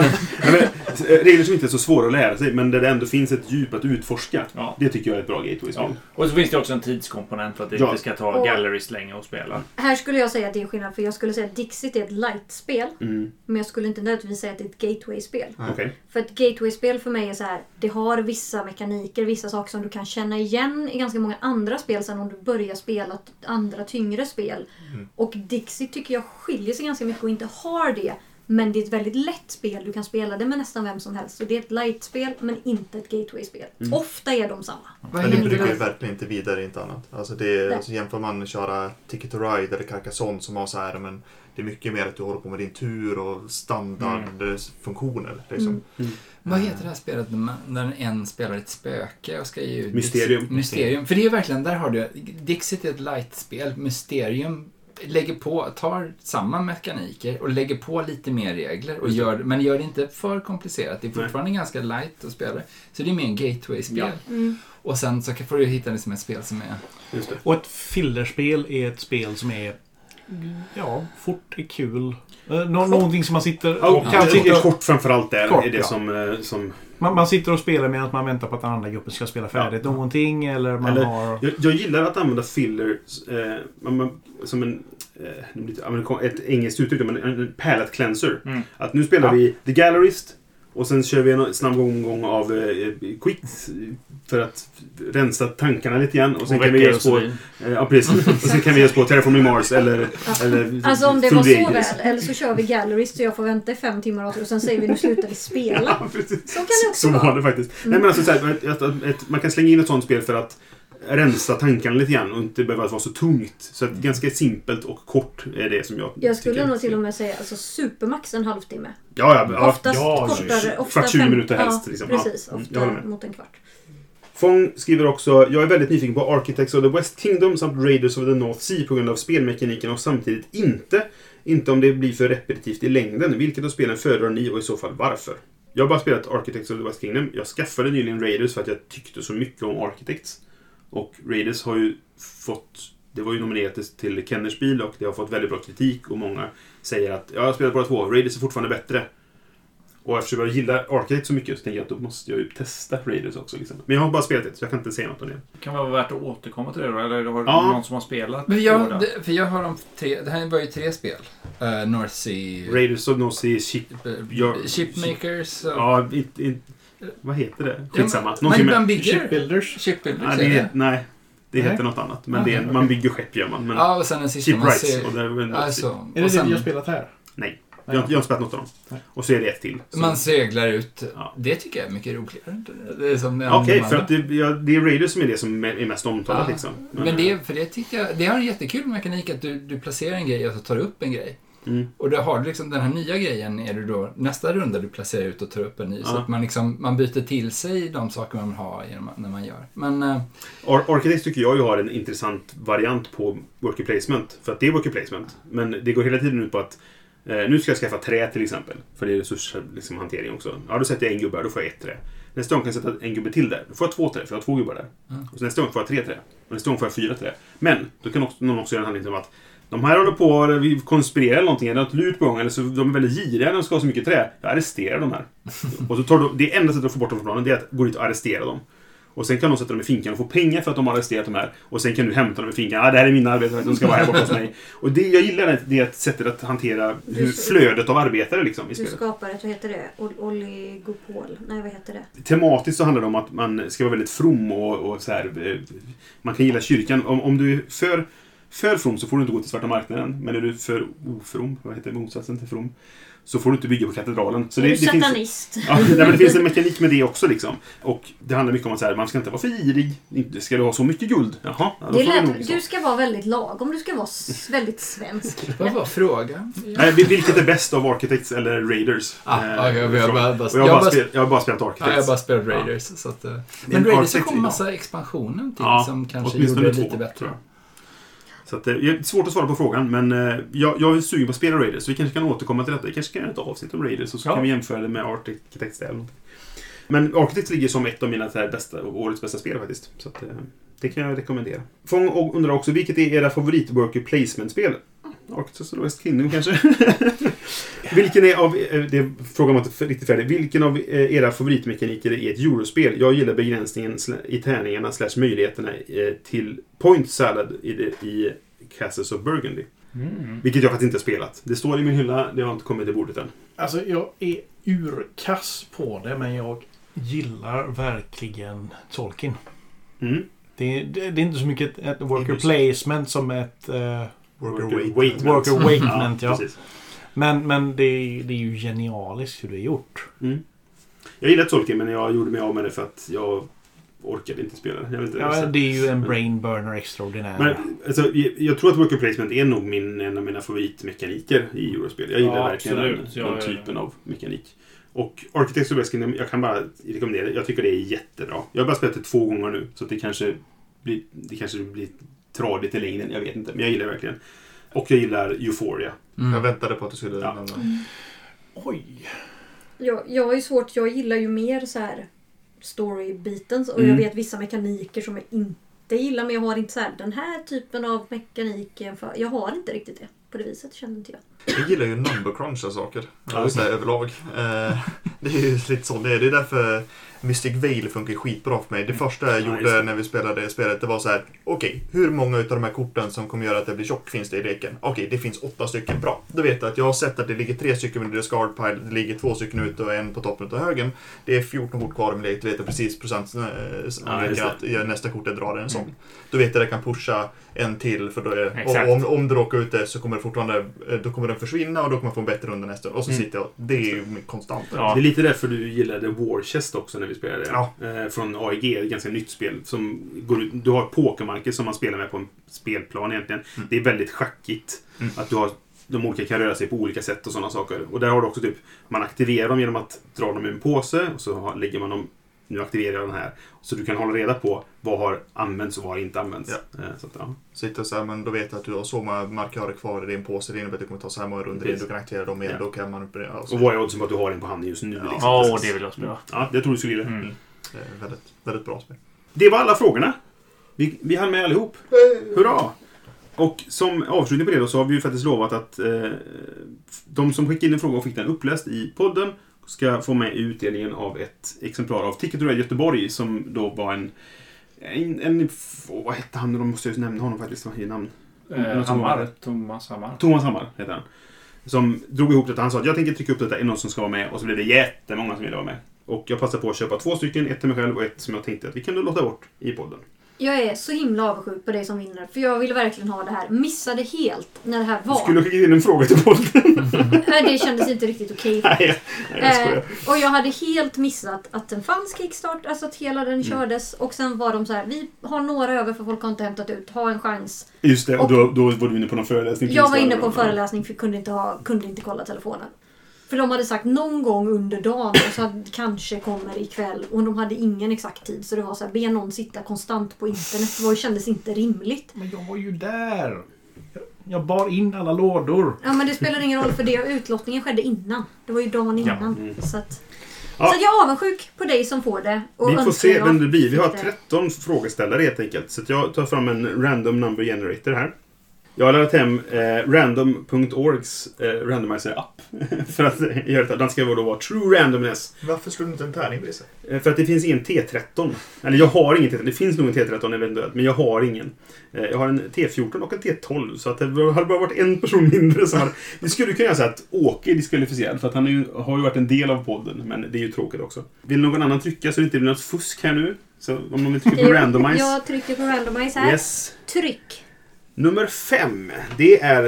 Speaker 2: Regler som inte är så svåra att lära sig, men där det ändå finns ett djup att utforska. Ja. Det tycker jag är ett bra gateway-spel. Ja.
Speaker 4: Och så finns det också en tidskomponent för att det inte ska ta galleries länge att spela.
Speaker 5: Här skulle jag säga att det är skillnad, för jag skulle säga att Dixit är ett light-spel, men jag skulle inte nödvändigtvis säga att det är ett gateway-spel.
Speaker 2: Okay.
Speaker 5: För ett gateway-spel för mig är så här, det har vissa mekaniker, vissa saker som du kan känna igen i ganska många andra spel sen om du börjar spela andra tyngre spel. Och Dixit tycker jag skiljer sig ganska mycket och inte har det. Men det är ett väldigt lätt spel. Du kan spela det med nästan vem som helst. Så det är ett light-spel, men inte ett gateway-spel. Ofta är de samma.
Speaker 3: Men det brukar verkligen inte vidare, inte annat. Alltså jämför man köra Ticket to Ride eller Carcassonne som har så här, men det är mycket mer att du håller på med din tur och standardfunktioner. Liksom.
Speaker 7: Vad heter det här spelet när en spelar ett spöke och ska ge ut...
Speaker 2: Mysterium.
Speaker 7: För det är verkligen, där har du... Dixit är ett light-spel. Mysterium tar samma mekaniker och lägger på lite mer regler och men gör det inte för komplicerat. Det är fortfarande ganska light att spela. Så det är mer en gateway-spel. Och sen så får du hitta liksom ett spel som är...
Speaker 6: Just det. Och ett fillerspel är ett spel som är fort är kul. Någonting som man sitter och kan sitta...
Speaker 2: Kort framförallt där är det som...
Speaker 6: Man sitter och spelar medan man väntar på att den andra gruppen ska spela färdigt någonting, eller man har...
Speaker 2: Jag gillar att använda filler som ett engelskt uttryck, en palette cleanser. Att nu spelar vi The Gallerist och sen kör vi en snabb gång av Quick för att rensa tankarna lite grann, och sen kan vi ge oss på precis. Och sen kan vi ge oss på Terraforming Mars eller
Speaker 5: alltså om det var så väl, eller så kör vi Galleries så jag får vänta i 5 timmar och sen säger vi nu slutar vi spela. Så kan det också vara. Så var
Speaker 2: det faktiskt. Nej, men alltså, man kan slänga in ett sånt spel för att rensa tankarna lite grann och inte behöva vara så tungt. Så att ganska simpelt och kort är det som jag
Speaker 5: skulle nog till och med säga alltså supermax en halvtimme.
Speaker 2: Oftast
Speaker 5: kortare.
Speaker 2: Ofta 20 minuter helst. Liksom.
Speaker 5: Precis, ofta mot en kvart.
Speaker 2: Fong skriver också: jag är väldigt nyfiken på Architects of the West Kingdom samt Raiders of the North Sea på grund av spelmekaniken och samtidigt inte om det blir för repetitivt i längden. Vilket av spelen föredrar ni och i så fall varför? Jag har bara spelat Architects of the West Kingdom. Jag skaffade nyligen Raiders för att jag tyckte så mycket om Architects. Och Raiders har ju det var ju nominerat till Kenners bil och det har fått väldigt bra kritik och många säger att jag har spelat bara 2, Raiders är fortfarande bättre. Och eftersom jag gillar Architect så mycket så tänker jag att då måste jag ju testa Raiders också. Liksom. Men jag har bara spelat det så jag kan inte säga något om det.
Speaker 4: Kan vara värt att återkomma till det då? Eller har du någon som har spelat?
Speaker 7: Men jag har de 3, det här var ju 3 spel. North Sea...
Speaker 2: Raiders of North Sea,
Speaker 7: Shipmakers...
Speaker 2: vad heter det? Skitsamma.
Speaker 6: Shipbuilders.
Speaker 2: Nej, det heter något annat. Men man bygger skepp gör man. Men
Speaker 7: och sen en sista
Speaker 2: Shipwrights.
Speaker 6: Är det det vi har spelat här?
Speaker 2: Nej. Jag har inte spelat något av dem. Nej. Och så är det ett till. Så.
Speaker 7: Man seglar ut. Ja. Det tycker jag är mycket roligare.
Speaker 2: Okej, för att det är Raiders som är det som är mest omtalat. Liksom.
Speaker 7: Men det tycker jag, det har en jättekul mekanik att du placerar en grej och så tar du upp en grej. Och då har du liksom den här nya grejen är du då nästa runda du placerar ut och tar upp en ny. Så att man byter till sig de saker man har när man gör. Men
Speaker 2: Architects tycker jag har en intressant variant på worker placement. För att det är worker placement. Men det går hela tiden ut på att nu ska jag skaffa trä till exempel. För det är resurshantering också. Ja, då sätter jag en gubbe där, då får jag 1 trä. Nästa gång kan jag sätta en gubbe till där. Då får jag 2 trä, för jag har 2 gubbar där. Och så nästa gång får jag 3 trä. Och nästa gång får jag 4 trä. Men då kan någon också göra en handling som att de här håller på att konspirera eller någonting, eller något lut på gång, eller så de är väldigt giriga när de ska ha så mycket trä. Jag arresterar de här. Och så tar det enda sättet att få bort dem från planen, det är att gå dit och arrestera dem. Och sen kan de sätta dem i finkan och få pengar för att de har arresterat de här. Och sen kan du hämta dem i finkan. Det här är mina arbetare, de ska vara här borta hos mig. Och jag gillar det sättet att hantera flödet av arbetare liksom, i spelet.
Speaker 5: Du skapar ett, vad heter det? Oligopol? Nej, vad heter det?
Speaker 2: Tematiskt så handlar det om att man ska vara väldigt from och så här, man kan gilla kyrkan. Om du är för from så får du inte gå till svarta marknaden. Men är du för ofrom, vad heter motsatsen till from, så får du inte bygga på katedralen. Så
Speaker 5: är du
Speaker 2: satanist? Det finns en mekanik med det också liksom. Och det handlar mycket om att så här, man ska inte vara för girig. Det ska du ha så mycket guld. Jaha,
Speaker 5: du ska vara väldigt lagom. Du ska vara väldigt svensk.
Speaker 7: Vad var frågan?
Speaker 2: Vilket är bäst av Architects eller Raiders?
Speaker 7: Jag har
Speaker 2: bara spelat Architects.
Speaker 7: Jag har bara spelat Raiders. Så att, men Raiders har kommit massa expansioner till som kanske gjorde det lite bättre.
Speaker 2: Så att, det är svårt att svara på frågan, men jag är sugen på att spela Raiders, så vi kanske kan återkomma till detta. Vi kanske kan göra ett avsnitt om Raiders, och så kan vi jämföra det med Architects. Men Architects ligger som ett av mina årets bästa spel faktiskt. Så att, det kan jag rekommendera. Fång och undrar också, vilket är era favorit worker placement-spel? Architects och West Kingdom kanske? Vilken är av, det frågar man inte riktigt färdigt. Vilken av era favoritmekaniker är ett eurospel? Jag gillar begränsningen i tärningarna / möjligheterna till point salad i Castles of Burgundy. Vilket jag faktiskt inte har spelat. Det står i min hylla, det har inte kommit till bordet än.
Speaker 6: Alltså jag är urkass på det, men jag gillar verkligen Tolkien. Det är inte så mycket ett worker placement som ett worker waitment. Ja. Men det är ju genialiskt hur det är gjort.
Speaker 2: Jag gillar Tolkien, men jag gjorde mig av med det för att jag orkade inte spela det.
Speaker 6: Det är ju en brain burner extraordinär.
Speaker 2: Men, alltså, jag tror att worker placement är nog en av mina favoritmekaniker i Eurospel. Jag gillar verkligen den typen av mekanik. Och Architects of West Kingdom, jag kan bara rekommendera det. Jag tycker det är jättebra. Jag har bara spelat det 2 gånger nu, så det kanske blir tradigt i längden, jag vet inte. Men jag gillar det verkligen. Och jag gillar Euphoria.
Speaker 3: Jag väntade på att du skulle nämna.
Speaker 6: Oj.
Speaker 5: Jag har ju svårt, jag gillar ju mer så här story-biten, och jag vet vissa mekaniker som jag inte gillar, men jag har inte så här den här typen av mekanik. Jag har inte riktigt det. På det viset känner inte jag.
Speaker 3: Jag gillar ju number cruncha saker. Överlag. Det är ju lite så. Det är därför Mystic Veil funkar skitbra för mig. Det första jag gjorde när vi spelade spelet, det var så här: okej, hur många av de här korten som kommer göra att det blir tjock finns det i leken? Okej, det finns 8 stycken. Bra. Då vet jag att jag har sett att det ligger 3 stycken med discard pile, det ligger 2 stycken ute och en på toppen av högen. Det är 14 kort kvar, men det vet jag precis procent att nästa kort jag drar en sån. Då vet jag att jag kan pusha en till, för då är, om det råkar ute så kommer det fortfarande, då kommer den försvinna och då kommer man få en bättre runda nästa. Och så sitter jag, det är ju konstant.
Speaker 2: Ja. Det är lite därför du gillade War Chest också när vi spelade från AEG, ett ganska nytt spel som du har pokermarker som man spelar med på en spelplan egentligen. Det är väldigt schackigt att du har de olika kan röra sig på olika sätt och sådana saker. Och där har du också typ, man aktiverar dem genom att dra dem i en påse och så lägger man dem, nu aktiverar jag den här. Så du kan hålla reda på vad har använts och vad har inte använts. Så att,
Speaker 3: sitter så här, men då vet jag att du har så många markörer kvar i din påse. Det innebär att du kommer ta så här många runder in. Du kan aktivera dem igen. Då kan man
Speaker 2: och vad är oddsen på att du har den på handen just nu?
Speaker 4: Liksom. Ja, det vill jag spela.
Speaker 2: Ja, det tror du skulle gilla.
Speaker 3: Det är väldigt, väldigt bra spel.
Speaker 2: Det var alla frågorna. Vi hann med allihop. Hurra! Och som avslutning på det då, så har vi ju faktiskt lovat att de som skickade in en fråga och fick den uppläst i podden ska få med utdelningen av ett exemplar av Ticket to Ride Göteborg, som då var en vad hette han? De måste jag nämna honom faktiskt i namn.
Speaker 4: Thomas
Speaker 2: Hammar heter han. Som drog ihop detta. Han sa att jag tänker trycka upp detta, är någon som ska vara med, och så blev det jättemånga som ville vara med. Och jag passade på att köpa 2 stycken, ett till mig själv och ett som jag tänkte att vi kunde låta bort i podden.
Speaker 5: Jag är så himla avundsjuk på dig som vinner, för jag ville verkligen ha det här. Missade helt när det här var.
Speaker 2: Du skulle skicka in en fråga till podden.
Speaker 5: Nej, det kändes inte riktigt okej. Och jag hade helt missat att den fanns Kickstart, alltså att hela den kördes. Och sen var de så här: vi har några över för folk har inte hämtat ut, ha en chans.
Speaker 2: Just det, och då var du inne på någon föreläsning.
Speaker 5: Jag var inne på en föreläsning för kunde inte kolla telefonen. För de hade sagt någon gång under dagen, och så kanske kommer ikväll. Och de hade ingen exakt tid. Så det var så här, be någon sitta konstant på internet. Det kändes inte rimligt.
Speaker 6: Men jag var ju där. Jag bar in alla lådor.
Speaker 5: Ja, men det spelar ingen roll för det. Utlottningen skedde innan. Det var ju dagen innan. Så att jag är avundsjuk på dig som får det. Och
Speaker 2: vi får se vem det blir. Vi har 13 frågeställare helt enkelt. Så att jag tar fram en random number generator här. Jag har laddat hem random.orgs randomizer-app för att göra det. Den ska då vara true randomness.
Speaker 3: Varför slår du inte en tärning på det?
Speaker 2: För att det finns en T13. Eller jag har ingen T13. Det finns nog en T13 eventuellt, men jag har ingen. Jag har en T14 och en T12. Så att det hade bara varit en person mindre som hade... Vi skulle kunna säga att Åke är diskvalificerad, för att han har ju varit en del av podden. Men det är ju tråkigt också. Vill någon annan trycka så det inte blir något fusk här nu? Så om någon vill trycka på randomize.
Speaker 5: Jag trycker på randomize här.
Speaker 2: Yes.
Speaker 5: Tryck.
Speaker 2: Nummer 5, det är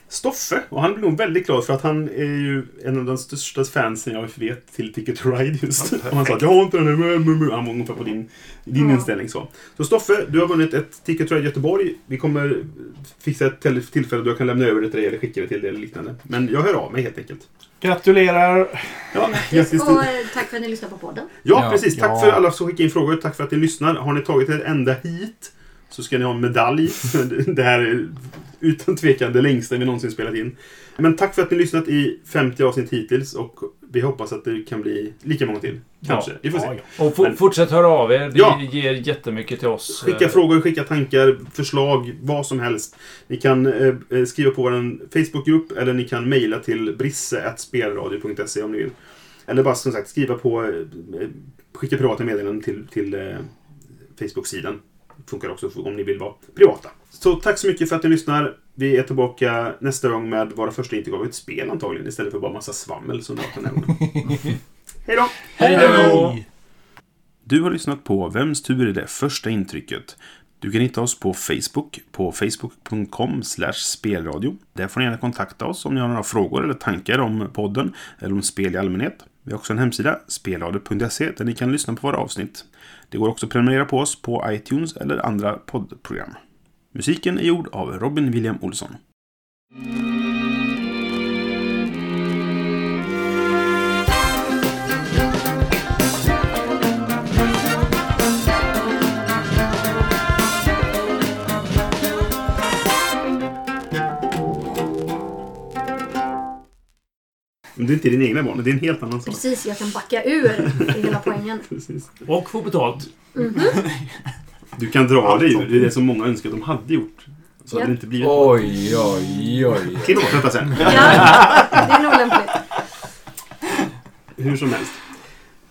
Speaker 2: Stoffe, och han blir nog väldigt glad för att han är ju en av de största fansen jag vet till Ticket to Ride just. Och han sa att jag har inte den här, han var ungefär på din inställning så. Så Stoffe, du har vunnit ett Ticket to Ride Göteborg. Vi kommer fixa ett tillfälle då jag kan lämna över det till dig eller skicka det till dig eller liknande. Men jag hör av mig helt enkelt.
Speaker 6: Gratulerar!
Speaker 2: Ja,
Speaker 5: och tack för att ni lyssnar på podden.
Speaker 2: Ja, precis. Tack för alla som skickar in frågor. Tack för att ni lyssnar. Har ni tagit er ända hit så ska ni ha en medalj. Det här är utan tvekan det längsta vi någonsin spelat in. Men tack för att ni lyssnat i 50 avsnitt hittills och vi hoppas att det kan bli lika många till. Kanske. Vi får se.
Speaker 4: Och fortsätt höra av er. Det ger jättemycket till oss.
Speaker 2: Skicka frågor, skicka tankar, förslag, vad som helst. Ni kan skriva på vår Facebookgrupp eller ni kan mejla till brisse@spelradio.se om ni vill. Eller bara som sagt skriva på skicka privata meddelanden till Facebook-sidan. Funkar också om ni vill vara privata. Så tack så mycket för att ni lyssnar. Vi är tillbaka nästa gång med våra första intryck av ett spel antagligen istället för bara massa svammel som jag kan nämna. Hej då!
Speaker 4: Hej då!
Speaker 2: Du har lyssnat på Vems tur är det första intrycket? Du kan hitta oss på Facebook på facebook.com/spelradio. Där får ni gärna kontakta oss om ni har några frågor eller tankar om podden eller om spel i allmänhet. Vi har också en hemsida, spelradio.se, där ni kan lyssna på våra avsnitt. Det går också att prenumerera på oss på iTunes eller andra poddprogram. Musiken är gjord av Robin William Olsson. Men det är inte din egna barn, det är en helt annan sak.
Speaker 5: Precis, jag kan backa ur i hela poängen.
Speaker 2: Precis.
Speaker 4: Och få betalt.
Speaker 2: Du kan dra det ur, det är det som många önskar att de hade gjort. Så hade det inte blivit.
Speaker 7: Oj.
Speaker 2: Klipp bort detta sen.
Speaker 5: Ja, det är nog lämpligt.
Speaker 2: Hur som helst.